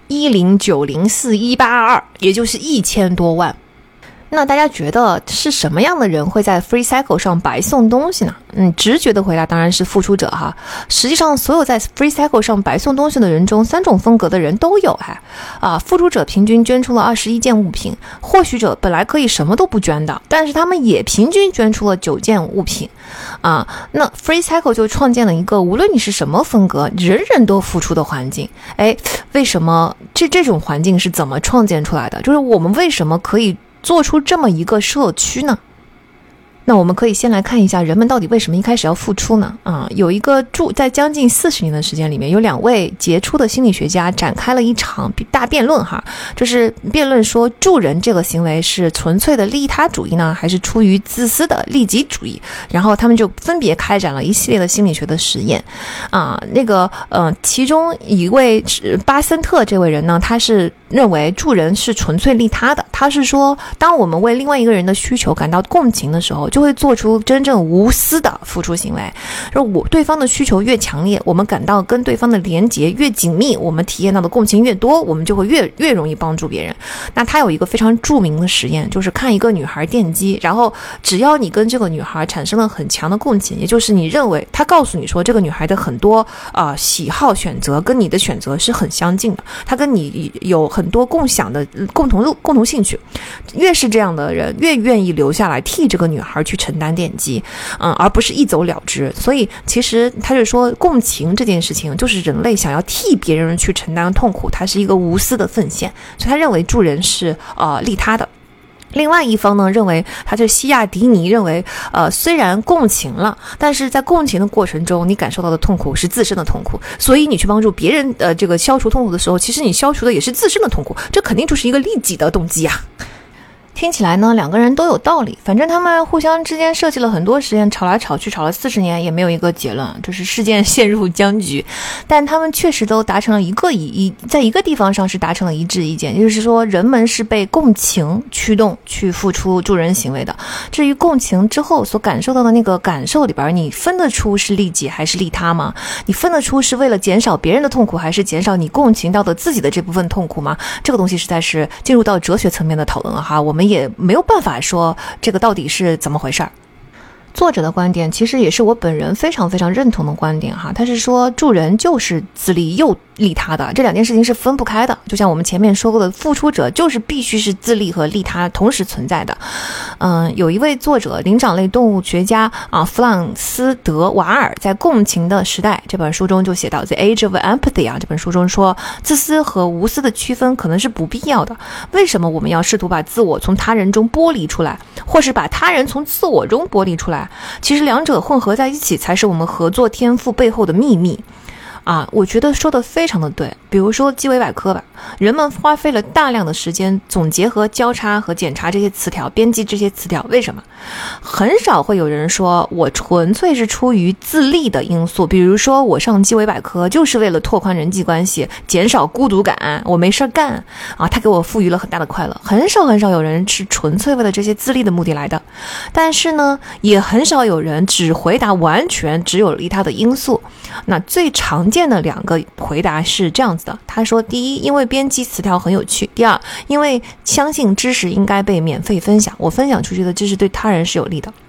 109041822，也就是1000多万。那大家觉得是什么样的人会在 FreeCycle 上白送东西呢？直觉的回答当然是付出者哈。实际上，所有在 FreeCycle 上白送东西的人中，3种风格的人都有付出者平均捐出了21件物品，获取者本来可以什么都不捐的，但是他们也平均捐出了9件物品。那 FreeCycle 就创建了一个无论你是什么风格，人人都付出的环境。为什么这种环境是怎么创建出来的？就是我们为什么可以做出这么一个社区呢？那我们可以先来看一下人们到底为什么一开始要付出呢？有一个在将近40年的时间里面，有2位杰出的心理学家展开了一场大辩论哈，就是辩论说助人这个行为是纯粹的利他主义呢，还是出于自私的利己主义？然后他们就分别开展了一系列的心理学的实验其中一位巴森特这位人呢，他是认为助人是纯粹利他的。他是说，当我们为另外一个人的需求感到共情的时候，就会做出真正无私的付出行为。对方的需求越强烈，我们感到跟对方的连结越紧密，我们体验到的共情越多，我们就会越容易帮助别人。那他有一个非常著名的实验，就是看一个女孩电击，然后只要你跟这个女孩产生了很强的共情，也就是你认为他告诉你说这个女孩的很多喜好选择跟你的选择是很相近的，她跟你有很多共享的共同兴趣，越是这样的人越愿意留下来替这个女孩去承担电击，而不是一走了之。所以其实他就说，共情这件事情就是人类想要替别人去承担痛苦，它是一个无私的奉献，所以他认为助人是利他的。另外一方呢，认为他就西亚迪尼认为虽然共情了，但是在共情的过程中你感受到的痛苦是自身的痛苦，所以你去帮助别人这个消除痛苦的时候，其实你消除的也是自身的痛苦，这肯定就是一个利己的动机啊。听起来呢，2个人都有道理，反正他们互相之间设计了很多实验，吵来吵去，吵了40年也没有一个结论，就是事件陷入僵局。但他们确实都达成了在一个地方上是达成了一致意见，就是说人们是被共情驱动去付出助人行为的。至于共情之后所感受到的那个感受里边，你分得出是利己还是利他吗？你分得出是为了减少别人的痛苦，还是减少你共情到的自己的这部分痛苦吗？这个东西实在是进入到哲学层面的讨论哈，我们也没有办法说这个到底是怎么回事儿。作者的观点其实也是我本人非常非常认同的观点哈，他是说助人就是自利又利他的，这2件事情是分不开的。就像我们前面说过的，付出者就是必须是自利和利他同时存在的。有一位作者灵长类动物学家弗朗斯德瓦尔在《共情的时代》这本书中就写到 The Age of Empathy 这本书中说，自私和无私的区分可能是不必要的。为什么我们要试图把自我从他人中剥离出来，或是把他人从自我中剥离出来？其实2者混合在一起才是我们合作天赋背后的秘密。我觉得说的非常的对。比如说鸡尾百科吧，人们花费了大量的时间总结和交叉和检查这些词条，编辑这些词条。为什么？很少会有人说我纯粹是出于自利的因素，比如说我上鸡尾百科就是为了拓宽人际关系，减少孤独感，我没事干它给我赋予了很大的快乐。很少有人是纯粹为了这些自利的目的来的。但是呢，也很少有人只回答完全只有利他的因素。那最常见的2个回答是这样子的，他说，第一，因为编辑词条很有趣；第二，因为相信知识应该被免费分享，我分享出去的知识对他人是有利的。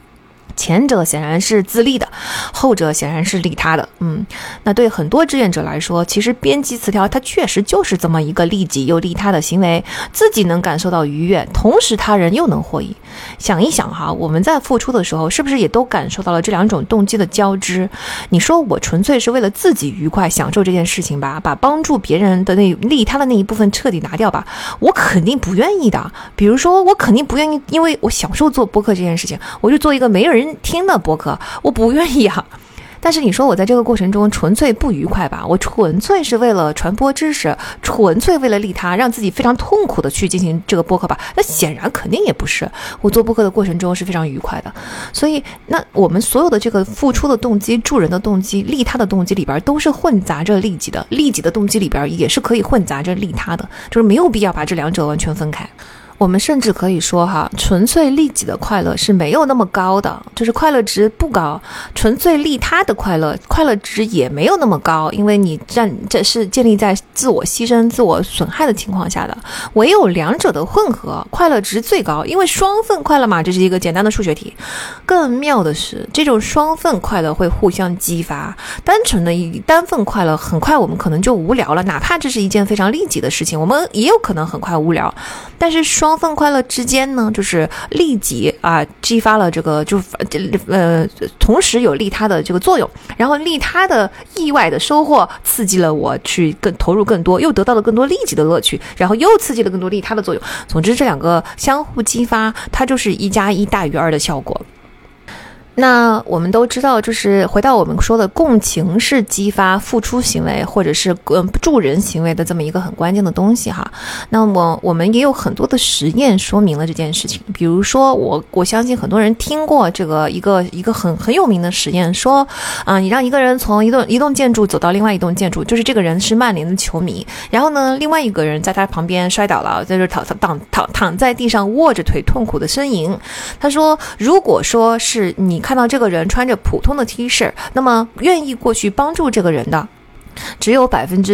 前者显然是自利的，后者显然是利他的。那对很多志愿者来说，其实编辑词条它确实就是这么一个利己又利他的行为，自己能感受到愉悦，同时他人又能获益。想一想哈，我们在付出的时候，是不是也都感受到了这两种动机的交织？你说我纯粹是为了自己愉快享受这件事情吧，把帮助别人的那利他的那一部分彻底拿掉吧，我肯定不愿意的。比如说我肯定不愿意，因为我享受做播客这件事情，我就做一个没有人听的播客，我不愿意啊。但是你说我在这个过程中纯粹不愉快吧，我纯粹是为了传播知识，纯粹为了利他，让自己非常痛苦的去进行这个播客吧，那显然肯定也不是。我做播客的过程中是非常愉快的。所以那我们所有的这个付出的动机、助人的动机、利他的动机里边都是混杂着利己的，利己的动机里边也是可以混杂着利他的，就是没有必要把这两者完全分开。我们甚至可以说哈，纯粹利己的快乐是没有那么高的，就是快乐值不高。纯粹利他的快乐值也没有那么高，因为这是建立在自我牺牲、自我损害的情况下的。唯有两者的混合，快乐值最高，因为双份快乐嘛，这是一个简单的数学题。更妙的是，这种双份快乐会互相激发，单纯的单份快乐，很快我们可能就无聊了，哪怕这是一件非常利己的事情，我们也有可能很快无聊。但是双份快乐之间呢，就是利己激发了这个同时有利他的这个作用，然后利他的意外的收获刺激了我去投入更多，又得到了更多利己的乐趣，然后又刺激了更多利他的作用。总之这两个相互激发，它就是1+1大于2的效果。那我们都知道，就是回到我们说的共情是激发付出行为或者是助人行为的这么一个很关键的东西哈。那么我们也有很多的实验说明了这件事情。比如说我相信很多人听过这个一个很有名的实验，说你让一个人从一栋建筑走到另外一栋建筑，就是这个人是曼联的球迷，然后呢另外一个人在他旁边摔倒了，在这躺在地上握着腿痛苦的呻吟。他说如果说是你看到这个人穿着普通的 T 恤，那么愿意过去帮助这个人的只有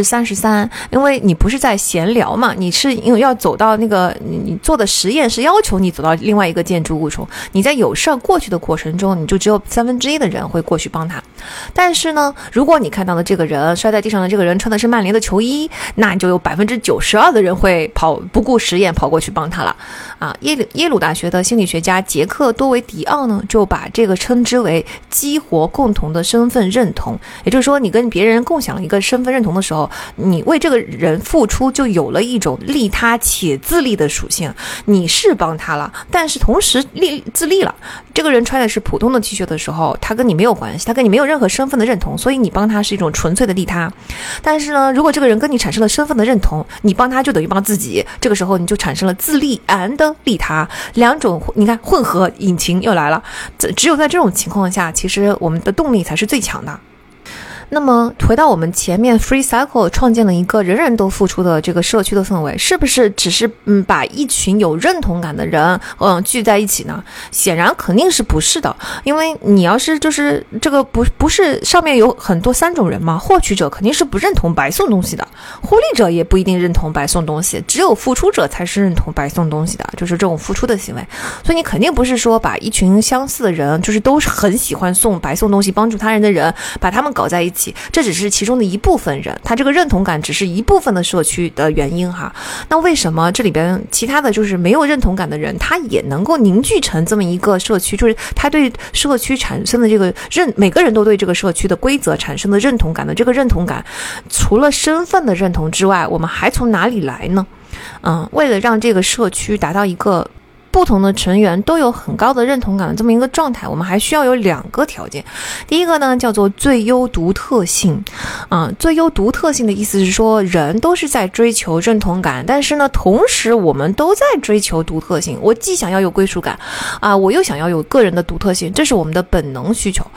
33%，因为你不是在闲聊嘛，你是因为要走到那个你做的实验是要求你走到另外一个建筑物中，你在有事过去的过程中，你就只有1/3的人会过去帮他。但是呢，如果你看到的这个人摔在地上的这个人穿的是曼联的球衣，那你就有92%的人会不顾实验跑过去帮他了啊！耶鲁大学的心理学家杰克多维迪奥呢，就把这个称之为激活共同的身份认同。也就是说，你跟别人共享了一个身份认同的时候，你为这个人付出就有了一种利他且自利的属性。你是帮他了，但是同时自利了。这个人穿的是普通的 T 恤的时候，他跟你没有关系，他跟你没有任何身份的认同，所以你帮他是一种纯粹的利他。但是呢，如果这个人跟你产生了身份的认同，你帮他就等于帮自己，这个时候你就产生了自利and利他，两种你看混合引擎又来了。只有在这种情况下，其实我们的动力才是最强的。那么回到我们前面 Free Cycle 创建了一个人人都付出的这个社区的氛围，是不是只是把一群有认同感的人聚在一起呢？显然肯定是不是的，因为你要是就是这个不是上面有很多3种人嘛，获取者肯定是不认同白送东西的，获利者也不一定认同白送东西，只有付出者才是认同白送东西的，就是这种付出的行为。所以你肯定不是说把一群相似的人，就是都是很喜欢白送东西帮助他人的人，把他们搞在一起，这只是其中的一部分人，他这个认同感只是一部分的社区的原因哈。那为什么这里边其他的就是没有认同感的人，他也能够凝聚成这么一个社区，就是他对社区产生的这个每个人都对这个社区的规则产生的认同感的这个认同感，除了身份的认同之外，我们还从哪里来呢？为了让这个社区达到一个不同的成员都有很高的认同感的这么一个状态，我们还需要有2个条件。第一个呢叫做最优独特性。最优独特性的意思是说，人都是在追求认同感，但是呢同时我们都在追求独特性。我既想要有归属感我又想要有个人的独特性，这是我们的本能需求。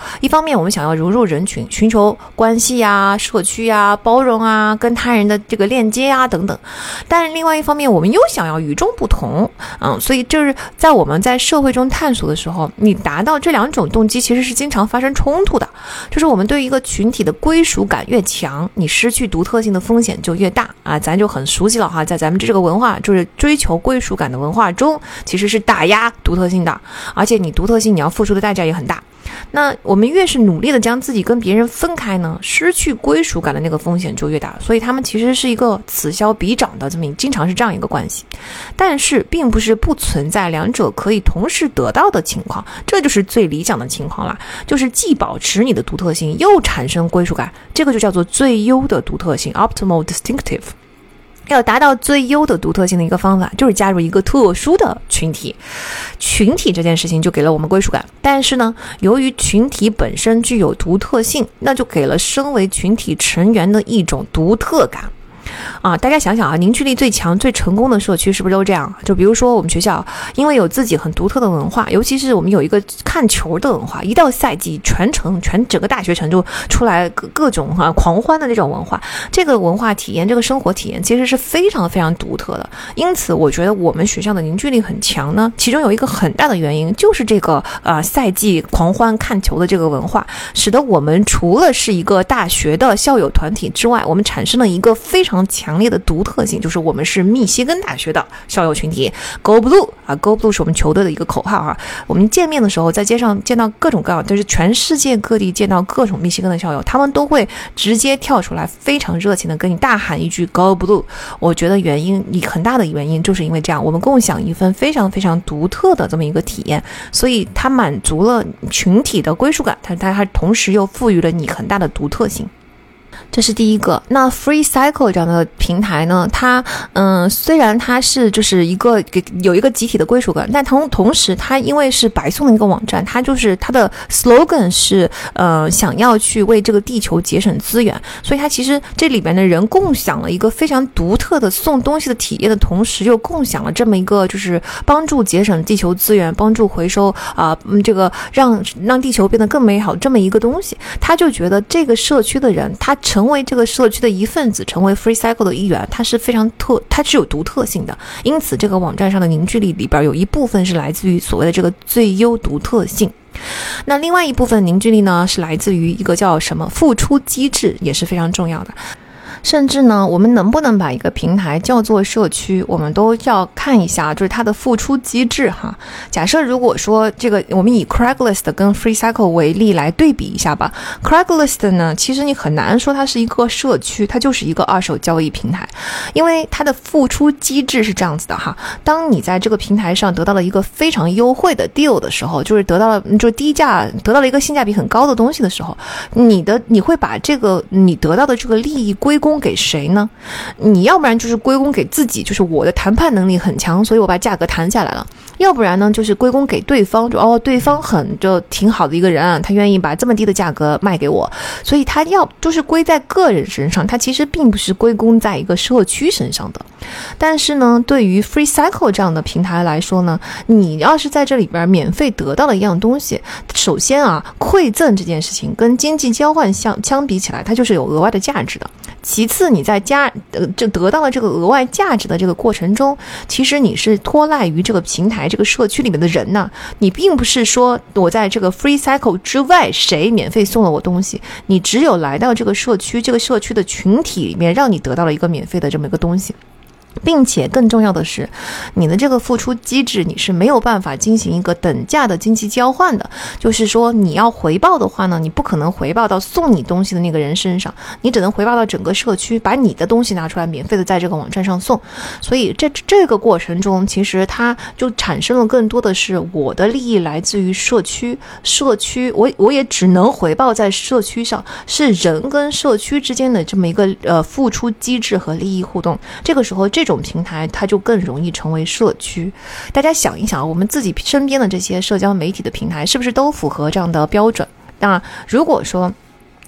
一方面我们想要融入人群，寻求关系啊、社区啊、包容啊、跟他人的这个链接啊等等，但是另外一方面我们又想要与众不同，所以就是在我们在社会中探索的时候，你达到这两种动机其实是经常发生冲突的。就是我们对一个群体的归属感越强，你失去独特性的风险就越大啊！咱就很熟悉了哈，在咱们这个文化就是追求归属感的文化中，其实是打压独特性的，而且你独特性你要付出的代价也很大。那我们越是努力的将自己跟别人分开呢，失去归属感的那个风险就越大，所以他们其实是一个此消彼长的，经常是这样一个关系。但是并不是不存在两者可以同时得到的情况，这就是最理想的情况啦，就是既保持你的独特性，又产生归属感，这个就叫做最优的独特性 optimal distinctive。要达到最优的独特性的一个方法，就是加入一个特殊的群体。群体这件事情就给了我们归属感，但是呢，由于群体本身具有独特性，那就给了身为群体成员的一种独特感。大家想想啊，凝聚力最强最成功的社区是不是都这样？就比如说我们学校因为有自己很独特的文化，尤其是我们有一个看球的文化，一到赛季整个大学城就出来各种狂欢的那种文化，这个文化体验这个生活体验其实是非常非常独特的。因此我觉得我们学校的凝聚力很强呢，其中有一个很大的原因就是这个赛季狂欢看球的这个文化，使得我们除了是一个大学的校友团体之外，我们产生了一个非常强烈的独特性，就是我们是密歇根大学的校友群体 Go Blue Go Blue 是我们球队的一个口号我们见面的时候在街上见到各种各样，就是全世界各地见到各种密歇根的校友，他们都会直接跳出来非常热情的跟你大喊一句 Go Blue。 我觉得很大的原因就是因为这样，我们共享一份非常非常独特的这么一个体验，所以它满足了群体的归属感，它同时又赋予了你很大的独特性。这是第一个。那 Free Cycle 这样的平台呢，它虽然它是就是有一个集体的归属感，但同时它因为是白送的一个网站，它就是它的 slogan 是想要去为这个地球节省资源，所以它其实这里边的人共享了一个非常独特的送东西的体验的同时，又共享了这么一个就是帮助节省地球资源，帮助回收这个让地球变得更美好这么一个东西。他就觉得这个社区的人，他成为这个社区的一份子，成为 Free Cycle 的一员，它是有独特性的。因此这个网站上的凝聚力里边有一部分是来自于所谓的这个最优独特性，那另外一部分凝聚力呢是来自于一个叫什么付出机制，也是非常重要的。甚至呢，我们能不能把一个平台叫做社区，我们都要看一下就是它的付出机制哈。假设如果说这个我们以 Craigslist 跟 Free Cycle 为例来对比一下吧。 Craigslist 呢，其实你很难说它是一个社区，它就是一个二手交易平台，因为它的付出机制是这样子的哈。当你在这个平台上得到了一个非常优惠的 deal 的时候，就是低价得到了一个性价比很高的东西的时候，你会把这个你得到的这个利益归功给谁呢？你要不然就是归功给自己，就是我的谈判能力很强，所以我把价格谈下来了；要不然呢，就是归功给对方，对方就挺好的一个人，他愿意把这么低的价格卖给我，所以他就是归在个人身上，他其实并不是归功在一个社区身上的。但是呢，对于 Free Cycle 这样的平台来说呢，你要是在这里边免费得到了一样东西，首先馈赠这件事情跟经济交换相比起来，它就是有额外的价值的。其次，你在就得到了这个额外价值的这个过程中，其实你是托赖于这个平台这个社区里面的人呢，你并不是说我在这个 Free Cycle 之外谁免费送了我东西，你只有来到这个社区的群体里面，让你得到了一个免费的这么一个东西。并且更重要的是，你的这个付出机制你是没有办法进行一个等价的经济交换的，就是说你要回报的话呢，你不可能回报到送你东西的那个人身上，你只能回报到整个社区，把你的东西拿出来免费的在这个网站上送。所以这个过程中，其实它就产生了更多的是我的利益来自于社区我也只能回报在社区上，是人跟社区之间的这么一个付出机制和利益互动。这个时候这种平台它就更容易成为社区。大家想一想，我们自己身边的这些社交媒体的平台是不是都符合这样的标准？那如果说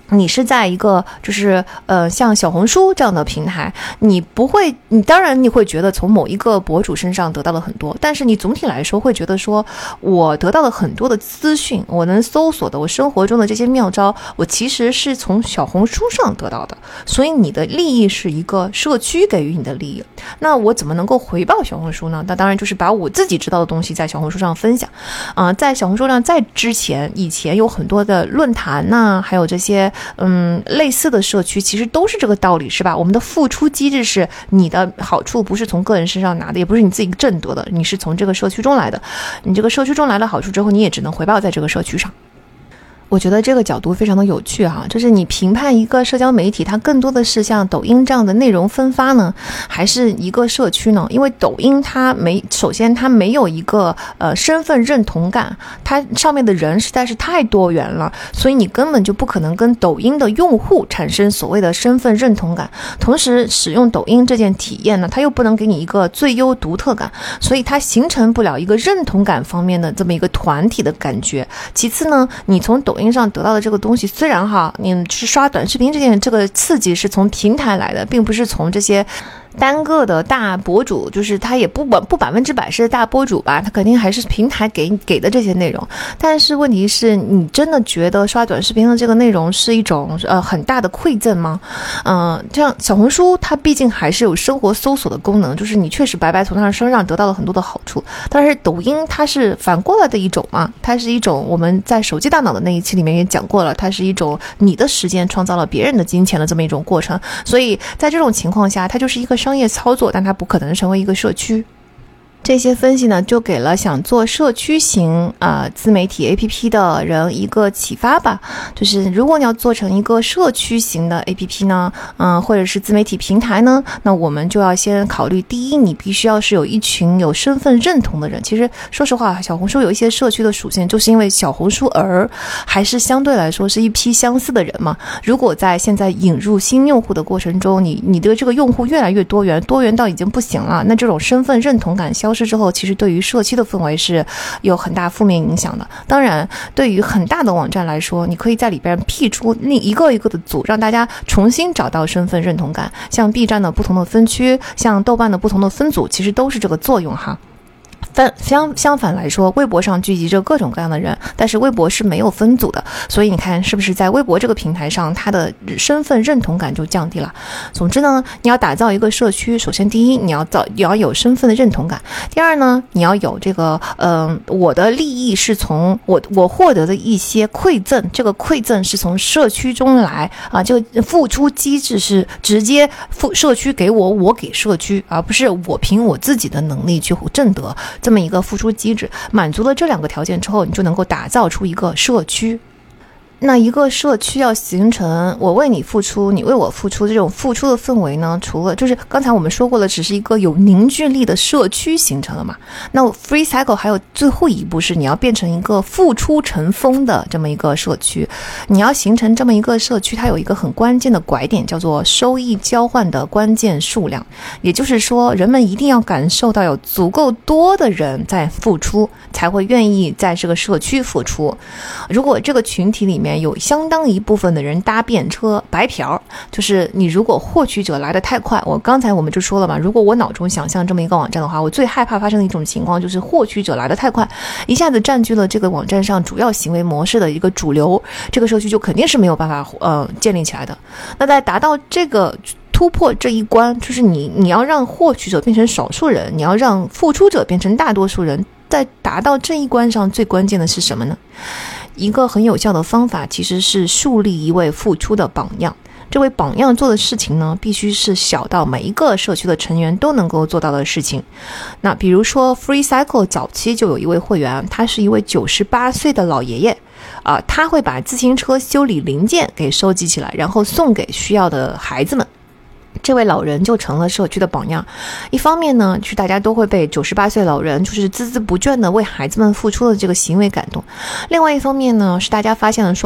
你是在一个就是像小红书这样的平台，你当然你会觉得从某一个博主身上得到了很多，但是你总体来说会觉得说我得到了很多的资讯，我能搜索的我生活中的这些妙招，我其实是从小红书上得到的。所以你的利益是一个社区给予你的利益，那我怎么能够回报小红书呢？那当然就是把我自己知道的东西在小红书上分享在小红书上以前有很多的论坛还有这些类似的社区，其实都是这个道理，是吧？我们的付出机制是你的好处不是从个人身上拿的，也不是你自己挣得的，你是从这个社区中来的，你这个社区中来了好处之后，你也只能回报在这个社区上。我觉得这个角度非常的有趣就是你评判一个社交媒体，它更多的是像抖音这样的内容分发呢，还是一个社区呢？因为抖音首先它没有一个身份认同感，它上面的人实在是太多元了，所以你根本就不可能跟抖音的用户产生所谓的身份认同感。同时使用抖音这件体验呢，它又不能给你一个最优独特感，所以它形成不了一个认同感方面的这么一个团体的感觉。其次呢，你从抖音上得到的这个东西，虽然你去刷短视频这个刺激是从平台来的，并不是从这些单个的大博主，就是他也不100%是大博主吧，他肯定还是平台给的这些内容。但是问题是，你真的觉得刷短视频的这个内容是一种很大的馈赠吗？这样小红书它毕竟还是有生活搜索的功能，就是你确实白白从它身上得到了很多的好处。但是抖音它是反过来的一种嘛，它是一种我们在手机大脑的那一期里面也讲过了，它是一种你的时间创造了别人的金钱的这么一种过程。所以在这种情况下，它就是一个商业操作，但它不可能成为一个社区。这些分析呢，就给了想做社区型自媒体 APP 的人一个启发吧。就是如果你要做成一个社区型的 APP 呢，或者是自媒体平台呢，那我们就要先考虑，第一，你必须要是有一群有身份认同的人。其实说实话，小红书有一些社区的属性，就是因为小红书还是相对来说是一批相似的人嘛。如果在现在引入新用户的过程中，你的这个用户越来越多元到已经不行了，那这种身份认同感消失之后，其实对于社区的氛围是有很大负面影响的。当然，对于很大的网站来说，你可以在里边辟出另一个一个的组，让大家重新找到身份认同感。像 B 站的不同的分区，像豆瓣的不同的分组，其实都是这个作用哈。相反来说，微博上聚集着各种各样的人，但是微博是没有分组的，所以你看是不是在微博这个平台上，它的身份认同感就降低了。总之呢，你要打造一个社区，首先第一，你要有身份的认同感；第二呢，你要有这个我的利益是从我获得的一些馈赠，这个馈赠是从社区中来这个付出机制是直接社区给我给社区，而不是我凭我自己的能力去挣得。这么一个付出机制，满足了这两个条件之后，你就能够打造出一个社区。那一个社区要形成我为你付出，你为我付出，这种付出的氛围呢，除了就是刚才我们说过了，只是一个有凝聚力的社区形成了嘛。那 Free Cycle 还有最后一步是你要变成一个付出成风的这么一个社区。你要形成这么一个社区，它有一个很关键的拐点，叫做收益交换的关键数量。也就是说，人们一定要感受到有足够多的人在付出，才会愿意在这个社区付出。如果这个群体里面有相当一部分的人搭便车白嫖，就是你如果获取者来得太快，刚才我们就说了嘛，如果我脑中想象这么一个网站的话，我最害怕发生的一种情况就是获取者来得太快，一下子占据了这个网站上主要行为模式的一个主流，这个社区就肯定是没有办法建立起来的。那在达到这个突破这一关，就是你要让获取者变成少数人，你要让付出者变成大多数人，在达到这一关上最关键的是什么呢？一个很有效的方法其实是树立一位付出的榜样。这位榜样做的事情呢，必须是小到每一个社区的成员都能够做到的事情。那比如说 Free Cycle 早期就有一位会员，他是一位98岁的老爷爷他会把自行车修理零件给收集起来，然后送给需要的孩子们。这位老人就成了社区的榜样。一方面呢，就是大家都会被98岁老人就是孜孜不倦的为孩子们付出的这个行为感动。另外一方面呢，是大家发现了说，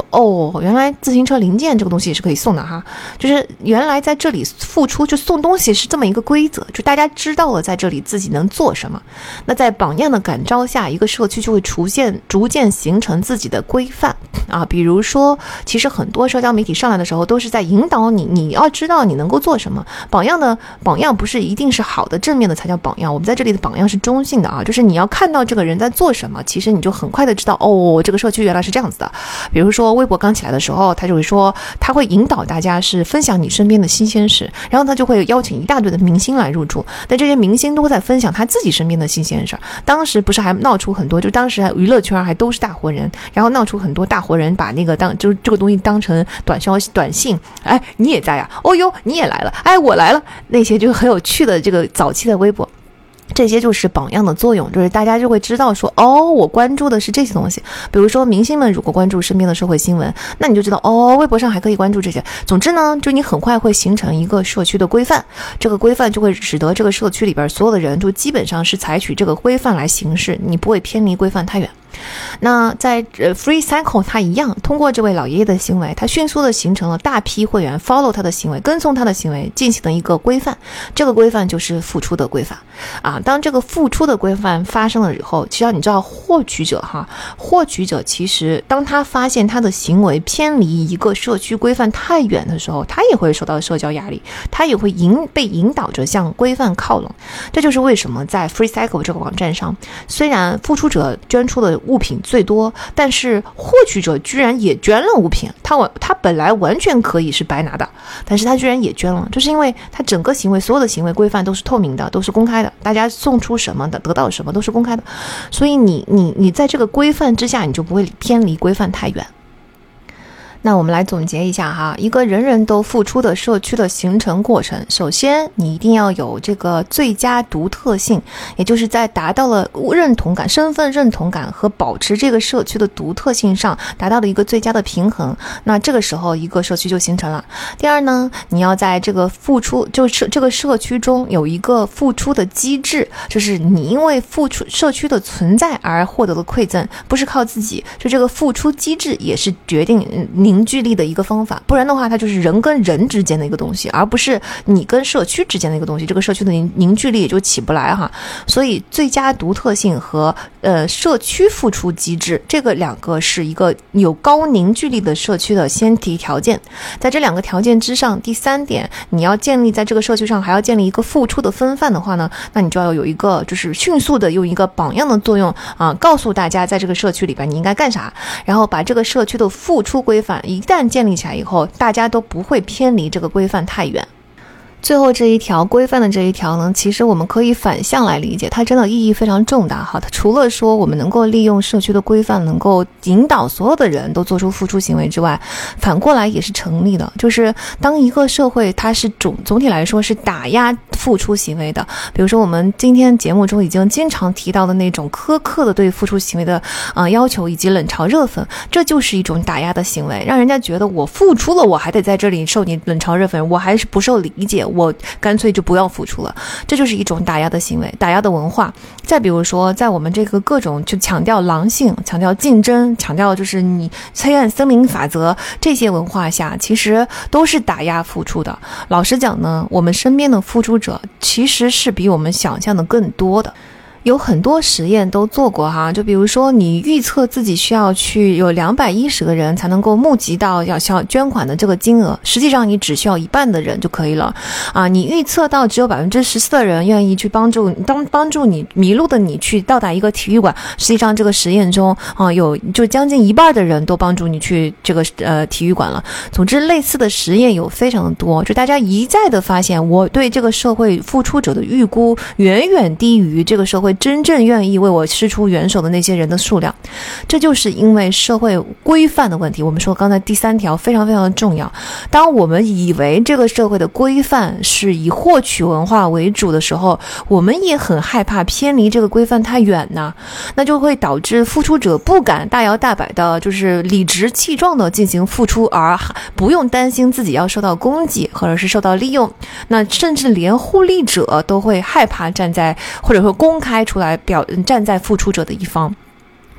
原来自行车零件这个东西也是可以送的哈，就是原来在这里付出就送东西是这么一个规则，就大家知道了在这里自己能做什么。那在榜样的感召下，一个社区就会逐渐形成自己的规范啊。比如说，其实很多社交媒体上来的时候都是在引导你，你要知道你能够做什么。榜样不是一定是好的正面的才叫榜样，我们在这里的榜样是中性的啊，就是你要看到这个人在做什么，其实你就很快的知道这个社区原来是这样子的。比如说微博刚起来的时候，他就会说他会引导大家是分享你身边的新鲜事，然后他就会邀请一大堆的明星来入驻，但这些明星都在分享他自己身边的新鲜事。当时不是还闹出很多，就当时娱乐圈还都是大活人，然后闹出很多大活人把那个就是这个东西当成短信，哎你也在呀，你也来了，哎我来了，那些就很有趣的这个早期的微博。这些就是榜样的作用，就是大家就会知道说我关注的是这些东西。比如说明星们如果关注身边的社会新闻，那你就知道微博上还可以关注这些。总之呢，就你很快会形成一个社区的规范，这个规范就会使得这个社区里边所有的人就基本上是采取这个规范来行事，你不会偏离规范太远。那在Free Cycle 它一样，通过这位老爷爷的行为，他迅速的形成了大批会员 follow 他的行为，跟踪他的行为，进行了一个规范。这个规范就是付出的规范啊。当这个付出的规范发生了以后，其实你知道获取者其实当他发现他的行为偏离一个社区规范太远的时候，他也会受到社交压力，他也会被引导着向规范靠拢。这就是为什么在 Free Cycle 这个网站上，虽然付出者捐出的物品最多，但是获取者居然也捐了物品，他本来完全可以是白拿的，但是他居然也捐了，就是因为他整个行为所有的行为规范都是透明的，都是公开的，大家送出什么的得到什么都是公开的，所以你在这个规范之下，你就不会偏离规范太远。那我们来总结一下哈，一个人人都付出的社区的形成过程，首先你一定要有这个最佳独特性，也就是在达到了认同感、身份认同感和保持这个社区的独特性上达到了一个最佳的平衡，那这个时候一个社区就形成了。第二呢，你要在这个付出，就是这个社区中有一个付出的机制，就是你因为付出社区的存在而获得了馈赠，不是靠自己，就这个付出机制也是决定凝聚力的一个方法，不然的话它就是人跟人之间的一个东西，而不是你跟社区之间的一个东西，这个社区的凝聚力也就起不来哈。所以最佳独特性和社区付出机制，这个两个是一个有高凝聚力的社区的先提条件。在这两个条件之上，第三点，你要建立在这个社区上还要建立一个付出的风范的话呢，那你就要有一个就是迅速的用一个榜样的作用啊，告诉大家在这个社区里边你应该干啥，然后把这个社区的付出规范一旦建立起来以后，大家都不会偏离这个规范太远。最后这一条规范的这一条呢，其实我们可以反向来理解，它真的意义非常重大哈。它除了说我们能够利用社区的规范能够引导所有的人都做出付出行为之外，反过来也是成立的，就是当一个社会它是总体来说是打压付出行为的，比如说我们今天节目中已经经常提到的那种苛刻的对付出行为的要求以及冷嘲热讽，这就是一种打压的行为，让人家觉得我付出了我还得在这里受你冷嘲热讽，我还是不受理解，我干脆就不要付出了，这就是一种打压的行为，打压的文化。再比如说在我们这个各种就强调狼性、强调竞争、强调就是你黑暗森林法则这些文化下，其实都是打压付出的。老实讲呢，我们身边的付出者其实是比我们想象的更多的。有很多实验都做过哈，就比如说你预测自己需要去有210个人才能够募集到要捐款的这个金额，实际上你只需要一半的人就可以了啊。你预测到只有14%的人愿意去帮助你迷路的你去到达一个体育馆，实际上这个实验中有就将近一半的人都帮助你去这个体育馆了。总之类似的实验有非常的多，就大家一再的发现我对这个社会付出者的预估远远低于这个社会真正愿意为我施出援手的那些人的数量。这就是因为社会规范的问题。我们说刚才第3条非常非常的重要，当我们以为这个社会的规范是以获取文化为主的时候，我们也很害怕偏离这个规范太远呢，那就会导致付出者不敢大摇大摆的就是理直气壮的进行付出，而不用担心自己要受到攻击或者是受到利用，那甚至连互利者都会害怕站在或者说公开出来站在付出者的一方。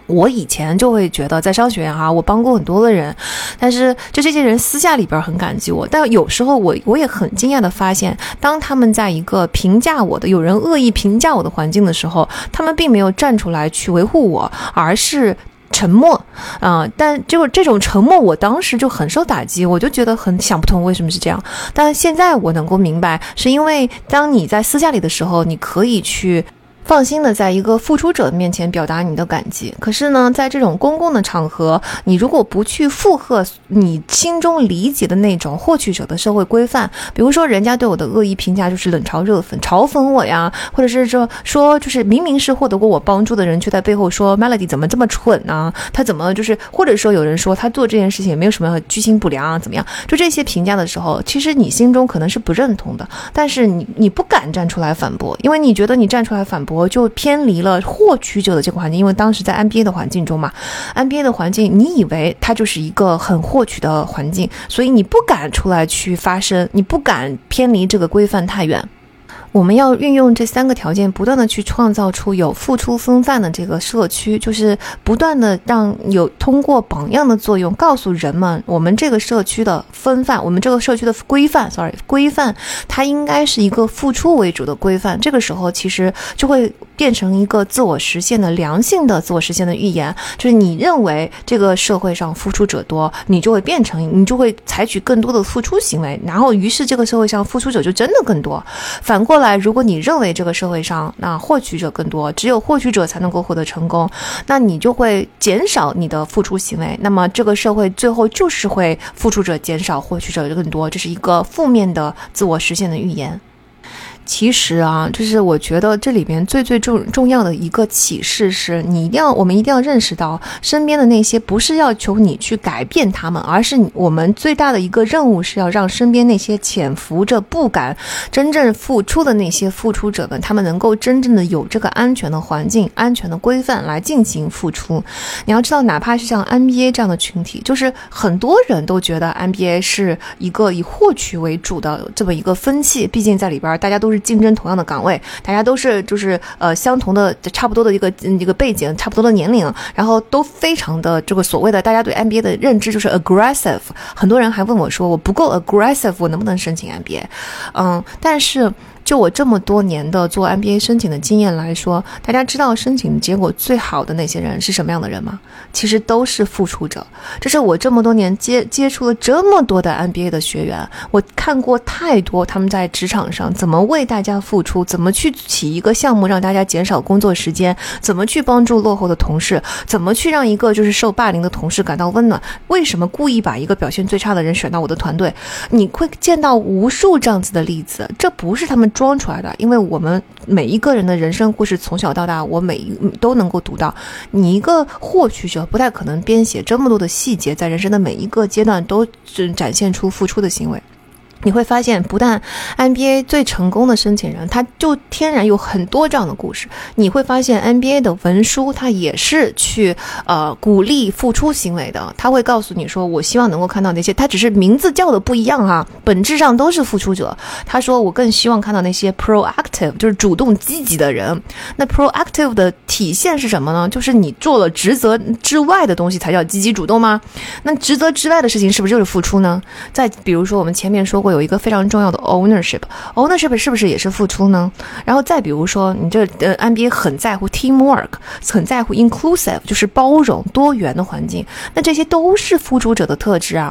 我以前就会觉得在商学院我帮过很多的人，但是就这些人私下里边很感激我，但有时候我也很惊讶的发现，当他们在一个评价我的有人恶意评价我的环境的时候，他们并没有站出来去维护我，而是沉默但就是这种沉默我当时就很受打击，我就觉得很想不通为什么是这样。但现在我能够明白，是因为当你在私下里的时候，你可以去放心的在一个付出者面前表达你的感激，可是呢在这种公共的场合，你如果不去附和你心中理解的那种获取者的社会规范，比如说人家对我的恶意评价就是冷嘲热讽嘲讽我呀，或者是说就是明明是获得过我帮助的人，却在背后说 Melody 怎么这么蠢啊，他怎么就是或者说有人说他做这件事情也没有什么居心不良啊怎么样，就这些评价的时候，其实你心中可能是不认同的，但是你不敢站出来反驳，因为你觉得你站出来反驳就偏离了获取者的这个环境。因为当时在 NBA 的环境中嘛， NBA 的环境你以为它就是一个很获取的环境，所以你不敢出来去发声，你不敢偏离这个规范太远。我们要运用这3个条件，不断的去创造出有付出风范的这个社区，就是不断的让有通过榜样的作用，告诉人们我们这个社区的风范，我们这个社区的规范它应该是一个付出为主的规范。这个时候其实就会变成一个自我实现的良性的自我实现的预言，就是你认为这个社会上付出者多，你就会采取更多的付出行为，然后于是这个社会上付出者就真的更多。反过来，如果你认为这个社会上获取者更多，只有获取者才能够获得成功，那你就会减少你的付出行为，那么这个社会最后就是会付出者减少，获取者更多，这是一个负面的自我实现的预言。其实就是我觉得这里面最重要的一个启示是，我们一定要认识到，身边的那些不是要求你去改变他们，而是我们最大的一个任务是要让身边那些潜伏着不敢真正付出的那些付出者们，他们能够真正的有这个安全的环境、安全的规范来进行付出。你要知道，哪怕是像 NBA 这样的群体，就是很多人都觉得 NBA 是一个以获取为主的这么一个风气，毕竟在里边大家都是竞争同样的岗位，大家都是相同的差不多的一个背景，差不多的年龄，然后都非常的这个所谓的大家对 NBA 的认知就是 aggressive。 很多人还问我说，我不够 aggressive， 我能不能申请 NBA？ 但是就我这么多年的做 MBA 申请的经验来说，大家知道申请结果最好的那些人是什么样的人吗？其实都是付出者。这是我这么多年接触了这么多的 MBA 的学员，我看过太多他们在职场上怎么为大家付出，怎么去起一个项目让大家减少工作时间，怎么去帮助落后的同事，怎么去让一个就是受霸凌的同事感到温暖，为什么故意把一个表现最差的人选到我的团队。你会见到无数这样子的例子，这不是他们装出来的，因为我们每一个人的人生故事从小到大我都能够读到。你一个获取者不太可能编写这么多的细节，在人生的每一个阶段都展现出付出的行为。你会发现，不但 NBA 最成功的申请人，他就天然有很多这样的故事。你会发现 NBA 的文书，他也是去鼓励付出行为的。他会告诉你说，我希望能够看到那些，他只是名字叫的不一样本质上都是付出者。他说，我更希望看到那些 proactive， 就是主动积极的人。那 proactive 的体现是什么呢？就是你做了职责之外的东西才叫积极主动吗？那职责之外的事情是不是就是付出呢？再比如说我们前面说过有一个非常重要的 ownership 是不是也是付出呢？然后再比如说你这NBA 很在乎 teamwork， 很在乎 inclusive， 就是包容多元的环境，那这些都是付出者的特质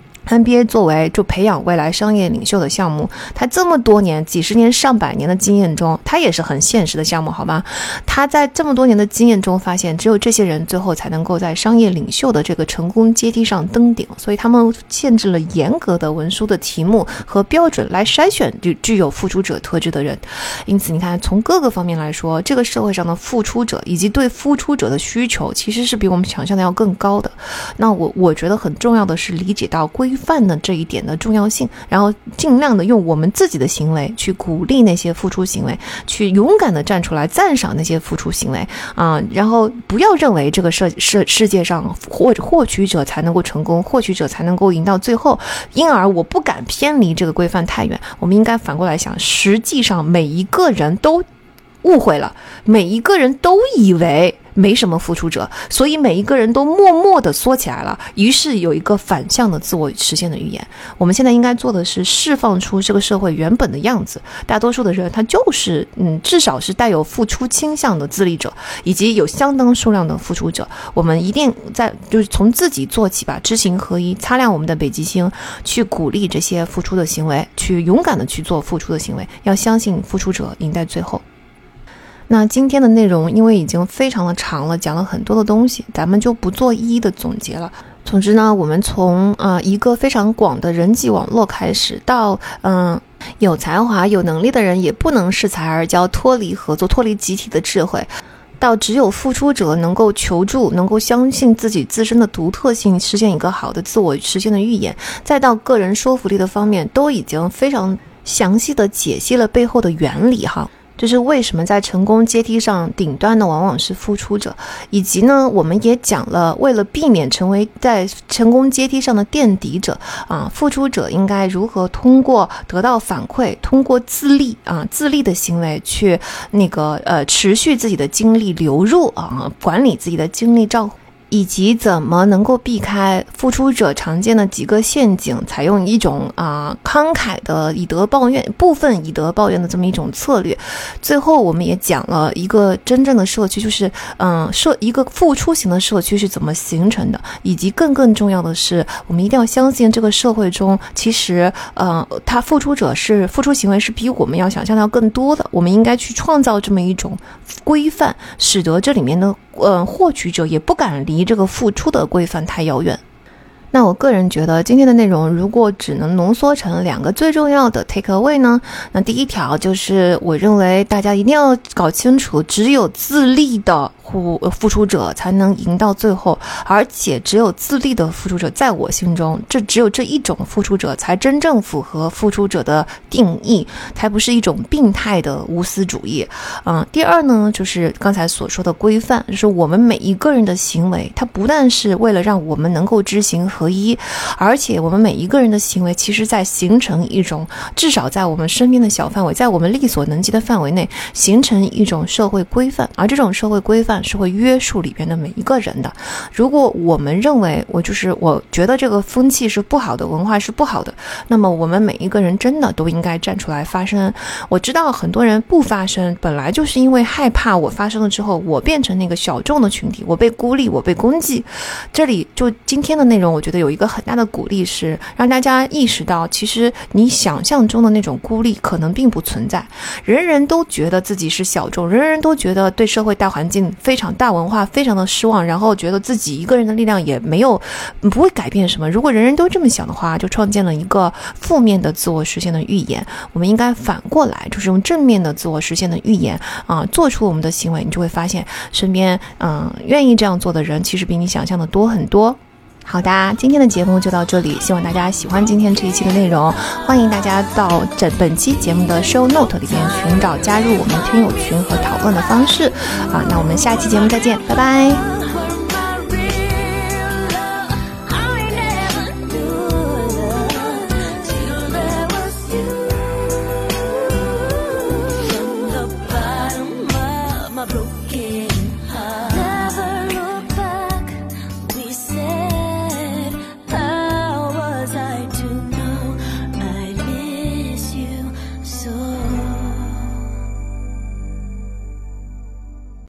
NBA 作为就培养未来商业领袖的项目，它这么多年几十年上百年的经验中，它也是很现实的项目好吗？它在这么多年的经验中发现，只有这些人最后才能够在商业领袖的这个成功阶梯上登顶，所以他们限制了严格的文书的题目和标准来筛选具有付出者特质的人。因此你看，从各个方面来说，这个社会上的付出者以及对付出者的需求其实是比我们想象的要更高的。那我觉得很重要的是理解到规范的这一点的重要性，然后尽量的用我们自己的行为去鼓励那些付出行为，去勇敢的站出来赞赏那些付出行为然后不要认为这个世界上获取者才能够成功，获取者才能够赢到最后，因而我不敢偏离这个规范太远。我们应该反过来想，实际上每一个人都误会了，每一个人都以为没什么付出者，所以每一个人都默默地缩起来了，于是有一个反向的自我实现的预言。我们现在应该做的是释放出这个社会原本的样子，大多数的人他就是至少是带有付出倾向的自立者，以及有相当数量的付出者。我们一定就是从自己做起吧，知行合一，擦亮我们的北极星，去鼓励这些付出的行为，去勇敢的去做付出的行为，要相信付出者赢在最后。那今天的内容因为已经非常的长了，讲了很多的东西，咱们就不做一一的总结了。总之呢，我们从一个非常广的人际网络开始，到有才华有能力的人也不能恃才而骄，脱离合作，脱离集体的智慧，到只有付出者能够求助，能够相信自己自身的独特性，实现一个好的自我实现的预言，再到个人说服力的方面，都已经非常详细的解析了背后的原理哈。这是为什么在成功阶梯上顶端的往往是付出者，以及呢，我们也讲了为了避免成为在成功阶梯上的垫底者付出者应该如何通过得到反馈，通过自立的行为去持续自己的精力流入管理自己的精力账户，以及怎么能够避开付出者常见的几个陷阱，采用一种慷慨的以德报怨，部分以德报怨的这么一种策略。最后我们也讲了一个真正的社区，就是一个付出型的社区是怎么形成的，以及更重要的是，我们一定要相信这个社会中其实他付出行为是比我们要想象的要更多的，我们应该去创造这么一种规范，使得这里面的获取者也不敢离这个付出的规范太遥远。那我个人觉得今天的内容如果只能浓缩成2个最重要的 take away 呢，那第一条就是我认为大家一定要搞清楚，只有自立的付出者才能赢到最后，而且只有自立的付出者，在我心中只有这一种付出者才真正符合付出者的定义，才不是一种病态的无私主义。第二呢，就是刚才所说的规范，就是我们每一个人的行为，它不但是为了让我们能够知行合一，而且我们每一个人的行为其实在形成一种，至少在我们身边的小范围，在我们力所能及的范围内形成一种社会规范，而这种社会规范是会约束里边的每一个人的。如果我们认为我觉得这个风气是不好的，文化是不好的，那么我们每一个人真的都应该站出来发声。我知道很多人不发声，本来就是因为害怕我发声了之后，我变成那个小众的群体，我被孤立，我被攻击。这里就今天的内容，我觉得有一个很大的鼓励是让大家意识到，其实你想象中的那种孤立可能并不存在。人人都觉得自己是小众，人人都觉得对社会大环境非常大文化非常的失望，然后觉得自己一个人的力量也不会改变什么。如果人人都这么想的话，就创建了一个负面的自我实现的预言。我们应该反过来，就是用正面的自我实现的预言做出我们的行为，你就会发现身边愿意这样做的人其实比你想象的多很多。好的，今天的节目就到这里，希望大家喜欢今天这一期的内容。欢迎大家到本期节目的 show note 里面寻找加入我们听友群和讨论的方式那我们下期节目再见，拜拜。